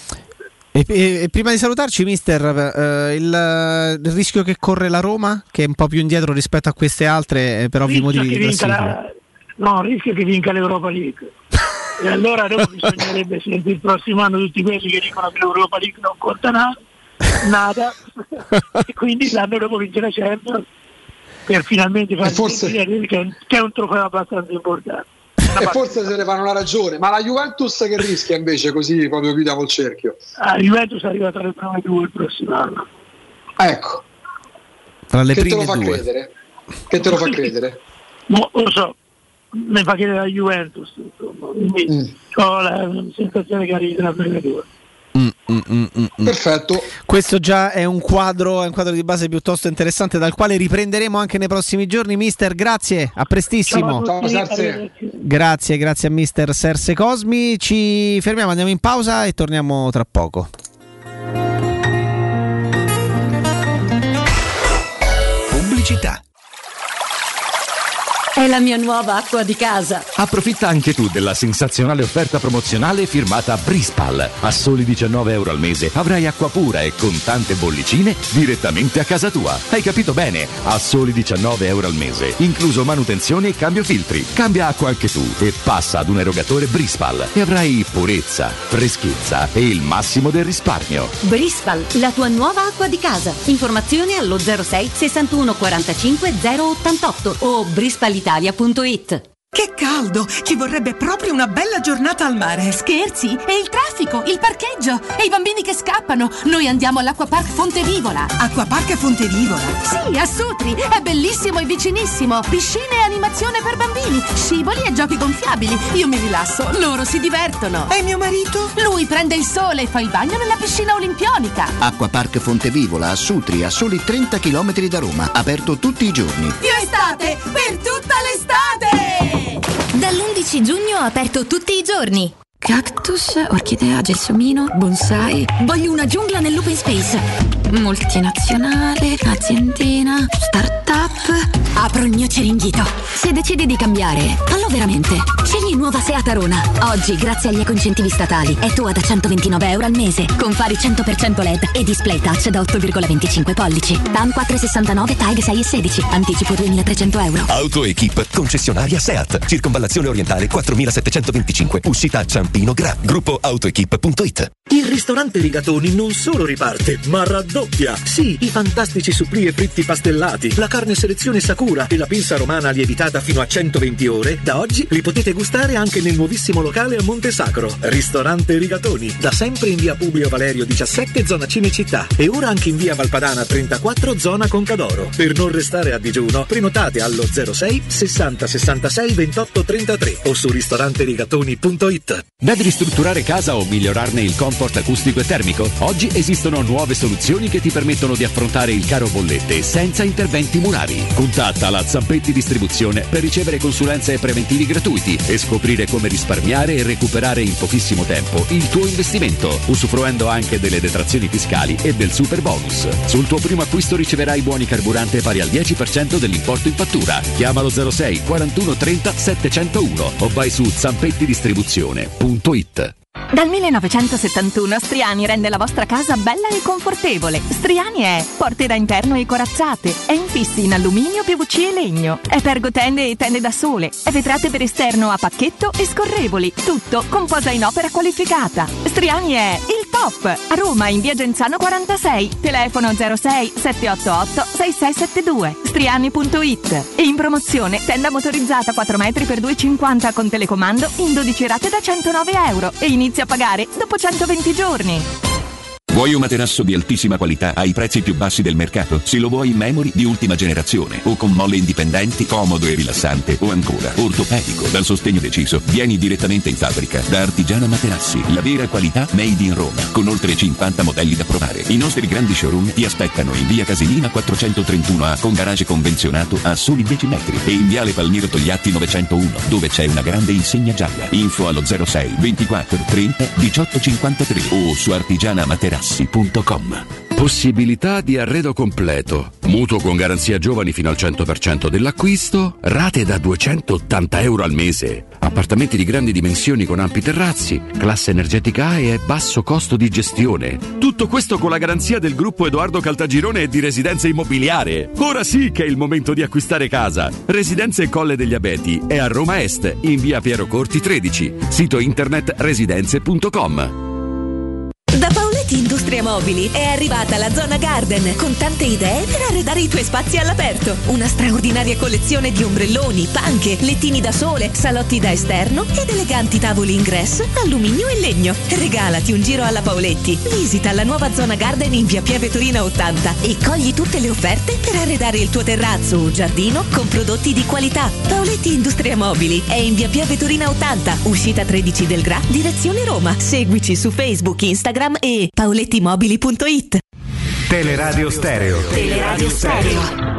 E, e, e prima di salutarci, mister, eh, il, il rischio che corre la Roma, che è un po' più indietro rispetto a queste altre, eh, per ovvi motivi di classifica. La, no, rischio che vinca l'Europa League. E allora dopo bisognerebbe sentire il prossimo anno tutti quelli che dicono che l'Europa League non conta nada, nada. E quindi l'anno dopo vincere la Champions per finalmente fare forse... che è un trofeo abbastanza importante. E forse se ne fanno una ragione, ma la Juventus che rischia invece, così proprio chiudiamo il cerchio? La Juventus è arrivata alle prime due il prossimo anno. Ecco, tra le che prime te lo fa due. credere? Che te lo fa credere? No, lo so, ne fa credere la Juventus, insomma. Quindi mm. ho la sensazione che arrivi nella prima due. Mm, mm, mm, mm. Perfetto. Questo già è un quadro, è un quadro di base piuttosto interessante dal quale riprenderemo anche nei prossimi giorni. Mister, grazie, a prestissimo. Ciao, Serse. Grazie, grazie a Mister Serse Cosmi. Ci fermiamo, andiamo in pausa e torniamo tra poco. Pubblicità. È la mia nuova acqua di casa. Approfitta anche tu della sensazionale offerta promozionale firmata Brispal. A soli diciannove euro al mese avrai acqua pura e con tante bollicine direttamente a casa tua. Hai capito bene? A soli diciannove euro al mese, incluso manutenzione e cambio filtri. Cambia acqua anche tu e passa ad un erogatore Brispal e avrai purezza, freschezza e il massimo del risparmio. Brispal, la tua nuova acqua di casa. Informazioni allo zero sei sessantuno quarantacinque zero ottantotto o brispal italia punto it. Che caldo! Ci vorrebbe proprio una bella giornata al mare. Scherzi? E il traffico, il parcheggio e i bambini che scappano. Noi andiamo all'Acquapark Fontevivola. Acquapark Fontevivola? Sì, a Sutri. È bellissimo e vicinissimo. Piscine e animazione per bambini, scivoli e giochi gonfiabili. Io mi rilasso, loro si divertono. E mio marito? Lui prende il sole e fa il bagno nella piscina olimpionica. Acquapark Fontevivola a Sutri, a soli trenta chilometri da Roma. Aperto tutti i giorni. Più estate per tutta l'estate! Dall'undici giugno aperto tutti i giorni. Cactus, orchidea, gelsomino, bonsai. Voglio una giungla nell'open space. Multinazionale, aziendina, start-up. Apro il mio ceringhito. Se decidi di cambiare, fallo veramente. Scegli nuova Seat Arona. Oggi, grazie agli ecoincentivi statali, è tua da centoventinove euro al mese. Con fari cento per cento L E D e display touch da otto virgola venticinque pollici. T A M quattro virgola sessantanove, T A G sei virgola sedici. Anticipo duemilatrecento euro. AutoEquip, concessionaria Seat. Circonvallazione orientale quattromilasettecentoventicinque. Uscita a Ciampino Gra. Gruppo autoequip punto it. Il ristorante Rigatoni non solo riparte, ma raddoppia. Sì, i fantastici supplì e fritti pastellati, la carne selezione Sakura e la pinza romana lievitata fino a centoventi ore, da oggi li potete gustare anche nel nuovissimo locale a Monte Sacro. Ristorante Rigatoni, da sempre in via Publio Valerio diciassette, zona Cinecittà, e ora anche in via Valpadana trentaquattro, zona Concadoro. Per non restare a digiuno, prenotate allo zero sei sessanta sessantasei ventotto trentatré o su ristoranterigatoni punto it. Devi ristrutturare casa o migliorarne il comfort acustico e termico? Oggi esistono nuove soluzioni che ti permettono di affrontare il caro bollette senza interventi murari. Contatta la Zampetti Distribuzione per ricevere consulenze e preventivi gratuiti e scoprire come risparmiare e recuperare in pochissimo tempo il tuo investimento, usufruendo anche delle detrazioni fiscali e del super bonus. Sul tuo primo acquisto riceverai buoni carburante pari al dieci per cento dell'importo in fattura. Chiamalo zero sei quarantuno trenta settecentouno o vai su zampetti distribuzione punto it. Dal millenovecentosettantuno Striani rende la vostra casa bella e confortevole. Striani è porte da interno e corazzate, è infissi in alluminio, P V C e legno, è pergotende e tende da sole, è vetrate per esterno a pacchetto e scorrevoli, tutto con posa in opera qualificata. Striani è il top! A Roma in via Genzano quarantasei, telefono zero sei sette otto otto sei sei sette due, striani punto it. E in promozione tenda motorizzata quattro metri per due virgola cinquanta con telecomando in dodici rate da centonove euro e inizia a pagare dopo centoventi giorni. Vuoi un materasso di altissima qualità ai prezzi più bassi del mercato? Se lo vuoi in memory di ultima generazione o con molle indipendenti, comodo e rilassante, o ancora ortopedico dal sostegno deciso, vieni direttamente in fabbrica da Artigiana Materassi, la vera qualità made in Roma, con oltre cinquanta modelli da provare. I nostri grandi showroom ti aspettano in via Casilina quattrocentotrentuno A con garage convenzionato a soli dieci metri e in viale Palmiro Togliatti novecentouno dove c'è una grande insegna gialla. Info allo zero sei ventiquattro trenta diciotto cinquantatré o su artigiana materassi punto com. Possibilità di arredo completo, mutuo con garanzia giovani fino al cento per cento dell'acquisto, rate da duecentottanta euro al mese, appartamenti di grandi dimensioni con ampi terrazzi, classe energetica A e basso costo di gestione. Tutto questo con la garanzia del gruppo Edoardo Caltagirone e di Residenze Immobiliare. Ora sì che è il momento di acquistare casa. Residenze Colle degli Abeti è a Roma Est, in via Piero Corti tredici, sito internet residenze punto com. Da Paoletti Industria Mobili è arrivata la Zona Garden con tante idee per arredare i tuoi spazi all'aperto. Una straordinaria collezione di ombrelloni, panche, lettini da sole, salotti da esterno ed eleganti tavoli ingresso, alluminio e legno. Regalati un giro alla Paoletti. Visita la nuova Zona Garden in via Pieve Torina ottanta e cogli tutte le offerte per arredare il tuo terrazzo o giardino con prodotti di qualità. Paoletti Industria Mobili è in via Pieve Torina ottanta, uscita tredici del Gra, direzione Roma. Seguici su Facebook, Instagram e paolettimobili punto it. Teleradio Stereo. Teleradio Stereo.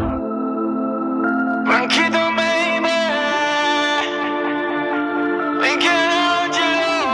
Anche da me, perché oggi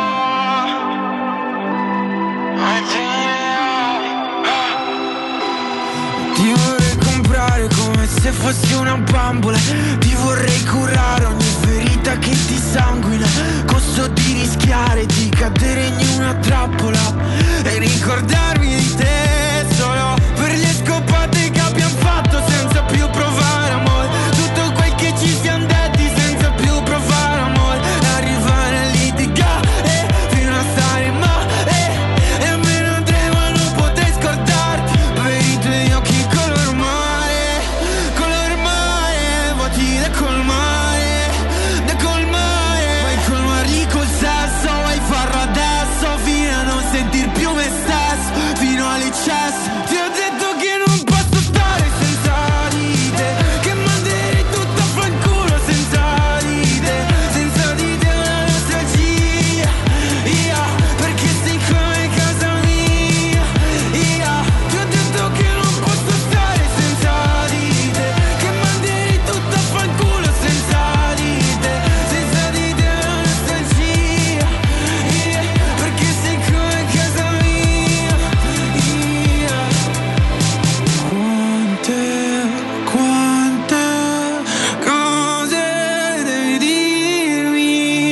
ti vorrei comprare come se fossi una bambola, ti vorrei curare ogni ferita che ti sanguina, costo di rischiare di cadere in una trappola e ricordarmi di te solo per le scopate che abbiamo fatto senza più provare amore, tutto quel che ci siamo detti senza più provare amore, e arrivare a litigare fino a stare male, e me ne andrei ma non potrei scordarti per i tuoi occhi color mare, color mare, vuoti da colmare, da colmare, vuoi colmarli col sesso, vuoi farlo adesso fino a non sentir più me stesso, fino all'eccesso. Ti ho detto che non posso stare senza di te, che manderei tutto a fanculo senza di te, senza di te una nostalgia, ia, perché sei come casa mia, ia. Ti ho detto che non posso stare senza di te, che manderei tutto a fanculo senza di te, senza di te una nostalgia, ia, perché sei come casa mia, ia. Quante, quante cose devi dirmi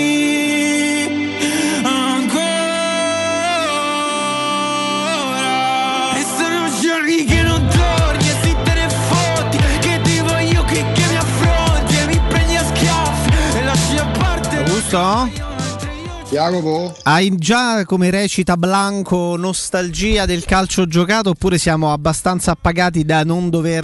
ancora, e sono giorni che non torni, e se te ne fotti, che ti voglio che, che mi affronti e mi prendi a schiaffi e lasci a parte. Augusto? Jacopo? Hai già, come recita Blanco, nostalgia del calcio giocato, oppure siamo abbastanza appagati da non dover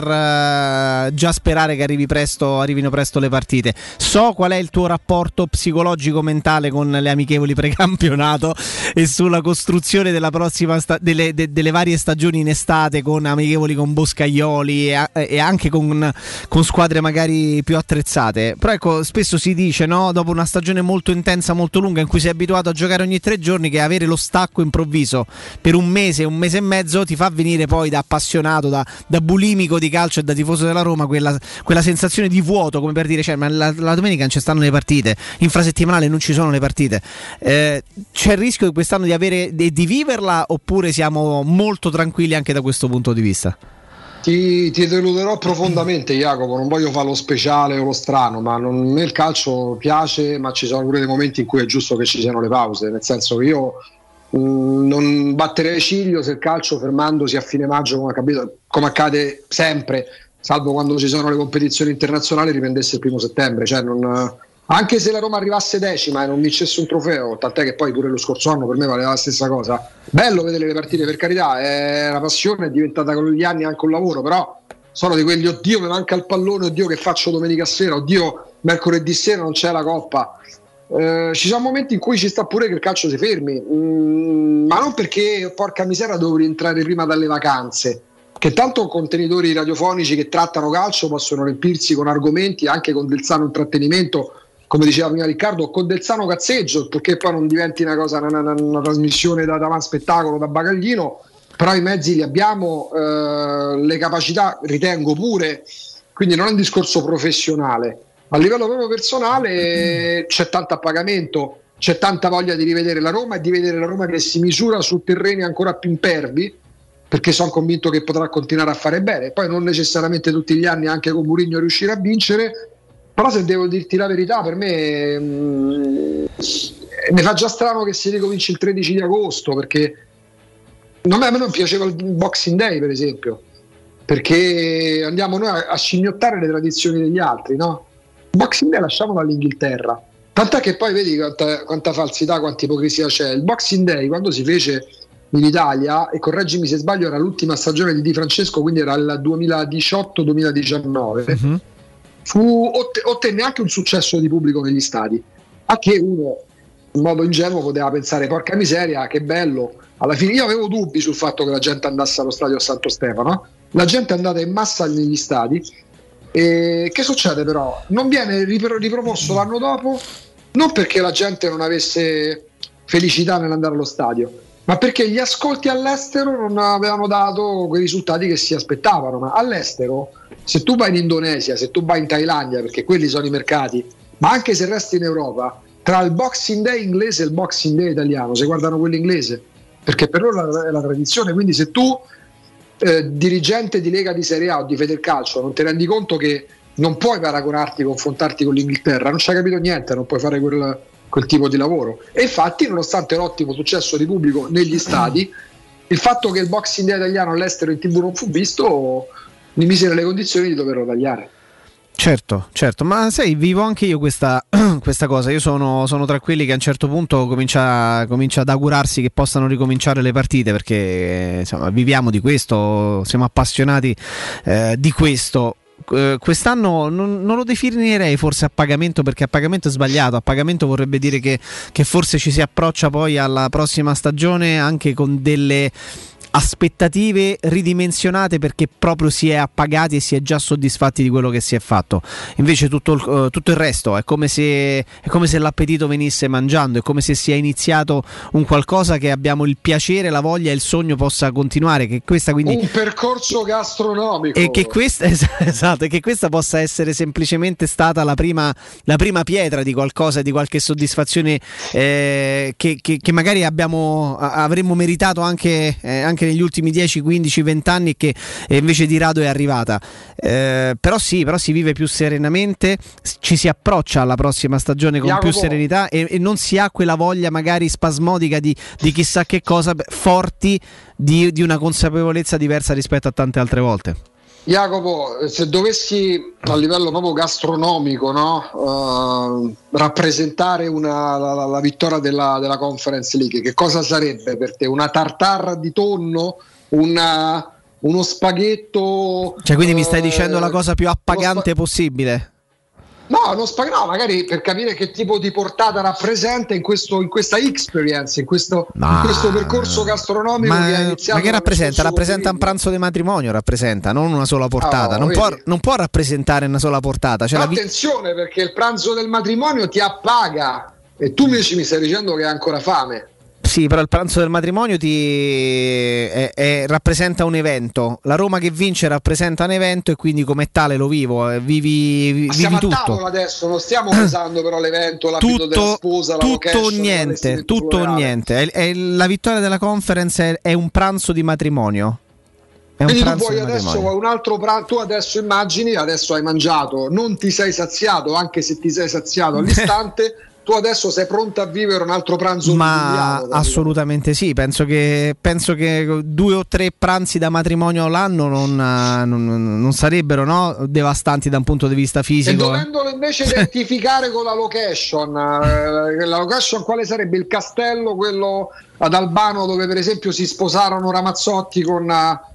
uh, già sperare che arrivi presto, arrivino presto le partite? So qual è il tuo rapporto psicologico-mentale con le amichevoli precampionato e sulla costruzione della prossima sta- delle, de- delle varie stagioni in estate, con amichevoli con Boscaioli e, a- e anche con, con squadre magari più attrezzate. Però ecco, spesso si dice, no, dopo una stagione molto intensa, molto lunga, in cui sei abituato a giocare ogni tre giorni, che avere lo stacco improvviso per un mese, un mese e mezzo ti fa venire poi da appassionato, da, da bulimico di calcio e da tifoso della Roma quella, quella sensazione di vuoto, come per dire, cioè, ma la, la domenica non ci stanno le partite, infrasettimanale non ci sono le partite, eh, c'è il rischio di quest'anno di avere di, di viverla, oppure siamo molto tranquilli anche da questo punto di vista? Ti, ti deluderò profondamente, Jacopo, non voglio fare lo speciale o lo strano, ma non, a me il calcio piace, ma ci sono pure dei momenti in cui è giusto che ci siano le pause, nel senso che io mh, non batterei ciglio se il calcio, fermandosi a fine maggio, come, capito, come accade sempre, salvo quando ci sono le competizioni internazionali, riprendesse il primo settembre, cioè non, anche se la Roma arrivasse decima e non vincesse un trofeo, tant'è che poi pure lo scorso anno per me valeva la stessa cosa. Bello vedere le partite, per carità, è una passione, è diventata con gli anni anche un lavoro, però sono di quelli, oddio mi manca il pallone, oddio che faccio domenica sera, oddio mercoledì sera non c'è la Coppa. Eh, ci sono momenti in cui ci sta pure che il calcio si fermi, mm, ma non perché, porca misera, devo rientrare prima dalle vacanze, che tanto contenitori radiofonici che trattano calcio possono riempirsi con argomenti anche con del sano intrattenimento, come diceva prima Riccardo, con del sano cazzeggio, perché poi non diventi una cosa, una, una, una trasmissione da, da spettacolo, da bagaglino, però i mezzi li abbiamo, eh, le capacità ritengo pure, quindi non è un discorso professionale. A livello proprio personale c'è tanto appagamento, c'è tanta voglia di rivedere la Roma e di vedere la Roma che si misura su terreni ancora più impervi, perché sono convinto che potrà continuare a fare bene. Poi non necessariamente tutti gli anni anche con Mourinho riuscire a vincere, però se devo dirti la verità, per me mh, mi fa già strano che si ricominci il tredici di agosto, perché non, a me non piaceva il Boxing Day, per esempio, perché andiamo noi a, a scimmiottare le tradizioni degli altri, no? Boxing Day lasciamolo all'Inghilterra, tant'è che poi vedi quanta, quanta falsità, quanta ipocrisia c'è. Il Boxing Day, quando si fece in Italia, e correggimi se sbaglio, era l'ultima stagione di Di Francesco, quindi era il duemiladiciotto duemiladiciannove, uh-huh. Fu, ott- ottenne anche un successo di pubblico negli stadi, a che uno in modo ingenuo poteva pensare, porca miseria, che bello. Alla fine io avevo dubbi sul fatto che la gente andasse allo stadio a Santo Stefano, la gente è andata in massa negli stadi, e che succede però? Non viene ripro- riproposto l'anno dopo, non perché la gente non avesse felicità nell'andare allo stadio, Ma perché gli ascolti all'estero non avevano dato quei risultati che si aspettavano. Ma all'estero, se tu vai in Indonesia, se tu vai in Thailandia, perché quelli sono i mercati, ma anche se resti in Europa, tra il Boxing Day inglese e il Boxing Day italiano, se guardano quello inglese, perché per loro è la tradizione. Quindi se tu eh, dirigente di Lega di Serie A o di Federcalcio non ti rendi conto che non puoi paragonarti, confrontarti con l'Inghilterra, non ci hai capito niente, non puoi fare quel, quel tipo di lavoro. E infatti, nonostante l'ottimo successo di pubblico negli stadi, il fatto che il Boxing Day italiano all'estero in tivù non fu visto mi mise nelle condizioni di doverlo tagliare. Certo, certo, ma sai, vivo anche io questa, questa cosa. Io sono, sono tra quelli che a un certo punto comincia, comincia ad augurarsi che possano ricominciare le partite, perché insomma viviamo di questo, siamo appassionati eh, di questo. Uh, quest'anno non, non lo definirei forse a pagamento, perché a pagamento è sbagliato. A pagamento vorrebbe dire che, che forse ci si approccia poi alla prossima stagione anche con delle aspettative ridimensionate, perché proprio si è appagati e si è già soddisfatti di quello che si è fatto. Invece tutto il, uh, tutto il resto è come se è come se l'appetito venisse mangiando, è come se si è iniziato un qualcosa che abbiamo il piacere, la voglia e il sogno possa continuare, che questa quindi un percorso gastronomico, e che questa esatto, e che questa possa essere semplicemente stata la prima, la prima pietra di qualcosa, di qualche soddisfazione eh, che, che, che magari abbiamo avremmo meritato anche, eh, anche negli ultimi dieci, quindici, venti anni e che invece di rado è arrivata. Eh, però sì, però si vive più serenamente, ci si approccia alla prossima stagione con Jacopo. più serenità e, e non si ha quella voglia magari spasmodica di, di chissà che cosa, forti di, di una consapevolezza diversa rispetto a tante altre volte. Jacopo, se dovessi a livello proprio gastronomico, no, uh, rappresentare una, la, la vittoria della, della Conference League, che cosa sarebbe per te? Una tartare di tonno? Una, uno spaghetto? Cioè, quindi uh, mi stai dicendo la eh, cosa più appagante spa- possibile? No, non spag- no, magari per capire che tipo di portata rappresenta in, questo, in questa experience, in questo, no, in questo percorso gastronomico ma, che ha iniziato. Ma che rappresenta? Rappresenta un pranzo di matrimonio, rappresenta, non una sola portata. Oh, non, può, non può rappresentare una sola portata. Cioè, ma la vi- attenzione, perché il pranzo del matrimonio ti appaga e tu invece mi stai dicendo che hai ancora fame. Sì, però il pranzo del matrimonio ti è, è, rappresenta un evento. La Roma che vince rappresenta un evento e quindi come tale lo vivo. Vivi, vivi Ma siamo tutto. a tavola adesso, non stiamo pesando però l'evento, l'abito della sposa, la tutto location, niente, tutto o niente. È, è, la vittoria della Conference è, è un pranzo di matrimonio. È un Quindi tu pranzo vuoi di adesso matrimonio. vuoi un altro pranzo, tu adesso immagini, adesso hai mangiato, non ti sei saziato, anche se ti sei saziato all'istante. Tu adesso sei pronto a vivere un altro pranzo? Ma assolutamente sì, penso che, penso che due o tre pranzi da matrimonio all'anno non, non, non sarebbero, no, devastanti da un punto di vista fisico. E dovendolo invece identificare con la location, eh, la location quale sarebbe? Il castello, quello ad Albano dove per esempio si sposarono Ramazzotti con,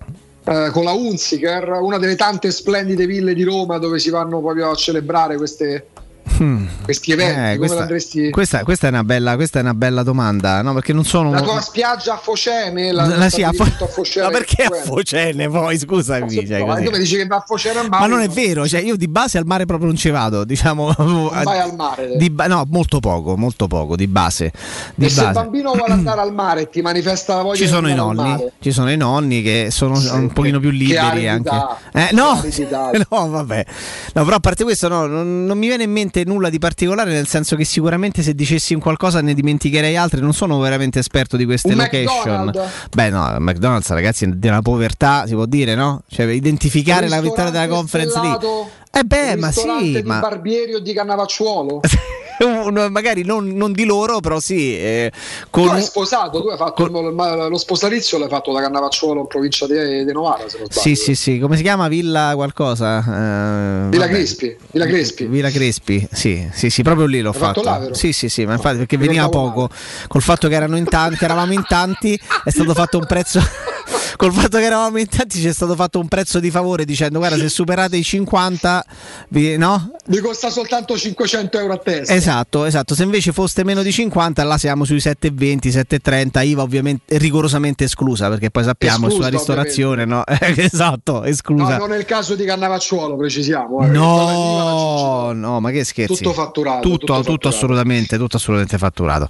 eh, con la Hunziker, una delle tante splendide ville di Roma dove si vanno proprio a celebrare queste... Hmm. questi eventi, eh, come questa, l'andresti... questa, questa, è una bella, questa è una bella domanda, no? Perché non sono la tua spiaggia a Focene, la, la sì, a Fo- a Focene, ma perché a Focene poi scusami, cioè, no, tu mi dici che va a Focene al mare, ma non è vero, cioè io di base al mare proprio non ci vado, diciamo. Non vai al mare di ba- no, molto poco, molto poco di base, di e base. se il bambino vuole andare al mare e ti manifesta la voglia ci sono di i nonni, ci sono i nonni che sono sì, un pochino più liberi che anche eh, no, no vabbè no, però a parte questo no, non, non mi viene in mente nulla di particolare, nel senso che sicuramente se dicessi un qualcosa ne dimenticherei altre. Non sono veramente esperto di queste un location. McDonald's. Beh no, McDonald's ragazzi è di una povertà, si può dire, no? Cioè identificare la vittoria della Conference lì. Eh beh, ma sì, di ma Barbieri o di Cannavacciuolo? magari non, non di loro, però sì. Eh, con... Tu hai sposato, tu hai fatto con... lo, lo sposalizio l'hai fatto da Cannavacciuolo in provincia di, di Novara, se non sbaglio. Sì, sì, sì, come si chiama? Villa qualcosa? Eh, Villa Crespi, Villa Crespi. Villa Crespi, sì, sì, sì, proprio lì l'ho Hai fatto. fatto là, sì, sì, sì, ma infatti perché veniva poco, male. Col fatto che erano in tanti, eravamo in tanti, è stato fatto un prezzo col fatto che eravamo in tanti c'è stato fatto un prezzo di favore dicendo guarda se superate i cinquanta vi, no? vi costa soltanto cinquecento euro a testa. Esatto, esatto, se invece foste meno di cinquanta là siamo sui sette e venti, sette e trenta, I V A ovviamente rigorosamente esclusa perché poi sappiamo esclusa, sulla ristorazione ovviamente. No? Esatto, esclusa. No, non è il caso di Cannavacciuolo, precisiamo. Eh, no, no, ma che scherzi. Tutto fatturato. Tutto, tutto, tutto fatturato. assolutamente, tutto assolutamente fatturato.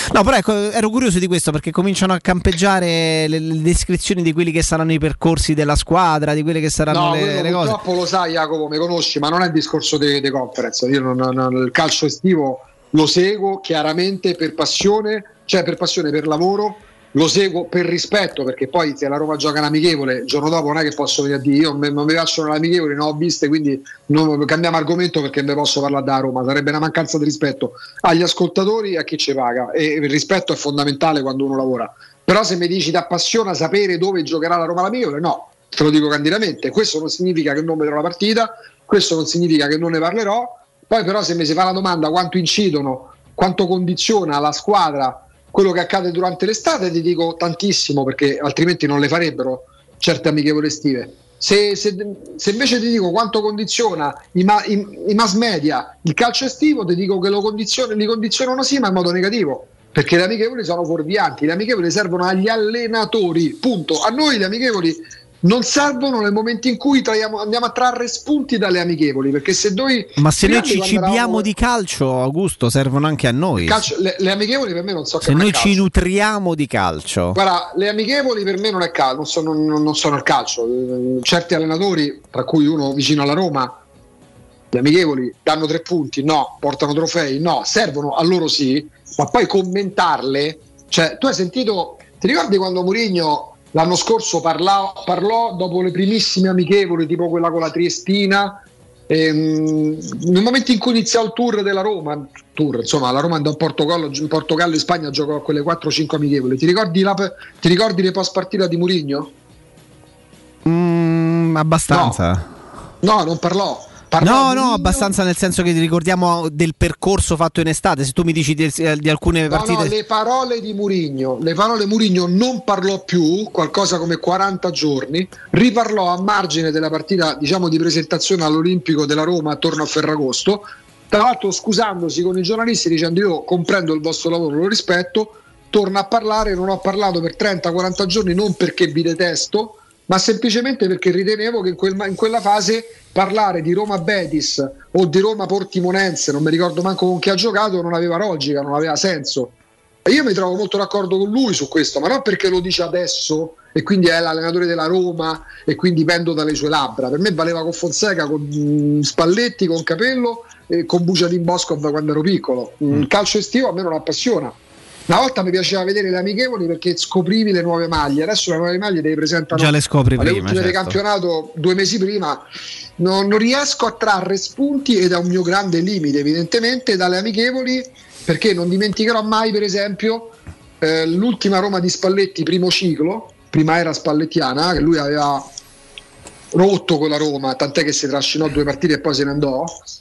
No, però ecco, ero curioso di questo perché cominciano a campeggiare le, le descrizioni di quelli che saranno i percorsi della squadra, di quelle che saranno no, le, le cose. Purtroppo lo sai, Jacopo, mi conosci, ma non è il discorso dei conference. Io non, non, il calcio estivo lo seguo chiaramente per passione, cioè per passione, per lavoro. Lo seguo per rispetto, perché poi se la Roma gioca l'amichevole, il giorno dopo non è che posso venire a dire io non mi piacciono le amichevoli, non ho viste, quindi non, cambiamo argomento perché ne posso parlare da Roma. Sarebbe una mancanza di rispetto agli ascoltatori e a chi ci paga, e il rispetto è fondamentale quando uno lavora. Però se mi dici ti appassiona sapere dove giocherà la Roma l'amichevole, no, te lo dico candidamente. Questo non significa che non vedrò la partita, questo non significa che non ne parlerò. Poi però se mi si fa la domanda quanto incidono, quanto condiziona la squadra quello che accade durante l'estate, ti dico tantissimo, perché altrimenti non le farebbero certe amichevoli estive. Se, se, se invece ti dico quanto condiziona i, ma, i, i mass media il calcio estivo, ti dico che lo condiziona, li condizionano sì, ma in modo negativo, perché le amichevoli sono fuorvianti, le amichevoli servono agli allenatori, punto. A noi le amichevoli non servono nel momento in cui traiamo, andiamo a trarre spunti dalle amichevoli, perché se noi ma se noi ci cibiamo eravamo... di calcio, Augusto, servono anche a noi. Calcio, le, le amichevoli per me non so se noi ci nutriamo di calcio. Guarda, le amichevoli per me non è calcio, non sono, non, non sono il calcio. Certi allenatori, tra cui uno vicino alla Roma, le amichevoli danno tre punti, no, portano trofei, no, servono a loro sì, ma poi commentarle, cioè tu hai sentito, ti ricordi quando Mourinho l'anno scorso parlò, parlò dopo le primissime amichevoli, tipo quella con la Triestina, ehm, nel momento in cui iniziò il tour della Roma, tour, insomma la Roma andò in Portogallo, in Portogallo e Spagna, giocò a quelle quattro cinque amichevoli. Ti ricordi, la, ti ricordi le post partita di Mourinho? Mm, abbastanza. No, no, non parlò. No, no, abbastanza, nel senso che ti ricordiamo del percorso fatto in estate. Se tu mi dici di, di alcune partite. No, no, le parole di Mourinho, le parole Mourinho non parlò più, qualcosa come quaranta giorni, riparlò a margine della partita, diciamo, di presentazione all'Olimpico della Roma attorno a Ferragosto, tra l'altro scusandosi con i giornalisti dicendo io comprendo il vostro lavoro, lo rispetto, torno a parlare, non ho parlato per trenta quaranta giorni non perché vi detesto, ma semplicemente perché ritenevo che in, quel, in quella fase parlare di Roma Betis o di Roma Portimonense, non mi ricordo manco con chi ha giocato, non aveva logica, non aveva senso. E io mi trovo molto d'accordo con lui su questo, ma non perché lo dice adesso e quindi è l'allenatore della Roma e quindi pendo dalle sue labbra. Per me valeva con Fonseca, con mh, Spalletti, con Capello e con Buciatin Boscov quando ero piccolo. Mm. Il calcio estivo a me non appassiona. Una volta mi piaceva vedere le amichevoli perché scoprivi le nuove maglie, adesso le nuove maglie te le presentano già le scopri alle prima, ultime certo. del campionato due mesi prima. Non, non riesco a trarre spunti ed è un mio grande limite evidentemente dalle amichevoli, perché non dimenticherò mai per esempio eh, l'ultima Roma di Spalletti primo ciclo, prima era spallettiana, che lui aveva rotto con la Roma, tant'è che si trascinò due partite e poi se ne andò.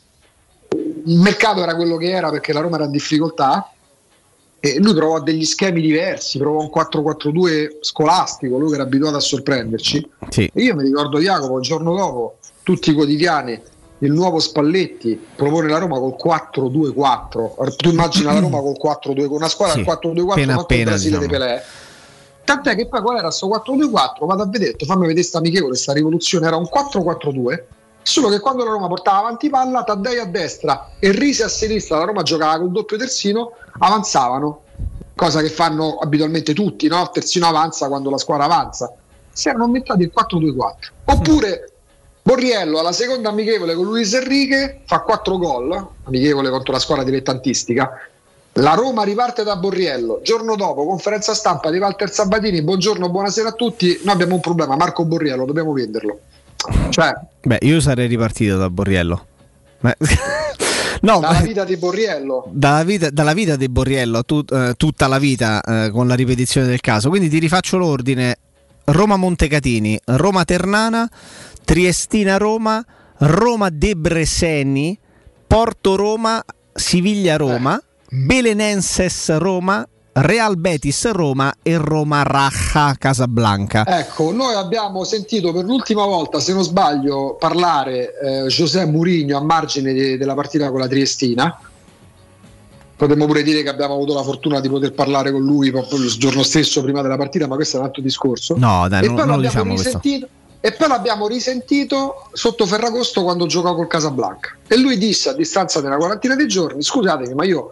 Il mercato era quello che era perché la Roma era in difficoltà e lui provò degli schemi diversi, provò un quattro quattro due scolastico, lui che era abituato a sorprenderci. Sì. E io mi ricordo Jacopo, il giorno dopo tutti i quotidiani, il nuovo Spalletti propone la Roma col quattro due quattro. Tu immagina la Roma col quattro due, con una squadra sì, al quattro due quattro, ma con il Brasile diciamo. di Pelé. Tant'è che poi qual era sto quattro due quattro? Vado a vedere, fammi vedere sta amichevole, sta rivoluzione, era un quattro quattro due, solo che quando la Roma portava avanti palla, Taddei a destra e Risi a sinistra, la Roma giocava col doppio terzino, avanzavano, cosa che fanno abitualmente tutti, no? Il terzino avanza quando la squadra avanza. Si erano inventati il quattro due quattro. Oppure Borriello alla seconda amichevole con Luis Enrique fa quattro gol, amichevole contro la squadra dilettantistica. La Roma riparte da Borriello, giorno dopo conferenza stampa di Walter Sabatini, buongiorno, buonasera a tutti, noi abbiamo un problema, Marco Borriello, dobbiamo venderlo. Cioè, beh, io sarei ripartito da Borriello. No, dalla vita di Borriello dalla vita, dalla vita di Borriello tu, eh, tutta la vita eh, con la ripetizione del caso, quindi ti rifaccio l'ordine: Roma Montecatini, Roma Ternana, Triestina Roma, Roma Debreceni, Porto Roma, Siviglia Roma, eh. Belenenses Roma, Real Betis Roma e Roma Raja Casablanca. Ecco, noi abbiamo sentito per l'ultima volta, se non sbaglio, parlare eh, José Mourinho a margine de- della partita con la Triestina. Potremmo pure dire che abbiamo avuto la fortuna di poter parlare con lui proprio il giorno stesso prima della partita, ma questo è un altro discorso. No, dai, e non, poi non l'abbiamo diciamo risentito, e poi l'abbiamo risentito sotto Ferragosto quando giocò col Casablanca. E lui disse a distanza di una quarantina di giorni: scusatemi, ma io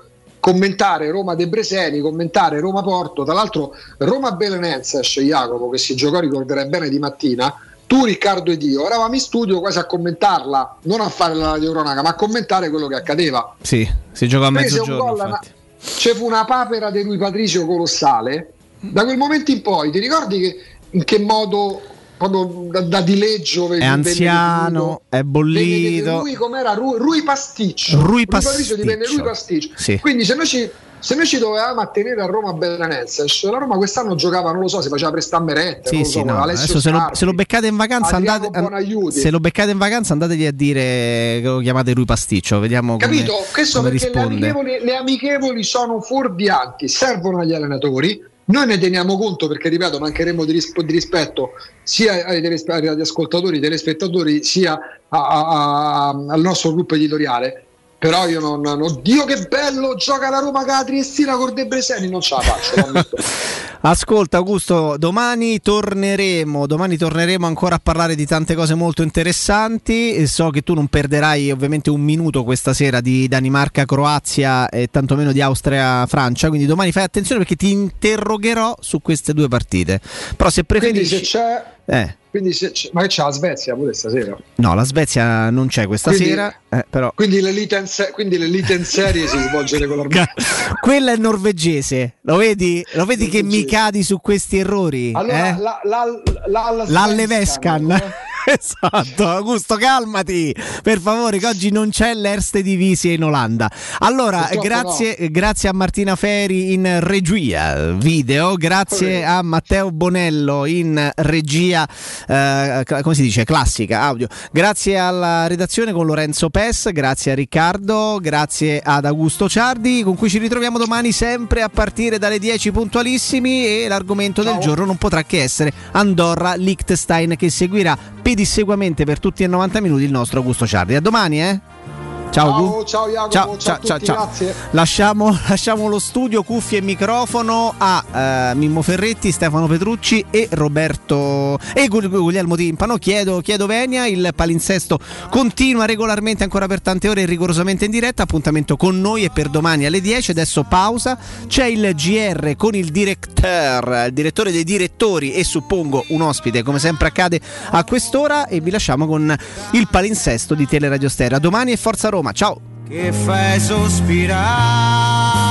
commentare Roma Debreceni, commentare Roma Porto, tra l'altro Roma Belenenses, Jacopo, che si giocò, ricorderai bene, di mattina, tu, Riccardo ed io eravamo in studio quasi a commentarla, non a fare la radiocronaca, ma a commentare quello che accadeva. Sì, si gioca a mezzogiorno. Una, c'è fu una papera di Rui Patricio colossale. Da quel momento in poi ti ricordi che in che modo proprio da, da dileggio è anziano, è bollito. Lui com'era? Rui, Rui Pasticcio. Rui Pasticcio divenne Rui Pasticcio. Sì. Quindi se noi ci Se noi ci dovevamo attenere a Roma Belenenses, la Roma quest'anno giocava, non lo so, si faceva prestammerette, sì, non lo sì, so, no. Alessio se, lo, Scarpi, se lo beccate in vacanza andate, se lo beccate in vacanza andategli a dire che lo chiamate Rui Pasticcio, vediamo capito? come, Questo come perché le amichevoli, le amichevoli sono fuorvianti, servono agli allenatori. Noi ne teniamo conto perché, ripeto, mancheremo di, risp- di rispetto sia ai, telespe- agli ascoltatori, telespettatori, sia a, a, a, al nostro gruppo editoriale. Però io non, non oddio che bello, gioca la Roma con la Triestina con Debreceni, non ce la faccio. Ascolta Augusto, domani torneremo, domani torneremo ancora a parlare di tante cose molto interessanti e so che tu non perderai ovviamente un minuto questa sera di Danimarca-Croazia e tantomeno di Austria-Francia, quindi domani fai attenzione perché ti interrogherò su queste due partite. Però se preferisci... Quindi se c'è... Eh. Quindi se c'è, ma che c'è la Svezia pure stasera? No, la Svezia non c'è questa quindi, sera, eh, però. Quindi l'elite in, se- quindi l'elite in serie si svolge regolarmente. Quella è norvegese, lo vedi? Lo vedi che mi cadi su questi errori? Allora, eh? la, la, la, la, l'Allevescan. Esatto, Augusto, calmati per favore, che oggi non c'è l'Erste Divisi in Olanda. Allora, grazie, no. grazie a Martina Feri in regia video, grazie a Matteo Bonello in regia, eh, come si dice, classica audio. Grazie alla redazione con Lorenzo Pes, grazie a Riccardo, grazie ad Augusto Ciardi, con cui ci ritroviamo domani sempre a partire dalle dieci puntualissimi e l'argomento Ciao. del giorno non potrà che essere Andorra-Liechtenstein, che seguirà pedissequamente per tutti e novanta minuti il nostro Augusto Ciardi. A domani, eh? Ciao, ciao, ciao Jacopo, ciao, ciao, ciao, tutti, ciao. Grazie. Lasciamo, lasciamo lo studio, cuffie e microfono a uh, Mimmo Ferretti, Stefano Petrucci e Roberto e Guglielmo Timpano. Chiedo, chiedo venia, il palinsesto continua regolarmente ancora per tante ore rigorosamente in diretta. Appuntamento con noi e per domani alle dieci. Adesso pausa, c'è il G R con il directeur, il direttore dei direttori e suppongo un ospite come sempre accade a quest'ora, e vi lasciamo con il palinsesto di Teleradio Stereo. A domani e forza Roma, ciao! Che fai sospirare